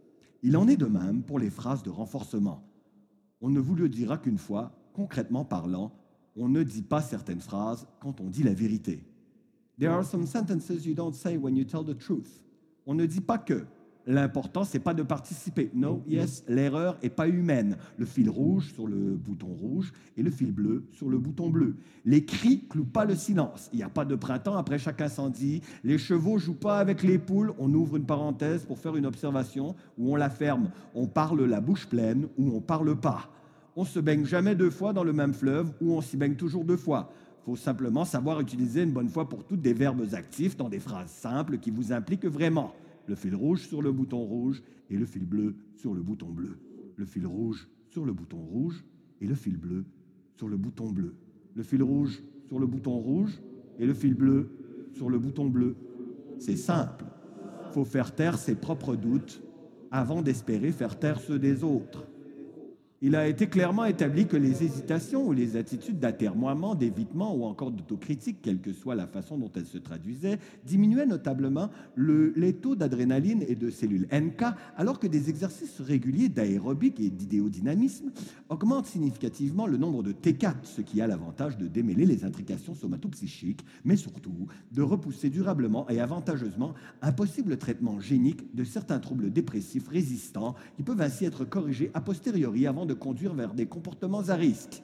Il en est de même pour les phrases de renforcement. On ne vous le dira qu'une fois, concrètement parlant, on ne dit pas certaines phrases quand on dit la vérité. There are some sentences you don't say when you tell the truth. On ne dit pas que. L'important, c'est pas de participer. No, yes, l'erreur est pas humaine. Le fil rouge sur le bouton rouge et le fil bleu sur le bouton bleu. Les cris clouent pas le silence. Il n'y a pas de printemps après chaque incendie. Les chevaux jouent pas avec les poules. On ouvre une parenthèse pour faire une observation ou on la ferme. On parle la bouche pleine ou on parle pas. On se baigne jamais deux fois dans le même fleuve ou on s'y baigne toujours deux fois. Faut simplement savoir utiliser une bonne fois pour toutes des verbes actifs dans des phrases simples qui vous impliquent vraiment. Le fil rouge sur le bouton rouge et le fil bleu sur le bouton bleu. le fil rouge sur le bouton rouge et le fil bleu sur le bouton bleu. Le fil rouge sur le bouton rouge et le fil bleu sur le bouton bleu. C'est simple. Faut faire taire ses propres doutes avant d'espérer faire taire ceux des autres. Il a été clairement établi que les hésitations ou les attitudes d'atermoiement, d'évitement ou encore d'autocritique, quelle que soit la façon dont elles se traduisaient, diminuaient notablement le, les taux d'adrénaline et de cellules N K, alors que des exercices réguliers d'aérobic et d'idéodynamisme augmentent significativement le nombre de T quatre, ce qui a l'avantage de démêler les intrications somatopsychiques, mais surtout de repousser durablement et avantageusement un possible traitement génique de certains troubles dépressifs résistants qui peuvent ainsi être corrigés a posteriori avant de conduire vers des comportements à risque.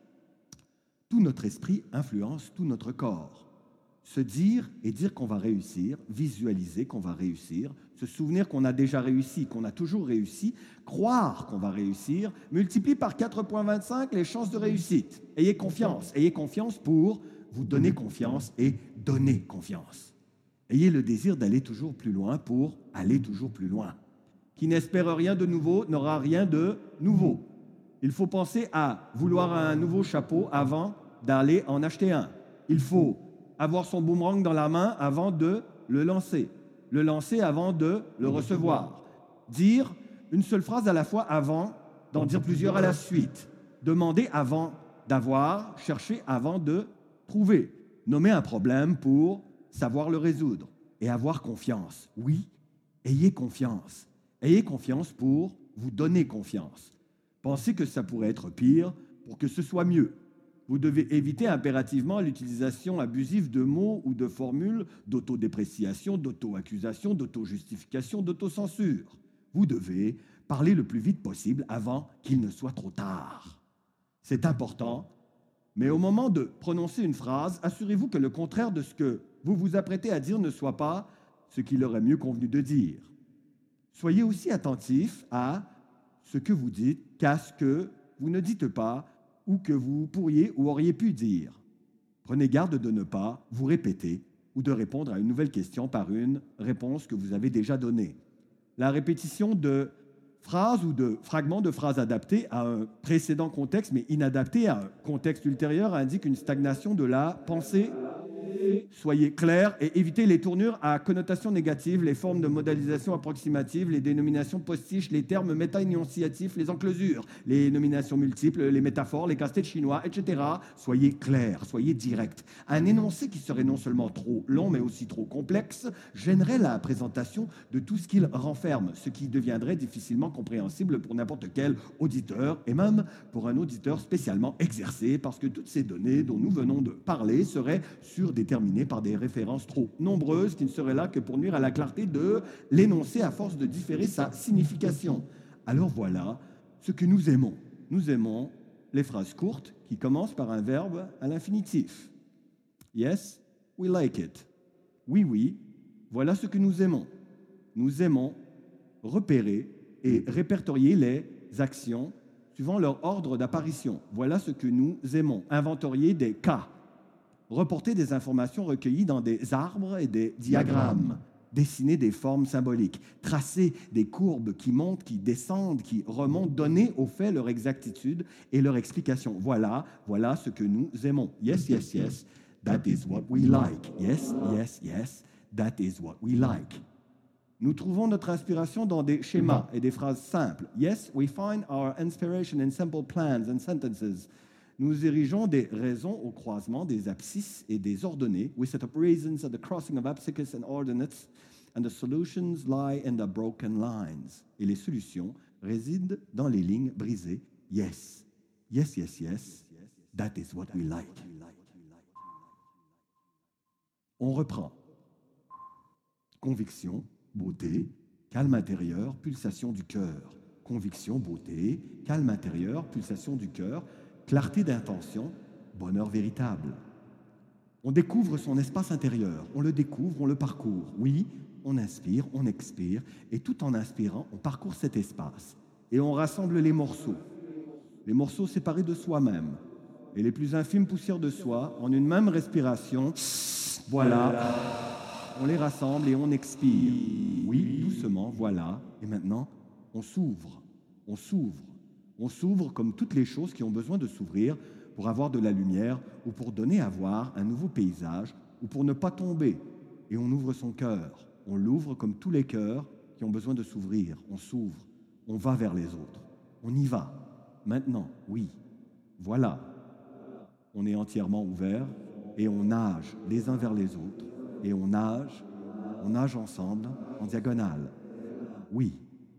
Tout notre esprit influence tout notre corps. Se dire et dire qu'on va réussir, visualiser qu'on va réussir, se souvenir qu'on a déjà réussi, qu'on a toujours réussi, croire qu'on va réussir, multiplie par quatre virgule vingt-cinq les chances de réussite. Ayez confiance, ayez confiance pour vous donner confiance et donner confiance. Ayez le désir d'aller toujours plus loin pour aller toujours plus loin. Qui n'espère rien de nouveau n'aura rien de nouveau. Il faut penser à vouloir un nouveau chapeau avant d'aller en acheter un. Il faut avoir son boomerang dans la main avant de le lancer. Le lancer avant de le recevoir. Dire une seule phrase à la fois avant d'en dire plusieurs à la suite. Demander avant d'avoir, chercher avant de trouver. Nommer un problème pour savoir le résoudre. Et avoir confiance. Oui, ayez confiance. Ayez confiance pour vous donner confiance. Pensez que ça pourrait être pire pour que ce soit mieux. Vous devez éviter impérativement l'utilisation abusive de mots ou de formules d'autodépréciation, d'auto-accusation, d'auto-justification, d'autocensure. Vous devez parler le plus vite possible avant qu'il ne soit trop tard. C'est important, mais au moment de prononcer une phrase, assurez-vous que le contraire de ce que vous vous apprêtez à dire ne soit pas ce qu'il aurait mieux convenu de dire. Soyez aussi attentif à ce que vous dites qu'à ce que vous ne dites pas ou que vous pourriez ou auriez pu dire. Prenez garde de ne pas vous répéter ou de répondre à une nouvelle question par une réponse que vous avez déjà donnée. La répétition de phrases ou de fragments de phrases adaptés à un précédent contexte mais inadaptés à un contexte ultérieur indique une stagnation de la pensée. Soyez clairs et évitez les tournures à connotation négative, les formes de modalisation approximative, les dénominations postiches, les termes méta-énonciatifs, les enclosures, les nominations multiples, les métaphores, les casse-têtes chinois, et cetera. Soyez clairs, soyez directs. Un énoncé qui serait non seulement trop long, mais aussi trop complexe, gênerait la présentation de tout ce qu'il renferme, ce qui deviendrait difficilement compréhensible pour n'importe quel auditeur, et même pour un auditeur spécialement exercé, parce que toutes ces données dont nous venons de parler seraient surdéterminées par des références trop nombreuses qui ne seraient là que pour nuire à la clarté de l'énoncé à force de différer sa signification. Alors voilà ce que nous aimons. Nous aimons les phrases courtes qui commencent par un verbe à l'infinitif. Yes, we like it. Oui, oui, voilà ce que nous aimons. Nous aimons repérer et répertorier les actions suivant leur ordre d'apparition. Voilà ce que nous aimons. Inventorier des cas. Reporter des informations recueillies dans des arbres et des diagrammes, dessiner des formes symboliques, tracer des courbes qui montent, qui descendent, qui remontent, donner aux faits leur exactitude et leur explication. Voilà, voilà ce que nous aimons. Yes, yes, yes, that is what we like. Yes, yes, yes, that is what we like. Nous trouvons notre inspiration dans des schémas et des phrases simples. Yes, we find our inspiration in simple plans and sentences. Nous érigeons des raisons au croisement des abscisses et des ordonnées. We set up reasons at the crossing of abscisses and ordinates, and the solutions lie in the broken lines. Et les solutions résident dans les lignes brisées. Yes, yes, yes, yes, that is what we like. On reprend. Conviction, beauté, calme intérieur, pulsation du cœur. Conviction, beauté, calme intérieur, pulsation du cœur. Clarté d'intention, bonheur véritable. On découvre son espace intérieur, on le découvre, on le parcourt. Oui, on inspire, on expire, et tout en inspirant, on parcourt cet espace. Et on rassemble les morceaux, les morceaux séparés de soi-même, et les plus infimes poussières de soi, en une même respiration. Voilà, on les rassemble et on expire. Oui, doucement, voilà. Et maintenant, on s'ouvre. On s'ouvre. On s'ouvre comme toutes les choses qui ont besoin de s'ouvrir pour avoir de la lumière ou pour donner à voir un nouveau paysage ou pour ne pas tomber. Et on ouvre son cœur. On l'ouvre comme tous les cœurs qui ont besoin de s'ouvrir. On s'ouvre. On va vers les autres. On y va. Maintenant, oui. Voilà. On est entièrement ouvert et on nage les uns vers les autres. Et on nage, on nage ensemble en diagonale. Oui.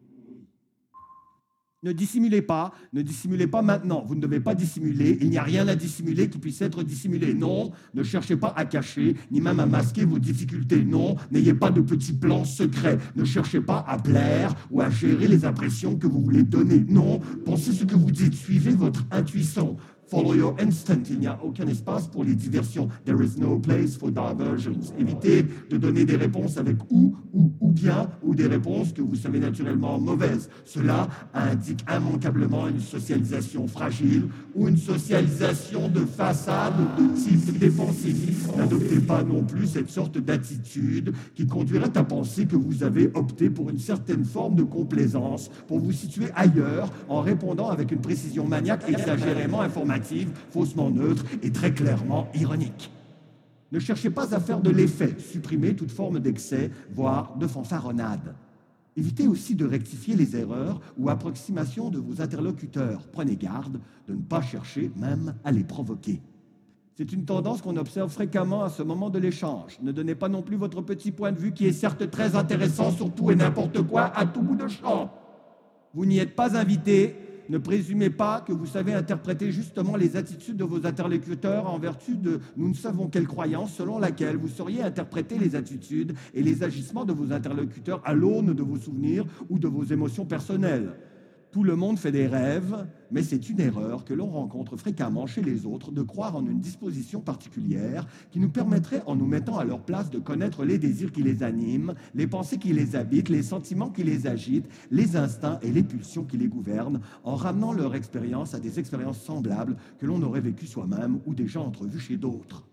Ne dissimulez pas, ne dissimulez pas maintenant. Vous ne devez pas dissimuler. Il n'y a rien à dissimuler qui puisse être dissimulé. Non, ne cherchez pas à cacher, ni même à masquer vos difficultés. Non, n'ayez pas de petits plans secrets. Ne cherchez pas à plaire ou à gérer les impressions que vous voulez donner. Non, pensez ce que vous dites. Suivez votre intuition. Follow your instinct. Il n'y a aucun espace pour les diversions. There is no place for diversions. Évitez de donner des réponses avec ou, ou, ou bien, ou des réponses que vous savez naturellement mauvaises. Cela indique immanquablement une socialisation fragile ou une socialisation de façade de type défensif. N'adoptez pas non plus cette sorte d'attitude qui conduirait à penser que vous avez opté pour une certaine forme de complaisance, pour vous situer ailleurs en répondant avec une précision maniaque exagérément informative, faussement neutre et très clairement ironique. Ne cherchez pas à faire de l'effet, supprimez toute forme d'excès, voire de fanfaronnade. Évitez aussi de rectifier les erreurs ou approximations de vos interlocuteurs. Prenez garde de ne pas chercher même à les provoquer. C'est une tendance qu'on observe fréquemment à ce moment de l'échange. Ne donnez pas non plus votre petit point de vue qui est certes très intéressant sur tout et n'importe quoi à tout bout de champ. Vous n'y êtes pas invité. Ne présumez pas que vous savez interpréter justement les attitudes de vos interlocuteurs en vertu de nous ne savons quelle croyance selon laquelle vous sauriez interpréter les attitudes et les agissements de vos interlocuteurs à l'aune de vos souvenirs ou de vos émotions personnelles. Tout le monde fait des rêves, mais c'est une erreur que l'on rencontre fréquemment chez les autres de croire en une disposition particulière qui nous permettrait, en nous mettant à leur place, de connaître les désirs qui les animent, les pensées qui les habitent, les sentiments qui les agitent, les instincts et les pulsions qui les gouvernent, en ramenant leur expérience à des expériences semblables que l'on aurait vécues soi-même ou déjà entrevues chez d'autres.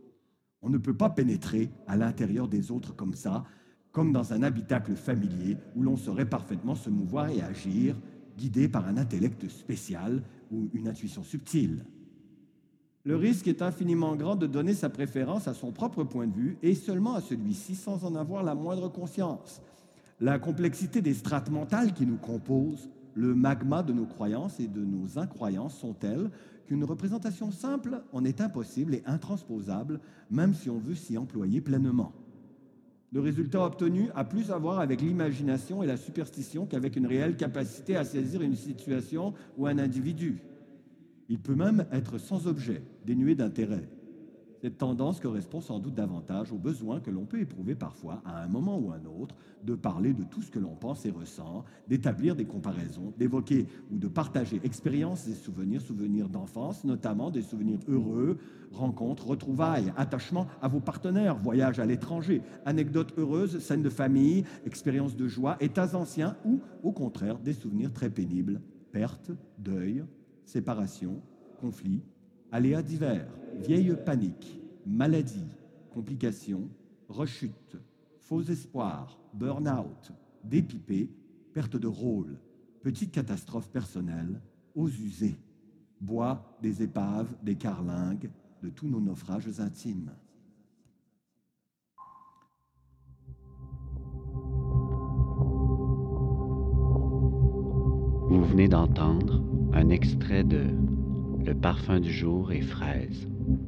On ne peut pas pénétrer à l'intérieur des autres comme ça, comme dans un habitacle familier où l'on saurait parfaitement se mouvoir et agir, guidé par un intellect spécial ou une intuition subtile. Le risque est infiniment grand de donner sa préférence à son propre point de vue et seulement à celui-ci sans en avoir la moindre conscience. La complexité des strates mentales qui nous composent, le magma de nos croyances et de nos incroyances sont telles qu'une représentation simple en est impossible et intransposable, même si on veut s'y employer pleinement. Le résultat obtenu a plus à voir avec l'imagination et la superstition qu'avec une réelle capacité à saisir une situation ou un individu. Il peut même être sans objet, dénué d'intérêt. Cette tendance correspond sans doute davantage au besoin que l'on peut éprouver parfois, à un moment ou un autre, de parler de tout ce que l'on pense et ressent, d'établir des comparaisons, d'évoquer ou de partager expériences et souvenirs, souvenirs d'enfance, notamment des souvenirs heureux, rencontres, retrouvailles, attachements à vos partenaires, voyages à l'étranger, anecdotes heureuses, scènes de famille, expériences de joie, états anciens ou, au contraire, des souvenirs très pénibles, pertes, deuil, séparation, conflits, aléas divers, vieille panique, maladie, complications, rechute, faux espoirs, burn-out, dépipé, perte de rôle, petites catastrophes personnelles, eaux usées, bois des épaves, des carlingues, de tous nos naufrages intimes. Vous venez d'entendre un extrait de Le parfum du jour et fraise.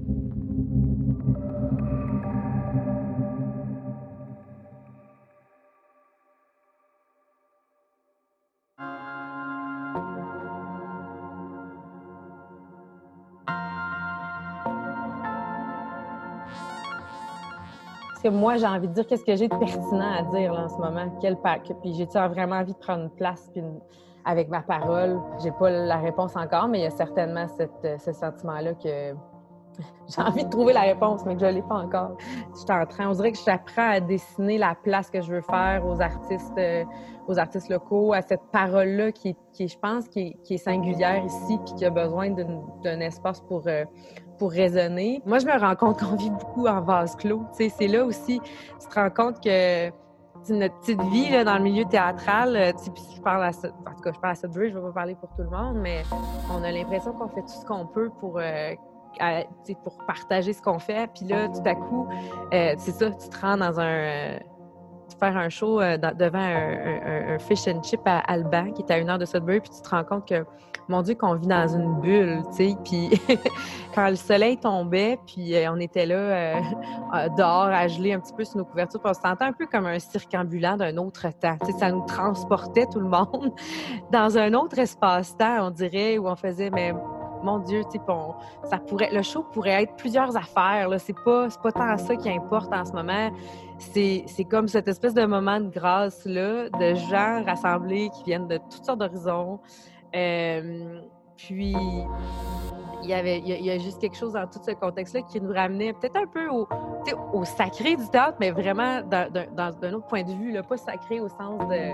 Parce que moi, j'ai envie de dire qu'est-ce que j'ai de pertinent à dire là, en ce moment, quel pack. Puis j'ai vraiment envie de prendre une place, puis une... avec ma parole. J'ai pas la réponse encore, mais il y a certainement cette, ce sentiment-là que j'ai envie de trouver la réponse, mais que je l'ai pas encore. Je suis en train, on dirait que j'apprends à dessiner la place que je veux faire aux artistes, euh, aux artistes locaux, à cette parole-là qui, qui je pense, qui est, qui est singulière ici, puis qui a besoin d'un espace pour, euh, pour résonner. Moi, je me rends compte qu'on vit beaucoup en vase clos. Tu sais, c'est là aussi, tu te rends compte que notre petite vie là, dans le milieu théâtral, euh, je parle à, en tout cas, je parle à Sudbury, je ne vais pas parler pour tout le monde, mais on a l'impression qu'on fait tout ce qu'on peut pour, euh, à, pour partager ce qu'on fait. Puis là, tout à coup, euh, c'est ça, tu te rends dans un... Euh, faire un show euh, dans, devant un, un, un fish and chip à Alban, qui est à une heure de Sudbury, puis tu te rends compte que, mon Dieu, qu'on vit dans une bulle, tu sais. Puis quand le soleil tombait, puis euh, on était là euh, dehors à geler un petit peu sur nos couvertures, puis on se sentait un peu comme un cirque ambulant d'un autre temps. Tu sais, ça nous transportait tout le monde dans un autre espace-temps, on dirait, où on faisait, mais mon Dieu, tu sais, on, ça pourrait, le show pourrait être plusieurs affaires, là. C'est pas, c'est pas tant ça qui importe en ce moment. C'est, c'est comme cette espèce de moment de grâce-là, de gens rassemblés qui viennent de toutes sortes d'horizons. Euh, puis, il y avait, il y, a, il y a juste quelque chose dans tout ce contexte-là qui nous ramenait peut-être un peu au, au sacré du théâtre, mais vraiment d'un, d'un, d'un autre point de vue, là, pas sacré au sens de...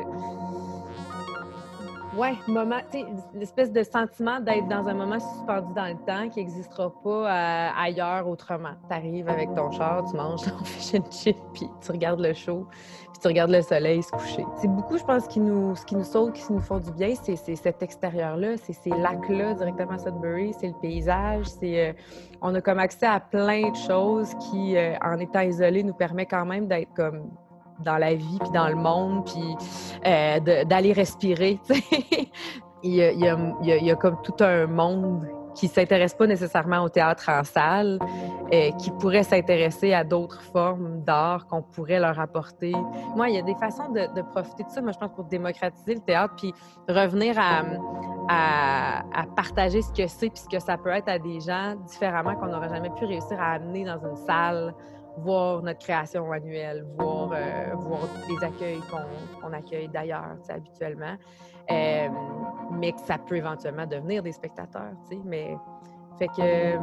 Ouais, moment, tu sais, l'espèce de sentiment d'être dans un moment suspendu dans le temps qui n'existera pas euh, ailleurs autrement. Tu arrives avec ton char, tu manges ton fish and chip, puis tu regardes le show, puis tu regardes le soleil se coucher. C'est beaucoup, je pense, qui nous, ce qui nous sauve, qui nous font du bien, c'est, c'est cet extérieur-là, c'est ces lacs-là directement à Sudbury, c'est le paysage, c'est... Euh, on a comme accès à plein de choses qui, euh, en étant isolés, nous permet quand même d'être comme... dans la vie, puis dans le monde, puis euh, de, d'aller respirer, tu sais. il, y a, il, y a, il, y a, il y a comme tout un monde qui ne s'intéresse pas nécessairement au théâtre en salle, euh, qui pourrait s'intéresser à d'autres formes d'art qu'on pourrait leur apporter. Moi, il y a des façons de, de profiter de ça, moi, je pense, pour démocratiser le théâtre, puis revenir à, à, à partager ce que c'est, puis ce que ça peut être à des gens différemment qu'on n'aurait jamais pu réussir à amener dans une salle, voir notre création annuelle, voir, euh, voir les accueils qu'on, qu'on accueille d'ailleurs, tu sais, habituellement. Euh, mais que ça peut éventuellement devenir des spectateurs, tu sais. Mais, fait que, euh,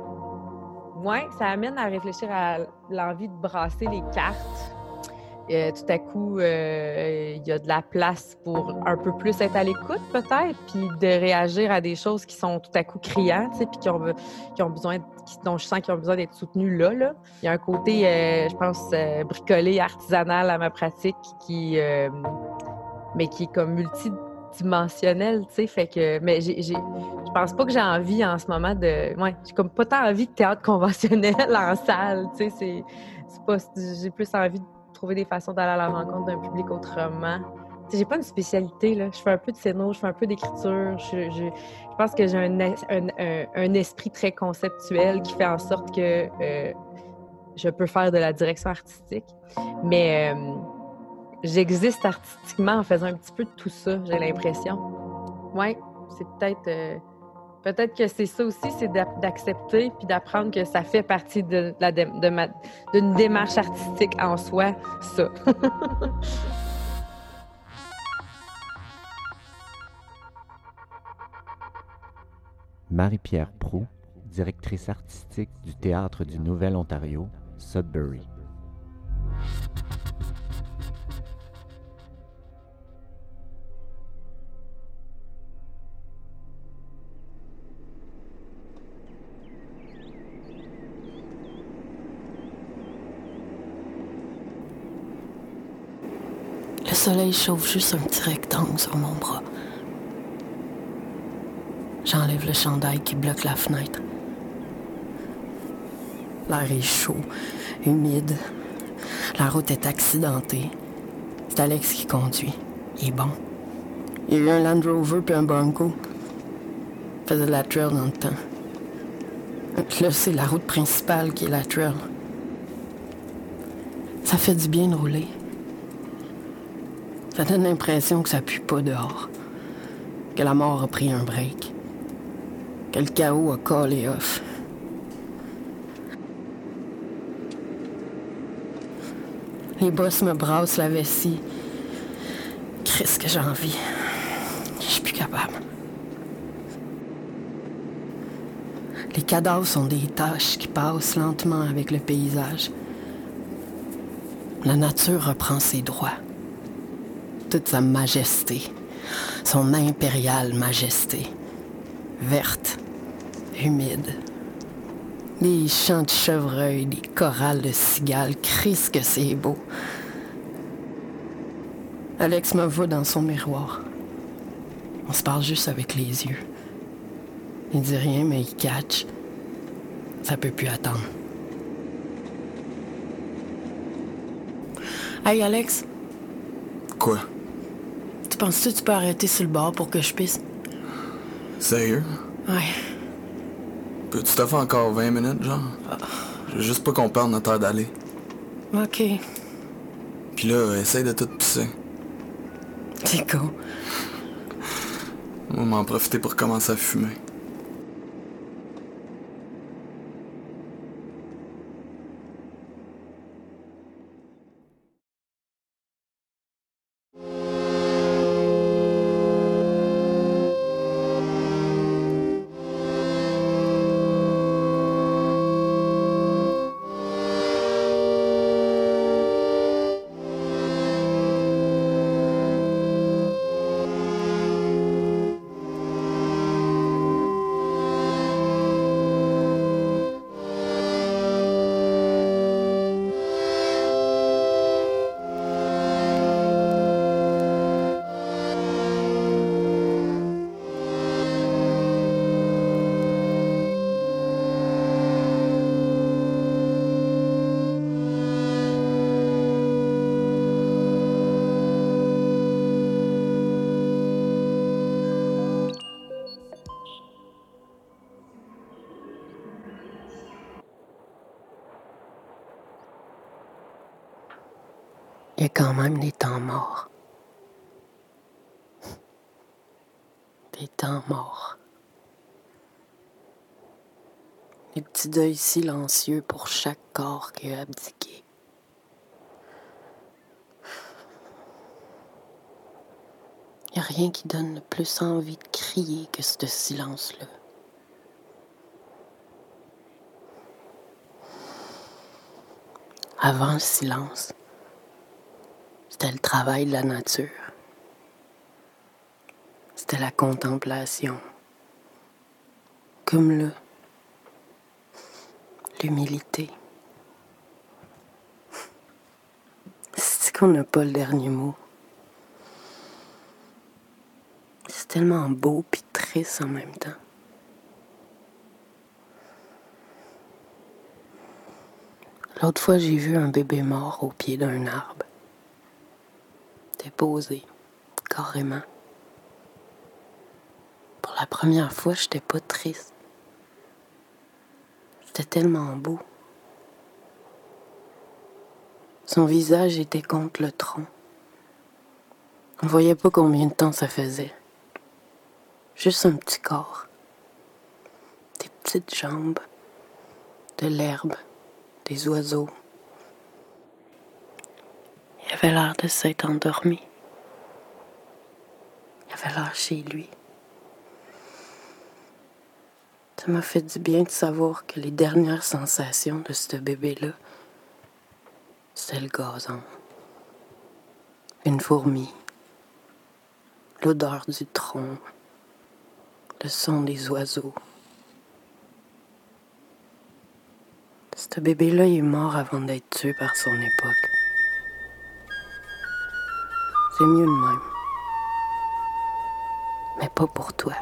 ouais, ça amène à réfléchir à l'envie de brasser les cartes. Euh, tout à coup, euh, il y a de la place pour un peu plus être à l'écoute, peut-être, puis de réagir à des choses qui sont tout à coup criantes, tu sais, puis qui ont, qui ont besoin, qui, dont je sens qu'ils ont besoin d'être soutenus là, là. Il y a un côté, euh, je pense, euh, bricolé, artisanal à ma pratique, qui, euh, mais qui est comme multidimensionnel, tu sais, fait que, mais j'ai, j'ai, je pense pas que j'ai envie en ce moment de, ouais, j'ai comme pas tant envie de théâtre conventionnel en salle, tu sais, c'est, c'est pas, j'ai plus envie de trouver des façons d'aller à la rencontre d'un public autrement. T'sais, j'ai pas une spécialité, là. Je fais un peu de scéno, je fais un peu d'écriture. Je, je, je pense que j'ai un, un, un, un esprit très conceptuel qui fait en sorte que euh, je peux faire de la direction artistique. Mais euh, j'existe artistiquement en faisant un petit peu de tout ça, j'ai l'impression. Ouais, c'est peut-être... Euh, Peut-être que c'est ça aussi, c'est d'accepter puis d'apprendre que ça fait partie de la de, de ma, d'une démarche artistique en soi, ça. Marie-Pierre Proulx, directrice artistique du Théâtre du Nouvel-Ontario, Sudbury. Le soleil chauffe juste un petit rectangle sur mon bras. J'enlève le chandail qui bloque la fenêtre. L'air est chaud, humide. La route est accidentée. C'est Alex qui conduit. Il est bon. Il y a eu un Land Rover puis un Bronco. Il faisait de la trail dans le temps. Là, c'est la route principale qui est la trail. Ça fait du bien de rouler. Ça donne l'impression que ça pue pas dehors. Que la mort a pris un break. Que le chaos a collé off. Les bosses me brassent la vessie. Christ que j'ai envie. Je suis plus capable. Les cadavres sont des taches qui passent lentement avec le paysage. La nature reprend ses droits. Toute sa majesté, son impériale majesté, verte, humide. Les champs de chevreuils, les chorales de cigales, Christ que c'est beau. Alex me voit dans son miroir. On se parle juste avec les yeux. Il dit rien, mais il catch. Ça peut plus attendre. Hey, Alex. Quoi? Tu penses-tu que tu peux arrêter sur le bord pour que je pisse? Sérieux? Ouais. Peux-tu te faire encore vingt minutes, genre? Je veux juste pas qu'on perde notre heure d'aller. OK. Puis là, essaye de tout pisser. C'est con. On va m'en profiter pour commencer à fumer. Il y a quand même des temps morts. Des temps morts. Des petits deuils silencieux pour chaque corps qui a abdiqué. Il n'y a rien qui donne le plus envie de crier que ce silence-là. Avant le silence, c'était le travail de la nature. C'était la contemplation. Comme là, l'humilité. C'est qu'on n'a pas le dernier mot. C'est tellement beau puis triste en même temps. L'autre fois, j'ai vu un bébé mort au pied d'un arbre. Déposé, carrément. Pour la première fois, j'étais pas triste. C'était tellement beau. Son visage était contre le tronc. On voyait pas combien de temps ça faisait. Juste un petit corps. Des petites jambes. De l'herbe. Des oiseaux. Il avait l'air de s'être endormi. Il avait l'air chez lui. Ça m'a fait du bien de savoir que les dernières sensations de ce bébé-là, c'était le gazon. Une fourmi. L'odeur du tronc. Le son des oiseaux. Ce bébé-là, il est mort avant d'être tué par son époque. C'est mieux de même. Mais pas pour toi.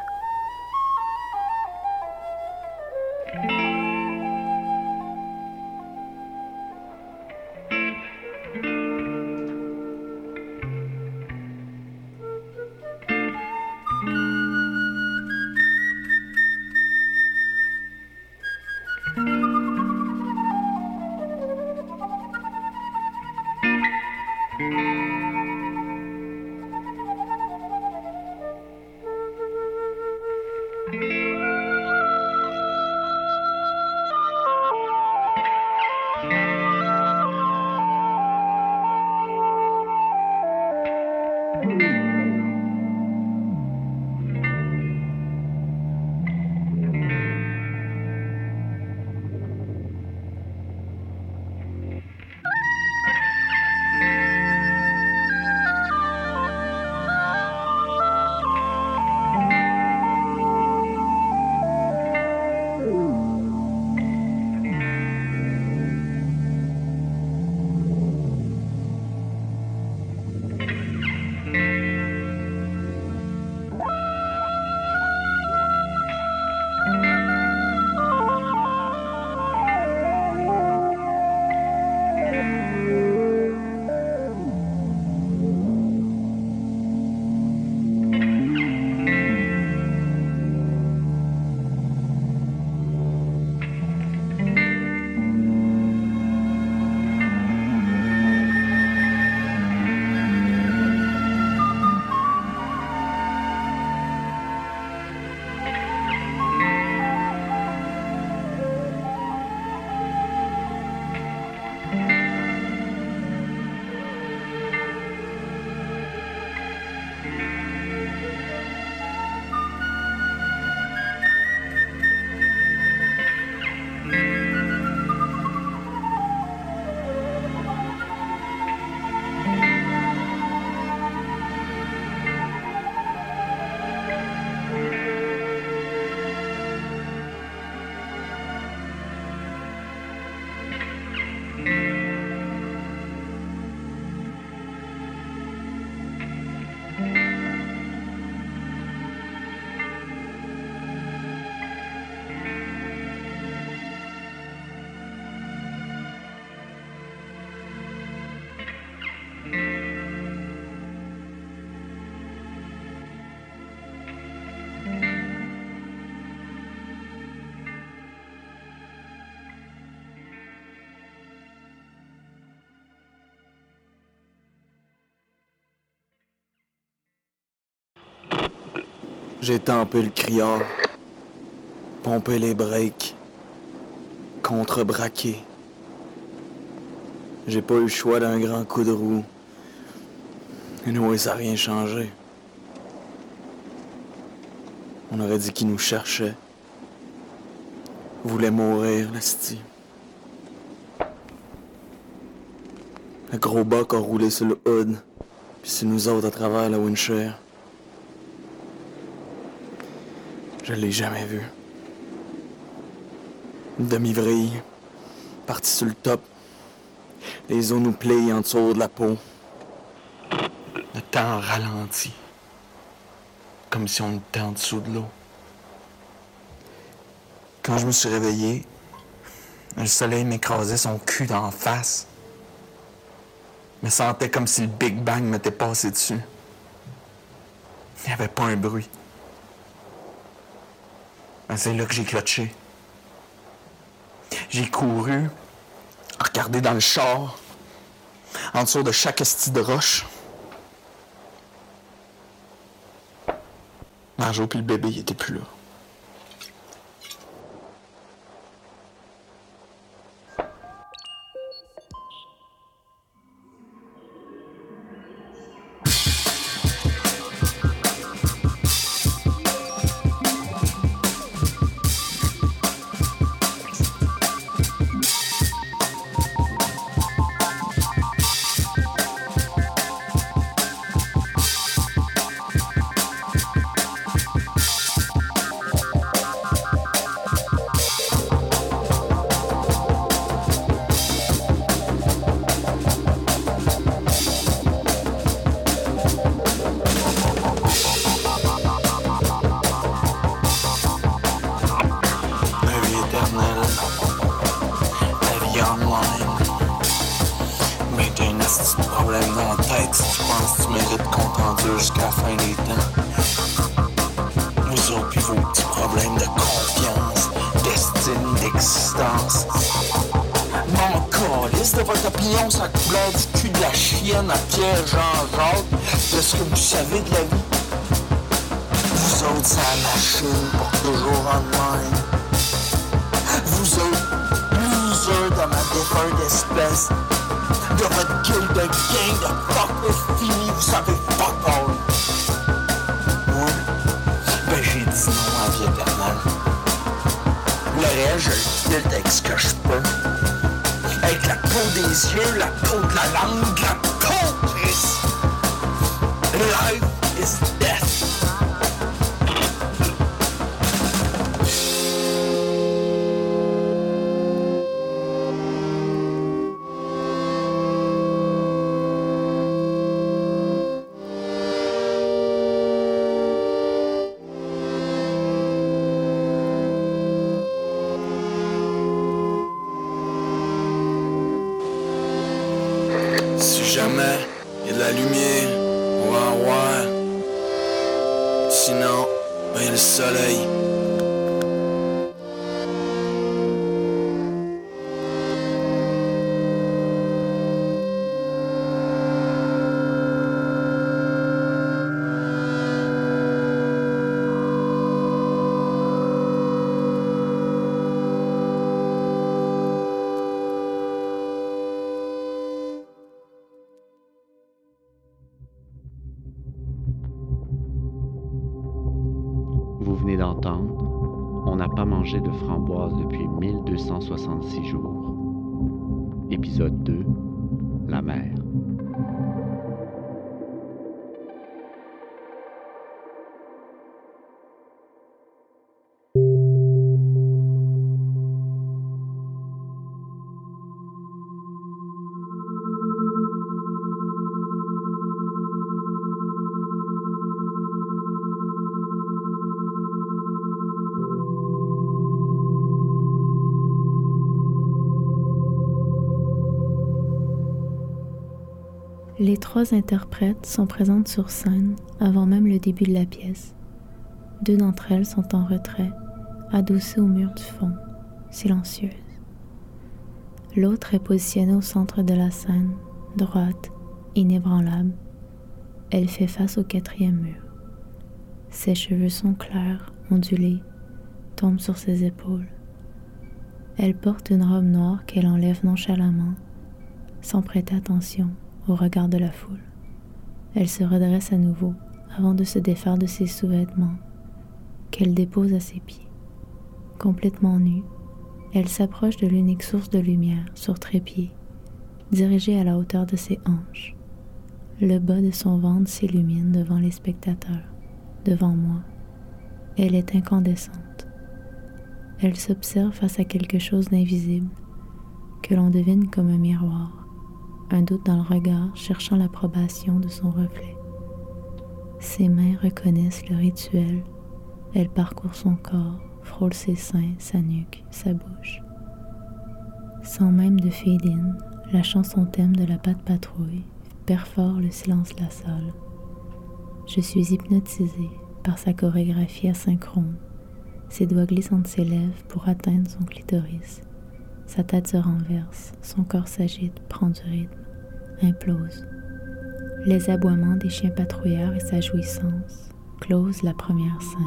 J'ai tempé le criard, pompé les breaks, contrebraqué. J'ai pas eu le choix d'un grand coup de roue. Et nous, ça n'a rien changé. On aurait dit qu'il nous cherchait. Voulait mourir, l'asti. Le gros boc a roulé sur le hood, puis c'est nous autres à travers la windshield. Je l'ai jamais vu. Une demi-vrille, parti sur le top. Les os nous plient en dessous de la peau. Le temps ralentit. Comme si on était en dessous de l'eau. Quand je me suis réveillé, le soleil m'écrasait son cul d'en face. Je me sentais comme si le Big Bang m'était passé dessus. Il n'y avait pas un bruit. Ben, c'est là que j'ai clutché. J'ai couru, regardé dans le char, en dessous de chaque esti de roche. Marjo puis le bébé, il était plus là. Jamais, il y a de la lumière, on va en voir. Sinon, ben, il y a le soleil. Vous venez d'entendre On n'a pas mangé de framboises depuis mille deux cent soixante-six jours. Épisode deux, La mer. Les trois interprètes sont présentes sur scène avant même le début de la pièce. Deux d'entre elles sont en retrait, adossées au mur du fond, silencieuses. L'autre est positionnée au centre de la scène, droite, inébranlable. Elle fait face au quatrième mur. Ses cheveux sont clairs, ondulés, tombent sur ses épaules. Elle porte une robe noire qu'elle enlève nonchalamment, sans prêter attention au regard de la foule. Elle se redresse à nouveau avant de se défaire de ses sous-vêtements, qu'elle dépose à ses pieds. Complètement nue, elle s'approche de l'unique source de lumière sur trépied, dirigée à la hauteur de ses hanches. Le bas de son ventre s'illumine devant les spectateurs, devant moi. Elle est incandescente. Elle s'observe face à quelque chose d'invisible, que l'on devine comme un miroir, un doute dans le regard cherchant l'approbation de son reflet. Ses mains reconnaissent le rituel. Elle parcourt son corps, frôle ses seins, sa nuque, sa bouche. Sans même de fade-in, la chanson thème de la Patte Patrouille perfore le silence de la salle. Je suis hypnotisée par sa chorégraphie asynchrone. Ses doigts glissent entre ses lèvres pour atteindre son clitoris. Sa tête se renverse, son corps s'agite, prend du rythme, implose. Les aboiements des chiens patrouilleurs et sa jouissance closent la première scène.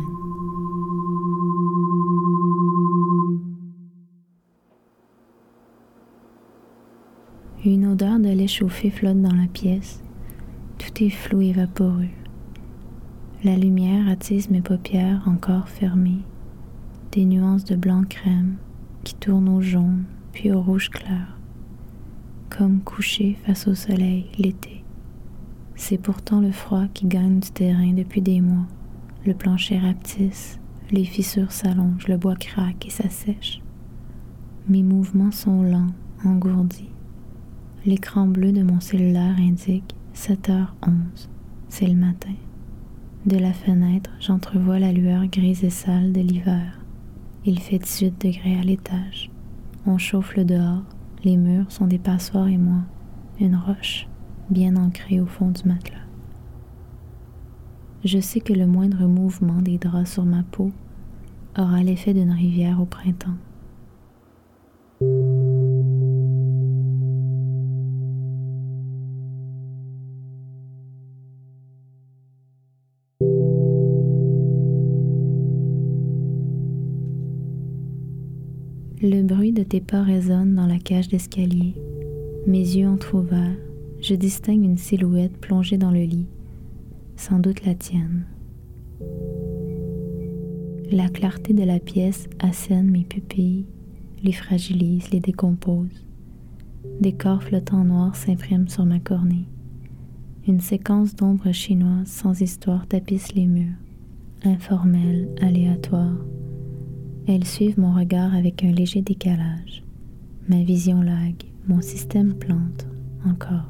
Une odeur de lait chauffé flotte dans la pièce. Tout est flou et vaporeux. La lumière attise mes paupières encore fermées. Des nuances de blanc crème qui tournent au jaune puis au rouge clair. Comme couché face au soleil l'été. C'est pourtant le froid qui gagne du terrain depuis des mois. Le plancher rapetisse, les fissures s'allongent, le bois craque et s'assèche. Mes mouvements sont lents, engourdis. L'écran bleu de mon cellulaire indique sept heures onze. C'est le matin. De la fenêtre, j'entrevois la lueur grise et sale de l'hiver. Il fait dix-huit degrés à l'étage. On chauffe le dehors. Les murs sont des passoires et moi, une roche, bien ancrée au fond du matelas. Je sais que le moindre mouvement des draps sur ma peau aura l'effet d'une rivière au printemps. Le bruit de tes pas résonne dans la cage d'escalier. Mes yeux entr'ouverts, je distingue une silhouette plongée dans le lit, sans doute la tienne. La clarté de la pièce assène mes pupilles, les fragilise, les décompose. Des corps flottants noirs s'impriment sur ma cornée. Une séquence d'ombres chinoises sans histoire tapisse les murs, informelle, aléatoire. Elles suivent mon regard avec un léger décalage. Ma vision lague, mon système plante, encore.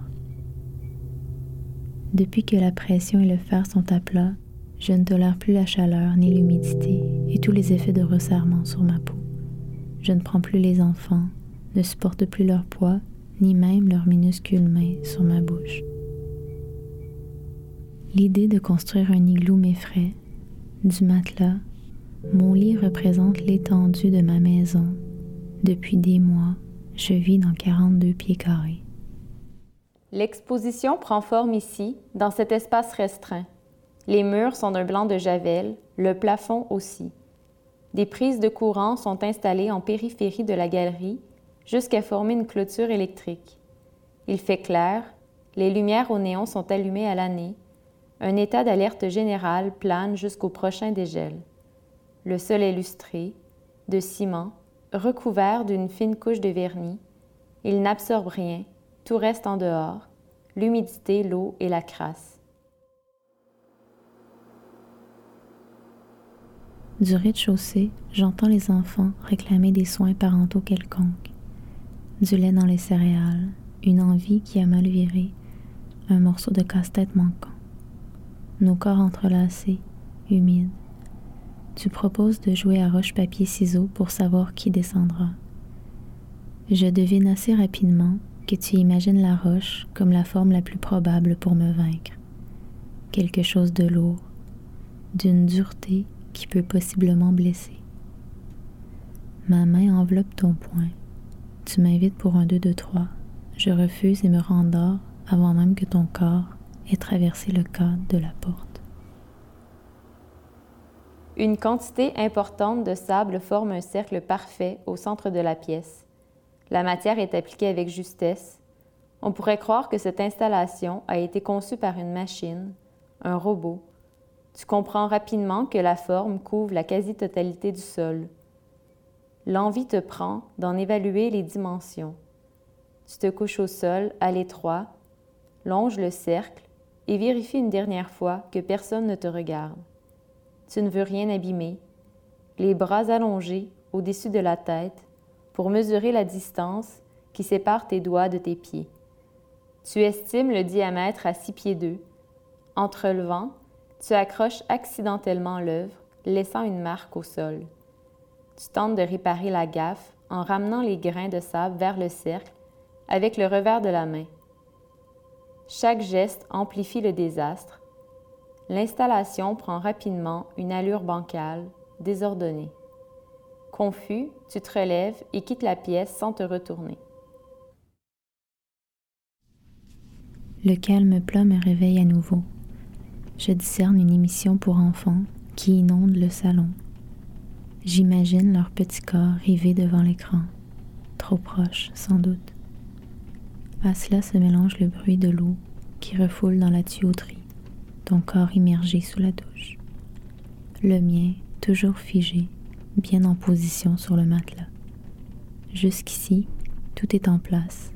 Depuis que la pression et le fer sont à plat, je ne tolère plus la chaleur ni l'humidité et tous les effets de resserrement sur ma peau. Je ne prends plus les enfants, ne supporte plus leur poids, ni même leurs minuscules mains sur ma bouche. L'idée de construire un igloo m'effraie. Du matelas, mon lit représente l'étendue de ma maison. Depuis des mois, je vis dans quarante-deux pieds carrés. L'exposition prend forme ici, dans cet espace restreint. Les murs sont d'un blanc de javel, le plafond aussi. Des prises de courant sont installées en périphérie de la galerie jusqu'à former une clôture électrique. Il fait clair, les lumières au néon sont allumées à l'année. Un état d'alerte générale plane jusqu'au prochain dégel. Le sol est lustré, de ciment, recouvert d'une fine couche de vernis. Il n'absorbe rien, tout reste en dehors, l'humidité, l'eau et la crasse. Du rez-de-chaussée, j'entends les enfants réclamer des soins parentaux quelconques. Du lait dans les céréales, une envie qui a mal viré, un morceau de casse-tête manquant. Nos corps entrelacés, humides. Tu proposes de jouer à roche-papier-ciseaux pour savoir qui descendra. Je devine assez rapidement que tu imagines la roche comme la forme la plus probable pour me vaincre. Quelque chose de lourd, d'une dureté qui peut possiblement blesser. Ma main enveloppe ton poing. Tu m'invites pour un deux, deux, trois. Je refuse et me rendors avant même que ton corps ait traversé le cadre de la porte. Une quantité importante de sable forme un cercle parfait au centre de la pièce. La matière est appliquée avec justesse. On pourrait croire que cette installation a été conçue par une machine, un robot. Tu comprends rapidement que la forme couvre la quasi-totalité du sol. L'envie te prend d'en évaluer les dimensions. Tu te couches au sol, à l'étroit, longe le cercle et vérifie une dernière fois que personne ne te regarde. Tu ne veux rien abîmer. Les bras allongés au-dessus de la tête pour mesurer la distance qui sépare tes doigts de tes pieds. Tu estimes le diamètre à six pieds deux. Entre le vent, tu accroches accidentellement l'œuvre, laissant une marque au sol. Tu tentes de réparer la gaffe en ramenant les grains de sable vers le cercle avec le revers de la main. Chaque geste amplifie le désastre. L'installation prend rapidement une allure bancale, désordonnée. Confus, tu te relèves et quittes la pièce sans te retourner. Le calme plat me réveille à nouveau. Je discerne une émission pour enfants qui inonde le salon. J'imagine leurs petits corps rivés devant l'écran, trop proches sans doute. À cela se mélange le bruit de l'eau qui refoule dans la tuyauterie, ton corps immergé sous la douche. Le mien, toujours figé, bien en position sur le matelas. Jusqu'ici, tout est en place.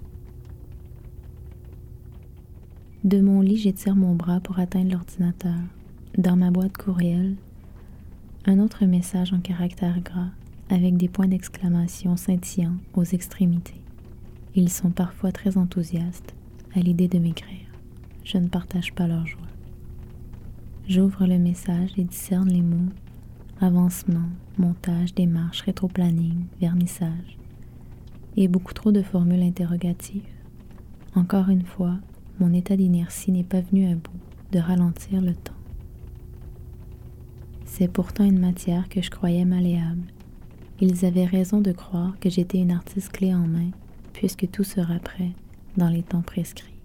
De mon lit, j'étire mon bras pour atteindre l'ordinateur. Dans ma boîte courriel, un autre message en caractères gras avec des points d'exclamation scintillants aux extrémités. Ils sont parfois très enthousiastes à l'idée de m'écrire. Je ne partage pas leur joie. J'ouvre le message et discerne les mots avancement, montage, démarche, rétroplanning, vernissage et beaucoup trop de formules interrogatives. Encore une fois, mon état d'inertie n'est pas venu à bout de ralentir le temps. C'est pourtant une matière que je croyais malléable. Ils avaient raison de croire que j'étais une artiste clé en main, puisque tout sera prêt dans les temps prescrits.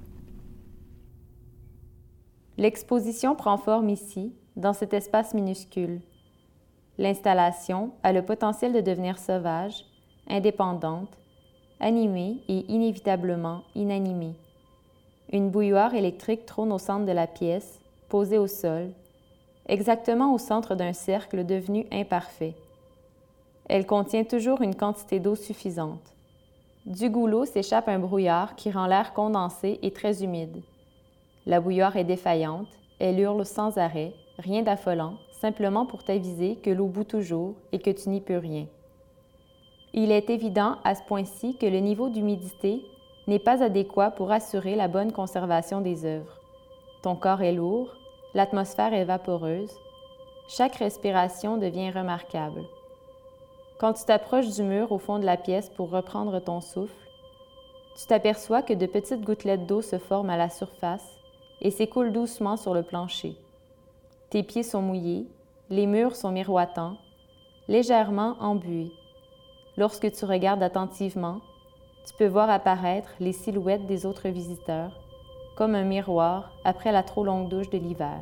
L'exposition prend forme ici, dans cet espace minuscule. L'installation a le potentiel de devenir sauvage, indépendante, animée et inévitablement inanimée. Une bouilloire électrique trône au centre de la pièce, posée au sol, exactement au centre d'un cercle devenu imparfait. Elle contient toujours une quantité d'eau suffisante. Du goulot s'échappe un brouillard qui rend l'air condensé et très humide. La bouilloire est défaillante, elle hurle sans arrêt, rien d'affolant, simplement pour t'aviser que l'eau bout toujours et que tu n'y peux rien. Il est évident à ce point-ci que le niveau d'humidité n'est pas adéquat pour assurer la bonne conservation des œuvres. Ton corps est lourd, l'atmosphère est vaporeuse, chaque respiration devient remarquable. Quand tu t'approches du mur au fond de la pièce pour reprendre ton souffle, tu t'aperçois que de petites gouttelettes d'eau se forment à la surface et s'écoulent doucement sur le plancher. Tes pieds sont mouillés, les murs sont miroitants, légèrement embués. Lorsque tu regardes attentivement, tu peux voir apparaître les silhouettes des autres visiteurs, comme un miroir après la trop longue douche de l'hiver.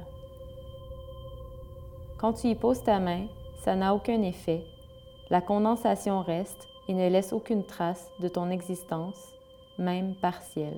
Quand tu y poses ta main, ça n'a aucun effet. La condensation reste et ne laisse aucune trace de ton existence, même partielle.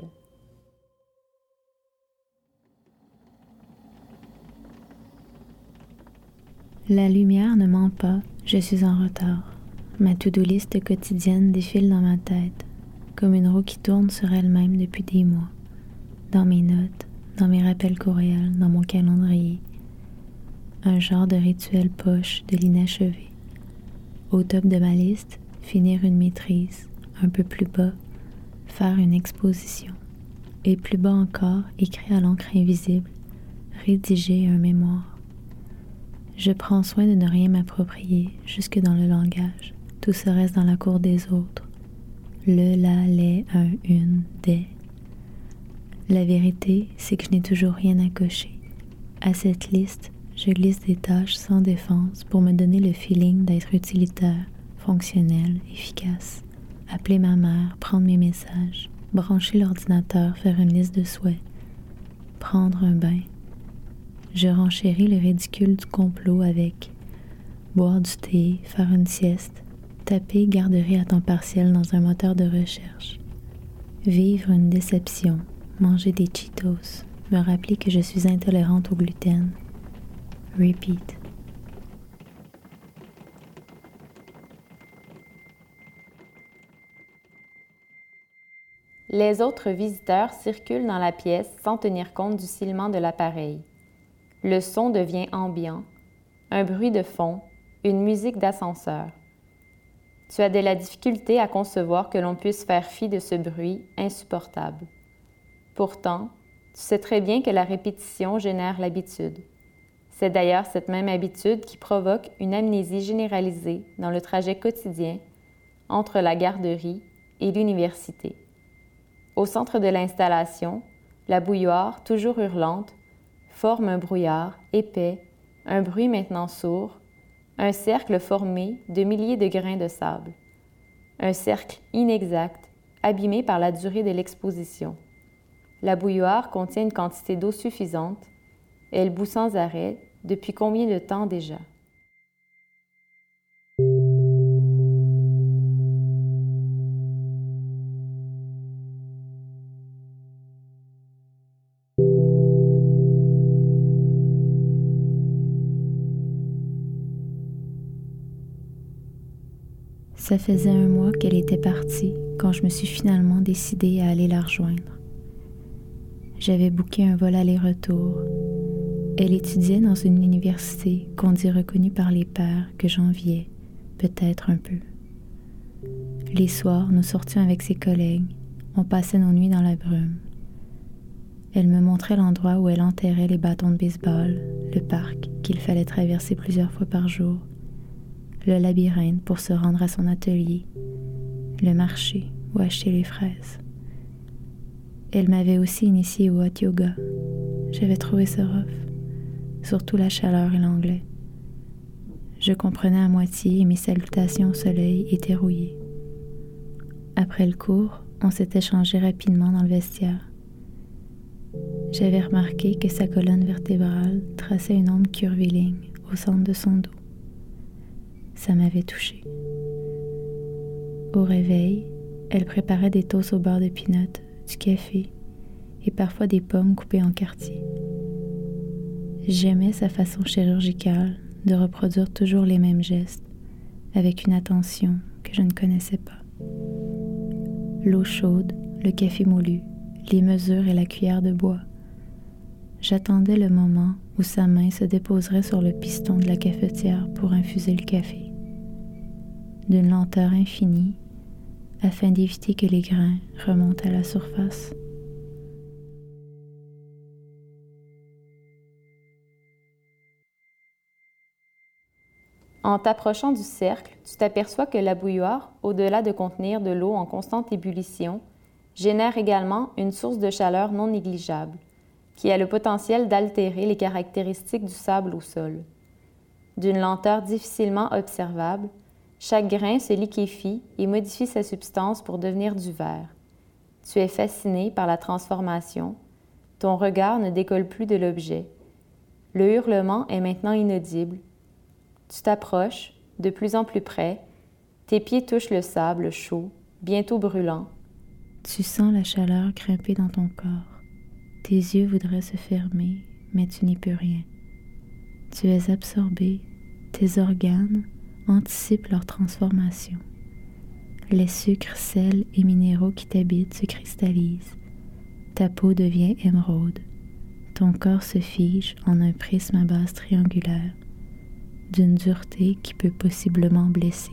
La lumière ne ment pas, je suis en retard. Ma to-do list quotidienne défile dans ma tête, comme une roue qui tourne sur elle-même depuis des mois. Dans mes notes, dans mes rappels courriels, dans mon calendrier. Un genre de rituel poche de l'inachevé. Au top de ma liste, finir une maîtrise, un peu plus bas, faire une exposition. Et plus bas encore, écrit à l'encre invisible, rédiger un mémoire. Je prends soin de ne rien m'approprier, jusque dans le langage. Tout se reste dans la cour des autres. Le, la, les, un, une, des. La vérité, c'est que je n'ai toujours rien à cocher. À cette liste, je glisse des tâches sans défense pour me donner le feeling d'être utilitaire, fonctionnel, efficace. Appeler ma mère, prendre mes messages, brancher l'ordinateur, faire une liste de souhaits, prendre un bain. Je renchéris le ridicule du complot avec boire du thé, faire une sieste, taper garderie à temps partiel dans un moteur de recherche, vivre une déception, manger des Cheetos, me rappeler que je suis intolérante au gluten. Repeat. Les autres visiteurs circulent dans la pièce sans tenir compte du silement de l'appareil. Le son devient ambiant, un bruit de fond, une musique d'ascenseur. Tu as de la difficulté à concevoir que l'on puisse faire fi de ce bruit insupportable. Pourtant, tu sais très bien que la répétition génère l'habitude. C'est d'ailleurs cette même habitude qui provoque une amnésie généralisée dans le trajet quotidien entre la garderie et l'université. Au centre de l'installation, la bouilloire, toujours hurlante, forme un brouillard épais, un bruit maintenant sourd, un cercle formé de milliers de grains de sable. Un cercle inexact, abîmé par la durée de l'exposition. La bouilloire contient une quantité d'eau suffisante. Elle bout sans arrêt. Depuis combien de temps déjà? Ça faisait un mois qu'elle était partie quand je me suis finalement décidée à aller la rejoindre. J'avais booké un vol aller-retour. Elle étudiait dans une université qu'on dit reconnue par les pairs que j'enviais, peut-être un peu. Les soirs, nous sortions avec ses collègues. On passait nos nuits dans la brume. Elle me montrait l'endroit où elle enterrait les bâtons de baseball, le parc qu'il fallait traverser plusieurs fois par jour, le labyrinthe pour se rendre à son atelier, le marché où acheter les fraises. Elle m'avait aussi initiée au hot yoga. J'avais trouvé ça rough, surtout la chaleur et l'anglais. Je comprenais à moitié et mes salutations au soleil étaient rouillées. Après le cours, on s'était changé rapidement dans le vestiaire. J'avais remarqué que sa colonne vertébrale traçait une ombre curviligne au centre de son dos. Ça m'avait touchée. Au réveil, elle préparait des toasts au beurre de pinot, du café et parfois des pommes coupées en quartiers. J'aimais sa façon chirurgicale de reproduire toujours les mêmes gestes, avec une attention que je ne connaissais pas. L'eau chaude, le café moulu, les mesures et la cuillère de bois. J'attendais le moment où sa main se déposerait sur le piston de la cafetière pour infuser le café. D'une lenteur infinie, afin d'éviter que les grains remontent à la surface. En t'approchant du cercle, tu t'aperçois que la bouilloire, au-delà de contenir de l'eau en constante ébullition, génère également une source de chaleur non négligeable, qui a le potentiel d'altérer les caractéristiques du sable au sol. D'une lenteur difficilement observable, chaque grain se liquéfie et modifie sa substance pour devenir du verre. Tu es fasciné par la transformation. Ton regard ne décolle plus de l'objet. Le hurlement est maintenant inaudible. Tu t'approches, de plus en plus près. Tes pieds touchent le sable chaud, bientôt brûlant. Tu sens la chaleur grimper dans ton corps. Tes yeux voudraient se fermer, mais tu n'y peux rien. Tu es absorbé. Tes organes anticipent leur transformation. Les sucres, sels et minéraux qui t'habitent se cristallisent. Ta peau devient émeraude. Ton corps se fige en un prisme à base triangulaire, d'une dureté qui peut possiblement blesser.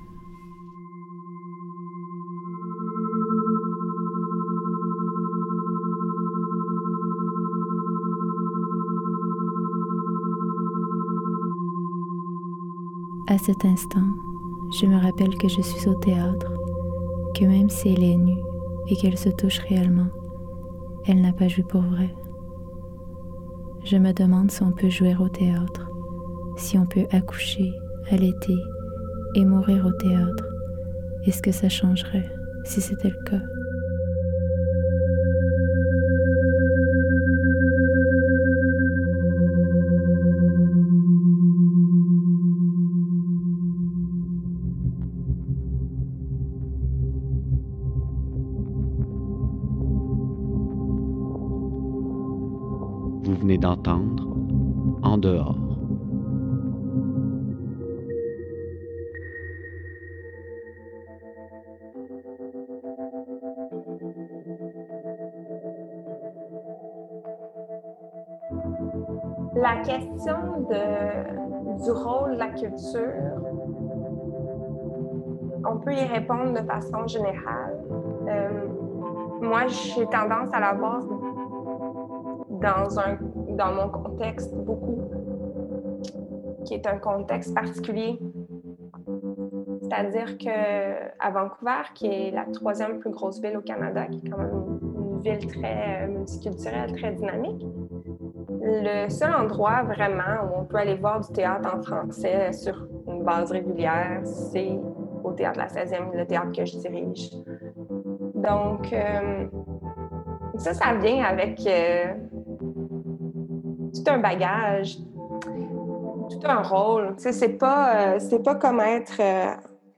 À cet instant, je me rappelle que je suis au théâtre, que même si elle est nue et qu'elle se touche réellement, elle n'a pas joué pour vrai. Je me demande si on peut jouer au théâtre, si on peut accoucher, allaiter et mourir au théâtre. Est-ce que ça changerait si c'était le cas? d'entendre En dehors. La question de, du rôle de la culture, on peut y répondre de façon générale. Euh, moi, j'ai tendance à la voir dans, un, dans mon contexte beaucoup, qui est un contexte particulier. C'est-à-dire qu'à Vancouver, qui est la troisième plus grosse ville au Canada, qui est quand même une, une ville très multiculturelle, très dynamique, le seul endroit vraiment où on peut aller voir du théâtre en français sur une base régulière, c'est au Théâtre de la seizième, le théâtre que je dirige. Donc, euh, ça, ça vient avec euh, tout un bagage, tout un rôle. Tu sais, c'est pas, euh, c'est pas comme être euh,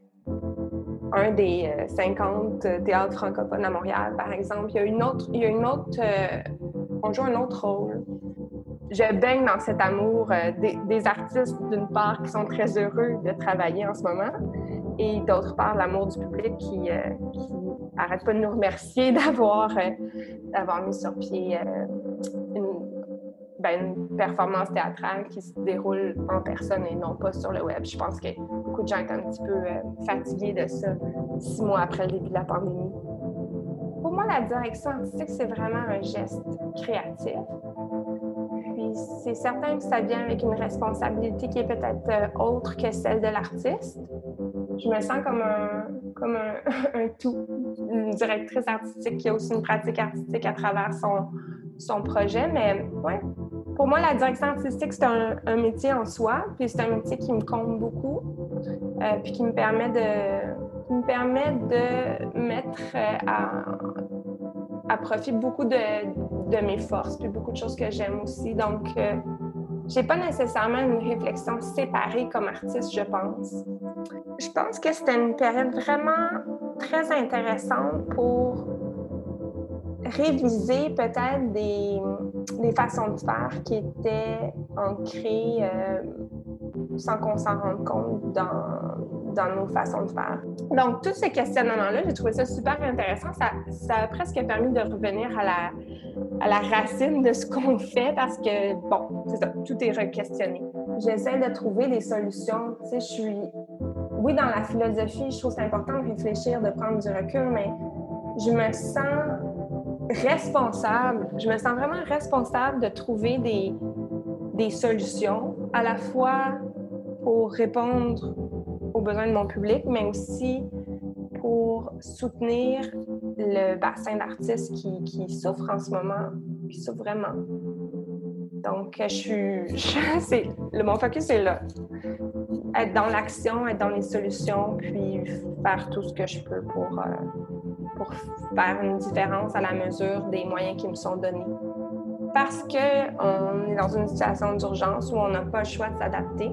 un des euh, cinquante théâtres francophones à Montréal, par exemple. Il y a une autre, il y a une autre, euh, on joue un autre rôle. Je baigne dans cet amour euh, des, des artistes, d'une part, qui sont très heureux de travailler en ce moment, et d'autre part, l'amour du public qui, euh, qui arrête pas de nous remercier d'avoir, euh, d'avoir mis sur pied euh, une, ben, une performance théâtrale qui se déroule en personne et non pas sur le web. Je pense que beaucoup de gens étaient un petit peu euh, fatigués de ça six mois après le début de la pandémie. Pour moi, la direction artistique, c'est vraiment un geste créatif. Puis c'est certain que ça vient avec une responsabilité qui est peut-être euh, autre que celle de l'artiste. Je me sens comme un, comme un, un tout, une directrice artistique qui a aussi une pratique artistique à travers son, son projet. Mais ouais, pour moi, la direction artistique, c'est un, un métier en soi, puis c'est un métier qui me compte beaucoup, euh, puis qui me permet de, qui me permet de mettre euh, à, à profit beaucoup de, de mes forces, puis beaucoup de choses que j'aime aussi. Donc, euh, j'ai pas nécessairement une réflexion séparée comme artiste, je pense. Je pense que c'était une période vraiment très intéressante pour réviser peut-être des, des façons de faire qui étaient ancrées euh, sans qu'on s'en rende compte dans, dans nos façons de faire. Donc, tous ces questionnements-là, j'ai trouvé ça super intéressant. Ça, ça a presque permis de revenir à la, à la racine de ce qu'on fait parce que, bon, c'est ça, tout est re-questionné. J'essaie de trouver des solutions. Tu sais, je suis... Oui, dans la philosophie, je trouve que c'est important de réfléchir, de prendre du recul, mais je me sens responsable. Je me sens vraiment responsable de trouver des, des solutions, à la fois pour répondre aux besoins de mon public, mais aussi pour soutenir le bassin d'artistes qui, qui souffre en ce moment, qui souffre vraiment. Donc, je suis... Je, c'est, le, mon focus est là. Être dans l'action, être dans les solutions, puis faire tout ce que je peux pour, euh, pour faire une différence à la mesure des moyens qui me sont donnés. Parce qu'on est dans une situation d'urgence où on n'a pas le choix de s'adapter,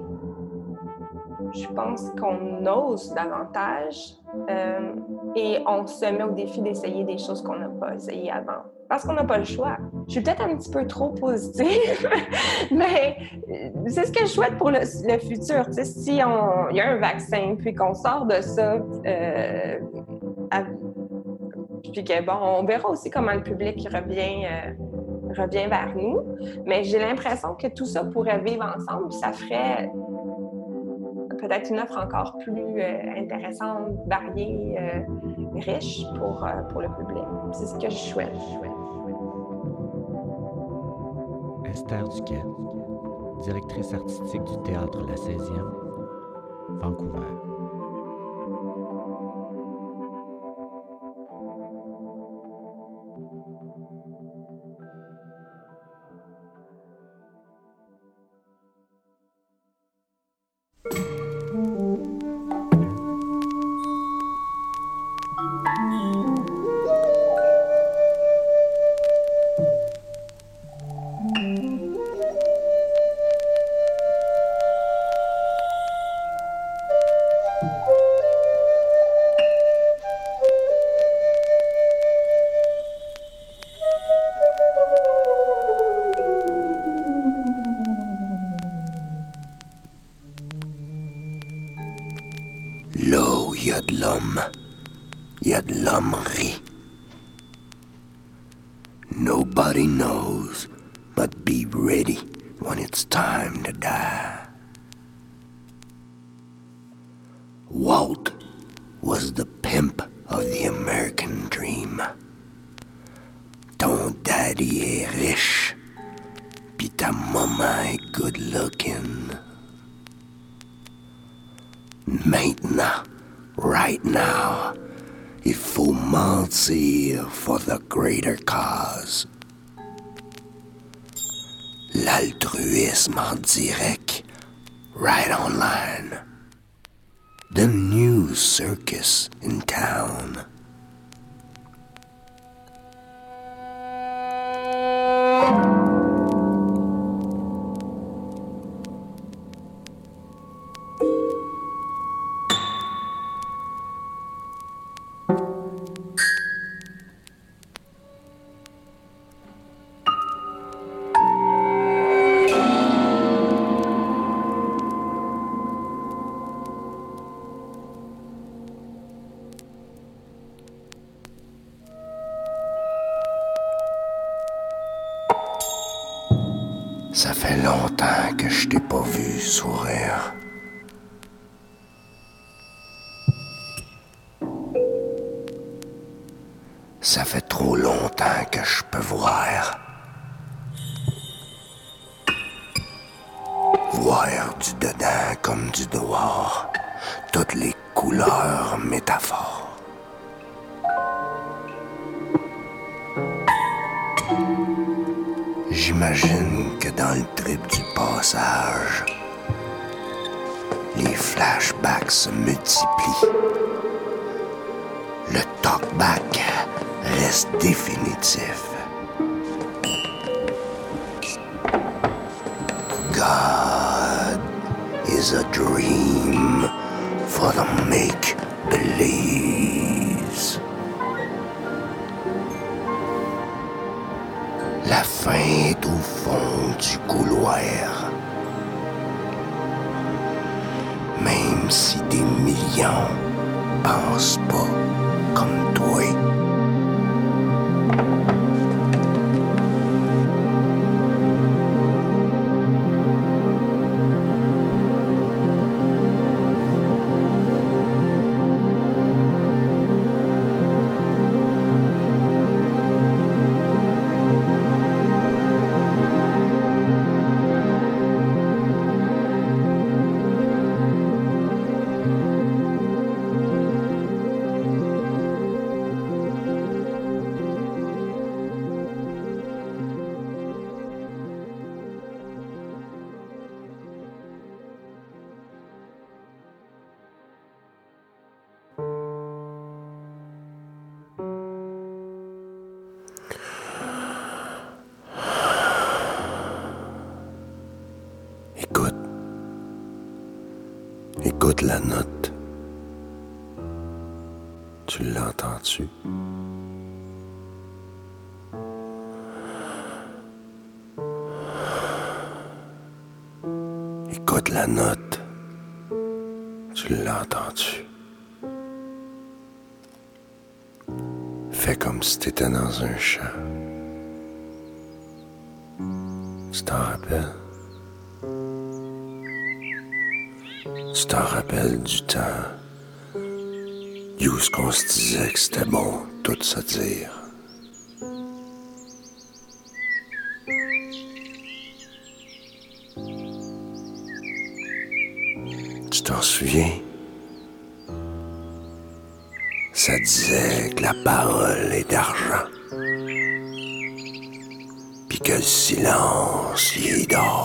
je pense qu'on ose davantage euh, et on se met au défi d'essayer des choses qu'on n'a pas essayées avant. Parce qu'on n'a pas le choix. Je suis peut-être un petit peu trop positive, mais c'est ce que je souhaite pour le, le futur. Tu sais, si on, il y a un vaccin, puis qu'on sort de ça, euh, à, puis que, bon, on verra aussi comment le public revient, euh, revient vers nous. Mais j'ai l'impression que tout ça pourrait vivre ensemble, puis ça ferait peut-être une offre encore plus euh, intéressante, variée, euh, riche pour, euh, pour le public. C'est ce que je souhaite. Je souhaite. Esther Duquette, directrice artistique du Théâtre La seizième, Vancouver. y a de l'homme, y a de l'hommerie. Nobody knows, but be ready when it's time to die. Walt was the pimp of the American dream. Ton daddy est riche, pis ta maman est good looking. Maintenant, right now, il faut mentir for the greater cause. L'altruisme en direct, right online. The new circus in town. Ça fait longtemps que je t'ai pas vu sourire. Ça fait trop longtemps que je peux voir. Voir du dedans comme du dehors. Toutes les couleurs métaphores. J'imagine que dans le trip du passage, les flashbacks se multiplient. Le talkback reste définitif. God is a dream for the make-believes. La fin est au fond du couloir. Même si des millions pensent pas comme toi. Écoute la note. Tu l'entends-tu? Écoute la note. Tu l'entends-tu? Fais comme si t'étais dans un champ. Tu t'en rappelles? Tu t'en rappelles du temps où ce qu'on se disait que c'était bon tout se dire. Tu t'en souviens? Ça disait que la parole est d'argent, puis que le silence y est d'or.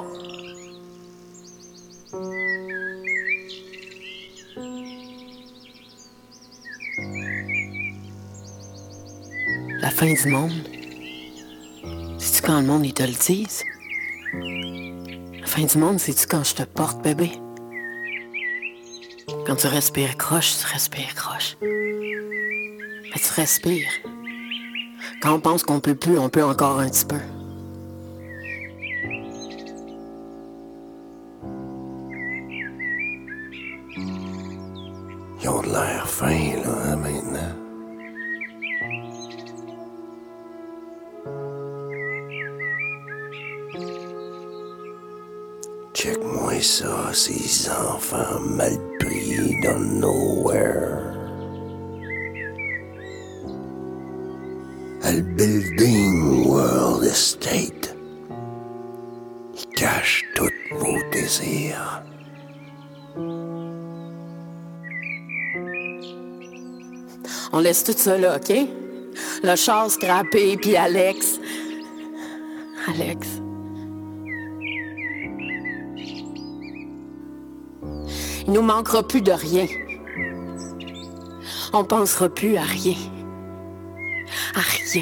La fin du monde, c'est-tu quand le monde, ils te le disent? La fin du monde, c'est-tu quand je te porte, bébé? Quand tu respires croche, tu respires croche. Mais tu respires. Quand on pense qu'on peut plus, on peut encore un petit peu. Ils ont de faim, là, hein, maintenant. Check-moi ça, ces enfants mal pris dans nowhere. Le Building World Estate. Il cache tous vos désirs. On laisse tout ça là, OK? Le char scrappé, puis Alex. Alex. Il nous manquera plus de rien. On pensera plus à rien. À rien.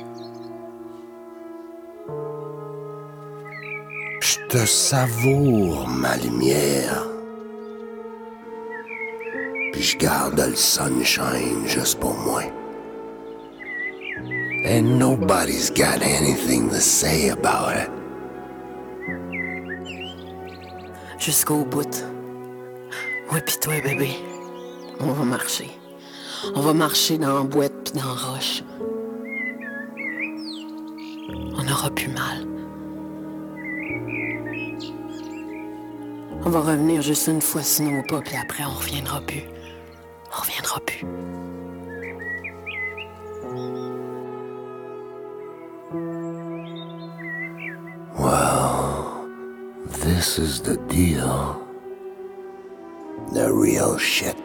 Je te savoure, ma lumière. Puis je garde le sunshine juste pour moi. And nobody's got anything to say about it. Jusqu'au bout. Oui, pis toi, bébé. On va marcher. On va marcher dans la boîte pis dans la roche. On aura plus mal. On va revenir juste une fois sur nos pas, puis après, on reviendra plus. On reviendra plus. Well, this is the deal. The real shit.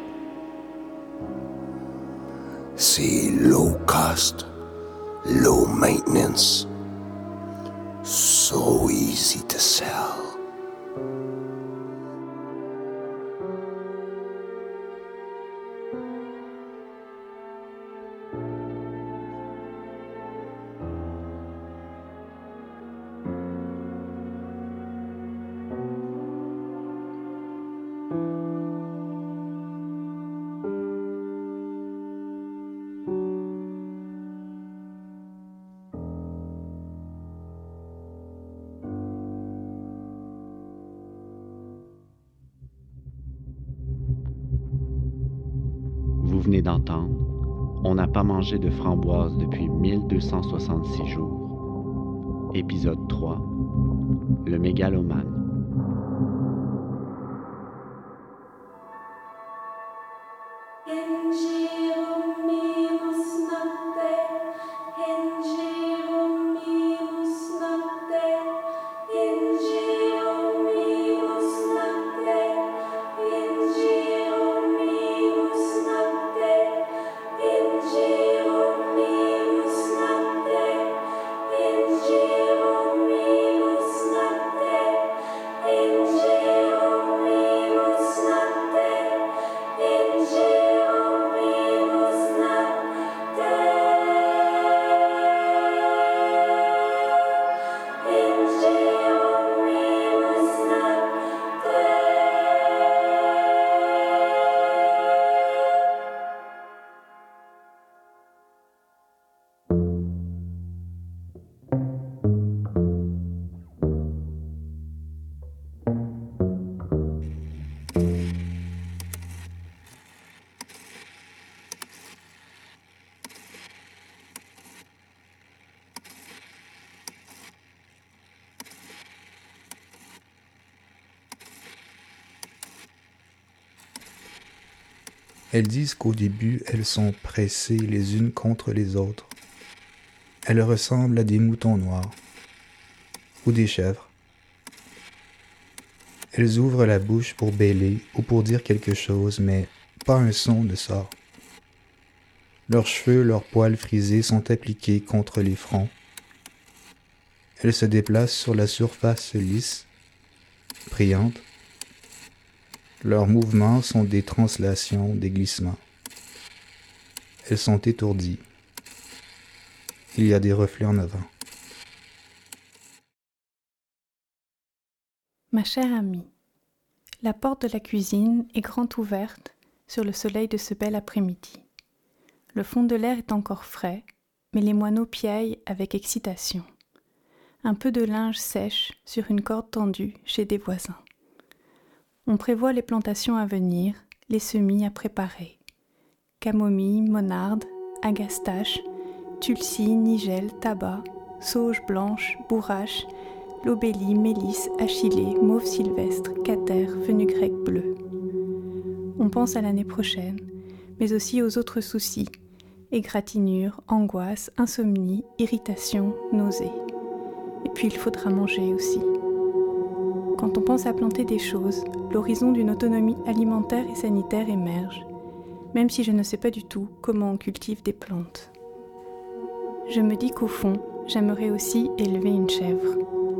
C'est low cost, low maintenance, so easy to sell. Vous venez d'entendre « On n'a pas mangé de framboises depuis mille deux cent soixante-six jours ». Épisode trois. Le mégalomane. Elles disent qu'au début, elles sont pressées les unes contre les autres. Elles ressemblent à des moutons noirs ou des chèvres. Elles ouvrent la bouche pour bêler ou pour dire quelque chose, mais pas un son ne sort. Leurs cheveux, leurs poils frisés sont appliqués contre les fronts. Elles se déplacent sur la surface lisse, brillante. Leurs mouvements sont des translations, des glissements. Elles sont étourdies. Il y a des reflets en avant. Ma chère amie, la porte de la cuisine est grande ouverte sur le soleil de ce bel après-midi. Le fond de l'air est encore frais, mais les moineaux piaillent avec excitation. Un peu de linge sèche sur une corde tendue chez des voisins. On prévoit les plantations à venir, les semis à préparer. camomille, monarde, agastache, tulsi, nigel, tabac, sauge blanche, bourrache, lobélie, mélisse, achillée, mauve sylvestre, cater, fenugrec bleu. On pense à l'année prochaine, mais aussi aux autres soucis, égratignures, angoisses, insomnie, irritation, nausées. Et puis il faudra manger aussi. Quand on pense à planter des choses, l'horizon d'une autonomie alimentaire et sanitaire émerge, même si je ne sais pas du tout comment on cultive des plantes. Je me dis qu'au fond, j'aimerais aussi élever une chèvre.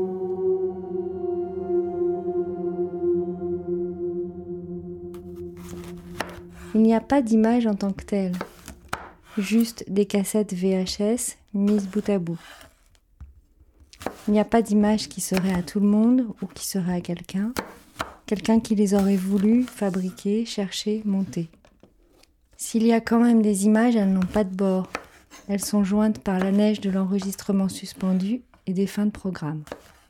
Il n'y a pas d'image en tant que telle, juste des cassettes V H S mises bout à bout. Il n'y a pas d'image qui serait à tout le monde ou qui serait à quelqu'un, quelqu'un qui les aurait voulu, fabriquer, chercher, monter. S'il y a quand même des images, elles n'ont pas de bord. Elles sont jointes par la neige de l'enregistrement suspendu et des fins de programme.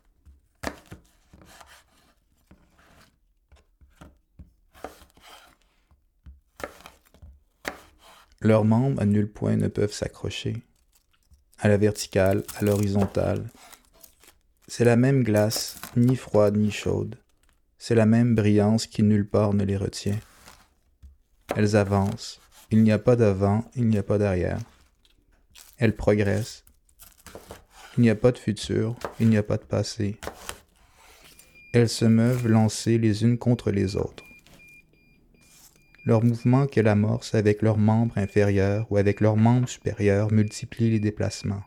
Leurs membres à nul point ne peuvent s'accrocher. À la verticale, à l'horizontale. C'est la même glace, ni froide ni chaude. C'est la même brillance qui nulle part ne les retient. Elles avancent. Il n'y a pas d'avant, il n'y a pas d'arrière. Elles progressent. Il n'y a pas de futur, il n'y a pas de passé. Elles se meuvent lancées les unes contre les autres. Leur mouvement qu'elles amorcent avec leurs membres inférieurs ou avec leurs membres supérieurs multiplie les déplacements.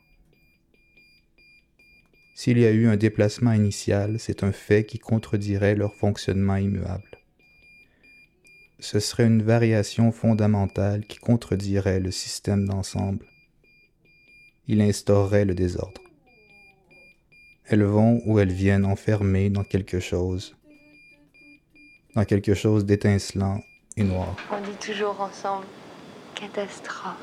S'il y a eu un déplacement initial, c'est un fait qui contredirait leur fonctionnement immuable. Ce serait une variation fondamentale qui contredirait le système d'ensemble. Il instaurerait le désordre. Elles vont ou elles viennent enfermées dans quelque chose, dans quelque chose d'étincelant et noir. On dit toujours ensemble catastrophe.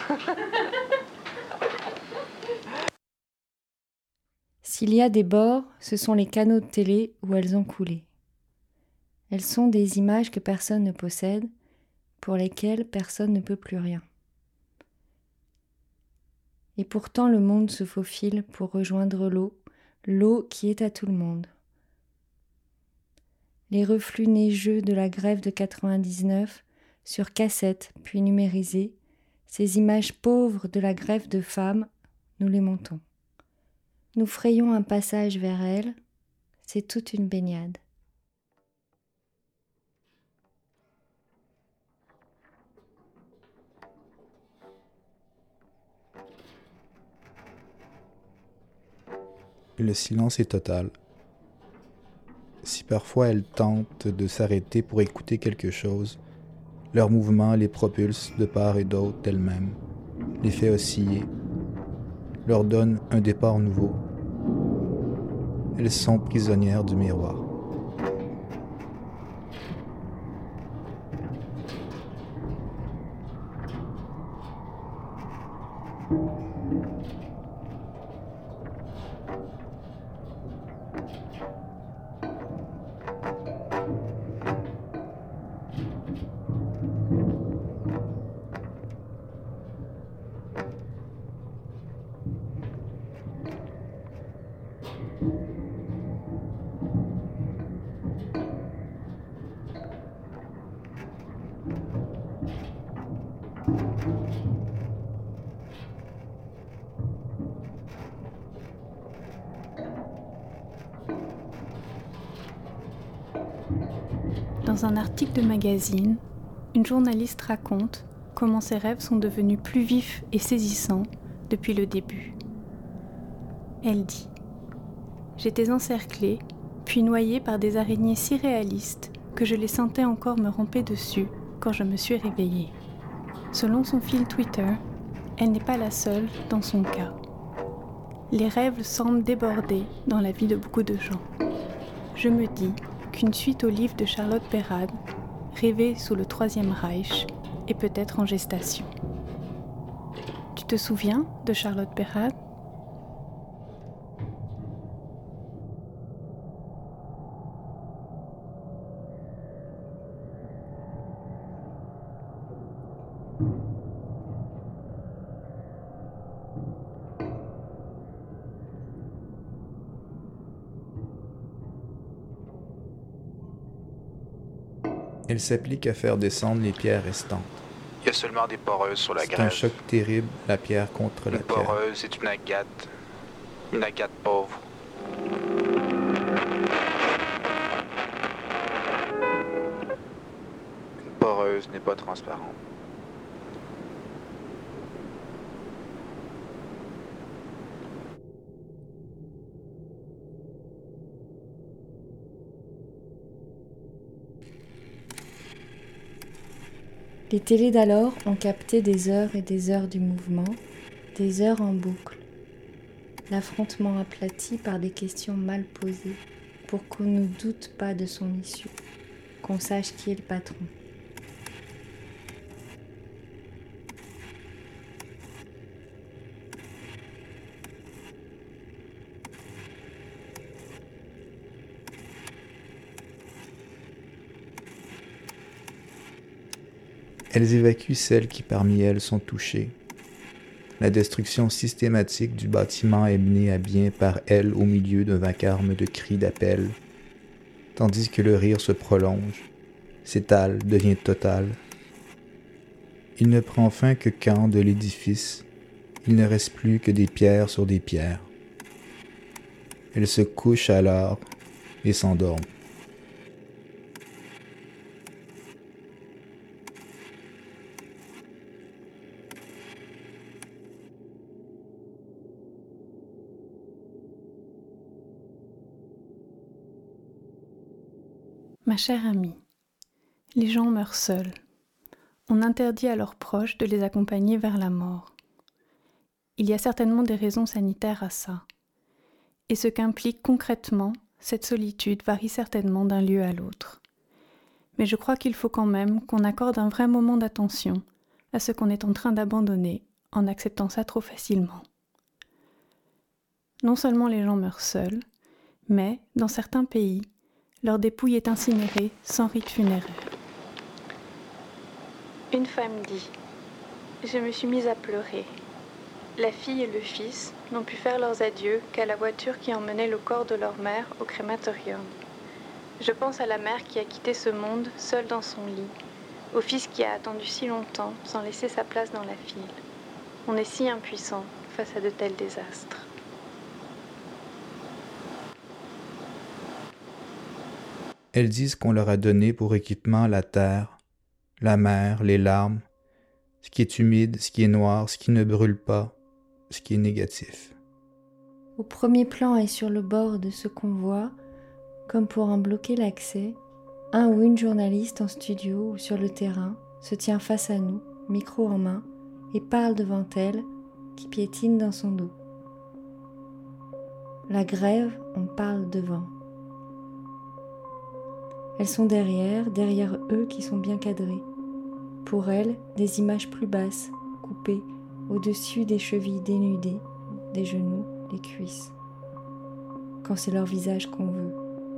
S'il y a des bords, ce sont les canaux de télé où elles ont coulé. Elles sont des images que personne ne possède, pour lesquelles personne ne peut plus rien. Et pourtant le monde se faufile pour rejoindre l'eau, l'eau qui est à tout le monde. Les reflux neigeux de la grève de quatre-vingt-dix-neuf, sur cassette puis numérisés, ces images pauvres de la grève de femmes, nous les montons. Nous frayons un passage vers elles, c'est toute une baignade. Le silence est total. Si parfois elles tentent de s'arrêter pour écouter quelque chose, leur mouvement les propulse de part et d'autre d'elles-mêmes, les fait osciller, leur donne un départ nouveau. Elles sont prisonnières du miroir. Dans un article de magazine, une journaliste raconte comment ses rêves sont devenus plus vifs et saisissants depuis le début. Elle dit « J'étais encerclée, puis noyée par des araignées si réalistes que je les sentais encore me ramper dessus quand je me suis réveillée. » Selon son fil Twitter, elle n'est pas la seule dans son cas. Les rêves semblent déborder dans la vie de beaucoup de gens. Je me dis qu'une suite au livre de Charlotte Perrade, Rêver sous le Troisième Reich, est peut-être en gestation. Tu te souviens de Charlotte Perrade ? Elle s'applique à faire descendre les pierres restantes. Il y a seulement des poreuses sur la C'est grève. un choc terrible, la pierre contre la Une pierre. poreuse, c'est une agate. Une agate pauvre. Une poreuse n'est pas transparente. Les télés d'alors ont capté des heures et des heures du mouvement, des heures en boucle. L'affrontement aplati par des questions mal posées, pour qu'on ne doute pas de son issue, qu'on sache qui est le patron. Elles évacuent celles qui parmi elles sont touchées. La destruction systématique du bâtiment est menée à bien par elles au milieu d'un vacarme de cris d'appel, tandis que le rire se prolonge, s'étale, devient total. Il ne prend fin que quand, de l'édifice, il ne reste plus que des pierres sur des pierres. Elles se couchent alors et s'endorment. Ma chère amie, les gens meurent seuls. On interdit à leurs proches de les accompagner vers la mort. Il y a certainement des raisons sanitaires à ça. Et ce qu'implique concrètement cette solitude varie certainement d'un lieu à l'autre. Mais je crois qu'il faut quand même qu'on accorde un vrai moment d'attention à ce qu'on est en train d'abandonner en acceptant ça trop facilement. Non seulement les gens meurent seuls, mais, dans certains pays, leur dépouille est incinérée sans rite funéraire. Une femme dit « Je me suis mise à pleurer. La fille et le fils n'ont pu faire leurs adieux qu'à la voiture qui emmenait le corps de leur mère au crématorium. Je pense à la mère qui a quitté ce monde seule dans son lit, au fils qui a attendu si longtemps sans laisser sa place dans la file. On est si impuissant face à de tels désastres. » Elles disent qu'on leur a donné pour équipement la terre, la mer, les larmes, ce qui est humide, ce qui est noir, ce qui ne brûle pas, ce qui est négatif. Au premier plan et sur le bord de ce convoi, comme pour en bloquer l'accès, un ou une journaliste en studio ou sur le terrain se tient face à nous, micro en main, et parle devant elle, qui piétine dans son dos. La grève, on parle devant. Elles sont derrière, derrière eux qui sont bien cadrés. Pour elles, des images plus basses, coupées, au-dessus des chevilles dénudées, des genoux, des cuisses. Quand c'est leur visage qu'on veut.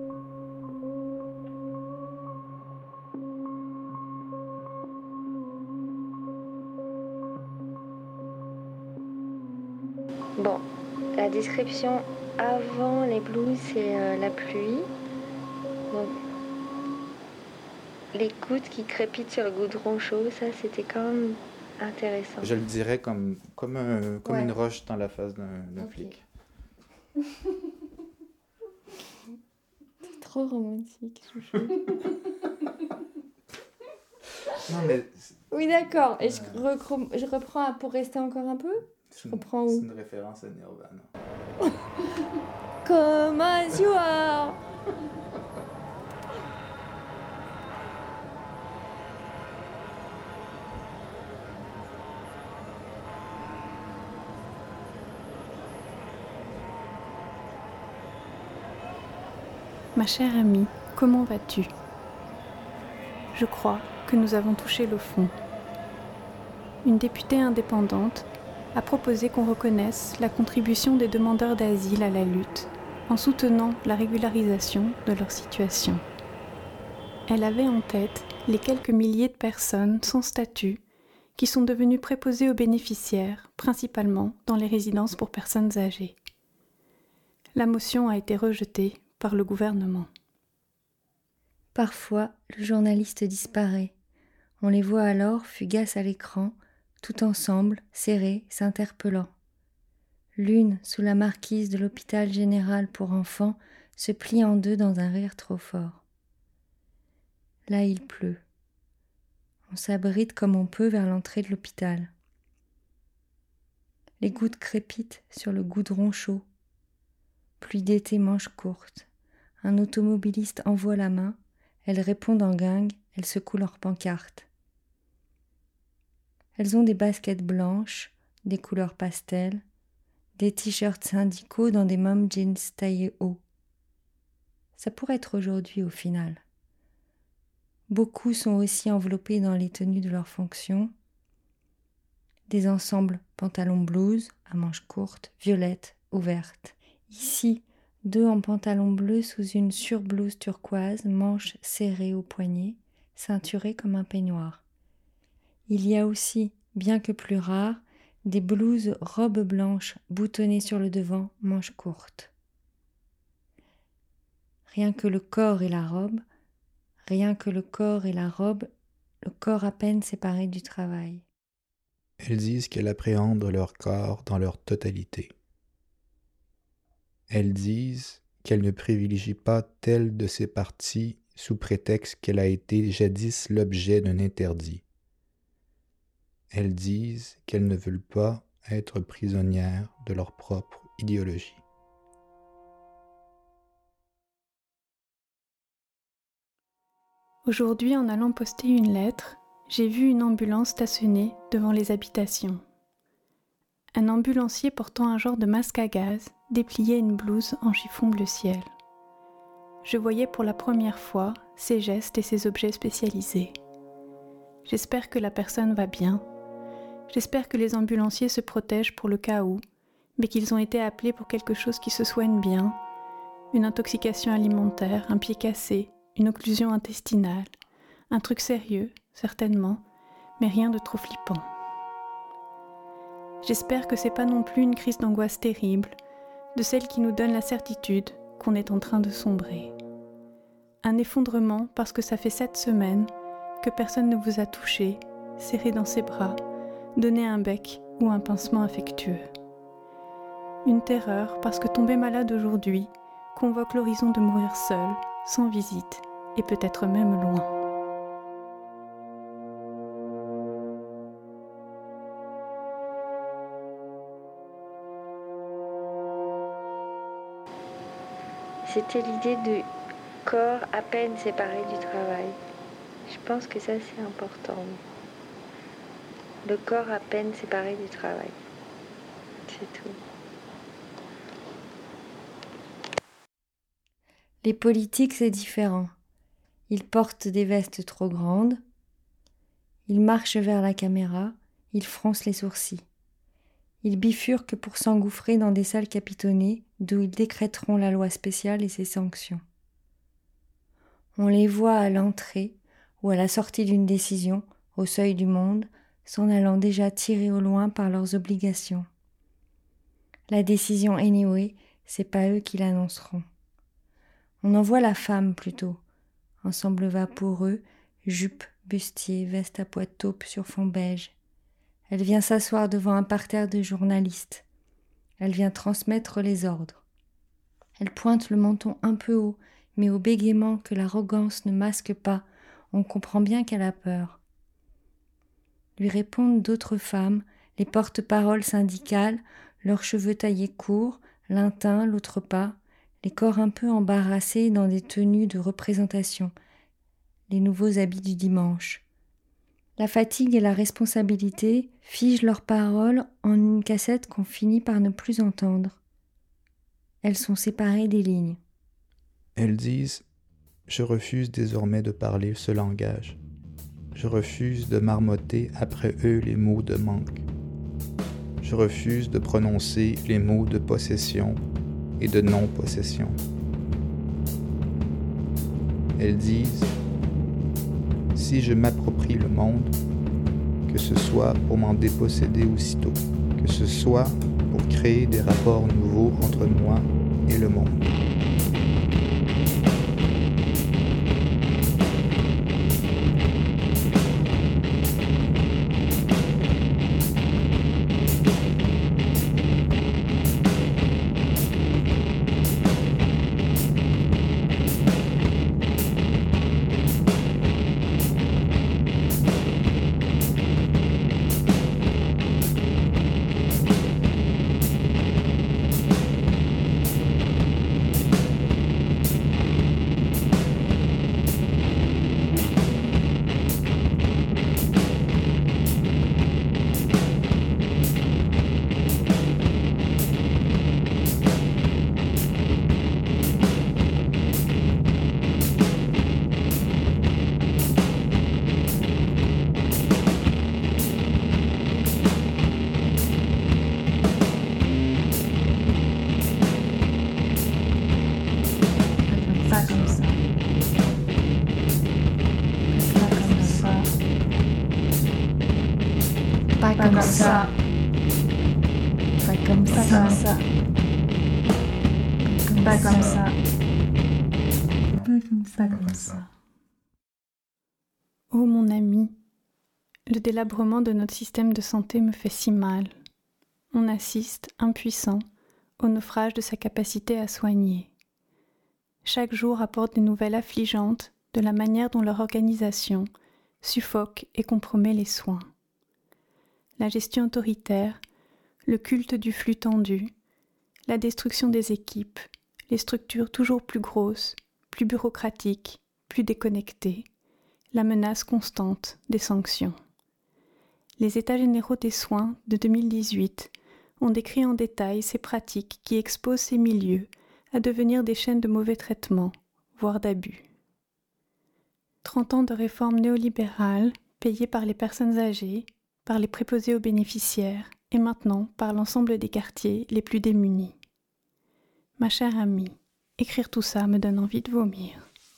Bon, la description avant les blues, c'est euh, la pluie. Donc, les gouttes qui crépitent sur le goudron chaud, ça c'était quand même intéressant. Je le dirais comme, comme, un, comme Ouais. une roche dans la face d'un, d'un Ok. flic. C'est trop romantique, chouchou. Non, mais Oui, d'accord. Et je, recro- je reprends pour rester encore un peu. Je reprends c'est où? une référence à Nirvana. Come as you are. Ma chère amie, comment vas-tu ? Je crois que nous avons touché le fond. Une députée indépendante a proposé qu'on reconnaisse la contribution des demandeurs d'asile à la lutte en soutenant la régularisation de leur situation. Elle avait en tête les quelques milliers de personnes sans statut qui sont devenus préposés aux bénéficiaires, principalement dans les résidences pour personnes âgées. La motion a été rejetée par le gouvernement. Parfois, le journaliste disparaît. On les voit alors, fugaces à l'écran, tout ensemble, serrés, s'interpellant. L'une, sous la marquise de l'hôpital général pour enfants, se plie en deux dans un rire trop fort. Là, il pleut. On s'abrite comme on peut vers l'entrée de l'hôpital. Les gouttes crépitent sur le goudron chaud. Pluie d'été manche courte. Un automobiliste envoie la main, elles répondent en guingue, elles secouent leurs pancartes. Elles ont des baskets blanches, des couleurs pastel, des t-shirts syndicaux dans des mom jeans taillés hauts. Ça pourrait être aujourd'hui au final. Beaucoup sont aussi enveloppés dans les tenues de leurs fonctions. Des ensembles pantalon-blouse à manches courtes, violettes, ouvertes. Ici, deux en pantalon bleu sous une surblouse turquoise, manches serrées au poignet, ceinturées comme un peignoir. Il y a aussi, bien que plus rare, des blouses robes blanches boutonnées sur le devant, manches courtes. Rien que le corps et la robe, rien que le corps et la robe, le corps à peine séparé du travail. Elles disent qu'elles appréhendent leur corps dans leur totalité. Elles disent qu'elles ne privilégient pas telle de ses parties sous prétexte qu'elle a été jadis l'objet d'un interdit. Elles disent qu'elles ne veulent pas être prisonnières de leur propre idéologie. Aujourd'hui, en allant poster une lettre, j'ai vu une ambulance stationnée devant les habitations. Un ambulancier portant un genre de masque à gaz dépliait une blouse en chiffon bleu ciel. Je voyais pour la première fois ses gestes et ses objets spécialisés. J'espère que la personne va bien. J'espère que les ambulanciers se protègent pour le cas où, mais qu'ils ont été appelés pour quelque chose qui se soigne bien, une intoxication alimentaire, un pied cassé, une occlusion intestinale, un truc sérieux, certainement, mais rien de trop flippant. J'espère que c'est pas non plus une crise d'angoisse terrible, de celle qui nous donne la certitude qu'on est en train de sombrer. Un effondrement parce que ça fait sept semaines que personne ne vous a touché, serré dans ses bras, donné un bec ou un pincement affectueux. Une terreur parce que tomber malade aujourd'hui convoque l'horizon de mourir seul, sans visite, et peut-être même loin. C'était l'idée de corps à peine séparé du travail. Je pense que ça c'est important. Le corps à peine séparé du travail. C'est tout. Les politiques, c'est différent. Ils portent des vestes trop grandes, ils marchent vers la caméra, ils froncent les sourcils. Ils bifurquent pour s'engouffrer dans des salles capitonnées d'où ils décréteront la loi spéciale et ses sanctions. On les voit à l'entrée ou à la sortie d'une décision, au seuil du monde, s'en allant déjà tirés au loin par leurs obligations. La décision anyway, c'est pas eux qui l'annonceront. On en voit la femme plutôt, ensemble vaporeux, jupe, bustier, veste à pois de taupe sur fond beige. Elle vient s'asseoir devant un parterre de journalistes. Elle vient transmettre les ordres. Elle pointe le menton un peu haut, mais au bégaiement que l'arrogance ne masque pas, on comprend bien qu'elle a peur. Lui répondent d'autres femmes, les porte-paroles syndicales, leurs cheveux taillés courts, l'un teint, l'autre pas, les corps un peu embarrassés dans des tenues de représentation, les nouveaux habits du dimanche. La fatigue et la responsabilité figent leurs paroles en une cassette qu'on finit par ne plus entendre. Elles sont séparées des lignes. Elles disent « Je refuse désormais de parler ce langage. Je refuse de marmotter après eux les mots de manque. Je refuse de prononcer les mots de possession et de non-possession. » Elles disent « Si je m'approprie le monde, que ce soit pour m'en déposséder aussitôt, que ce soit pour créer des rapports nouveaux entre moi et le monde. Pas comme ça. Pas comme ça. Pas comme ça. Pas comme ça. Ô mon ami, le délabrement de notre système de santé me fait si mal. On assiste, impuissant, au naufrage de sa capacité à soigner. Chaque jour apporte des nouvelles affligeantes de la manière dont leur organisation suffoque et compromet les soins. La gestion autoritaire, le culte du flux tendu, la destruction des équipes, les structures toujours plus grosses, plus bureaucratiques, plus déconnectées, la menace constante des sanctions. Les États généraux des soins de deux mille dix-huit ont décrit en détail ces pratiques qui exposent ces milieux à devenir des chaînes de mauvais traitements, voire d'abus. Trente ans de réformes néolibérales payées par les personnes âgées, par les préposés aux bénéficiaires et maintenant par l'ensemble des quartiers les plus démunis. Ma chère amie, écrire tout ça me donne envie de vomir.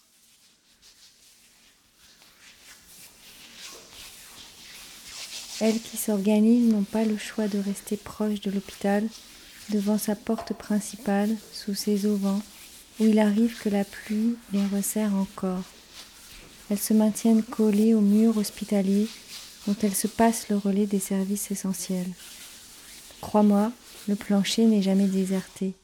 Elles qui s'organisent n'ont pas le choix de rester proches de l'hôpital, devant sa porte principale, sous ses auvents, où il arrive que la pluie les resserre encore. Elles se maintiennent collées au mur hospitalier, dont elles se passent le relais des services essentiels. Crois-moi, le plancher n'est jamais déserté.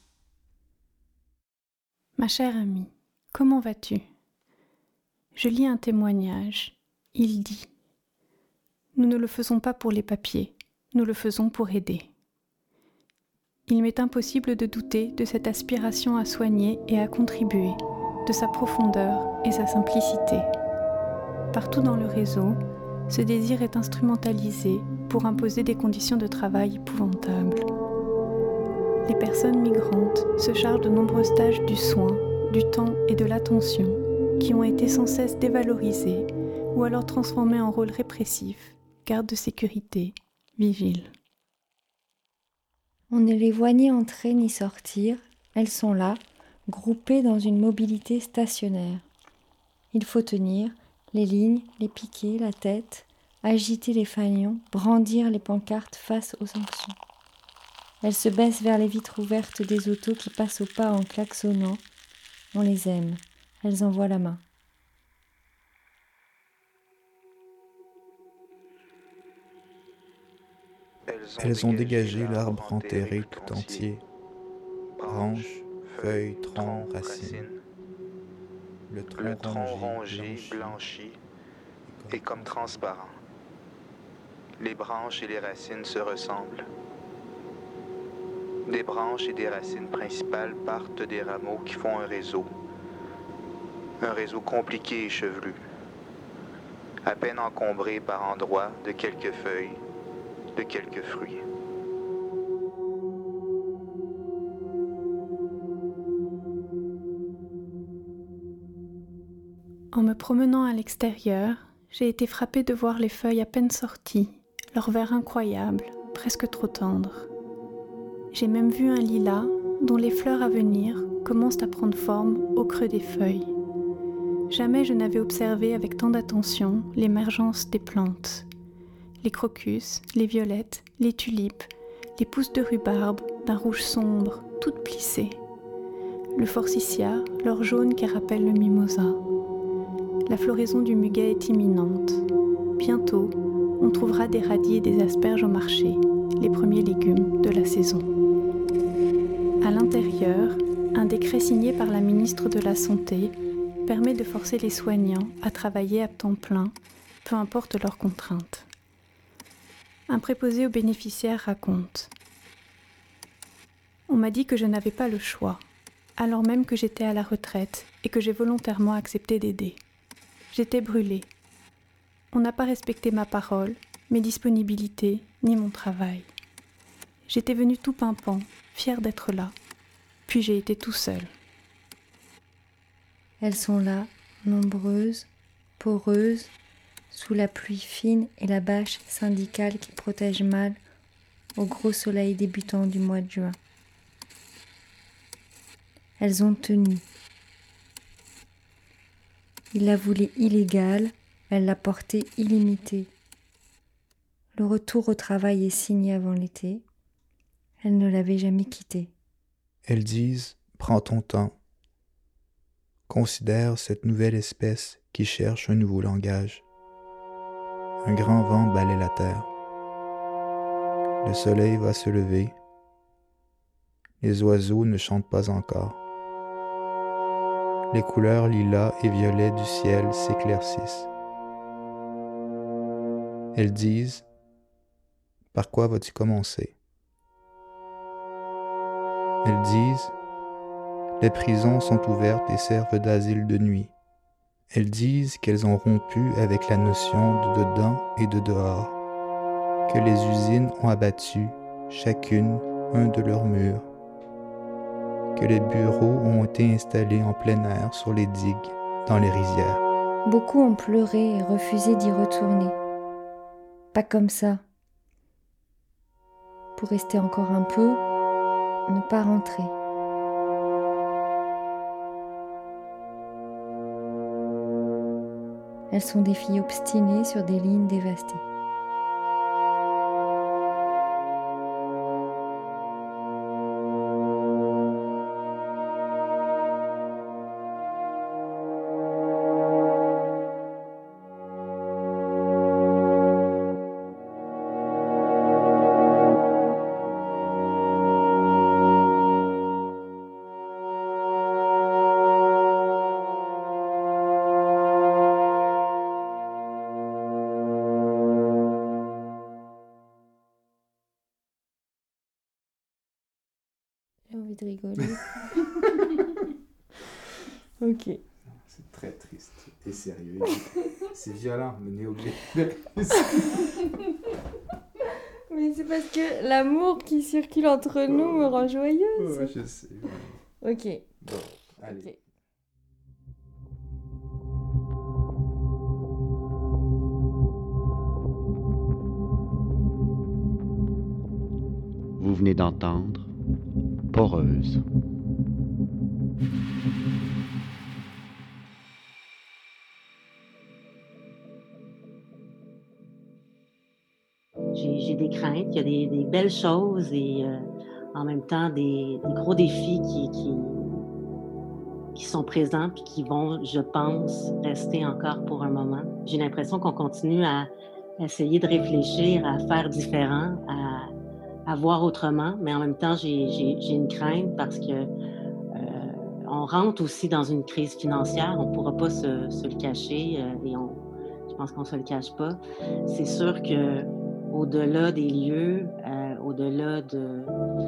Ma chère amie, comment vas-tu ? Je lis un témoignage. Il dit « Nous ne le faisons pas pour les papiers, nous le faisons pour aider. » Il m'est impossible de douter de cette aspiration à soigner et à contribuer, de sa profondeur et sa simplicité. Partout dans le réseau, ce désir est instrumentalisé pour imposer des conditions de travail épouvantables. Les personnes migrantes se chargent de nombreuses tâches du soin, du temps et de l'attention qui ont été sans cesse dévalorisées ou alors transformées en rôle répressif, garde de sécurité, vigile. On ne les voit ni entrer ni sortir, elles sont là, groupées dans une mobilité stationnaire. Il faut tenir les lignes, les piquets, la tête, agiter les fanions, brandir les pancartes face aux sanctions. Elles se baissent vers les vitres ouvertes des autos qui passent au pas en klaxonnant. On les aime, elles envoient la main. Elles ont dégagé l'arbre enterré tout entier, branches, feuilles, troncs, racines. Le tronc, le tronc rongé, blanchi, blanchi et comme transparent. Les branches et les racines se ressemblent. Des branches et des racines principales partent des rameaux qui font un réseau. Un réseau compliqué et chevelu, à peine encombré par endroits de quelques feuilles, de quelques fruits. En me promenant à l'extérieur, j'ai été frappée de voir les feuilles à peine sorties, leur vert incroyable, presque trop tendre. J'ai même vu un lilas dont les fleurs à venir commencent à prendre forme au creux des feuilles. Jamais je n'avais observé avec tant d'attention l'émergence des plantes. les crocus, les violettes, les tulipes, les pousses de rhubarbe d'un rouge sombre, toutes plissées. Le forsythia, leur jaune qui rappelle le mimosa. La floraison du muguet est imminente. Bientôt, on trouvera des radis et des asperges au marché, les premiers légumes de la saison. À l'intérieur, un décret signé par la ministre de la Santé permet de forcer les soignants à travailler à temps plein, peu importe leurs contraintes. Un préposé aux bénéficiaires raconte « On m'a dit que je n'avais pas le choix, alors même que j'étais à la retraite et que j'ai volontairement accepté d'aider. J'étais brûlée. On n'a pas respecté ma parole, mes disponibilités, ni mon travail. J'étais venue tout pimpant, fière d'être là. Puis j'ai été tout seul. » Elles sont là, nombreuses, poreuses, sous la pluie fine et la bâche syndicale qui protège mal au gros soleil débutant du mois de juin. Elles ont tenu. Il la voulait illégale, elle l'a portée illimitée. Le retour au travail est signé avant l'été. Elle ne l'avait jamais quitté. Elles disent « Prends ton temps ». Considère cette nouvelle espèce qui cherche un nouveau langage. Un grand vent balaie la terre. Le soleil va se lever. Les oiseaux ne chantent pas encore. Les couleurs lilas et violets du ciel s'éclaircissent. Elles disent « Par quoi vas-tu commencer ?» Elles disent « Les prisons sont ouvertes et servent d'asile de nuit. » Elles disent qu'elles ont rompu avec la notion de dedans et de dehors, que les usines ont abattu, chacune, un de leurs murs, que les bureaux ont été installés en plein air sur les digues, dans les rizières. Beaucoup ont pleuré et refusé d'y retourner. Pas comme ça. Pour rester encore un peu, ne pas rentrer. Elles sont des filles obstinées sur des lignes dévastées. J'ai envie de rigoler. Ok. C'est très triste et sérieux. C'est violent, mais on est obligé. Mais c'est parce que l'amour qui circule entre nous me rend joyeuse. Ouais, je sais. Ok. Bon, allez. Ok. Vous venez d'entendre Poreuse. J'ai, j'ai des craintes, il y a des, des belles choses et euh, en même temps des, des gros défis qui, qui, qui sont présents et qui vont, je pense, rester encore pour un moment. J'ai l'impression qu'on continue à essayer de réfléchir, à faire différent, à, à voir autrement, mais en même temps, j'ai, j'ai, j'ai une crainte parce que euh, on rentre aussi dans une crise financière, on ne pourra pas se, se le cacher euh, et on, je pense qu'on ne se le cache pas. C'est sûr que au-delà des lieux, euh, au-delà de,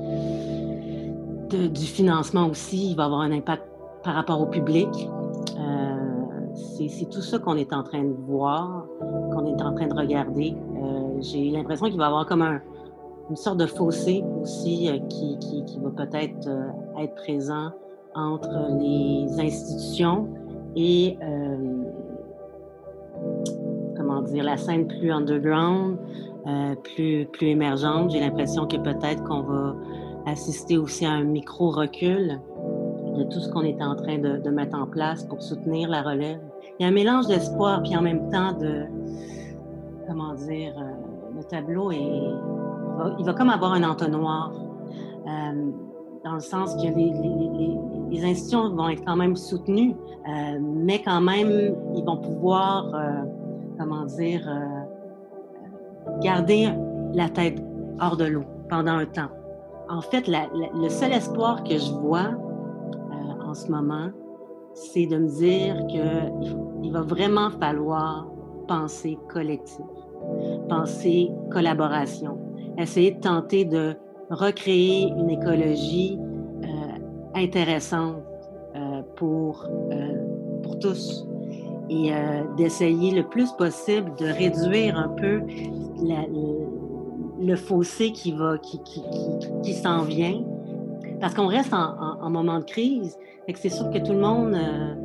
de, du financement aussi, il va y avoir un impact par rapport au public. Euh, c'est, c'est tout ça qu'on est en train de voir, qu'on est en train de regarder. Euh, j'ai l'impression qu'il va y avoir comme un, une sorte de fossé aussi euh, qui, qui, qui va peut-être euh, être présent entre les institutions et euh, comment dire, la scène plus underground, Euh, plus, plus émergente. J'ai l'impression que peut-être qu'on va assister aussi à un micro-recul de tout ce qu'on est en train de, de mettre en place pour soutenir la relève. Il y a un mélange d'espoir puis en même temps de, comment dire, euh, le tableau est, il va, il va comme avoir un entonnoir, euh, dans le sens que les, les, les, les institutions vont être quand même soutenues, euh, mais quand même, ils vont pouvoir, euh, comment dire, euh, garder la tête hors de l'eau pendant un temps. En fait, la, la, le seul espoir que je vois euh, en ce moment, c'est de me dire qu'il il va vraiment falloir penser collectif, penser collaboration, essayer de tenter de recréer une écologie euh, intéressante euh, pour, euh, pour tous et euh, d'essayer le plus possible de réduire un peu la, le, le fossé qui, va, qui, qui, qui, qui s'en vient. Parce qu'on reste en, en, en moment de crise, fait que c'est sûr que tout le monde euh,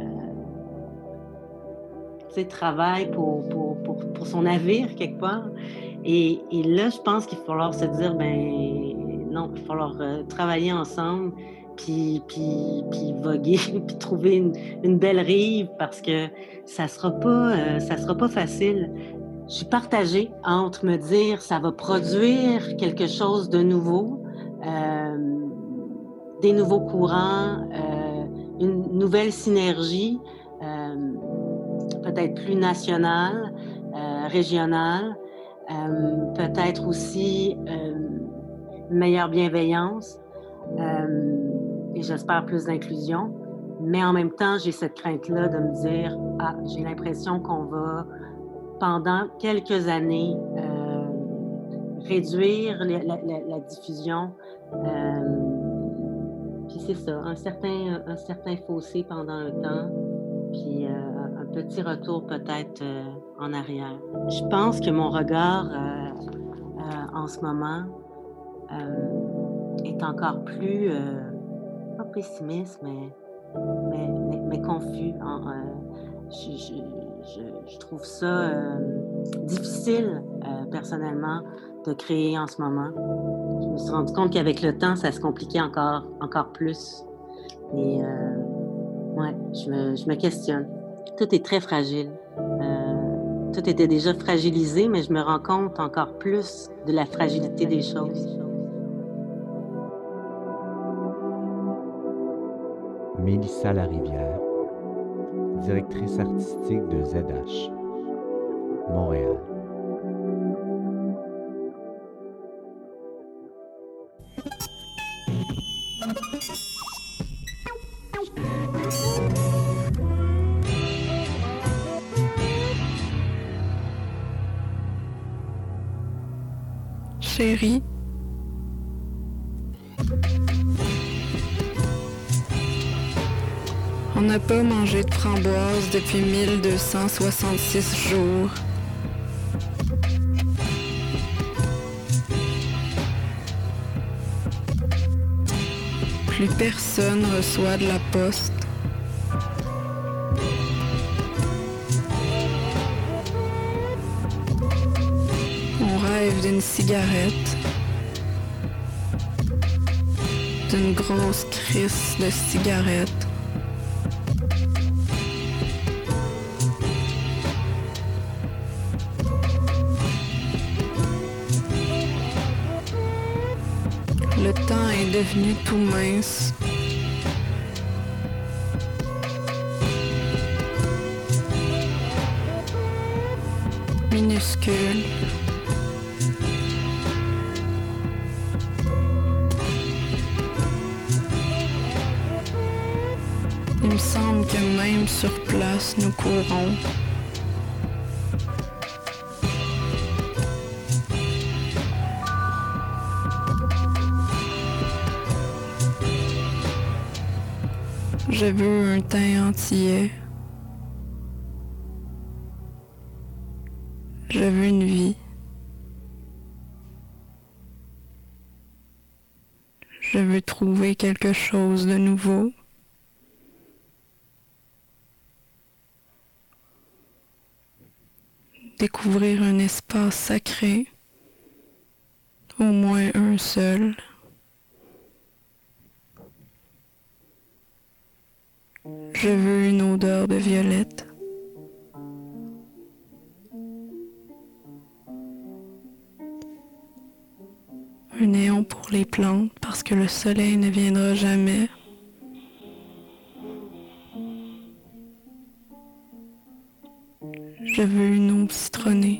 euh, travaille pour, pour, pour, pour son navire quelque part. Et, et là, je pense qu'il va falloir se dire, ben non, il va falloir euh, travailler ensemble, puis, puis, puis voguer, puis trouver une, une belle rive, parce que ça sera pas, euh, ça sera pas facile. Je suis partagée entre me dire, ça va produire quelque chose de nouveau, euh, des nouveaux courants, euh, une nouvelle synergie, euh, peut-être plus nationale, euh, régionale, euh, peut-être aussi euh, une meilleure bienveillance euh, et j'espère plus d'inclusion. Mais en même temps, j'ai cette crainte-là de me dire, ah, j'ai l'impression qu'on va, pendant quelques années, euh, réduire la, la, la, la diffusion. Euh, Puis c'est ça, un certain, un certain fossé pendant un temps, puis euh, un petit retour peut-être euh, en arrière. Je pense que mon regard euh, euh, en ce moment euh, est encore plus, euh, pas pessimiste, mais, mais, mais, mais confus. En, euh, je, je, je, je trouve ça euh, difficile, euh, personnellement, de créer en ce moment. Je me suis rendu compte qu'avec le temps, ça se compliquait encore, encore plus. Et euh, ouais, je me, je me questionne. Tout est très fragile. Euh, tout était déjà fragilisé, mais je me rends compte encore plus de la fragilité des choses. Mélissa Larivière, directrice artistique de Z H, Montréal. Chérie, on n'a pas mangé de framboises depuis mille deux cent soixante-six jours. Plus personne reçoit de la poste. On rêve d'une cigarette, d'une grosse crisse de cigarette. Le temps est devenu tout mince. Minuscule. Il me semble que même sur place, nous courons. Je veux un teint entier. Je veux une vie. Je veux trouver quelque chose de nouveau. Découvrir un espace sacré, au moins un seul. Je veux une odeur de violette. pour les plantes parce que le soleil ne viendra jamais. Je veux une eau citronnée.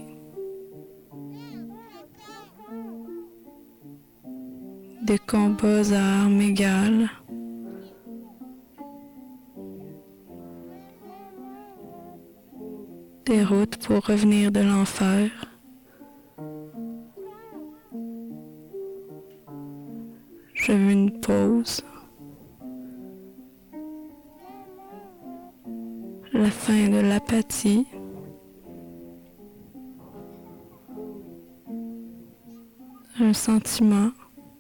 Des combats à armes égales. Des routes pour revenir de l'enfer. Je veux une pause. La fin de l'apathie. Un sentiment.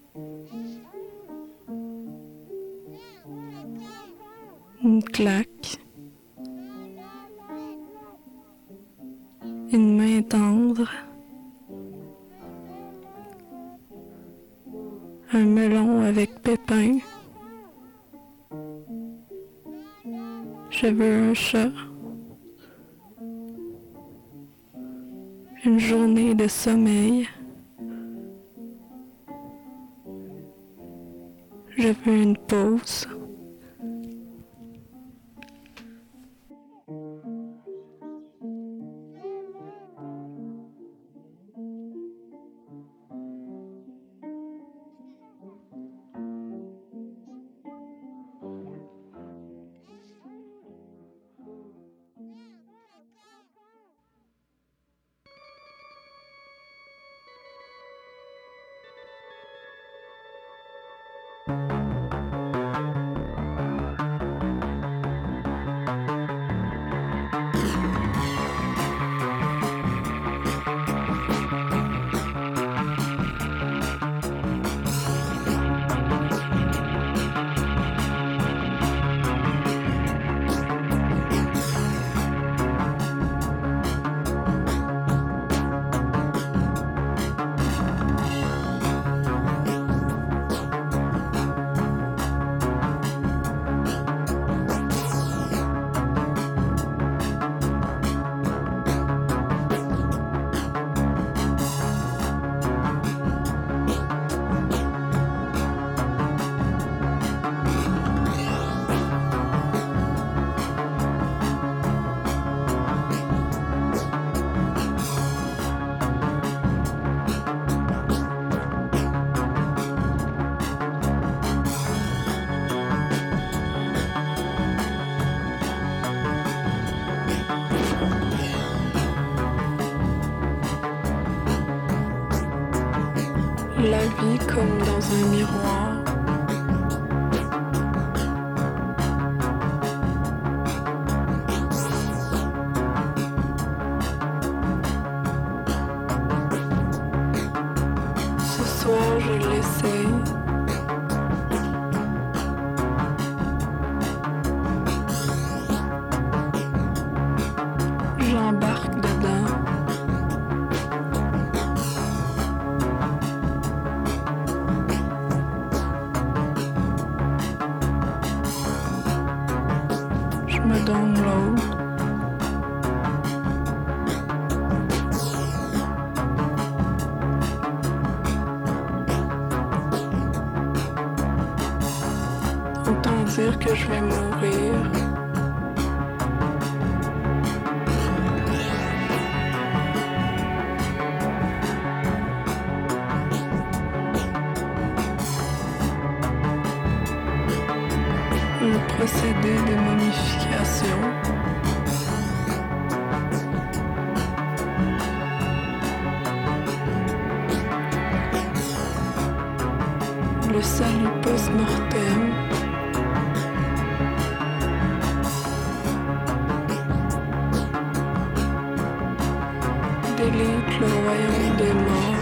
Une claque. Une main tendre. Un melon avec pépins. Je veux un chat. Une journée de sommeil. Je veux une pause. La vie comme dans un miroir. Ce soir, je l'essaye. J'embarque dedans. Je me download. Autant dire que je vais mourir. Le procédé de momification. Le salut post-mortem. Délite le royaume des morts.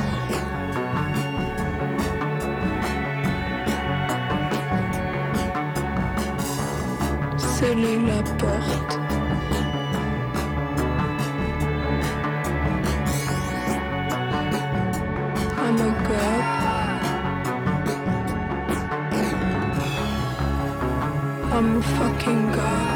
Sceller la porte. I'm a god. I'm a fucking god.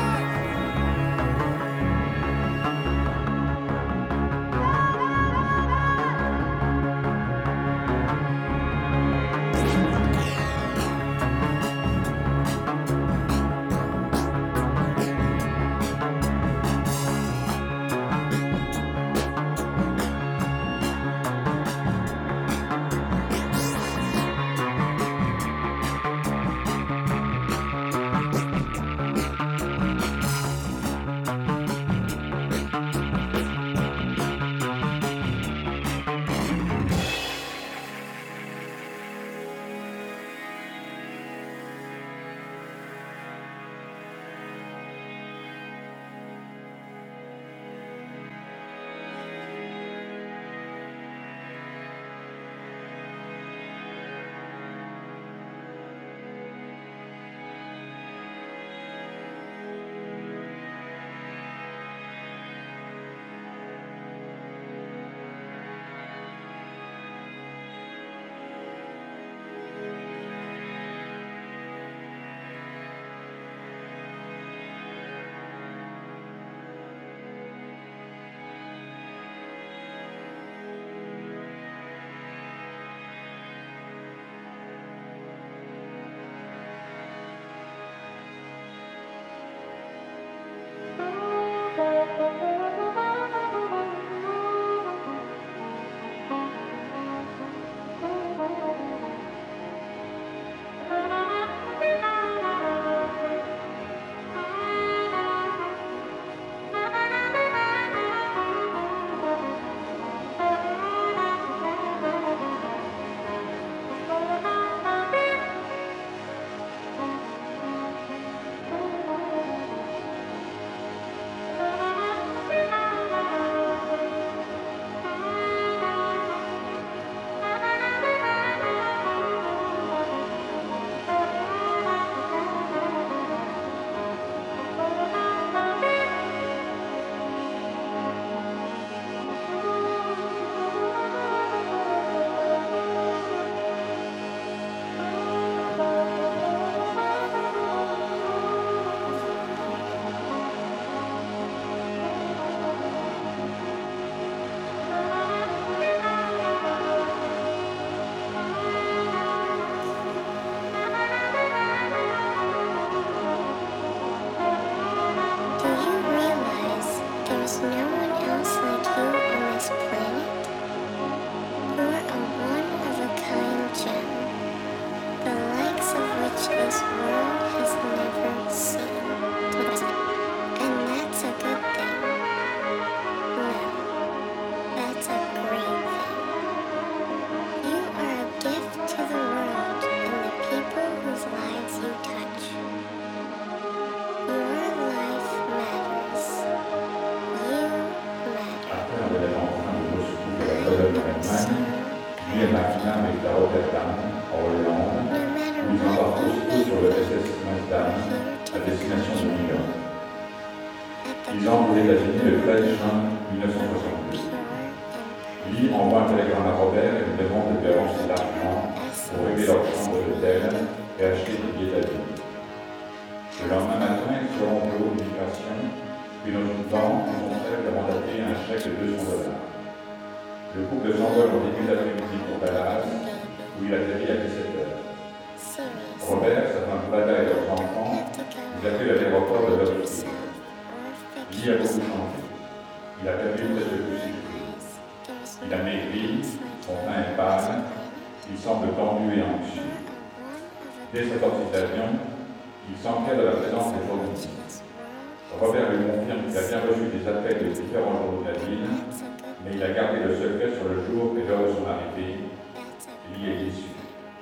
Rotterdam, en Hollande, où ils embarquent aussitôt sur le S S Maasdam, à destination de New York. Ils entrent aux États-Unis le treize juin mille neuf cent soixante-douze. Lee envoie un télégramme à Robert et lui demande de lui avancer l'argent pour régler leur chambre d'hôtel et acheter des billets d'avion. Le lendemain matin, ils seront au bureau d'immigration, puis dans une banque, son frère leur mandaté un chèque de deux cents dollars. Le couple s'envole au début d'après-midi pour Dallas, où il atterrit à dix-sept heures. Robert, sa femme Vada et leurs enfants nous accueillent à l'aéroport de Love Field. Lee a beaucoup changé. Il a perdu presque tous ses cheveux. Il a maigri, son teint est pâle, il semble tendu et anxieux. Dès sa sortie d'avion, il s'enquête de la présence des journalistes. Robert lui confirme qu'il a bien reçu des appels de différents journaux de la ville, mais il a gardé le secret sur le jour et l'heure de son arrivée. Lee est déçu.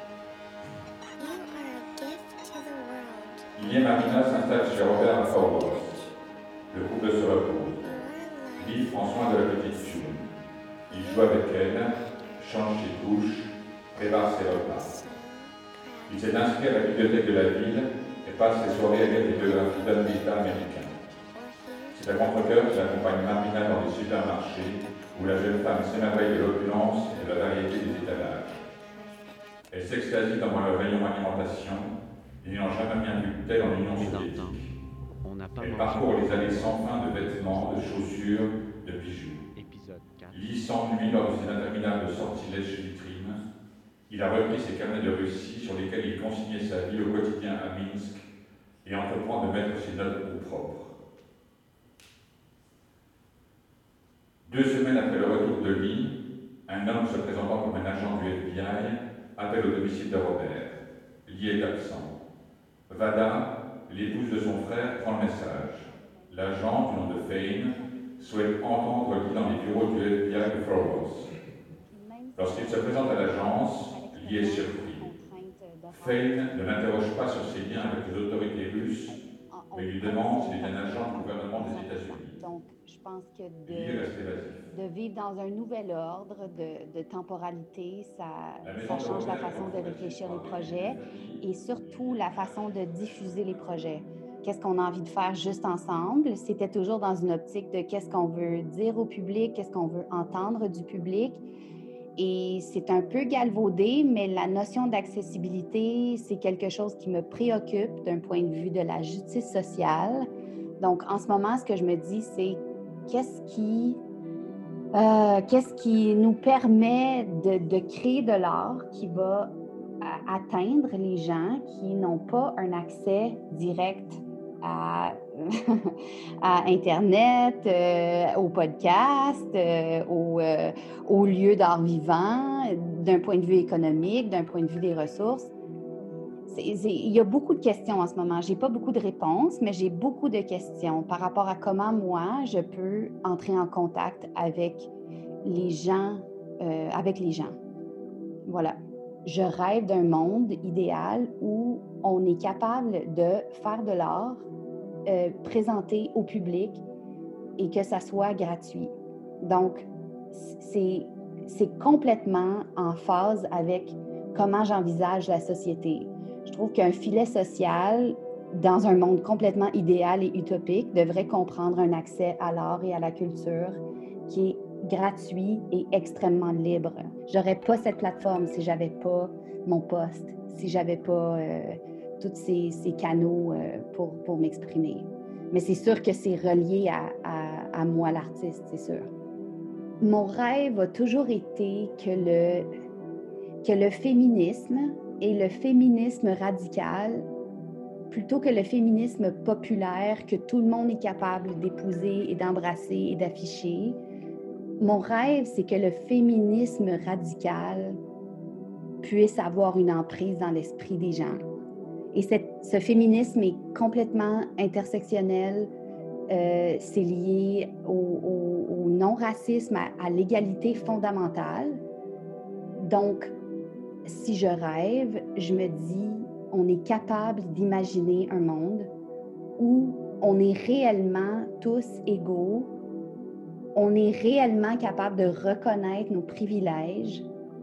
Lee et Marina s'installent chez Robert à Fort Worth. Le couple se repose. Lee prend soin de la petite fille. Il joue avec elle, change ses couches, prépare ses repas. Il s'est inscrit à la bibliothèque de la ville et passe ses soirées à lire des biographies d'hommes d'État américains. C'est à contre-cœur qu'il accompagne Marina dans les supermarchés où la jeune femme s'émerveille de l'opulence et de la variété des étalages. Elle s'extasie devant le rayon alimentation, n'ayant jamais rien vu tel en Union soviétique. Elle parcourt les allées sans fin de vêtements, de chaussures, de bijoux. Lee s'ennuie lors de ses interminables sortilèges vitrines. Il a repris ses carnets de Russie sur lesquels il consignait sa vie au quotidien à Minsk et entreprend de mettre ses notes au propre. Deux semaines après le retour de Lee, un homme se présentant comme un agent du F B I appelle au domicile de Robert. Lee est absent. Vada, l'épouse de son frère, prend le message. L'agent, du nom de Fane, souhaite entendre Lee dans les bureaux du F B I de Fort Worth. Lorsqu'il se présente à l'agence, Lee est surpris. Fane ne l'interroge pas sur ses liens avec les autorités russes, mais lui demande s'il est un agent du gouvernement des États-Unis. Donc, je pense que de, de vivre dans un nouvel ordre de, de temporalité, ça, ça change la façon de réfléchir les projets et surtout la façon de diffuser les projets. Qu'est-ce qu'on a envie de faire juste ensemble? C'était toujours dans une optique de qu'est-ce qu'on veut dire au public, qu'est-ce qu'on veut entendre du public. Et c'est un peu galvaudé, mais la notion d'accessibilité, c'est quelque chose qui me préoccupe d'un point de vue de la justice sociale. Donc, en ce moment, ce que je me dis, c'est qu'est-ce qui, euh, qu'est-ce qui nous permet de, de créer de l'art qui va à, atteindre les gens qui n'ont pas un accès direct à, à Internet, euh, au podcast, euh, au, euh, au lieu d'art vivant, d'un point de vue économique, d'un point de vue des ressources. C'est, c'est, il y a beaucoup de questions en ce moment. Je n'ai pas beaucoup de réponses, mais j'ai beaucoup de questions par rapport à comment moi, je peux entrer en contact avec les gens, euh, avec les gens. Voilà. Je rêve d'un monde idéal où on est capable de faire de l'art, euh, présenter au public et que ça soit gratuit. Donc, c'est, c'est complètement en phase avec comment j'envisage la société. Je trouve qu'un filet social, dans un monde complètement idéal et utopique, devrait comprendre un accès à l'art et à la culture qui est gratuit et extrêmement libre. J'aurais pas cette plateforme si j'avais pas mon poste, si j'avais pas euh, tous ces, ces canaux euh, pour, pour m'exprimer. Mais c'est sûr que c'est relié à, à, à moi, l'artiste, c'est sûr. Mon rêve a toujours été que le, que le féminisme et le féminisme radical, plutôt que le féminisme populaire que tout le monde est capable d'épouser et d'embrasser et d'afficher, mon rêve, c'est que le féminisme radical puisse avoir une emprise dans l'esprit des gens. Et cette, ce féminisme est complètement intersectionnel, euh, c'est lié au, au, au non-racisme, à, à l'égalité fondamentale. Donc, si je rêve, je me dis, on est capable d'imaginer un monde où on est réellement tous égaux, on est réellement capable de reconnaître nos privilèges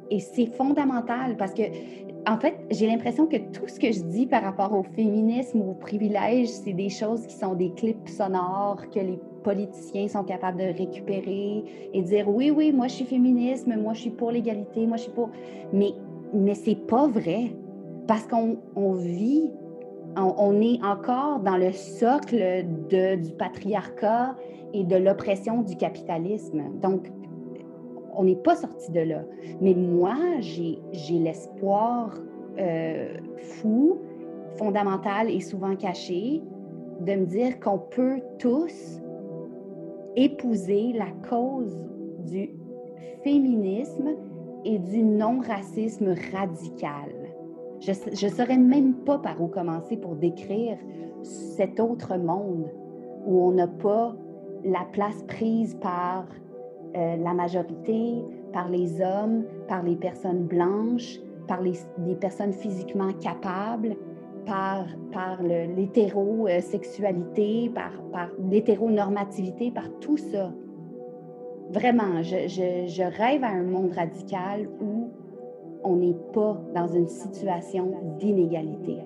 et c'est fondamental parce que, en fait, j'ai l'impression que tout ce que je dis par rapport au féminisme ou au privilège, c'est des choses qui sont des clips sonores que les politiciens sont capables de récupérer et dire oui, oui, moi je suis féministe, moi je suis pour l'égalité, moi je suis pour... Mais, mais c'est pas vrai parce qu'on on vit, on, on est encore dans le socle de, du patriarcat et de l'oppression du capitalisme. Donc, on n'est pas sorti de là. Mais moi, j'ai, j'ai l'espoir euh, fou, fondamental et souvent caché de me dire qu'on peut tous épouser la cause du féminisme et du non-racisme radical. Je ne saurais même pas par où commencer pour décrire cet autre monde où on n'a pas la place prise par euh, la majorité, par les hommes, par les personnes blanches, par les, les personnes physiquement capables, par, par le, l'hétérosexualité, par, par l'hétéronormativité, par tout ça. Vraiment, je, je, je rêve à un monde radical où on n'est pas dans une situation d'inégalité.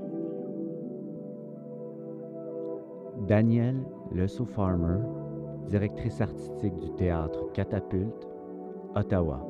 Danielle Lesault-Farmer, directrice artistique du théâtre Catapulte, Ottawa.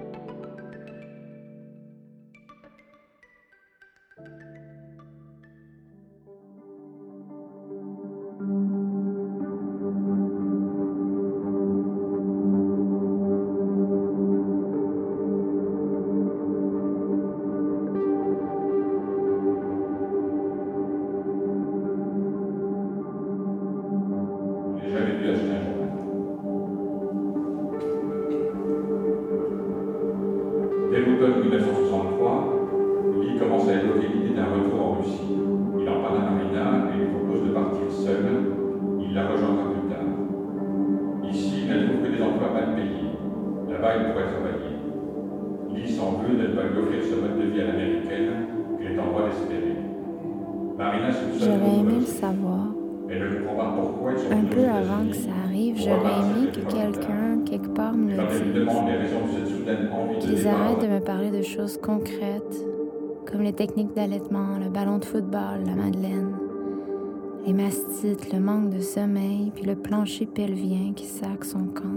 Dès l'automne mille neuf cent soixante-trois, Lee commence à évoquer l'idée d'un retour en Russie. Il en parle à Marina et lui propose de partir seul. Il la rejoindra plus tard. Ici, il ne trouve que des emplois mal payés. Là-bas, il pourrait travailler. Lee s'en veut de ne pas lui offrir ce mode de vie à l'américaine qu'il est en droit d'espérer. Marina soupçonne J'aurais aimé le savoir. Elle ne comprend pas pourquoi ils sont un peu avant que ça arrive, j'aurais aimé que quelqu'un, quelque part, me le dise. Qu'ils arrêtent de me parler de choses concrètes, comme les techniques d'allaitement, le ballon de football, la madeleine, les mastites, le manque de sommeil, puis le plancher pelvien qui sac son camp.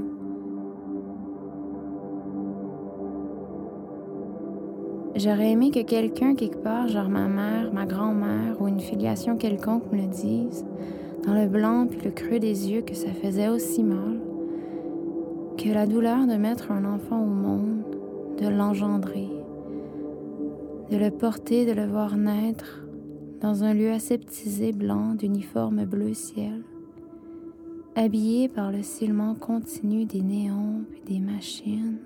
J'aurais aimé que quelqu'un, quelque part, genre ma mère, ma grand-mère ou une filiation quelconque me le dise, dans le blanc puis le creux des yeux, que ça faisait aussi mal, que la douleur de mettre un enfant au monde, de l'engendrer, de le porter, de le voir naître dans un lieu aseptisé blanc d'uniforme bleu ciel, habillé par le silement continu des néons puis des machines.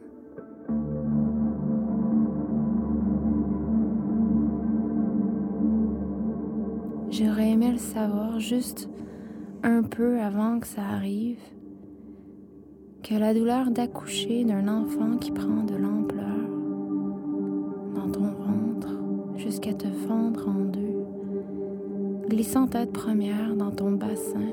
J'aurais aimé le savoir juste un peu avant que ça arrive, que la douleur d'accoucher d'un enfant qui prend de l'ampleur dans ton ventre jusqu'à te fendre en deux, glissant tête première dans ton bassin,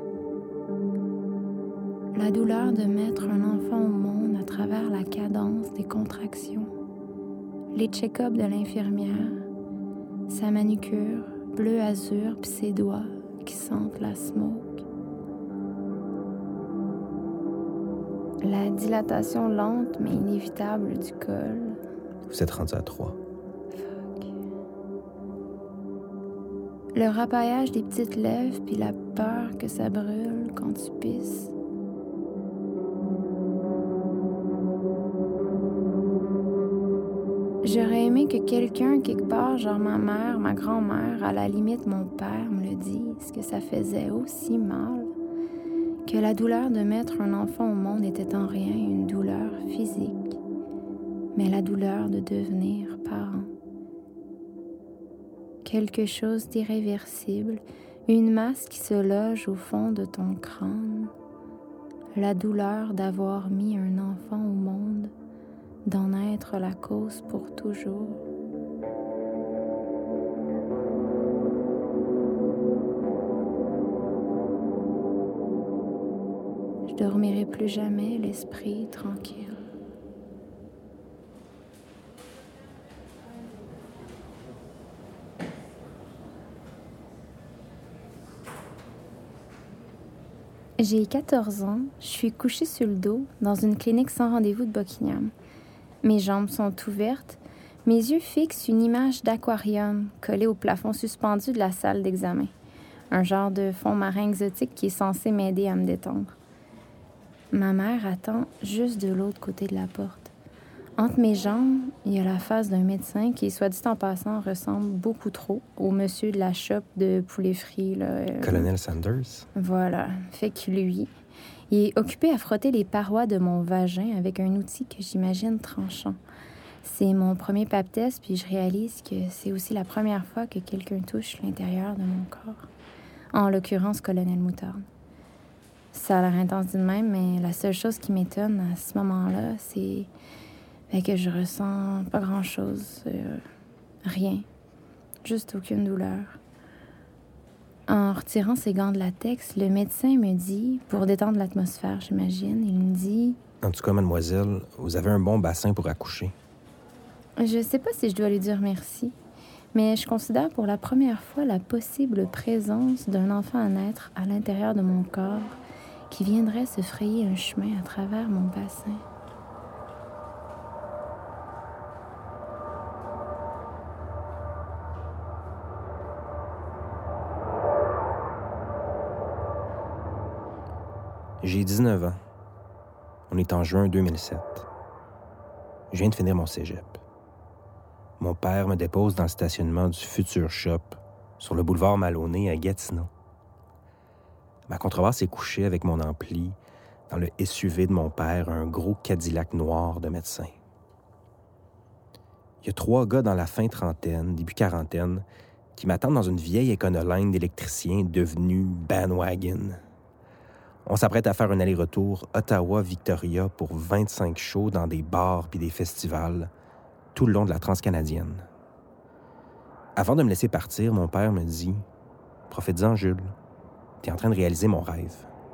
la douleur de mettre un enfant au monde à travers la cadence des contractions, les check-ups de l'infirmière, sa manucure bleu azur pis ses doigts qui sentent la smoke. La dilatation lente mais inévitable du col. Vous êtes rendu à trois. Fuck. Le rapaillage des petites lèvres puis la peur que ça brûle quand tu pisses. J'aurais aimé que quelqu'un, quelque part, genre ma mère, ma grand-mère, à la limite mon père, me le dise, que ça faisait aussi mal, que la douleur de mettre un enfant au monde était en rien une douleur physique, mais la douleur de devenir parent. Quelque chose d'irréversible, une masse qui se loge au fond de ton crâne, la douleur d'avoir mis un enfant au monde, d'en être la cause pour toujours. Je dormirai plus jamais l'esprit tranquille. J'ai quatorze ans, je suis couchée sur le dos dans une clinique sans rendez-vous de Buckingham. Mes jambes sont ouvertes, mes yeux fixent une image d'aquarium collée au plafond suspendu de la salle d'examen. Un genre de fond marin exotique qui est censé m'aider à me détendre. Ma mère attend juste de l'autre côté de la porte. Entre mes jambes, il y a la face d'un médecin qui, soit dit en passant, ressemble beaucoup trop au monsieur de la shop de poulet frit. Là. Colonel Sanders? Voilà. Fait que lui, il est occupé à frotter les parois de mon vagin avec un outil que j'imagine tranchant. C'est mon premier pap test, puis je réalise que c'est aussi la première fois que quelqu'un touche l'intérieur de mon corps. En l'occurrence, Colonel Moutarde. Ça a l'air intense de même, mais la seule chose qui m'étonne à ce moment-là, c'est que je ressens pas grand-chose. Euh, rien. Juste aucune douleur. En retirant ses gants de latex, le médecin me dit, pour détendre l'atmosphère, j'imagine, il me dit... En tout cas, mademoiselle, vous avez un bon bassin pour accoucher. Je sais pas si je dois lui dire merci, mais je considère pour la première fois la possible présence d'un enfant à naître à l'intérieur de mon corps qui viendrait se frayer un chemin à travers mon bassin. J'ai dix-neuf ans. On est en juin deux mille sept. Je viens de finir mon cégep. Mon père me dépose dans le stationnement du Future Shop, sur le boulevard Maloney à Gatineau. Ma contrebasse est couchée avec mon ampli dans le S U V de mon père, un gros Cadillac noir de médecin. Il y a trois gars dans la fin trentaine, début quarantaine, qui m'attendent dans une vieille éconoline d'électricien devenue bandwagon. On s'apprête à faire un aller-retour Ottawa-Victoria pour vingt-cinq shows dans des bars puis des festivals, tout le long de la transcanadienne. Avant de me laisser partir, mon père me dit « Profite-en, Jules. T'es en train de réaliser mon rêve. »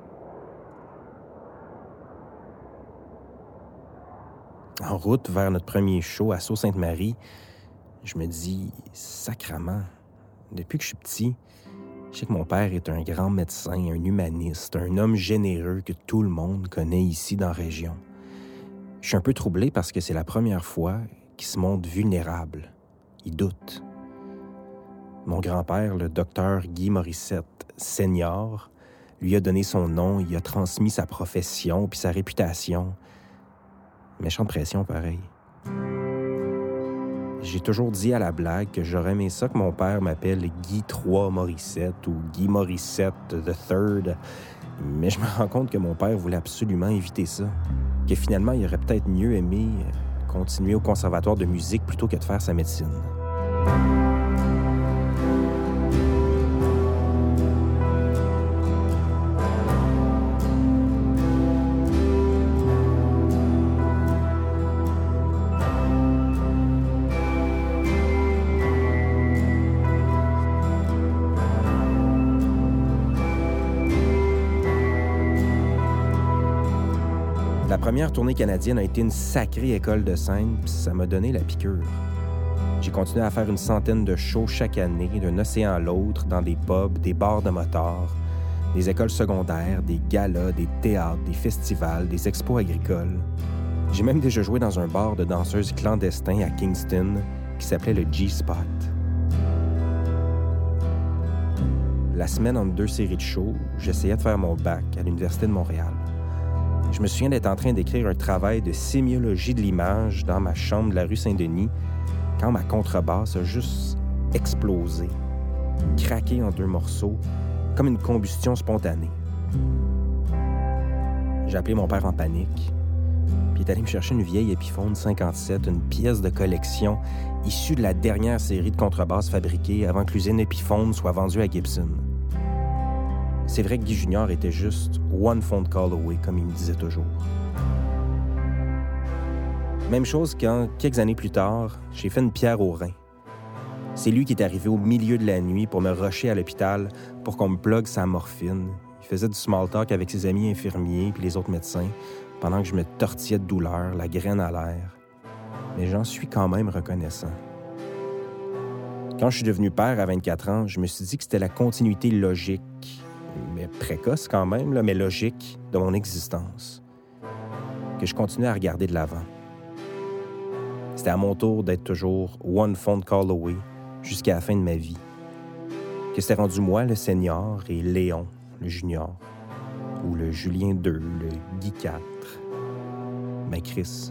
En route vers notre premier show à Sault-Sainte-Marie, je me dis « Sacrement, depuis que je suis petit, je sais que mon père est un grand médecin, un humaniste, un homme généreux que tout le monde connaît ici dans la région. Je suis un peu troublé parce que c'est la première fois qu'il se montre vulnérable. Il doute. Mon grand-père, le docteur Guy Morissette, senior, lui a donné son nom, il a transmis sa profession puis sa réputation. Méchante pression, pareil. J'ai toujours dit à la blague que j'aurais aimé ça que mon père m'appelle Guy trois Morissette ou Guy Morissette the Third, mais je me rends compte que mon père voulait absolument éviter ça, que finalement, il aurait peut-être mieux aimé continuer au conservatoire de musique plutôt que de faire sa médecine. La première tournée canadienne a été une sacrée école de scène, puis ça m'a donné la piqûre. J'ai continué à faire une centaine de shows chaque année, d'un océan à l'autre, dans des pubs, des bars de motards, des écoles secondaires, des galas, des théâtres, des festivals, des expos agricoles. J'ai même déjà joué dans un bar de danseuses clandestins à Kingston qui s'appelait le G-Spot. La semaine entre deux séries de shows, j'essayais de faire mon bac à l'Université de Montréal. Je me souviens d'être en train d'écrire un travail de sémiologie de l'image dans ma chambre de la rue Saint-Denis quand ma contrebasse a juste explosé, craqué en deux morceaux, comme une combustion spontanée. J'ai appelé mon père en panique, puis il est allé me chercher une vieille Epiphone cinquante-sept, une pièce de collection issue de la dernière série de contrebasses fabriquées avant que l'usine Epiphone soit vendue à Gibson. C'est vrai que Guy Junior était juste one phone call away, comme il me disait toujours. Même chose quand, quelques années plus tard, j'ai fait une pierre au rein. C'est lui qui est arrivé au milieu de la nuit pour me rusher à l'hôpital pour qu'on me plug sa morphine. Il faisait du small talk avec ses amis infirmiers puis les autres médecins pendant que je me tortillais de douleur, la graine à l'air. Mais j'en suis quand même reconnaissant. Quand je suis devenu père à vingt-quatre ans, je me suis dit que c'était la continuité logique, mais précoce quand même, là, mais logique de mon existence, que je continuais à regarder de l'avant. C'était à mon tour d'être toujours one phone call away jusqu'à la fin de ma vie. Que c'était rendu moi, le senior, et Léon, le junior, ou le Julien deux, le Guy quatre. Ben Chris.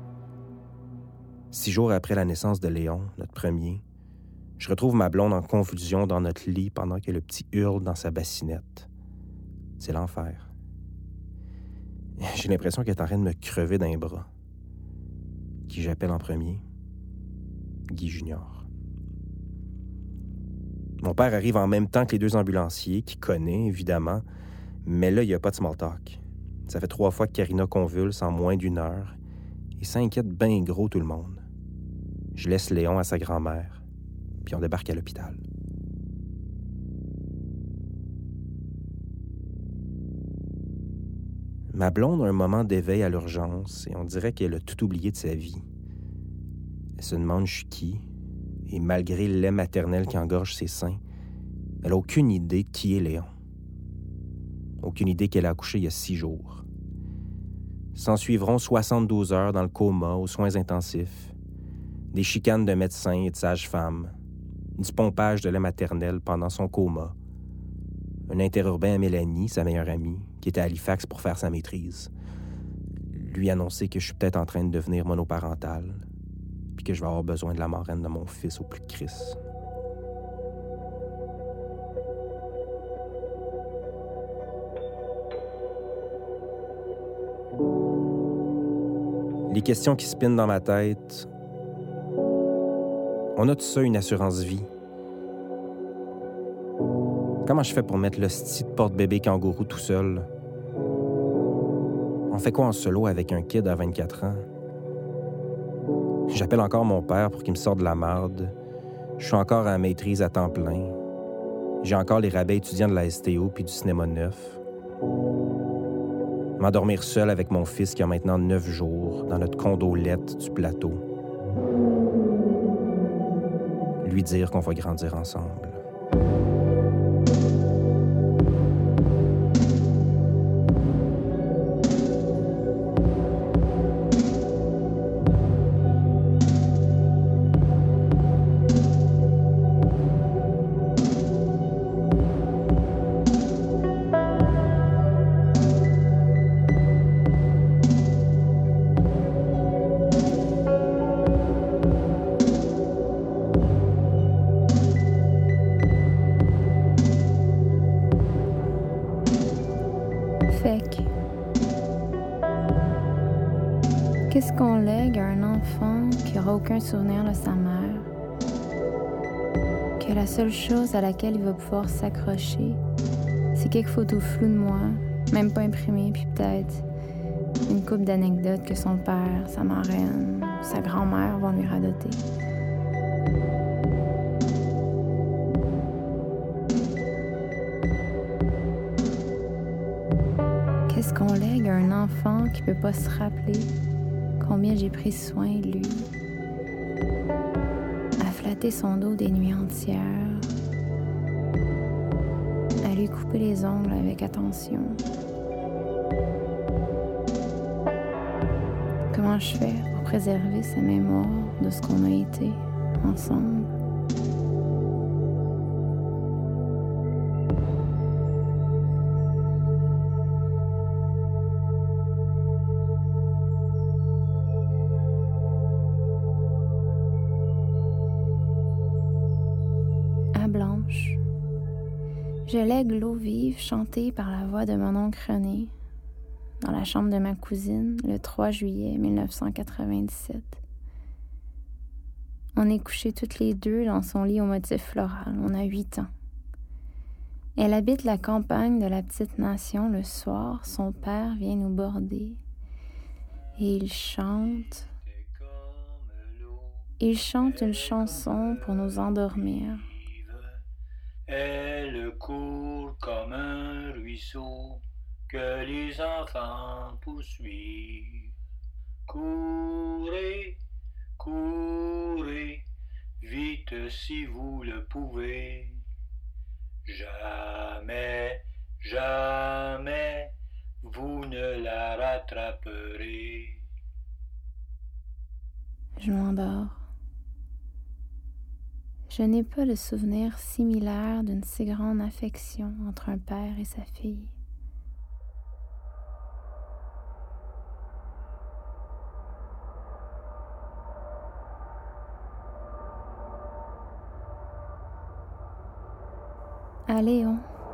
Six jours après la naissance de Léon, notre premier, je retrouve ma blonde en confusion dans notre lit pendant que le petit hurle dans sa bassinette. C'est l'enfer. J'ai l'impression qu'elle est en train de me crever d'un bras. Qui j'appelle en premier? Guy Junior. Mon père arrive en même temps que les deux ambulanciers, qui connaît, évidemment, mais là, il n'y a pas de small talk. Ça fait trois fois que Karina convulse en moins d'une heure, et ça inquiète bien gros tout le monde. Je laisse Léon à sa grand-mère, puis on débarque à l'hôpital. Ma blonde a un moment d'éveil à l'urgence, et on dirait qu'elle a tout oublié de sa vie. Elle se demande je suis qui, et malgré le lait maternel qui engorge ses seins, elle n'a aucune idée de qui est Léon. Aucune idée qu'elle a accouché il y a six jours. S'en suivront soixante-douze heures dans le coma aux soins intensifs, des chicanes de médecins et de sages-femmes, du pompage de lait maternel pendant son coma, un interurbain à Mélanie, sa meilleure amie, qui était à Halifax pour faire sa maîtrise, lui annoncer que je suis peut-être en train de devenir monoparental, puis que je vais avoir besoin de la marraine de mon fils au plus crisse. Les questions qui spinent dans ma tête. On a tout ça une assurance vie. Comment je fais pour mettre le style de porte-bébé kangourou tout seul? On fait quoi en solo avec un kid à vingt-quatre ans? J'appelle encore mon père pour qu'il me sorte de la marde. Je suis encore à la maîtrise à temps plein. J'ai encore les rabais étudiants de la S T O puis du cinéma neuf. M'endormir seul avec mon fils qui a maintenant neuf jours dans notre condolette du plateau. Lui dire qu'on va grandir ensemble. Qu'est-ce qu'on lègue à un enfant qui n'aura aucun souvenir de sa mère? Que la seule chose à laquelle il va pouvoir s'accrocher, c'est quelques photos floues de moi, même pas imprimées, puis peut-être une couple d'anecdotes que son père, sa marraine, sa grand-mère vont lui radoter. Qu'est-ce qu'on lègue à un enfant qui peut pas se rappeler combien j'ai pris soin de lui, à flatter son dos des nuits entières, à lui couper les ongles avec attention. Comment je fais pour préserver sa mémoire de ce qu'on a été ensemble? Blanche. Je lègue l'eau vive chantée par la voix de mon oncle René dans la chambre de ma cousine le trois juillet mille neuf cent quatre-vingt-dix-sept. On est couchés toutes les deux dans son lit au motif floral. On a huit ans. Elle habite la campagne de la petite nation. Le soir, son père vient nous border et il chante. Il chante une chanson pour nous endormir. Elle court comme un ruisseau que les enfants poursuivent. Courez, courez, vite si vous le pouvez. Jamais jamais vous ne la rattraperez. Je m'endors. Je n'ai pas de souvenir similaire d'une si grande affection entre un père et sa fille. À Léon.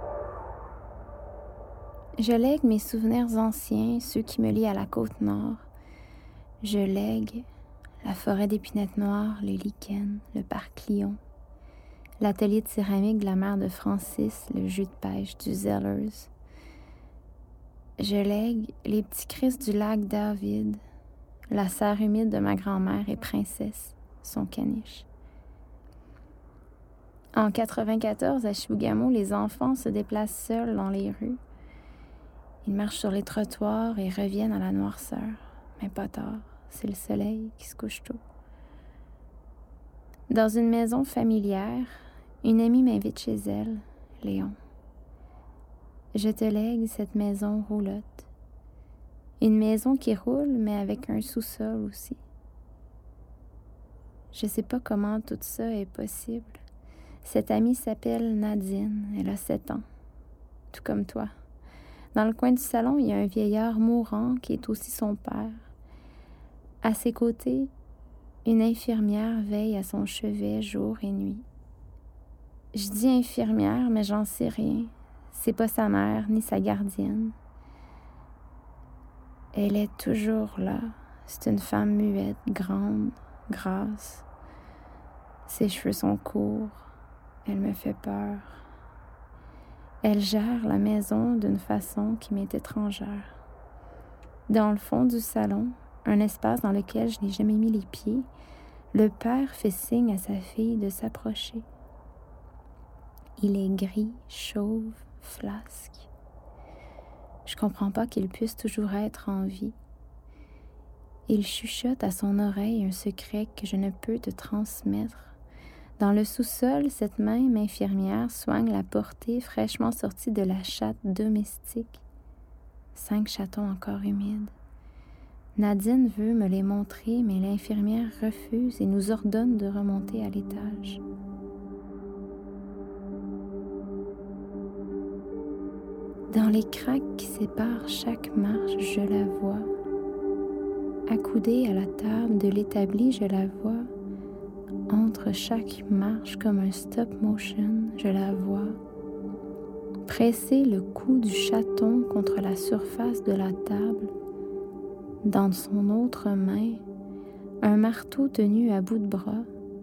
Je lègue mes souvenirs anciens, ceux qui me lient à la côte nord. Je lègue la forêt d'épinettes noires, le lichen, le parc Lyon, l'atelier de céramique de la mère de Francis, le jeu de pêche du Zellers. Je lègue les petits cris du lac David, la serre humide de ma grand-mère et Princesse, son caniche. En quatre-vingt-quatorze, à Chibougamau, les enfants se déplacent seuls dans les rues. Ils marchent sur les trottoirs et reviennent à la noirceur, mais pas tard. C'est le soleil qui se couche tôt. Dans une maison familière, une amie m'invite chez elle, Léon. Je te lègue cette maison roulotte. Une maison qui roule, mais avec un sous-sol aussi. Je sais pas comment tout ça est possible. Cette amie s'appelle Nadine, elle a sept ans, tout comme toi. Dans le coin du salon, il y a un vieillard mourant qui est aussi son père. À ses côtés, une infirmière veille à son chevet jour et nuit. Je dis infirmière, mais j'en sais rien. C'est pas sa mère, ni sa gardienne. Elle est toujours là. C'est une femme muette, grande, grasse. Ses cheveux sont courts. Elle me fait peur. Elle gère la maison d'une façon qui m'est étrangère. Dans le fond du salon, un espace dans lequel je n'ai jamais mis les pieds, le père fait signe à sa fille de s'approcher. Il est gris, chauve, flasque. Je comprends pas qu'il puisse toujours être en vie. Il chuchote à son oreille un secret que je ne peux te transmettre. Dans le sous-sol, cette même infirmière soigne la portée fraîchement sortie de la chatte domestique. Cinq chatons encore humides. Nadine veut me les montrer, mais l'infirmière refuse et nous ordonne de remonter à l'étage. Dans les craques qui séparent chaque marche, je la vois. Accoudée à la table de l'établi, je la vois. Entre chaque marche comme un stop motion, je la vois. Presser le cou du chaton contre la surface de la table. Dans son autre main, un marteau tenu à bout de bras.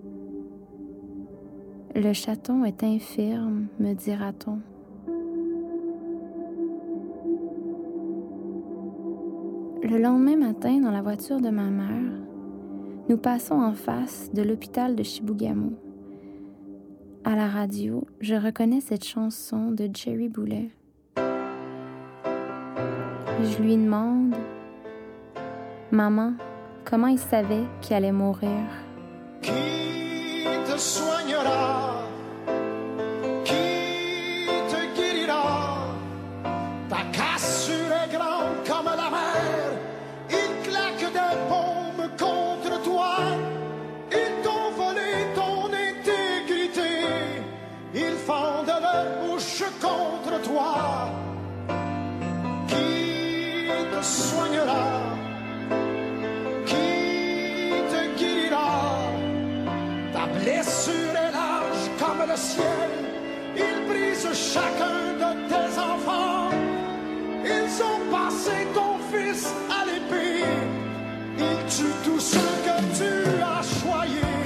Le chaton est infirme, me dira-t-on. Le lendemain matin, dans la voiture de ma mère, nous passons en face de l'hôpital de Chibougamau. À la radio, je reconnais cette chanson de Jerry Boulet. Je lui demande « Maman, comment il savait qu'il allait mourir? » Qui te soignera? Qui te guérira? Ta cassure est grande comme la mer. Il claque des paumes contre toi. Ils t'ont volé ton intégrité. Ils fendent leur bouche contre toi. Qui te soignera? Blessure est large comme le ciel. Il brise chacun de tes enfants. Ils ont passé ton fils à l'épée. Ils tuent tous ceux que tu as choyés.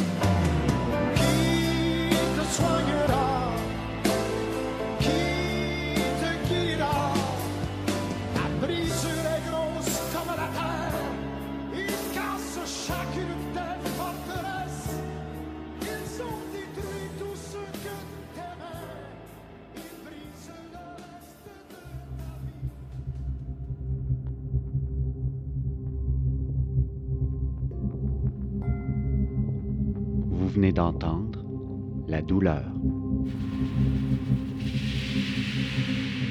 Qui te soignera? Qui te guérira? Ta brisure est grosse comme la terre. Ils cassent chacune de tes forteresses. Ils ont détruit tout ce que t'aimais. Ils brisent le reste de ta vie. Vous venez d'entendre La douleur.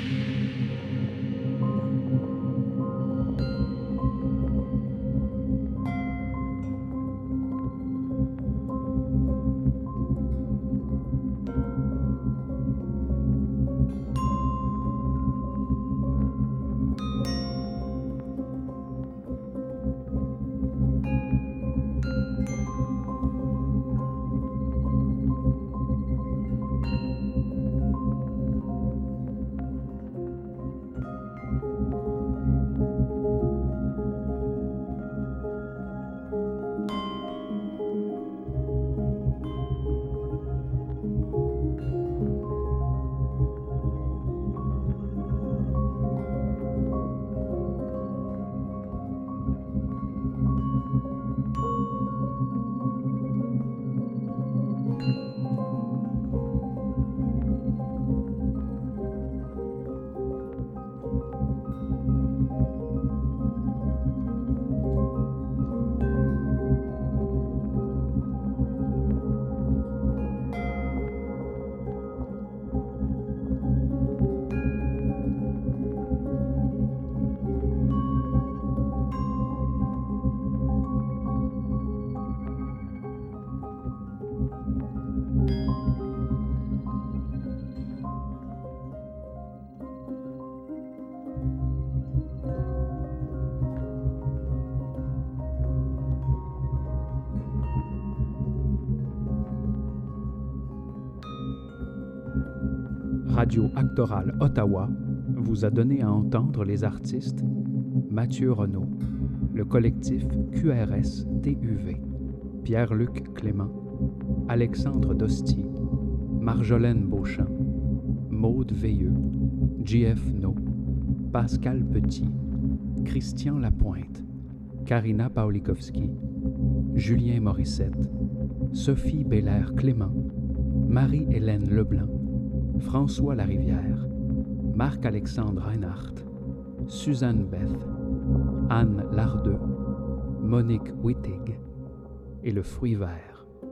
Radio Actoral Ottawa vous a donné à entendre les artistes Mathieu Renaud, le collectif Q R S T U V, Pierre-Luc Clément, Alexandre Dosti, Marjolaine Beauchamp, Maude Veilleux, J F No, Pascal Petit, Christian Lapointe, Karina Pawlikowski, Julien Morissette, Sophie Bélair-Clément, Marie-Hélène Leblanc, François Larivière, Marc-Alexandre Reinhardt, Suzanne Beth, Anne Lardeux, Monique Wittig et Le Fruit Vert.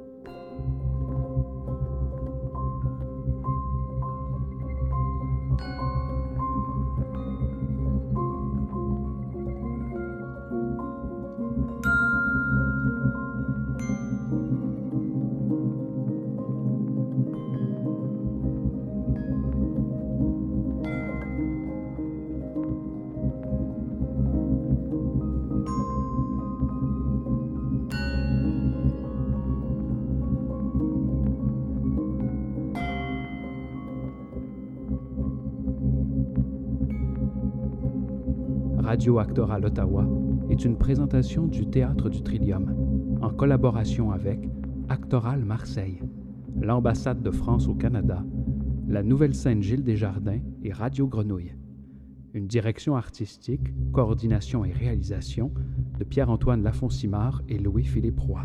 Radio Actoral Ottawa est une présentation du Théâtre du Trillium, en collaboration avec Actoral Marseille, l'ambassade de France au Canada, la Nouvelle Scène Gilles Desjardins et Radio Grenouille. Une direction artistique, coordination et réalisation de Pierre-Antoine Lafont-Simard et Louis-Philippe Roy.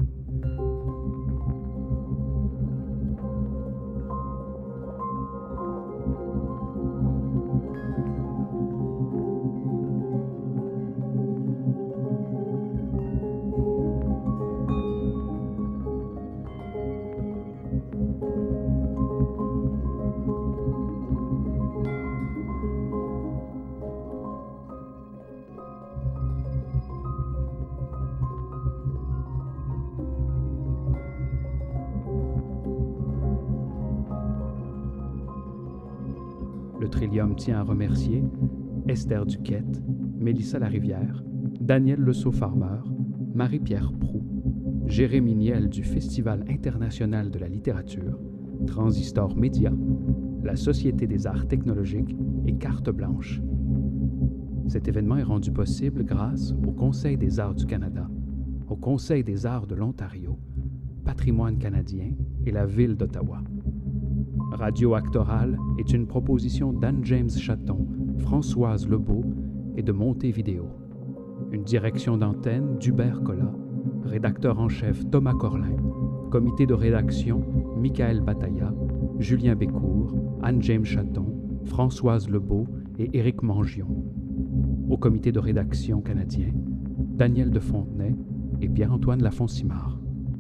Le Trillium tient à remercier Esther Duquette, Mélissa Larivière, Daniel Lesault-Farmer, Marie-Pierre Proux, Jérémy Niel du Festival international de la littérature, Transistor Média, la Société des arts technologiques et Carte Blanche. Cet événement est rendu possible grâce au Conseil des arts du Canada, au Conseil des arts de l'Ontario, Patrimoine canadien et la Ville d'Ottawa. Radio Actoral est une proposition d'Anne-James Chaton, Françoise Lebeau et de Montévidéo. Une direction d'antenne d'Hubert Collat, rédacteur en chef Thomas Corlin, comité de rédaction Michael Batailla, Julien Bécourt, Anne-James Chaton, Françoise Lebeau et Éric Mangion. Au comité de rédaction canadien, Daniel de Fontenay et Pierre-Antoine Lafont-Simard.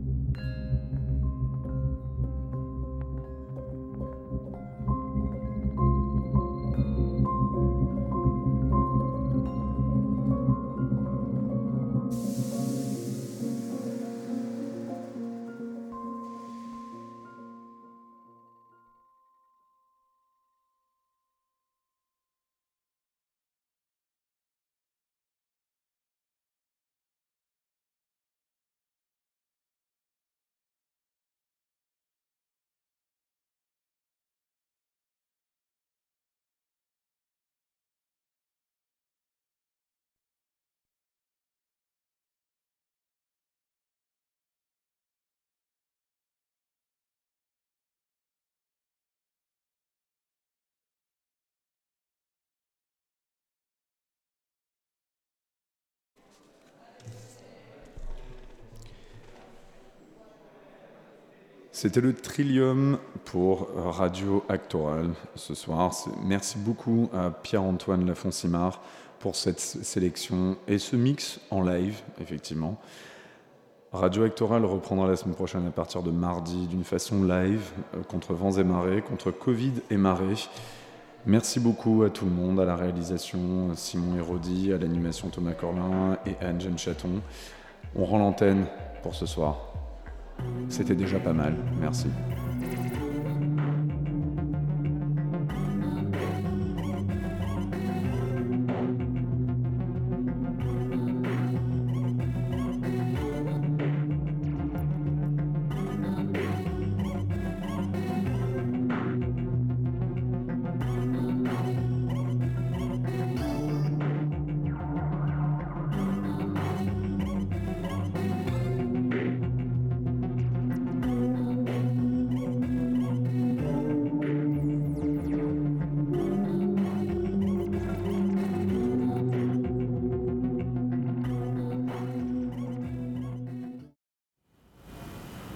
C'était le Trillium pour Radio Actoral ce soir. Merci beaucoup à Pierre-Antoine Lafont-Simard pour cette sélection et ce mix en live, effectivement. Radio Actoral reprendra la semaine prochaine à partir de mardi d'une façon live, contre vents et marées, contre Covid et marées. Merci beaucoup à tout le monde, à la réalisation Simon Hérodi, à l'animation Thomas Corlin et Anne-James Chaton. On rend l'antenne pour ce soir. C'était déjà pas mal, merci.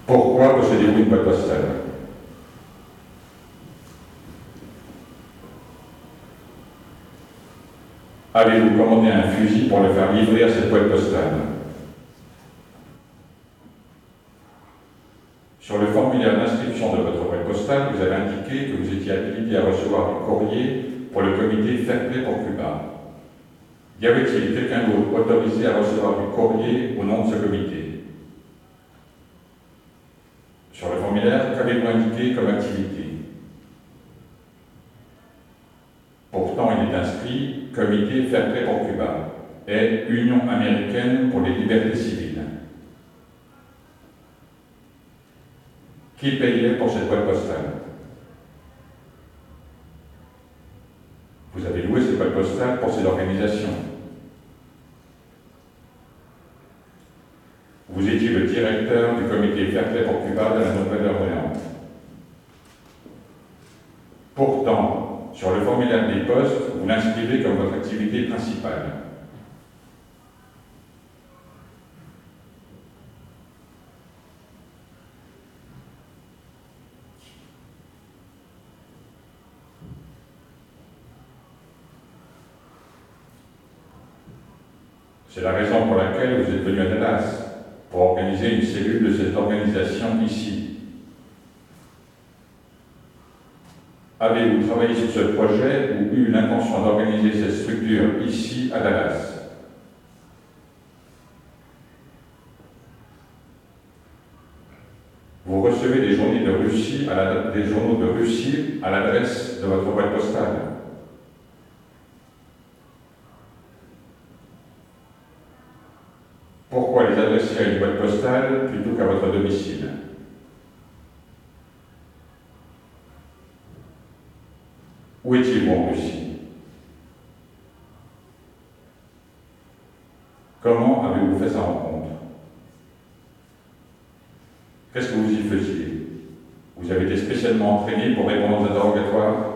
Pourquoi possédez-vous une boîte postale? Avez-vous commandé un fusil pour le faire livrer à cette boîte postale? Sur le formulaire d'inscription de votre boîte postale, vous avez indiqué que vous étiez habilité à recevoir du courrier pour le comité Fair Play pour Cuba. Y avait-il quelqu'un d'autre autorisé à recevoir du courrier au nom de ce comité? Sur le formulaire, qu'avez-vous indiqué comme activité? Pourtant, il est inscrit Comité Fair Play pour Cuba et Union américaine pour les libertés civiles. Qui payait pour cette boîte postale? Vous avez loué cette boîte postale pour ces organisations. Vous étiez le directeur du comité Fair Play pour Cuba de la Nouvelle-Orléans. Pourtant, sur le formulaire des postes, vous l'inscrivez comme votre activité principale. C'est la raison pour laquelle vous êtes venu à Dallas, pour organiser une cellule de cette organisation ici. Avez-vous travaillé sur ce projet ou eu l'intention d'organiser cette structure ici à Dallas? Vous recevez des journaux de Russie à la, des journaux de Russie à l'adresse de votre boîte postale. Pourquoi les adresser à une boîte postale plutôt qu'à votre domicile? Où étiez-vous en Russie? Comment avez-vous fait sa rencontre? Qu'est-ce que vous y faisiez? Vous avez été spécialement entraîné pour répondre aux interrogatoires?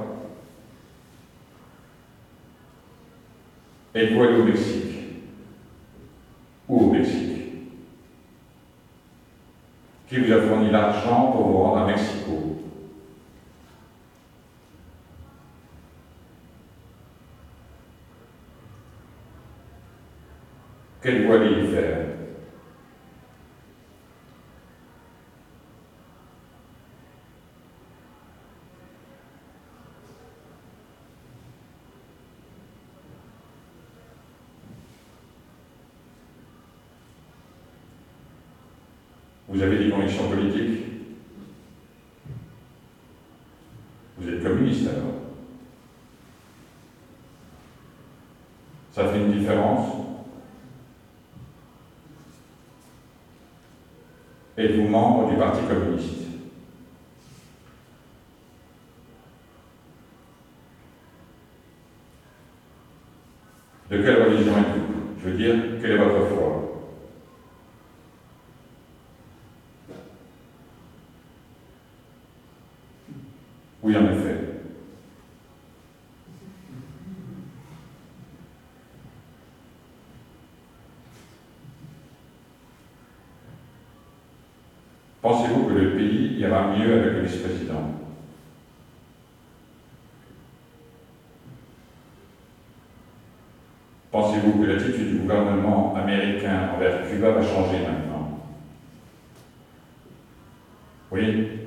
Êtes-vous allé au Mexique? Où au Mexique? Qui vous a fourni l'argent pour vous rendre à Mexico? Qu'êtes-vous allé y faire? Vous avez des convictions politiques? Vous êtes communiste alors? Ça fait une différence? Êtes-vous membre du Parti communiste? De quelle religion êtes-vous? Je veux dire, quelle est votre foi? Oui, en effet. Pensez-vous que le pays ira mieux avec le vice-président? Pensez-vous que l'attitude du gouvernement américain envers Cuba va changer maintenant? Oui.